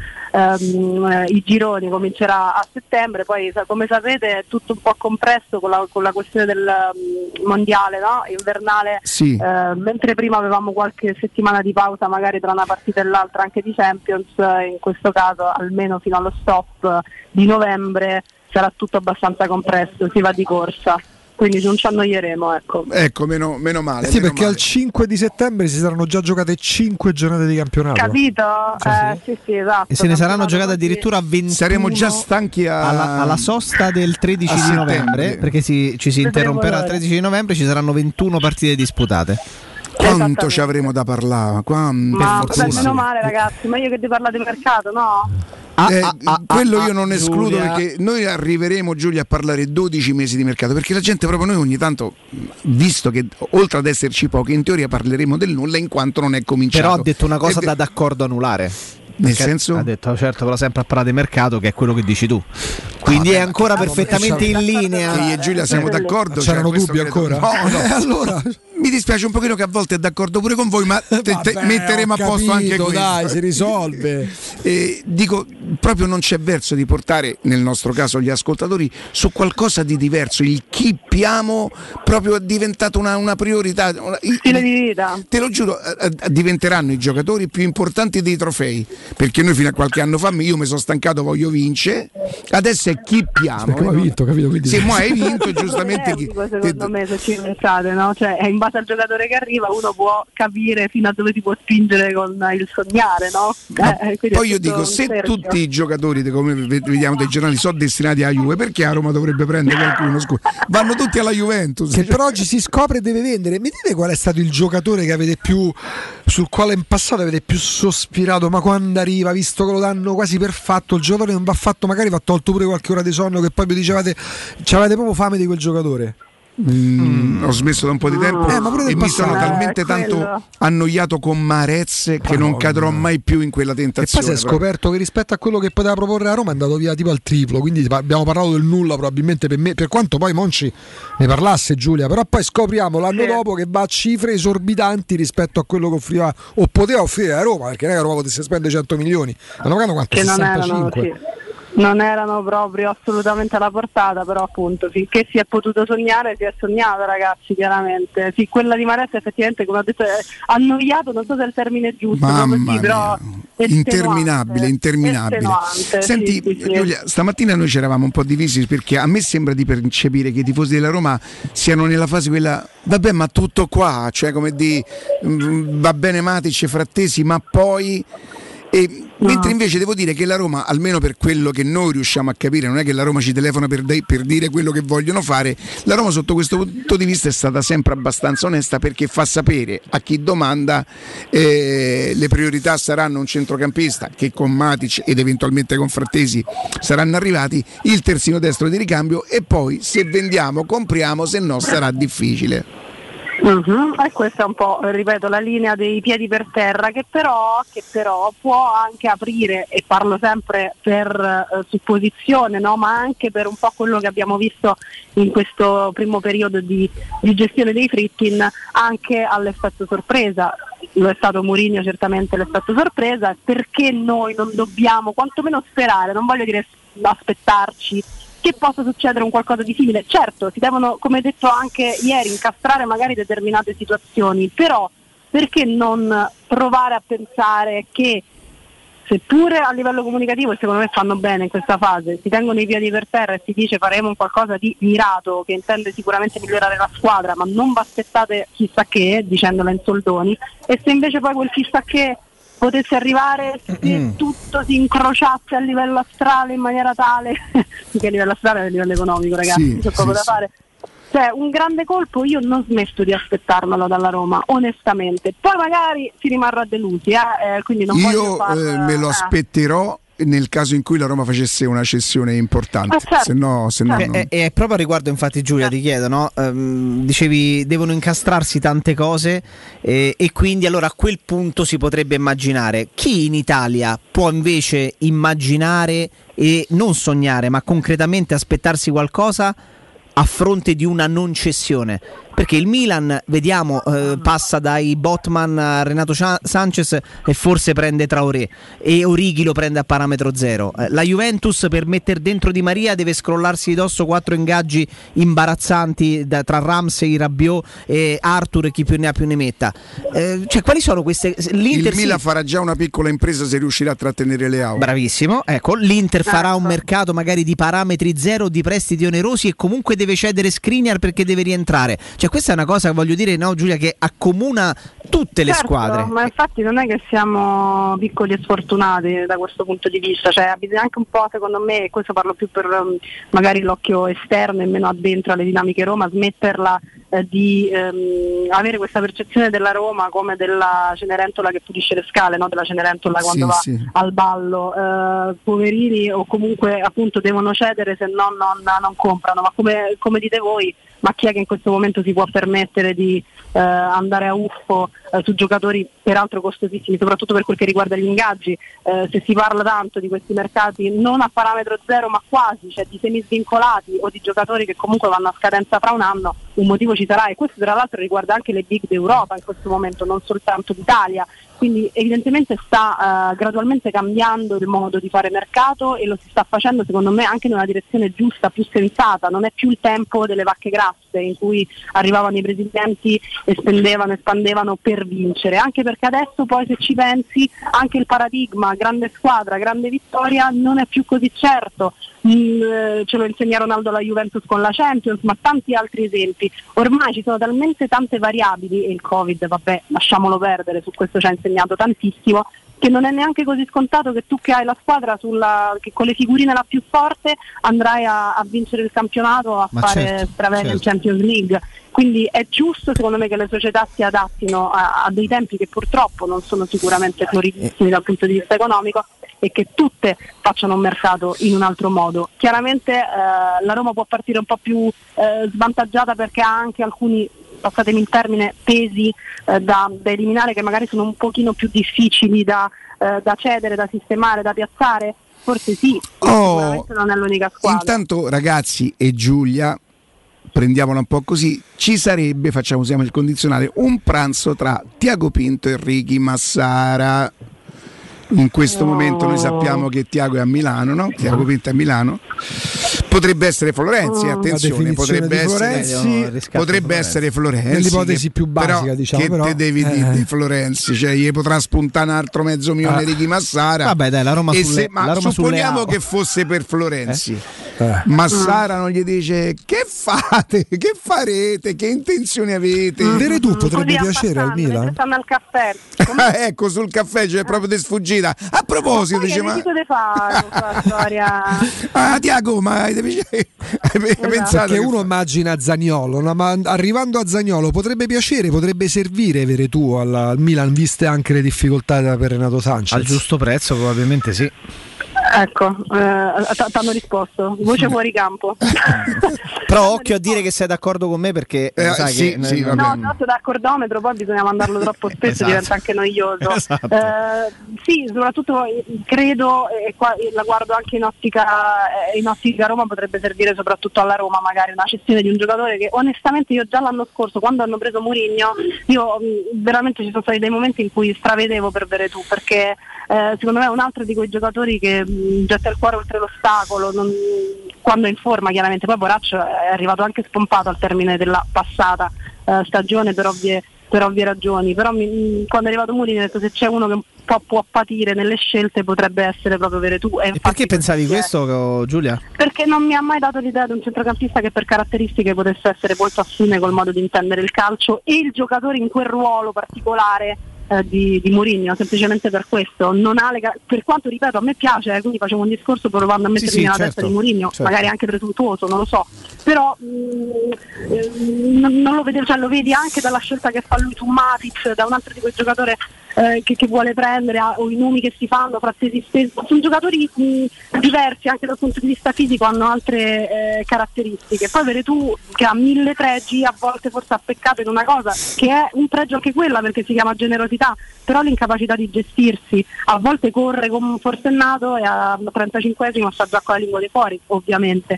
ehm, i gironi comincerà a settembre, poi sa- come sapete è tutto un po' compresso con la, con la questione del um, mondiale, no? Invernale,
Sì.
eh, mentre prima avevamo qualche settimana di pausa magari tra una partita e l'altra anche di Champions, eh, in questo caso almeno fino allo stop di novembre sarà tutto abbastanza compresso, si va di corsa, quindi non ci annoieremo, ecco.
Ecco, meno, meno male.
Eh sì,
meno
perché
male.
al cinque di settembre si saranno già giocate cinque giornate di campionato.
Capito? Eh, sì, sì, esatto.
E se ne saranno
Campionato
giocate
così.
addirittura ventuno
Saremo già stanchi a...
alla, alla sosta del tredici
a
di
settembre.
novembre, perché si- ci si
Vedremo
interromperà il
l'ora.
tredici di novembre, ci saranno ventuno partite disputate.
Quanto ci avremo da parlare? Quanto?
Ma
Per
beh,
fortuna.
meno male ragazzi, meglio che ti parlate di mercato, no?
Eh,
ah, ah,
quello
ah,
io non escludo,
Giulia.
perché noi arriveremo, Giulia, a parlare dodici mesi di mercato, perché la gente proprio, noi ogni tanto, visto che oltre ad esserci pochi, in teoria parleremo del nulla in quanto non è cominciato.
Però ha detto una cosa
E-
da d'accordo anulare.
Nel
Perché
senso?
ha detto certo, però sempre a parlare di mercato, che è quello che dici tu. Quindi
Vabbè,
è ancora
ma che-
perfettamente in linea.
Che io e Giulia siamo d'accordo.
C'erano
cioè, questo
dubbi
credo-
ancora?
No, no.
Eh, allora
Mi dispiace un pochino che a volte è d'accordo pure con voi, ma te- te-
Vabbè,
metteremo a
ho
posto anche
capito,
questo.
dai, si risolve.
Eh, dico, proprio non c'è verso di portare, nel nostro caso, gli ascoltatori su qualcosa di diverso. Il chippiamo proprio è diventato una, una priorità. Una-
Stile di vita.
Te lo giuro, eh, eh, diventeranno i giocatori più importanti dei trofei, perché noi fino a qualche anno fa io mi sono stancato, voglio vincere, adesso è chippiamo.
Perché ha vinto, capito? Quindi...
Sì, mo hai vinto, giustamente.
È
chi-
epico, secondo me, se ci pensate, no? Cioè, è in base al giocatore che arriva uno può capire fino a dove ti può spingere con il sognare, no? Eh, quindi
Poi
è
io
tutto
dico,
un
se
cerchio.
tutti i giocatori, come vediamo dai giornali, sono destinati alla Juve, perché a Roma dovrebbe prendere qualcuno? Scusa. Vanno tutti alla Juventus.
Che però oggi si scopre e deve vendere. Mi dite qual è stato il giocatore che avete più, sul quale in passato avete più sospirato, ma quando arriva, visto che lo danno quasi per fatto, il giocatore non va fatto, magari va tolto pure qualche ora di sonno, che poi vi dicevate, avete proprio fame di quel giocatore?
Mm, ho smesso da un po' di tempo
Eh, ma pure
e
del
mi sono
passato.
talmente
Eh,
tanto
quello.
annoiato con Marez che non cadrò mai più in quella
E poi
tentazione.
si è scoperto che rispetto a quello che poteva proporre a Roma è andato via tipo al triplo, quindi abbiamo parlato del nulla probabilmente per me, per quanto poi Monci ne parlasse, Giulia, però poi scopriamo l'anno
Sì.
dopo che va a cifre esorbitanti rispetto a quello che offriva o poteva offrire a Roma, perché non è che Roma potesse spendere cento milioni, hanno pagato quanto?
Che non erano,
sessantacinque.
sì. Non erano proprio assolutamente alla portata, però appunto finché si è potuto sognare si è sognato, ragazzi, chiaramente. Sì, quella di Maressa effettivamente, come ho detto, è annoiato, non so se è il termine giusto,
Mamma
proprio sì, però
mia. Interminabile, interminabile.
estenuante,
Senti,
sì, sì, sì.
Giulia, stamattina noi ci eravamo un po' divisi, perché a me sembra di percepire che i tifosi della Roma siano nella fase quella, vabbè, ma tutto qua, cioè come di mm, va bene Matic e Frattesi, ma poi... E, mentre invece devo dire che la Roma, almeno per quello che noi riusciamo a capire, non è che la Roma ci telefona per, de- per dire quello che vogliono fare, la Roma sotto questo punto di vista è stata sempre abbastanza onesta, perché fa sapere a chi domanda eh, le priorità saranno un centrocampista che con Matic ed eventualmente con Frattesi saranno arrivati, il terzino destro di ricambio, e poi se vendiamo compriamo, se no sarà difficile.
Mhm. E questa è un po', ripeto, la linea dei piedi per terra che però, che però può anche aprire, e parlo sempre per eh, supposizione, no? Ma anche per un po' quello che abbiamo visto in questo primo periodo di, di gestione dei Fritkin, anche all'effetto sorpresa. Lo è stato Mourinho certamente l'effetto sorpresa, perché noi non dobbiamo quantomeno sperare, non voglio dire aspettarci che possa succedere un qualcosa di simile. Certo, si devono, come detto anche ieri, incastrare magari determinate situazioni, però perché non provare a pensare che, seppure a livello comunicativo secondo me fanno bene in questa fase, si tengono i piedi per terra e si dice faremo un qualcosa di mirato che intende sicuramente migliorare la squadra, ma non vi aspettate chissà che, dicendola in soldoni, e se invece poi quel chissà che potesse arrivare, se mm. tutto si incrociasse a livello astrale in maniera tale che a livello astrale e a livello economico, ragazzi,
sì,
c'è poco
sì,
da
sì.
fare. Cioè, un grande colpo io non smetto di aspettarmelo dalla Roma, onestamente. Poi magari si rimarrà delusi, eh? Eh, quindi non voglio
Io
far,
eh, me lo
eh.
aspetterò nel caso in cui la Roma facesse una cessione importante,
Ah, certo.
se no, se no
E,
non-
e- e proprio a riguardo, infatti, Giulia, ti chiedo, no? Ehm, dicevi devono incastrarsi tante cose, eh, e quindi allora a quel punto si potrebbe immaginare chi in Italia può invece immaginare e non sognare, ma concretamente aspettarsi qualcosa a fronte di una non cessione. Perché il Milan, vediamo, eh, passa dai Botman a Renato Cia- Sanchez e forse prende Traoré, e Orighi lo prende a parametro zero. Eh, la Juventus, per metter dentro Di Maria, deve scrollarsi di dosso quattro ingaggi imbarazzanti da, tra Ramsey, Rabiot e Arthur e chi più ne ha più ne metta. Eh, cioè, quali sono queste? L'Inter
il Milan
sì,
farà già una piccola impresa se riuscirà a trattenere le auto.
bravissimo, ecco, l'Inter farà un mercato magari di parametri zero, di prestiti onerosi, e comunque deve cedere Skriniar perché deve rientrare. Cioè, questa è una cosa che voglio dire, no, Giulia, che accomuna tutte le
Certo,
squadre.
ma infatti non è che siamo piccoli e sfortunati da questo punto di vista, cioè bisogna anche un po', secondo me, e questo parlo più per um, magari l'occhio esterno e meno addentro alle dinamiche Roma, smetterla eh, di ehm, avere questa percezione della Roma come della Cenerentola che pulisce le scale, no? Della Cenerentola quando
Sì,
va
sì.
al ballo, eh, poverini, o comunque appunto devono cedere, se no non, non comprano, ma come, come dite voi, ma chi è che in questo momento si può permettere di eh, andare a uffo eh, su giocatori peraltro costosissimi, soprattutto per quel che riguarda gli ingaggi? Eh, se si parla tanto di questi mercati non a parametro zero ma quasi, cioè di semi svincolati o di giocatori che comunque vanno a scadenza fra un anno, un motivo ci sarà, e questo tra l'altro riguarda anche le big d'Europa in questo momento, non soltanto l'Italia. Quindi evidentemente sta uh, gradualmente cambiando il modo di fare mercato, e lo si sta facendo secondo me anche in una direzione giusta, più sensata. Non è più il tempo delle vacche grasse in cui arrivavano i presidenti e spendevano e spandevano per vincere, anche perché adesso poi, se ci pensi, anche il paradigma grande squadra, grande vittoria non è più così certo. Mm, ce lo insegna Ronaldo alla Juventus con la Champions, ma tanti altri esempi. Ormai ci sono talmente tante variabili, e il Covid, vabbè, lasciamolo perdere, su questo ci ha insegnato tantissimo, che non è neanche così scontato che tu, che hai la squadra sulla, che con le figurine la più forte, andrai a, a vincere il campionato, a
Ma
fare
certo,
stravede in
certo.
Champions League. Quindi è giusto secondo me che le società si adattino a, a dei tempi che purtroppo non sono sicuramente floridissimi dal punto di vista economico, e che tutte facciano un mercato in un altro modo. Chiaramente eh, la Roma può partire un po' più eh, svantaggiata perché ha anche alcuni, passatemi il termine, pesi eh, da, da eliminare, che magari sono un pochino più difficili da, eh, da cedere, da sistemare, da piazzare. Forse sì,
Oh,
sicuramente non è l'unica squadra.
Intanto, ragazzi e Giulia, prendiamola un po' così, ci sarebbe, facciamo, usiamo il condizionale, un pranzo tra Tiago Pinto e Ricky Massara. In questo momento noi sappiamo che Tiago è a Milano, no? Tiago Pinto è a Milano. Potrebbe essere Florenzi,
La
attenzione,
definizione
potrebbe
di
essere
Florenzi,
potrebbe essere Florenzi.
nell'ipotesi
che-
più basica,
però,
diciamo,
che
però,
te devi
eh.
dire di Florenzi, cioè gli potrà spuntare un altro mezzo milione
Ah.
di Ricky Massara.
Vabbè, dai, la Roma
E
sulle-
se- ma
la Roma
supponiamo
sulle A O.
che fosse per Florenzi.
Eh.
Massara non gli dice che fate, che farete, che intenzioni avete.
Veretù potrebbe
Così
piacere al
abbastanza, mentre
Milan?
stanno al caffè.
Ecco, sul caffè c'è proprio di sfuggita. A proposito,
Ma poi
dice,
che
ma
dico di fare con questa storia?
ah, Tiago, ma hai hai pensato
Perché
che
uno immagina Zaniolo, no? Ma arrivando a Zaniolo potrebbe piacere, potrebbe servire Veretù al, al Milan, viste anche le difficoltà per Renato Sanchez.
Al giusto prezzo, probabilmente sì.
Ecco, eh, t- t'hanno risposto, voce fuori campo.
Però occhio a dire che sei d'accordo con me perché
Eh,
sai
sì,
che
sì,
non-
vabbè.
No, tratto da accordometro, poi bisogna mandarlo troppo spesso,
Esatto.
diventa anche noioso.
Esatto.
Eh, sì, soprattutto eh, credo, e qua eh, la guardo anche in ottica, eh, in ottica Roma, potrebbe servire soprattutto alla Roma magari una cessione di un giocatore che onestamente io già l'anno scorso, quando hanno preso Mourinho, io mh, veramente ci sono stati dei momenti in cui stravedevo per Veretù, perché eh, secondo me è un altro di quei giocatori che mh, getta il cuore oltre l'ostacolo, non, quando è in forma chiaramente. Poi Boraccio è arrivato anche spompato al termine della passata eh, stagione per ovvie, per ovvie ragioni, però mi, mh, quando è arrivato Mourinho ho detto se c'è uno che un po' può patire nelle scelte potrebbe essere proprio Veretù. E
E perché pensavi questo, Giulia?
Perché non mi ha mai dato l'idea di un centrocampista che per caratteristiche potesse essere molto affine col modo di intendere il calcio e il giocatore in quel ruolo particolare eh, di, di Mourinho, semplicemente per questo. Non ha le ca- per quanto ripeto a me piace, eh, quindi facevo un discorso provando a mettermi
sì,
nella
certo,
testa di Mourinho,
certo.
magari anche presuntuoso, non lo so, però mh, eh, non, non lo vedevo, cioè lo vedi anche dalla scelta che fa lui su Matic, da un altro di quei giocatori eh, che, che vuole prendere, ah, o i nomi che si fanno fra se stessi. Sono giocatori mh, diversi anche dal punto di vista fisico, hanno altre eh, caratteristiche. Poi Veretù, che ha mille pregi, a volte forse ha peccato in una cosa che è un pregio anche quella, perché si chiama generosità, però l'incapacità di gestirsi. A volte corre come un forsennato e a trentacinquesimo sta già con la lingua di fuori, ovviamente.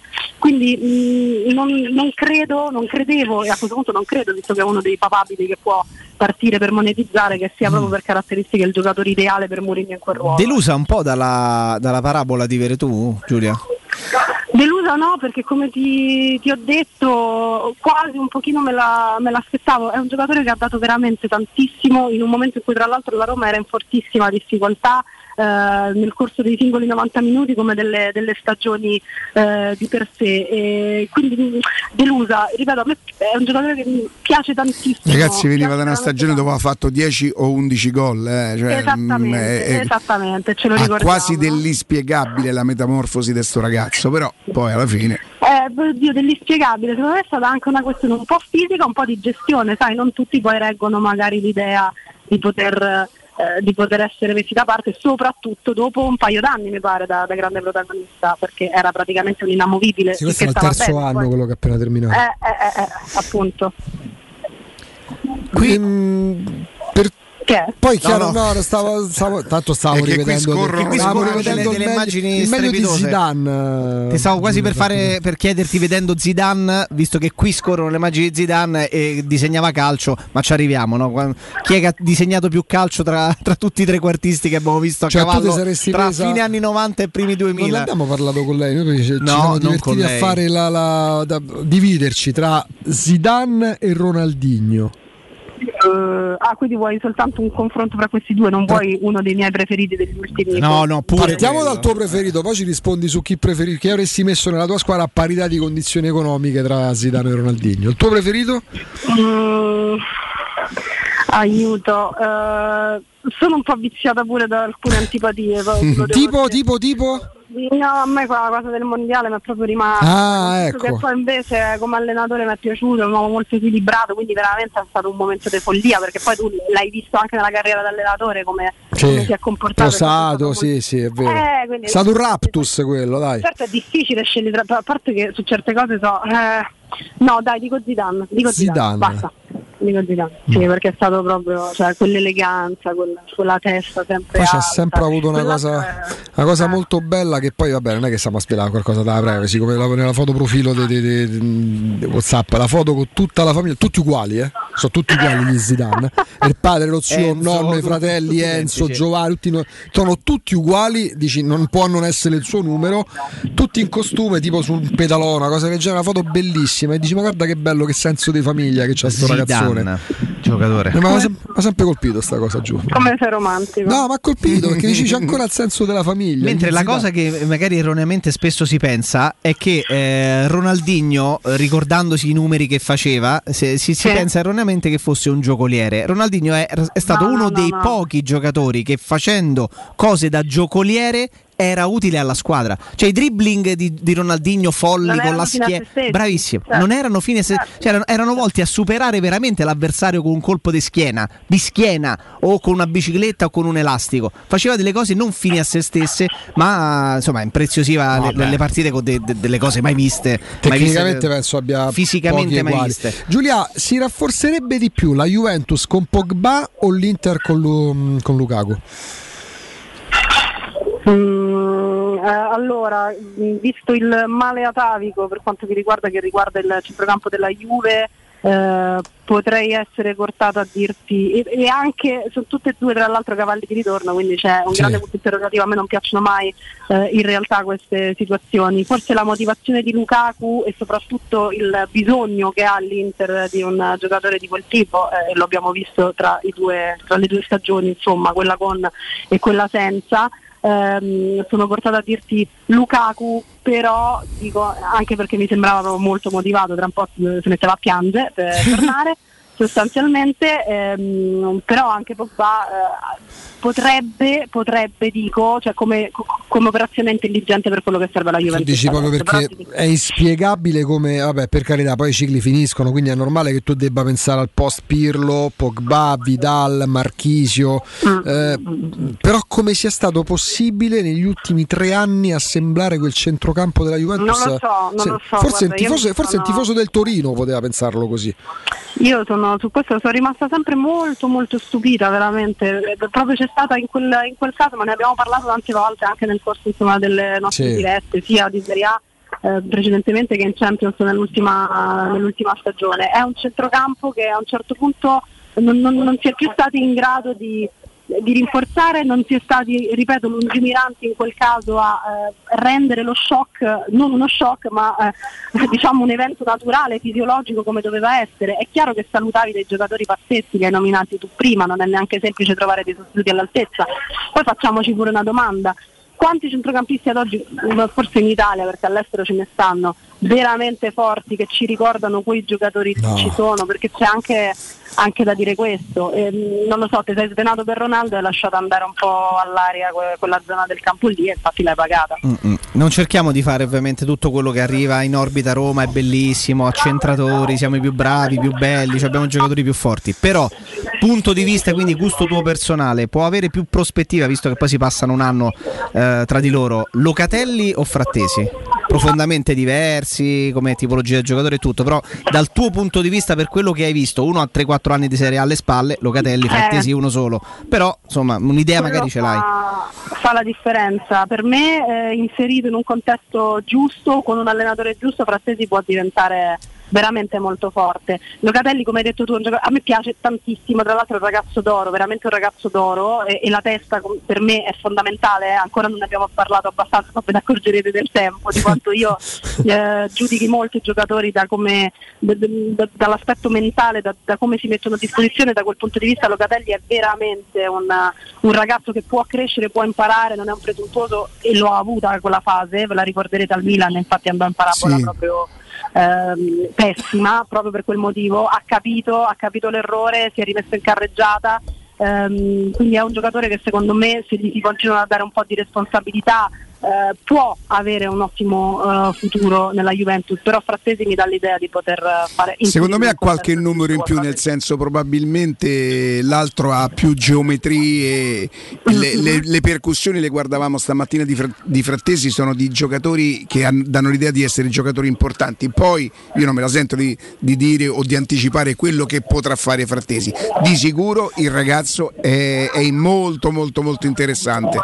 Quindi mh, non, non credo, non credevo, e a questo punto non credo, visto che è uno dei papabili che può partire per monetizzare, che sia proprio per caratteristiche il giocatore ideale per Mourinho in quel ruolo.
Delusa un po' dalla, dalla parabola di Veretù, Giulia?
Delusa no, perché come ti, ti ho detto quasi un pochino me, la, me l'aspettavo. È un giocatore che ha dato veramente tantissimo in un momento in cui tra l'altro la Roma era in fortissima difficoltà eh, nel corso dei singoli novanta minuti come delle, delle stagioni eh, di per sé, e quindi mh, delusa, ripeto, a me è un giocatore che mi piace tantissimo.
Ragazzi, veniva
Piace
da una stagione dove ha fatto dieci o undici gol, eh, cioè,
esattamente,
mh, è- è-
esattamente, ce lo
ha
ricordiamo.
quasi dell'inspiegabile la metamorfosi di sto ragazzo, però poi alla fine
Eh, oddio, dell'inspiegabile, secondo me è stata anche una questione un po' fisica, un po' di gestione, sai, non tutti poi reggono magari l'idea di poter, eh, di poter essere messi da parte, soprattutto dopo un paio d'anni mi pare da, da grande protagonista, perché era praticamente un inamovibile.
Sì, questo è
che
il
stava
terzo
bene,
anno
poi-
quello che ha appena terminato.
Eh, eh, eh, eh, appunto.
Qui, mh, per-
Che è?
Poi chiaro,
No, no.
no, stavo, stavo, tanto stavo
È che qui
rivedendo,
scorrono
le
stavo
immagini,
rivedendo
delle
il meglio,
immagini
il meglio di
strepitose.
Zidane.
Ti stavo quasi per
Giulia,
fare per chiederti vedendo Zidane, visto che qui scorrono le immagini di Zidane e disegnava calcio, ma ci arriviamo, no? Quan- Chi è che ha disegnato più calcio tra, tra tutti i trequartisti che abbiamo visto a
Cioè, tu ti
cavallo
saresti
tra
presa-
fine anni novanta e primi
Non
duemila?
abbiamo parlato con lei, noi ci, ci
No,
siamo
non
divertiti
con
a
lei.
fare la, la- da- dividerci tra Zidane e Ronaldinho.
Eh, ah, quindi vuoi soltanto un confronto fra questi due, non vuoi uno dei miei preferiti degli ultimi?
No, no, pure
Partiamo
quello.
dal tuo preferito, poi ci rispondi su chi preferi, chi avresti messo nella tua squadra a parità di condizioni economiche tra Zidane e Ronaldinho. Il tuo preferito?
Mm, aiuto, eh, sono un po' viziata pure da alcune antipatie. lo devo
Tipo,
dire.
tipo, tipo?
No, a me quella cosa del mondiale mi è proprio rimasta.
Ah,
Nel senso
ecco.
Che poi invece come allenatore mi è piaciuto, è un uomo molto equilibrato, quindi veramente è stato un momento di follia, perché poi tu l'hai visto anche nella carriera da allenatore come, come si è comportato.
Posato, sì, sì, è vero.
Eh, quindi-
è stato un raptus quello, dai.
Certo è difficile scegliere, tra- a parte che su certe cose so. eh, no, dai, dico Zidane, dico Zidane,
Zidane.
basta. Dico Zidane, sì, perché è stato proprio, cioè, quell'eleganza, quella, quella testa sempre
Poi c'ha
alta.
sempre avuto una
Quella-
cosa,
eh,
una cosa molto bella che poi vabbè non è che stiamo a spiegare qualcosa da privacy come la- nella foto profilo di, di- di- di WhatsApp, la foto con tutta la famiglia, tutti uguali, eh? Sono tutti uguali gli Zidane, il padre, lo zio, il
Enzo,
nonno, i
tutti-
fratelli,
tutti
Enzo,
identici.
Giovanni, tutti no- sono tutti uguali, dici non può non essere il suo numero, tutti in costume tipo su un pedalone, una cosa del genere, una foto bellissima e dici ma guarda che bello, che senso di famiglia che c'ha sto ragazzone.
Zidane, giocatore.
Eh, Ma mi ha sem- mi ha sempre colpito sta cosa, giù.
Come sei romantico.
No, ma ha colpito perché dici c'è ancora il senso della famiglia.
Mentre
gli
la
Zidane.
cosa che magari erroneamente spesso si pensa è che eh, Ronaldinho, eh, ricordandosi i numeri che faceva, se- si, si
Sì.
pensa erroneamente che fosse un giocoliere. Ronaldinho è, è stato
No,
uno
no,
dei
no, no.
pochi giocatori che facendo cose da giocoliere era utile alla squadra. Cioè i dribbling di, di Ronaldinho folli
Non
con
erano
la
fine a
schiena,
se stessi,
bravissimo,
certo.
non erano fine se, cioè, erano, erano volti a superare veramente l'avversario con un colpo di schiena, di schiena o con una bicicletta o con un elastico. Faceva delle cose non fini a se stesse, ma insomma impreziosiva le, le, le partite con de, de, delle cose mai viste, mai
Tecnicamente
viste,
penso abbia
fisicamente
pochi
mai
uguali.
viste.
Giulia, si rafforzerebbe di più la Juventus con Pogba o l'Inter con, Lu- con Lukaku?
Mm, eh, allora, mh, visto il male atavico per quanto mi riguarda, che riguarda il centrocampo della Juve, eh, potrei essere portata a dirti, e, e anche sono tutte e due tra l'altro cavalli di ritorno, quindi c'è un
Sì.
grande punto interrogativo. A me non piacciono mai eh, in realtà queste situazioni. Forse la motivazione di Lukaku e soprattutto il bisogno che ha l'Inter di un giocatore di quel tipo, eh, e lo abbiamo visto tra, i due, tra le due stagioni, insomma, quella con e quella senza. Ehm, sono portata a dirti Lukaku, però dico anche perché mi sembrava proprio molto motivato, tra un po' si metteva a piangere per tornare sostanzialmente, ehm, però anche Pogba eh, potrebbe, potrebbe dico, cioè come, come operazione intelligente per quello che serve alla Juventus.
Dici proprio perché è inspiegabile come, vabbè, per carità, poi i cicli finiscono, quindi è normale che tu debba pensare al post Pirlo, Pogba, Vidal, Marchisio, eh, però come sia stato possibile negli ultimi tre anni assemblare quel centrocampo della Juventus?
Non lo so, non
Se-
lo so,
forse,
guarda,
il tifoso,
io
forse il
sono-
tifoso del Torino poteva pensarlo così.
Io sono su questo sono rimasta sempre molto molto stupita, veramente. Eh, proprio c'è stata in quel, in quel caso, ma ne abbiamo parlato tante volte anche nel corso, insomma, delle nostre
Sì.
dirette, sia di Serie A eh, precedentemente che in Champions nell'ultima, nell'ultima stagione. È un centrocampo che a un certo punto non, non, non si è più stati in grado di di rinforzare, non si è stati, ripeto, lungimiranti in quel caso a eh, rendere lo shock, non uno shock, ma eh, diciamo un evento naturale, fisiologico come doveva essere. È chiaro che salutavi dei giocatori pazzeschi che hai nominati tu prima, non è neanche semplice trovare dei sostituti all'altezza. Poi facciamoci pure una domanda: quanti centrocampisti ad oggi, forse in Italia perché all'estero ce ne stanno, veramente forti che ci ricordano quei giocatori che
No.
ci sono? Perché c'è anche, anche da dire questo. Ehm, non lo so, ti sei svenato per Ronaldo e hai lasciato andare un po' all'aria que- quella zona del campo lì e infatti l'hai pagata.
Mm-mm. Non cerchiamo di fare ovviamente tutto quello che arriva in orbita Roma, è bellissimo, accentratori, siamo i più bravi, i più belli, cioè abbiamo giocatori più forti, però punto di vista, quindi gusto tuo personale, può avere più prospettiva, visto che poi si passano un anno eh, tra di loro, Locatelli o Frattesi? Profondamente diversi come tipologia di giocatore e tutto, però dal tuo punto di vista, per quello che hai visto, uno ha tre quattro anni di Serie A alle spalle, Locatelli, Frattesi uno solo, però insomma un'idea
Quello
magari ce l'hai.
fa, fa la differenza. Per me, eh, inserito in un contesto giusto, con un allenatore giusto, Frattesi può diventare veramente molto forte. Locatelli, come hai detto tu, è un gioco- a me piace tantissimo, tra l'altro è un ragazzo d'oro, veramente un ragazzo d'oro, e, e la testa com- per me è fondamentale, eh. Ancora non ne abbiamo parlato abbastanza, ma ve ne accorgerete del tempo, di quanto io eh, giudichi molti giocatori da come, da- da- dall'aspetto mentale, da, da come si mettono a disposizione. Da quel punto di vista Locatelli è veramente un, un ragazzo che può crescere, può imparare, non è un presuntuoso, e l'ho avuta quella fase, ve la ricorderete al Milan, infatti andò in parabola
Sì.
proprio ehm, pessima, proprio per quel motivo. Ha capito, ha capito l'errore, si è rimesso in carreggiata, ehm, quindi è un giocatore che secondo me, se gli si continuano a dare un po' di responsabilità, eh, può avere un ottimo eh, futuro nella Juventus. Però Frattesi mi dà l'idea di poter eh, fare
Secondo me ha
inserire un
qualche
contesto
numero in più, nel senso probabilmente l'altro ha più geometrie, le, le- le percussioni le guardavamo stamattina di, Fra- di Frattesi, sono di giocatori che han- danno l'idea di essere giocatori importanti. Poi io non me la sento di, di dire o di anticipare quello che potrà fare Frattesi. Di sicuro il ragazzo è, è molto molto molto interessante.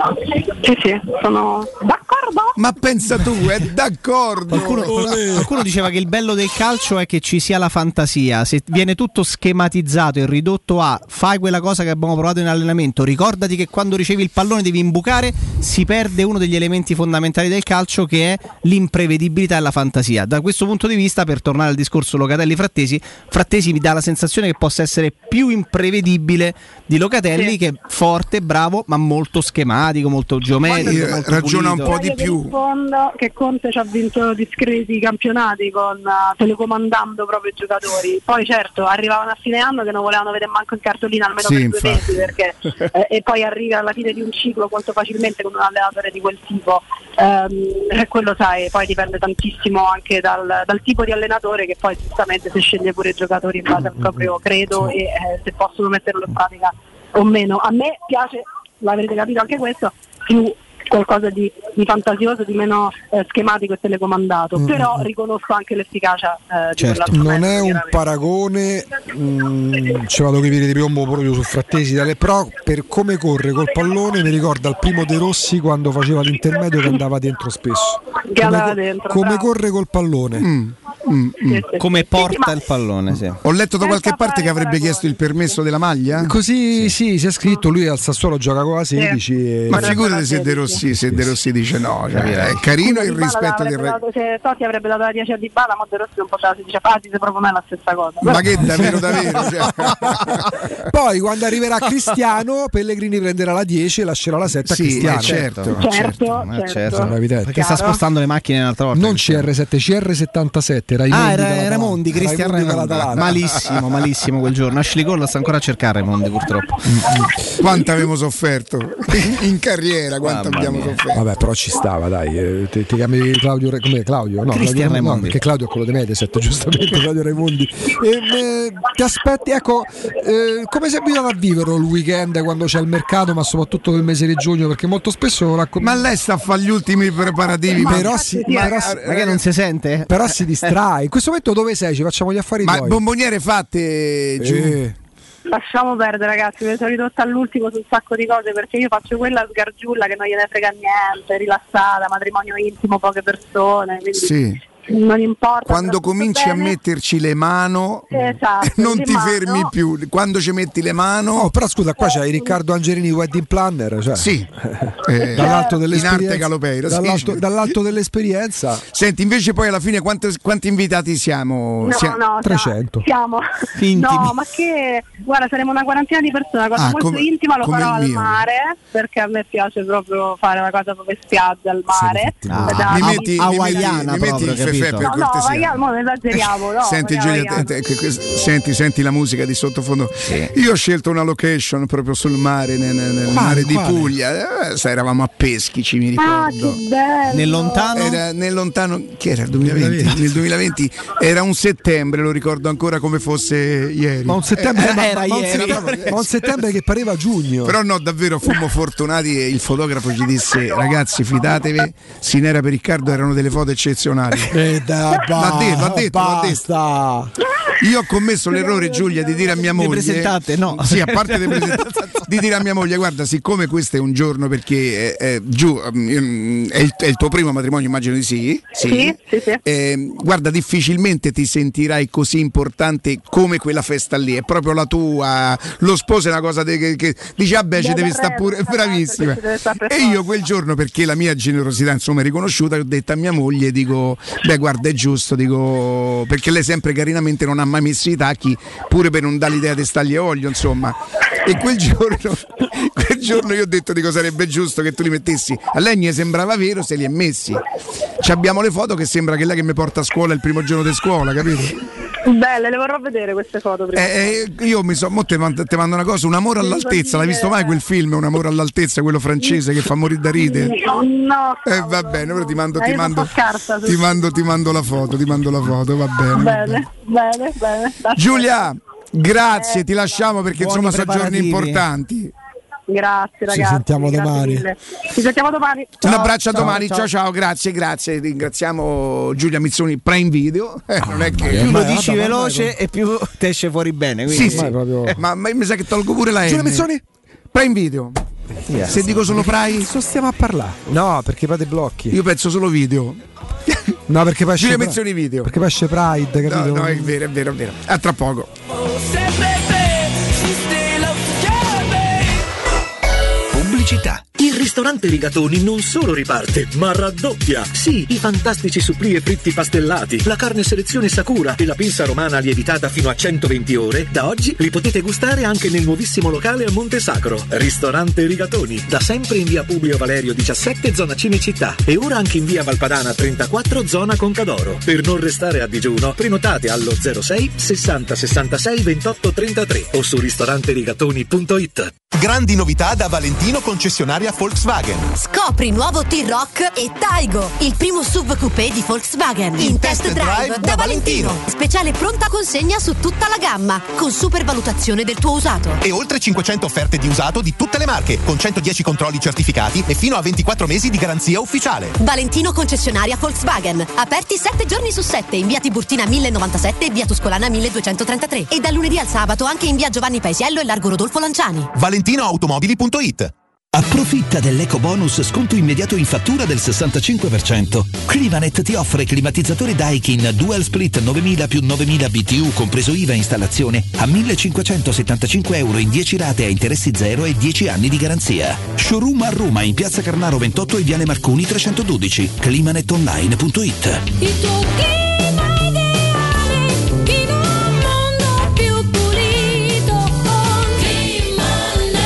Sì, sì, sono d'accordo.
Ma pensa tu, è d'accordo.
Qualcuno, qualcuno diceva che il bello del calcio è che ci sia la fantasia. Se viene tutto schematizzato e ridotto a fai quella cosa che abbiamo provato in allenamento, ricordati che quando ricevi il pallone devi imbucare, si perde uno degli elementi fondamentali del calcio, che è l'imprevedibilità e la fantasia. Da questo punto di vista, per tornare al discorso Locatelli-Frattesi, Frattesi mi dà la sensazione che possa essere più imprevedibile di Locatelli,
Sì.
che è forte, bravo, ma molto schematico, molto geometrico,
Eh,
molto
ragiona un
pulito.
po' di più,
rispondo che Conte ci ha vinto discreti campionati con uh, telecomandando proprio i giocatori. Poi certo arrivavano a fine anno che non volevano vedere manco in cartolina almeno
Sì,
per due
infatti.
mesi perché, eh, e poi arrivi alla fine di un ciclo molto facilmente con un allenatore di quel tipo. Ehm, e quello sai, poi dipende tantissimo anche dal, dal tipo di allenatore che poi giustamente se sceglie pure i giocatori in base al proprio credo e eh, se possono metterlo in pratica o meno. A me piace, l'avrete capito anche questo, più qualcosa di, di fantasioso, di meno eh, schematico e telecomandato,
Mm.
però riconosco anche l'efficacia eh, di
Certo,
quell'argomento,
non è un
chiaramente.
paragone, mh, ci vado che viene di piombo proprio su Frattesi, dalle- però per come corre col pallone mi ricorda il primo De Rossi quando faceva l'intermedio che andava dentro spesso.
Che
Come,
andava
co-
dentro,
come
bravo.
corre col pallone.
Mm, mm, mm.
Come porta il pallone, sì.
Ho letto da qualche parte che avrebbe chiesto il permesso della maglia.
Così sì, si è scritto, lui al Sassuolo gioca con la sedici. E...
Ma figurati se De Rossi, se De Rossi dice no, cioè, è carino il
Dybala
rispetto del
avrebbe
re.
dato- se Totti avrebbe dato la dieci a Dybala, ma De Rossi non poteva, si dice ah, dice proprio me la stessa cosa.
Ma che davvero davvero? Cioè.
Poi quando arriverà Cristiano, Pellegrini prenderà la dieci e lascerà la sette
Sì,
a Cristiano.
eh, certo,
Certo,
certo,
certo.
certo.
È evidente.
Perché sta
Chiaro.
spostando le macchine un'altra volta.
Non C R sette, C R settantasette. Raimondi
Ah, era
dall'Atalanta.
Raimondi, Cristian
Raimondi
Raimondi.
dall'Atalanta.
Malissimo, malissimo quel giorno. Ashley Cole la sta ancora a cercare Raimondi, purtroppo.
Quanto abbiamo sofferto in carriera, quanto
Mamma
abbiamo
mia.
sofferto.
Vabbè, però ci stava, dai. eh, Ti, ti chiami Claudio Re- come Claudio? No,
Cristian
Claudio, no,
Raimondi.
perché Claudio è quello di Mediaset, giustamente Claudio Raimondi. E, eh, ti aspetti, ecco, eh, come sei abituato a viverlo il weekend quando c'è il mercato, ma soprattutto nel mese di giugno? Perché molto spesso raccom-
Ma lei sta a fare gli ultimi preparativi. Ma,
però, si, però, si-
Ma che non si sente?
però si distrae. In questo momento dove sei? Ci facciamo gli affari
ma
tuoi.
bomboniere fatte giù.
Eh.
Lasciamo perdere ragazzi, mi sono ridotta all'ultimo su un sacco di cose perché io faccio quella sgargiulla che non gliene frega niente, rilassata, matrimonio intimo, poche persone, quindi
Sì.
non importa.
Quando
sta tutto
cominci a
bene.
metterci le mano,
Esatto,
non
le
ti
mano.
fermi più. Quando ci metti le mano,
Oh, però scusa, qua c'hai Riccardo Angelini, wedding planner, cioè.
sì, eh,
Dall'alto
in
dell'esperienza,
arte Calopeiro. sì.
dall'alto, dall'alto dell'esperienza.
Senti, invece poi alla fine quanti, quanti invitati siamo?
No,
Siamo-
no,
trecento.
siamo
Intimi.
no, ma che guarda, saremo una quarantina di persone, una cosa
Ah,
molto
come-
intima, lo
come
farò
il
al
mio.
mare, perché a me piace proprio fare una cosa proprio in spiaggia al mare.
Ah,
Da-
mi
a-
metti, mi metti,
hawaiana
mi metti
proprio,
il fefè
capito?
per
No, no,
cortesia.
Hawaiana, mo ne esageriamo, no,
Senti
non è
Giulia,
Hawaiana.
te- te- che- senti, senti la musica di sottofondo. Io ho scelto una location proprio sul mare, nel, nel- nel
Quale,
mare di
quale?
Puglia. Eh, sai, eravamo a Peschici, mi
Ah,
ricordo.
che bello.
Nel lontano?
Era nel lontano, che era il duemilaventi? Nel duemilaventi era un settembre, lo ricordo ancora come fosse ieri.
Ma un settembre,
Eh,
ma-
era
ma un
ieri.
settembre- ma un settembre che pareva giugno.
Però no, davvero fummo fortunati e il fotografo ci disse ragazzi fidatevi, se n'era per Riccardo erano delle foto eccezionali.
Eh, da-
L'ha detto, l'ha detto, l'ha detto.
basta.
Io ho commesso l'errore, Giulia, di dire a mia
Le
moglie
presentate, no.
Sì, a parte le presentate, di dire a mia moglie guarda, siccome questo è un giorno perché eh, eh, giù mm, è, il, è il tuo primo matrimonio, immagino di sì,
Sì, sì, sì.
Eh, guarda, difficilmente ti sentirai così importante come quella festa lì, è proprio la tua, lo sposo è una cosa de- che, che dici vabbè ci
Deve
deve stare pure,
prendere,
bravissima.
ci deve stare per
E io quel giorno, perché la mia generosità insomma è riconosciuta, ho detto a mia moglie, dico beh guarda è giusto, dico perché lei sempre carinamente non ha mai messo i tacchi pure per non dare l'idea di stargli a olio insomma, e quel giorno quel giorno io ho detto dico sarebbe giusto che tu li mettessi, a lei mi sembrava vero se li è messi, ci abbiamo le foto che sembra che lei che mi porta a scuola il primo giorno di scuola, capito?
Belle, le vorrò vedere queste foto prima.
Eh, eh, io mi so, mo te mando, te mando una cosa, un amore all'altezza, l'hai visto mai quel film, un amore all'altezza, quello francese che fa morire da ridere?
No,
Eh, va bene, ora ti mando,
Eh,
ti
io sono
mando,
un po' scarsa, sì.
ti mando, ti mando la foto, ti mando la foto, va bene. va bene.
Bene, bene, bene. Aspetta.
Giulia, grazie, ti lasciamo perché
Buoni
insomma sono giorni
preparativi.
importanti.
Grazie ragazzi.
Ci sentiamo
grazie
domani.
mille. Ci sentiamo domani.
Un abbraccio a
ciao,
domani,
ciao.
ciao ciao, grazie, grazie, ringraziamo Giulia Mizzoni, Prime Video, eh, non è che...
Più lo
Ma
dici
vabbè,
veloce e più ti esce fuori bene. Quindi.
Sì, sì.
proprio-
Ma, ma mi sa che tolgo pure la
Giulia
N.
Mizzoni?
Prime Video. Se dico solo Prime,
Cosa stiamo a parlare? No, perché poi dei blocchi.
io penso solo video.
No, perché poi esce
Giulia
Pri-
Mizzoni video.
Perché poi esce Pride,
No,
capito?
no, è vero, è vero, è vero. A tra poco.
Pubblicità.
Il ristorante
Ristorante Rigatoni non solo riparte, ma raddoppia. Sì, i fantastici supplì e fritti pastellati, la carne selezione Sakura e la pinza romana lievitata fino a centoventi ore, da oggi li potete gustare anche nel nuovissimo locale a Monte Sacro. Ristorante Rigatoni, da sempre in via Publio Valerio diciassette, zona Cinecittà, e ora anche in via Valpadana trentaquattro, zona Concadoro. Per non restare a digiuno, prenotate allo zero sei sessanta sessantasei ventotto trentatré o su ristoranterigatoni punto it.
Grandi novità da Valentino concessionaria Volkswagen.
Scopri nuovo T-Rock e Taigo, il primo S U V coupé di Volkswagen.
In test drive da Valentino.
Speciale pronta consegna su tutta la gamma, con supervalutazione del tuo usato.
E oltre cinquecento offerte di usato di tutte le marche, con centodieci controlli certificati e fino a ventiquattro mesi di garanzia ufficiale.
Valentino concessionaria Volkswagen. Aperti sette giorni su sette in via Tiburtina mille novantasette e via Tuscolana milleduecentotrentatré. E dal lunedì al sabato anche in via Giovanni Paesiello e largo Rodolfo Lanciani.
valentinoautomobili punto it.
Approfitta dell'eco bonus sconto immediato in fattura del sessantacinque per cento. Climanet ti offre climatizzatori Daikin Dual Split novemila più novemila B T U compreso I V A e installazione a millecinquecentosettantacinque euro in dieci rate a interessi zero e dieci anni di garanzia. Showroom a Roma in piazza Carnaro ventotto e viale Marconi trecentododici. climanetonline punto it.
Il tuo clima ideale in un mondo più pulito con Climanet.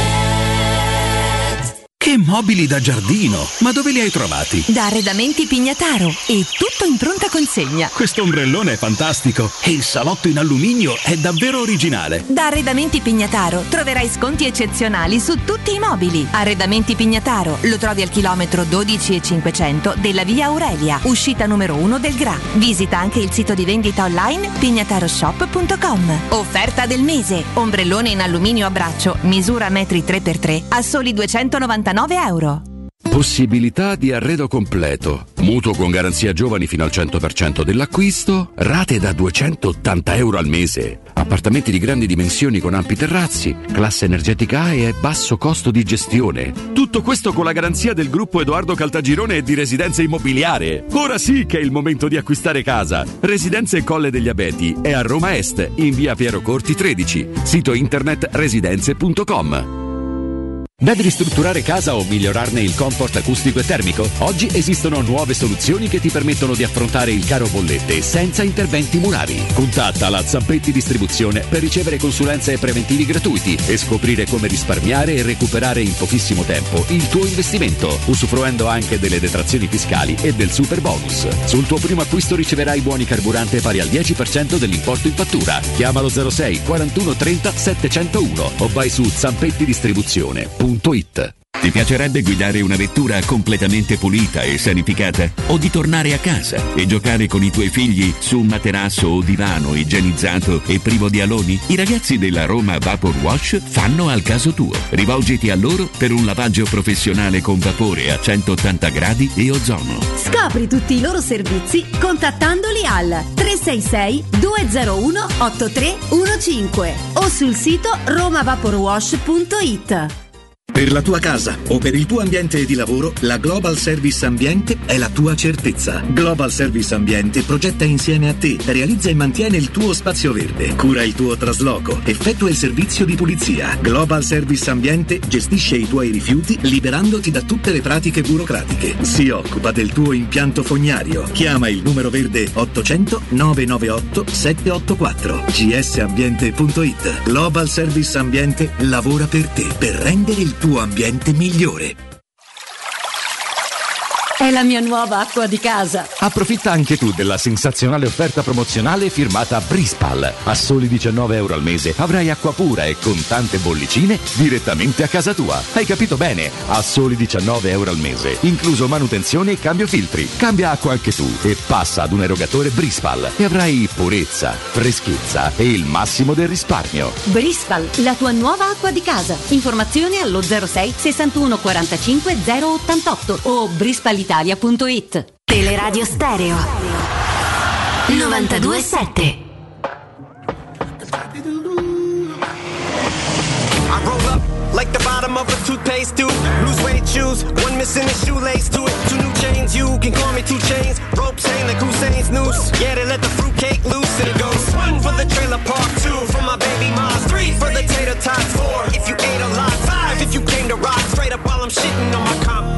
Che mobili da giardino! Ma dove li hai trovati?
Da Arredamenti Pignataro e tutto in pronta consegna.
Questo ombrellone è fantastico e il salotto in alluminio è davvero originale.
Da Arredamenti Pignataro troverai sconti eccezionali su tutti i mobili. Arredamenti Pignataro lo trovi al chilometro dodici e cinquecento della via Aurelia, uscita numero uno del Gra. Visita anche il sito di vendita online pignataroshop punto com. Offerta del mese: ombrellone in alluminio a braccio, misura metri tre per tre a soli duecentonovantanove euro.
Possibilità di arredo completo, mutuo con garanzia giovani fino al cento per cento dell'acquisto, rate da duecentottanta euro al mese, appartamenti di grandi dimensioni con ampi terrazzi, classe energetica A e basso costo di gestione. Tutto questo con la garanzia del gruppo Edoardo Caltagirone e di Residenze Immobiliare. Ora sì che è il momento di acquistare casa. Residenze Colle degli Abeti è a Roma Est, in via Piero Corti tredici, sito internet residenze punto com. Devi ristrutturare casa o migliorarne il comfort acustico e termico? Oggi esistono nuove soluzioni che ti permettono di affrontare il caro bollette senza interventi murari. Contatta la Zampetti Distribuzione per ricevere consulenze e preventivi gratuiti e scoprire come risparmiare e recuperare in pochissimo tempo il tuo investimento, usufruendo anche delle detrazioni fiscali e del super bonus. Sul tuo primo acquisto riceverai buoni carburante pari al dieci per cento dell'importo in fattura. Chiamalo zero sei quarantuno trenta settecentouno o vai su zampetti distribuzione punto it. Ti piacerebbe guidare una vettura completamente pulita e sanificata? O di tornare a casa e giocare con i tuoi figli su un materasso o divano igienizzato e privo di aloni? I ragazzi della Roma Vapor Wash fanno al caso tuo. Rivolgiti a loro per un lavaggio professionale con vapore a centottanta gradi e ozono.
Scopri tutti i loro servizi contattandoli al tre sei sei due zero uno otto tre uno cinque o sul sito roma vapor wash punto it.
Per la tua casa o per il tuo ambiente di lavoro, la Global Service Ambiente è la tua certezza. Global Service Ambiente progetta insieme a te, realizza e mantiene il tuo spazio verde, cura il tuo trasloco, effettua il servizio di pulizia. Global Service Ambiente gestisce i tuoi rifiuti liberandoti da tutte le pratiche burocratiche. Si occupa del tuo impianto fognario. Chiama il numero verde ottocento nove nove otto sette otto quattro g s ambiente punto it. Global Service Ambiente lavora per te, per rendere il tuo ambiente migliore.
È la mia nuova acqua di casa.
Approfitta anche tu della sensazionale offerta promozionale firmata Brispal. A soli diciannove euro al mese avrai acqua pura e con tante bollicine direttamente a casa tua. Hai capito bene? A soli diciannove euro al mese, incluso manutenzione e cambio filtri. Cambia acqua anche tu e passa ad un erogatore Brispal e avrai purezza, freschezza e il massimo del risparmio.
Brispal, la tua nuova acqua di casa. Informazioni allo zero sei sessantuno quarantacinque zero ottantotto o brispalitalia punto it.
Teleradio Stereo novantadue sette.
I roll up like the bottom of a toothpaste tube. Lose weight, shoes, one missing a shoelace to it. Two new chains, you can call me two chains. Ropes hang like Hussein's noose. Yeah, they let the fruitcake loose and it goes one for the trailer park, two for my baby mom, three for the tater tots, four if you ate a lot, five if you came to rock straight up while I'm shitting on my comp.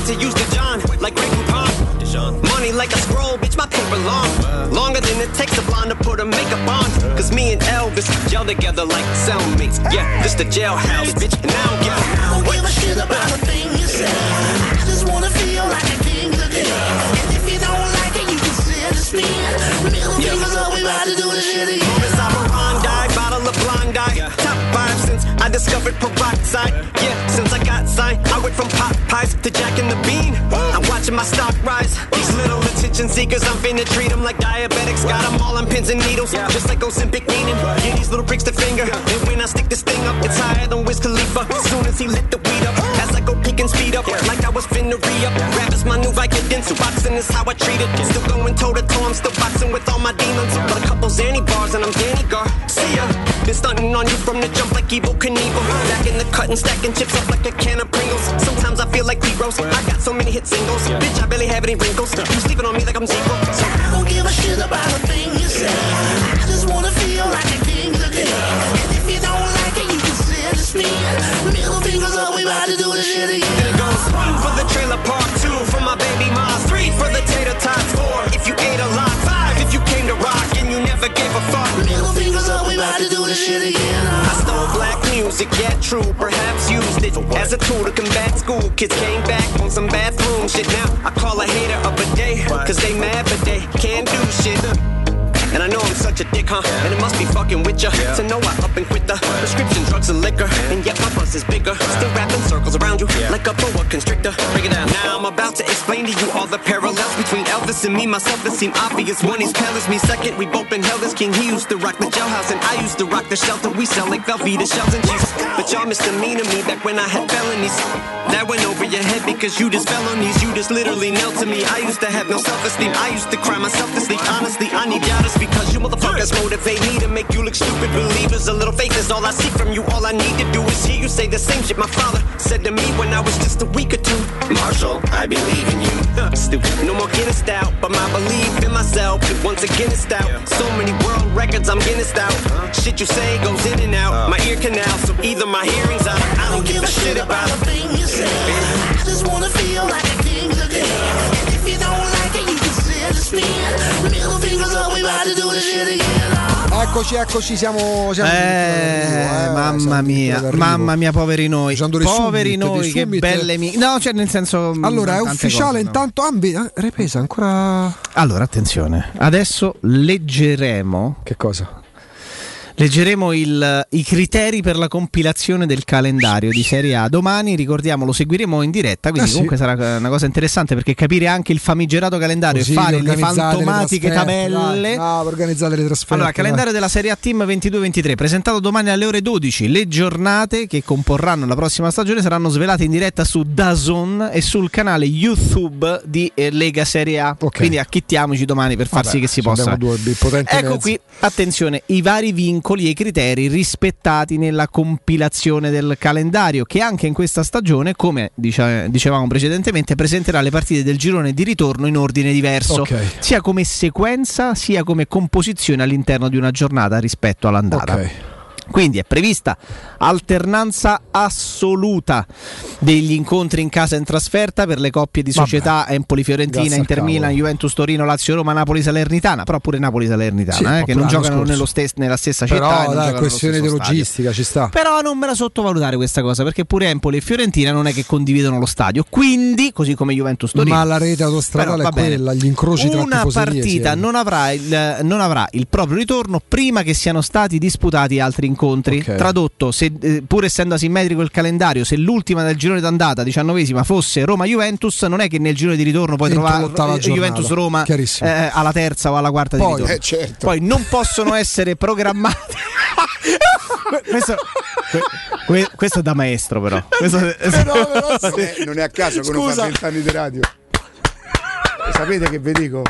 about to use the John, like Grey Poupon. Money like a scroll, bitch, my paper long. Longer than it takes a blonde to put her makeup on. Cause me and Elvis gel together like cellmates. Yeah, this the jailhouse, bitch, and now get
I don't give a shit about a thing you say. I just wanna feel like a king again. And if you don't like it, you can say it to spin. Middle fingers up, we about to do this shit again.
Miss Operandi, bottle of blonde eye. Top five since I discovered peroxide. Yeah, since I got signed, I went from pot pies to Jack and the Bean. I'm watching my stock rise. These little attention seekers, I'm finna treat them like diabetics. Got them all on pins and needles, just like Ozempic meaning. Yeah, these little pricks the finger. And when I stick this thing up, it's higher than Wiz Khalifa. As soon as he lit the weed up, as I go pick and speed up, like I was finna re-up. Rap is my new Vicodin, so boxing is how I treat it. Still going toe to toe, I'm still boxing with all my demons. But a couple Zanny bars and I'm Danny Gar. See ya. Been stunting on you from the jump like Evel Knievel. Back in the cut and stacking chips up like a can of Pringles. Sometimes I feel like T-Rose. I got so many hit singles. Bitch, I barely have any wrinkles. You sleeping on me like I'm zero. So
I don't give a shit about a thing you say. I just wanna feel like a king again. And if you don't like it, you can say it to spin. Middle fingers up, we about to do this shit again.
Then it goes one for the trailer park, two for my baby mom, three for the tater tots, four if you ate a lot, five if you came to rock and you never gave a fuck.
Middle fingers up, we about to do this shit again.
I stole black music, yeah true, perhaps used it as a tool to combat school. Kids came back on some bathroom shit. Now I call a hater of a day, cause they mad but they can't do shit. And I know I'm such a dick, huh? And it must be fucking with ya yeah. To know I up and quit the prescription drugs and liquor. And yet my buzz is bigger. Still wrapping circles around you yeah. like a boa constrictor. Break it down. Now I'm about to explain to you all the parallels between Elvis and me. Myself that seem obvious. One, he's pale as me. Second, we both been held as king. He used to rock the jailhouse and I used to rock the shelter. We sell like Velveeta shells and cheese. But y'all misdemeanor me back when I had felonies. That went over your head because you just fell on these. You just literally knelt to me. I used to have no self-esteem. I used to cry myself to sleep. Honestly, I need y'all to speak. Because you motherfuckers motivate me to make you look stupid. Believers, a little faith is all I see from you. All I need to do is hear you say the same shit my father said to me when I was just a week or two. Marshall, I believe in you. Uh, stupid. No more Guinness out, but my belief in myself is once again it's out. So many world records, I'm Guinness out. Shit you say goes in and out. My ear canal, so either my hearing's out. I don't give a shit about a thing you say.
I just wanna feel like a king again. And if you don't like it, you can say it to spin. Middle fingers up, we about to do this shit again.
Eccoci, eccoci, siamo, siamo
eh, eh, mamma mia, mamma mia, poveri noi, poveri noi, che belle mie. No, cioè nel senso.
Allora, è ufficiale cose, intanto. No. Ah, ripresa ancora.
Allora, attenzione, adesso leggeremo.
Che cosa?
Leggeremo il, i criteri per la compilazione del calendario di Serie A. Domani, ricordiamo, lo seguiremo in diretta, quindi eh sì. comunque sarà una cosa interessante perché capire anche il famigerato calendario Così, e fare le fantomatiche le tabelle.
No, organizzare le trasferte.
Allora, calendario dai. della Serie A Team ventidue ventitré, presentato domani alle ore dodici. Le giornate che comporranno la prossima stagione saranno svelate in diretta su DAZN e sul canale YouTube di Lega Serie A. Okay. Quindi acchittiamoci domani per far Vabbè, sì che si possa.
Due potenti
ecco mezzi. Qui, attenzione, i vari vincoli e i criteri rispettati nella compilazione del calendario, che anche in questa stagione, come dice, dicevamo precedentemente, presenterà le partite del girone di ritorno in ordine diverso, okay. sia come sequenza sia come composizione all'interno di una giornata rispetto all'andata. Okay. Quindi è prevista alternanza assoluta degli incontri in casa e in trasferta per le coppie di società Vabbè. Empoli Fiorentina, Inter Milan, Juventus Torino, Lazio Roma, Napoli Salernitana, però pure Napoli Salernitana sì, eh, che non giocano nello stes- nella stessa
però,
città,
però dai, questione di logistica stadio. Ci sta.
Però non me la sottovalutare questa cosa, perché pure Empoli e Fiorentina non è che condividono lo stadio, quindi così come Juventus Torino.
Ma la rete autostradale però, è quella, gli incroci tra
una partita sì, non avrà il non avrà il proprio ritorno prima che siano stati disputati altri incontri. Okay. Tradotto, se, eh, pur essendo asimmetrico il calendario, se l'ultima del girone d'andata, diciannovesima, fosse Roma-Juventus, non è che nel girone di ritorno puoi trovare eh, Juventus-Roma eh, alla terza o alla quarta
poi,
di ritorno.
Eh, certo.
Poi non possono essere programmati. questo, que, questo è da maestro, però. Questo,
no, però non, è, non è a caso che uno fa vent'anni di radio. Sapete che vi dico?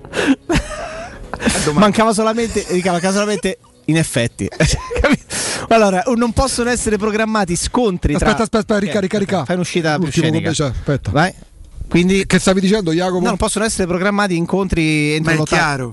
Mancava solamente, mancava solamente in effetti. Allora, non possono essere programmati scontri
aspetta,
tra...
aspetta, aspetta, ricarica, ricarica.
Fai un'uscita più scenica.
Aspetta.
Vai. Quindi,
che stavi dicendo, Jacopo?
No, non possono essere programmati incontri entro
Ma è
l'ottavo.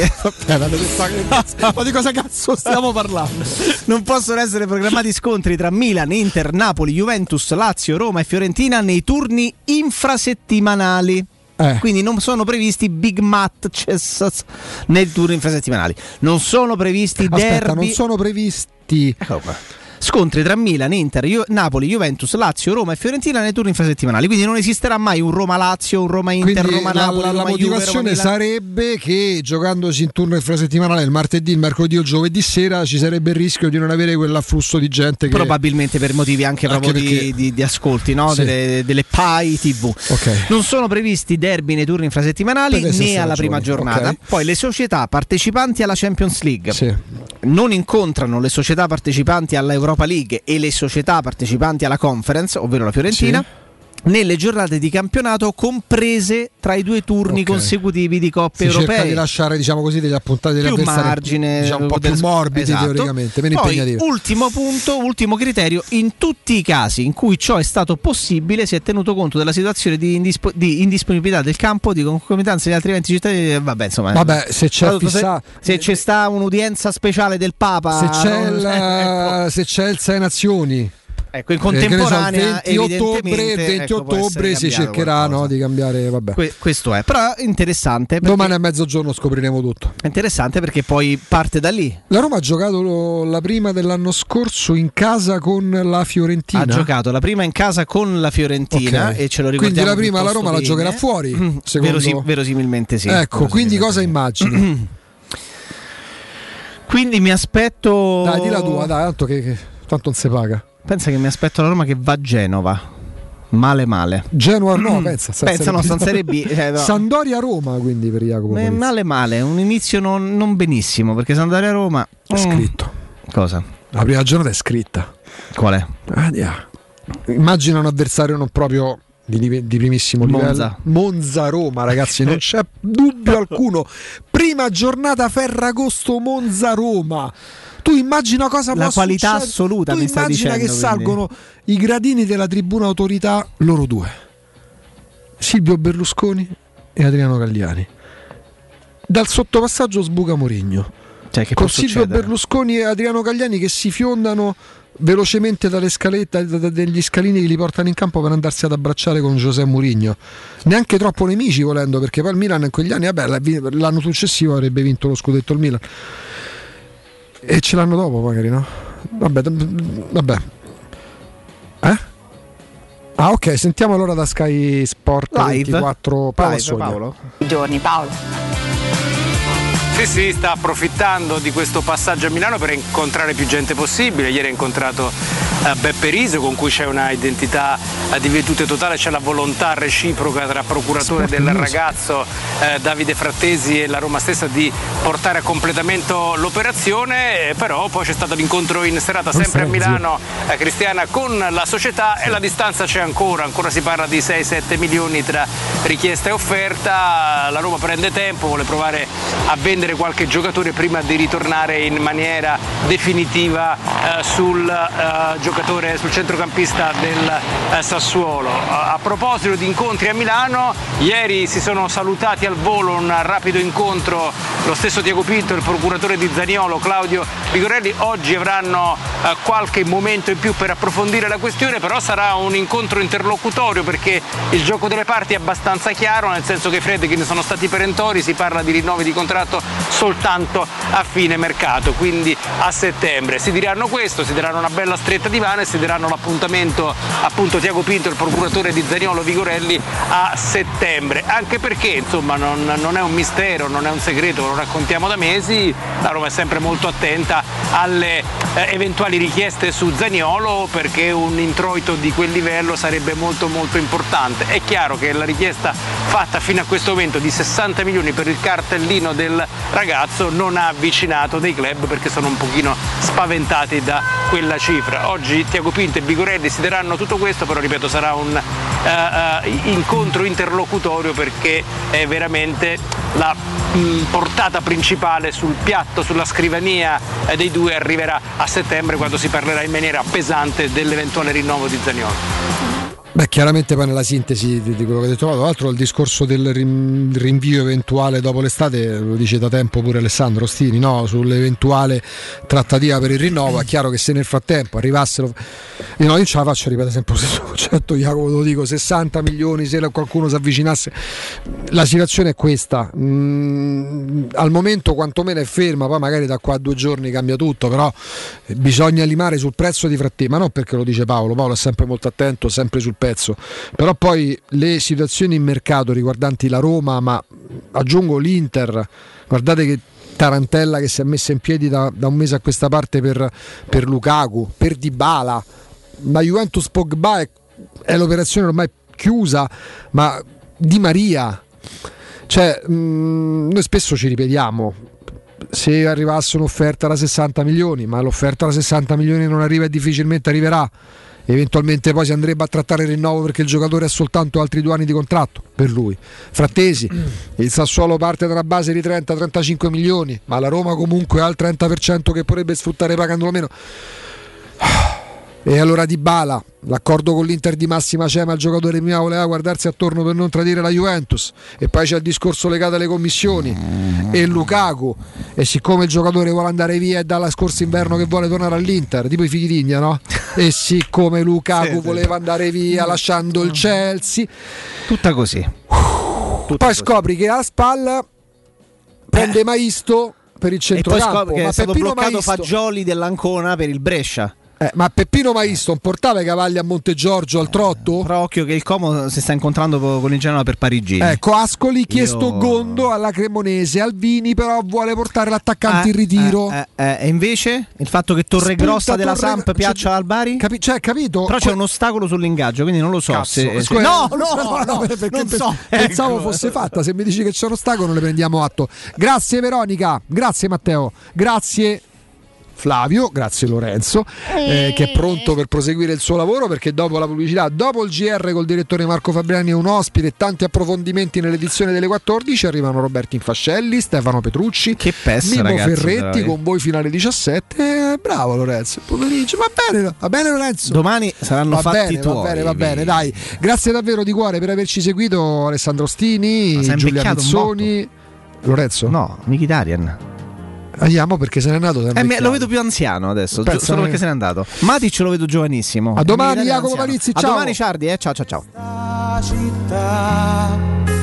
Ma di cosa cazzo stiamo parlando?
Non possono essere programmati scontri tra Milan, Inter, Napoli, Juventus, Lazio, Roma e Fiorentina nei turni infrasettimanali.
Eh.
Quindi non sono previsti big matches nei turni infrasettimanali. Non sono previsti
Aspetta,
derby.
non sono previsti.
Ecco qua. Scontri tra Milan, Inter, Ju- Napoli, Juventus, Lazio, Roma e Fiorentina nei turni infrasettimanali. Quindi non esisterà mai un Roma-Lazio, un Roma-Inter,
Quindi
Roma-Napoli,
la, la, la
Roma-Juve,
motivazione
Roma-Milan.
sarebbe che giocandosi in turno infrasettimanale il martedì, il mercoledì o il giovedì sera ci sarebbe il rischio di non avere quell'afflusso di gente che...
Probabilmente per motivi anche,
Anche
proprio di,
perché-
di, di ascolti, no?
Sì.
delle, delle Pai tivù.
Ok.
Non sono previsti derby nei turni infrasettimanali
Per le stesse
né alla
ragioni,
prima giornata.
ok.
Poi le società partecipanti alla Champions League
Sì.
non incontrano le società partecipanti alla Europa League e le società partecipanti alla Conference, ovvero la Fiorentina, nelle giornate di campionato comprese tra i due turni
Ok.
consecutivi di coppe
Si
europee.
cerca di lasciare, diciamo così, degli appuntati degli
Più
avversari,
margine,
diciamo, un po'
del-
più morbidi
esatto.
teoricamente, meno
Poi,
impegnativi.
ultimo punto, ultimo criterio: in tutti i casi in cui ciò è stato possibile si è tenuto conto della situazione di, indispo- di indisponibilità del campo, di concomitanza di altri eventi cittadini. Vabbè, insomma,
Vabbè, se c'è
Allora, se,
fissa-
se c'è sta un'udienza speciale del Papa,
Se c'è,
no?
il, se c'è il Sei Nazioni,
ecco, in
eh, che ne so,
contemporanea,
il venti ottobre,
evidentemente,
venti
ecco, può
ottobre
essere
si
cambiato
cercherà,
qualcosa.
no, di cambiare. Vabbè.
Que- questo è, però è interessante. Perché,
Domani a mezzogiorno scopriremo tutto.
è interessante perché poi parte da lì.
La Roma ha giocato lo- la prima dell'anno scorso in casa con la Fiorentina.
Ha giocato la prima in casa con la Fiorentina
Ok.
e ce lo ricordiamo.
Quindi la prima la
piuttosto
Roma la
bene.
giocherà fuori.
Mm,
secondo-
verosi- verosimilmente sì.
Ecco, quindi
Verosimilmente
cosa
sì.
immagini?
Quindi mi aspetto.
Dai, di la tua, dai, tanto che, che tanto non si paga.
Pensa che mi aspetto la Roma che va a Genova. Male male.
Genoa no, pensa. sta in
Pensa, no, sta in Serie B, eh, no.
Sandoria Roma, quindi per Jacopo.
Eh,
Palizzi.
male male, un inizio non, non benissimo perché Sampdoria Roma.
È scritto.
Cosa?
La prima giornata è scritta.
Qual è?
Ah, dia. Immagina un avversario non proprio di, live- di primissimo livello.
Monza.
Monza Roma, ragazzi, non c'è dubbio alcuno. Prima giornata Ferragosto Monza Roma. Tu immagina cosa
La
può
qualità
succedere.
assoluta,
Tu
mi stai
immagina
dicendo,
che
quindi.
salgono i gradini della tribuna autorità, loro due, Silvio Berlusconi e Adriano Galliani. Dal sottopassaggio sbuca Mourinho.
Cioè, che
con
può
Silvio
succedere?
Berlusconi e Adriano Galliani che si fiondano velocemente dalle scalette, da- da- degli scalini che li portano in campo per andarsi ad abbracciare con José Mourinho. Neanche troppo nemici volendo, perché poi il Milan in quegli anni, vabbè, l'ha- l'anno successivo avrebbe vinto lo scudetto il Milan. E ce l'hanno dopo magari, no? Vabbè, d- vabbè. Eh? Ah, ok, sentiamo allora da Sky Sport
Live?
ventiquattro Paolo
Live,
Sogna.
Paolo?
Giorni, Paolo.
Sì, sì, sta approfittando di questo passaggio a Milano per incontrare più gente possibile. Ieri ha incontrato eh, Beppe Riso, con cui c'è una identità eh, di virtute totale, c'è la volontà reciproca tra procuratore del ragazzo eh, Davide Frattesi e la Roma stessa di portare a completamento l'operazione, eh, però poi c'è stato l'incontro in serata sempre a Milano, eh, Cristiana, con la società e la distanza c'è ancora, ancora si parla di sei sette milioni tra richiesta e offerta. La Roma prende tempo, vuole provare a vendere qualche giocatore prima di ritornare in maniera definitiva eh, sul eh, giocatore, sul centrocampista del eh, Sassuolo. A, a proposito di incontri a Milano, ieri si sono salutati al volo, un rapido incontro, lo stesso Tiago Pinto e il procuratore di Zaniolo Claudio Vigorelli. Oggi avranno eh, qualche momento in più per approfondire la questione, però sarà un incontro interlocutorio perché il gioco delle parti è abbastanza chiaro, nel senso che i Friedkin sono stati perentori, si parla di rinnovi di contratto soltanto a fine mercato, quindi a settembre. Si diranno questo, si daranno una bella stretta di mano e si daranno l'appuntamento, appunto, Tiago Pinto, il procuratore di Zaniolo Vigorelli, a settembre, anche perché insomma non, non è un mistero, non è un segreto, lo raccontiamo da mesi, la Roma è sempre molto attenta alle eh, eventuali richieste su Zaniolo, perché un introito di quel livello sarebbe molto molto importante. È chiaro che la richiesta fatta fino a questo momento di sessanta milioni per il cartellino del ragazzo non ha avvicinato dei club perché sono un pochino spaventati da quella cifra. Oggi Tiago Pinto e Vigorelli si daranno tutto questo, però ripeto sarà un uh, uh, incontro interlocutorio perché è veramente la mh, portata principale sul piatto, sulla scrivania eh, dei due arriverà a settembre, quando si parlerà in maniera pesante dell'eventuale rinnovo di Zaniolo.
Beh, chiaramente poi nella sintesi di, di quello che hai detto, tra l'altro il discorso del rin- rinvio eventuale dopo l'estate lo dice da tempo pure Alessandro Ostini, no? Sull'eventuale trattativa per il rinnovo. È chiaro che se nel frattempo arrivassero, io, no, io ce la faccio, ripeto sempre lo stesso concetto, Jacopo, te lo dico, sessanta milioni se qualcuno si avvicinasse. La situazione è questa, mm, al momento quantomeno è ferma, poi magari da qua a due giorni cambia tutto, però bisogna limare sul prezzo di Frattesi, ma non perché lo dice Paolo, Paolo è sempre molto attento, sempre sul pezzo, però poi le situazioni in mercato riguardanti la Roma, ma aggiungo l'Inter, guardate che tarantella che si è messa in piedi da, da un mese a questa parte per, per Lukaku, per Dybala, la Juventus Pogba è, è l'operazione ormai chiusa, ma Di Maria, cioè mh, noi spesso ci ripetiamo, se arrivasse un'offerta da sessanta milioni, ma l'offerta da sessanta milioni non arriva e difficilmente arriverà, eventualmente poi si andrebbe a trattare il rinnovo perché il giocatore ha soltanto altri due anni di contratto per lui. Frattesi, il Sassuolo parte da una base di trenta trentacinque milioni, ma la Roma comunque ha il trenta per cento che potrebbe sfruttare pagandolo meno. E allora Dybala, l'accordo con l'Inter di massima cema, il giocatore prima voleva guardarsi attorno per non tradire la Juventus, e poi c'è il discorso legato alle commissioni e Lukaku, e siccome il giocatore vuole andare via, è dalla scorsa inverno che vuole tornare all'Inter, tipo i Fichidinha, no? E siccome Lukaku sì, voleva sì. andare via lasciando il Chelsea,
tutta così.
Tutta poi così. Scopri che a spalla prende Maisto per il centrocampo,
e poi che
ma
è stato
Peppino
bloccato
Maisto...
Fagioli dell'Ancona per il Brescia.
Eh, ma Peppino Maisto non portava i cavalli a Montegiorgio al trotto?
Però occhio che il Como si sta incontrando con il Genoa per Parigini.
Ecco, Ascoli chiesto
Io...
Gondo alla Cremonese, Albini però vuole portare l'attaccante
eh,
in ritiro.
Eh, eh, eh, e invece il fatto che Torregrossa
Spunta
della
Torre...
Samp piaccia al Bari?
Capi... Cioè, capito?
Però c'è un ostacolo sull'ingaggio, quindi non lo so.
Cazzo,
se,
se...
No, no, no, no,
perché
non so.
Pensavo
ecco.
fosse fatta. Se mi dici che c'è un ostacolo, ne prendiamo atto. Grazie Veronica, grazie Matteo, grazie Flavio, grazie Lorenzo, eh, che è pronto per proseguire il suo lavoro, perché dopo la pubblicità, dopo il G R col direttore Marco Fabriani e un ospite, tanti approfondimenti nell'edizione delle quattordici, arrivano Roberto Infascelli, Stefano Petrucci,
che pessa,
Mimo
ragazzi,
Ferretti,
dai.
con voi fino alle diciassette. Eh, bravo Lorenzo, pomeriggio, va bene, va bene Lorenzo,
domani saranno
va
fatti
bene,
tuoi,
va bene, va bene, dai, grazie davvero di cuore per averci seguito, Alessandro Ostini, Giulia Mazzoni. Lorenzo?
No, Mkhitaryan.
Andiamo perché se n'è andato.
Eh, me, lo vedo più anziano adesso,
Pensa
solo
me.
perché se n'è andato. Matic lo vedo giovanissimo.
A domani Jacopo Palizzi, ciao.
A domani Ciardi, eh. Ciao ciao ciao.
La città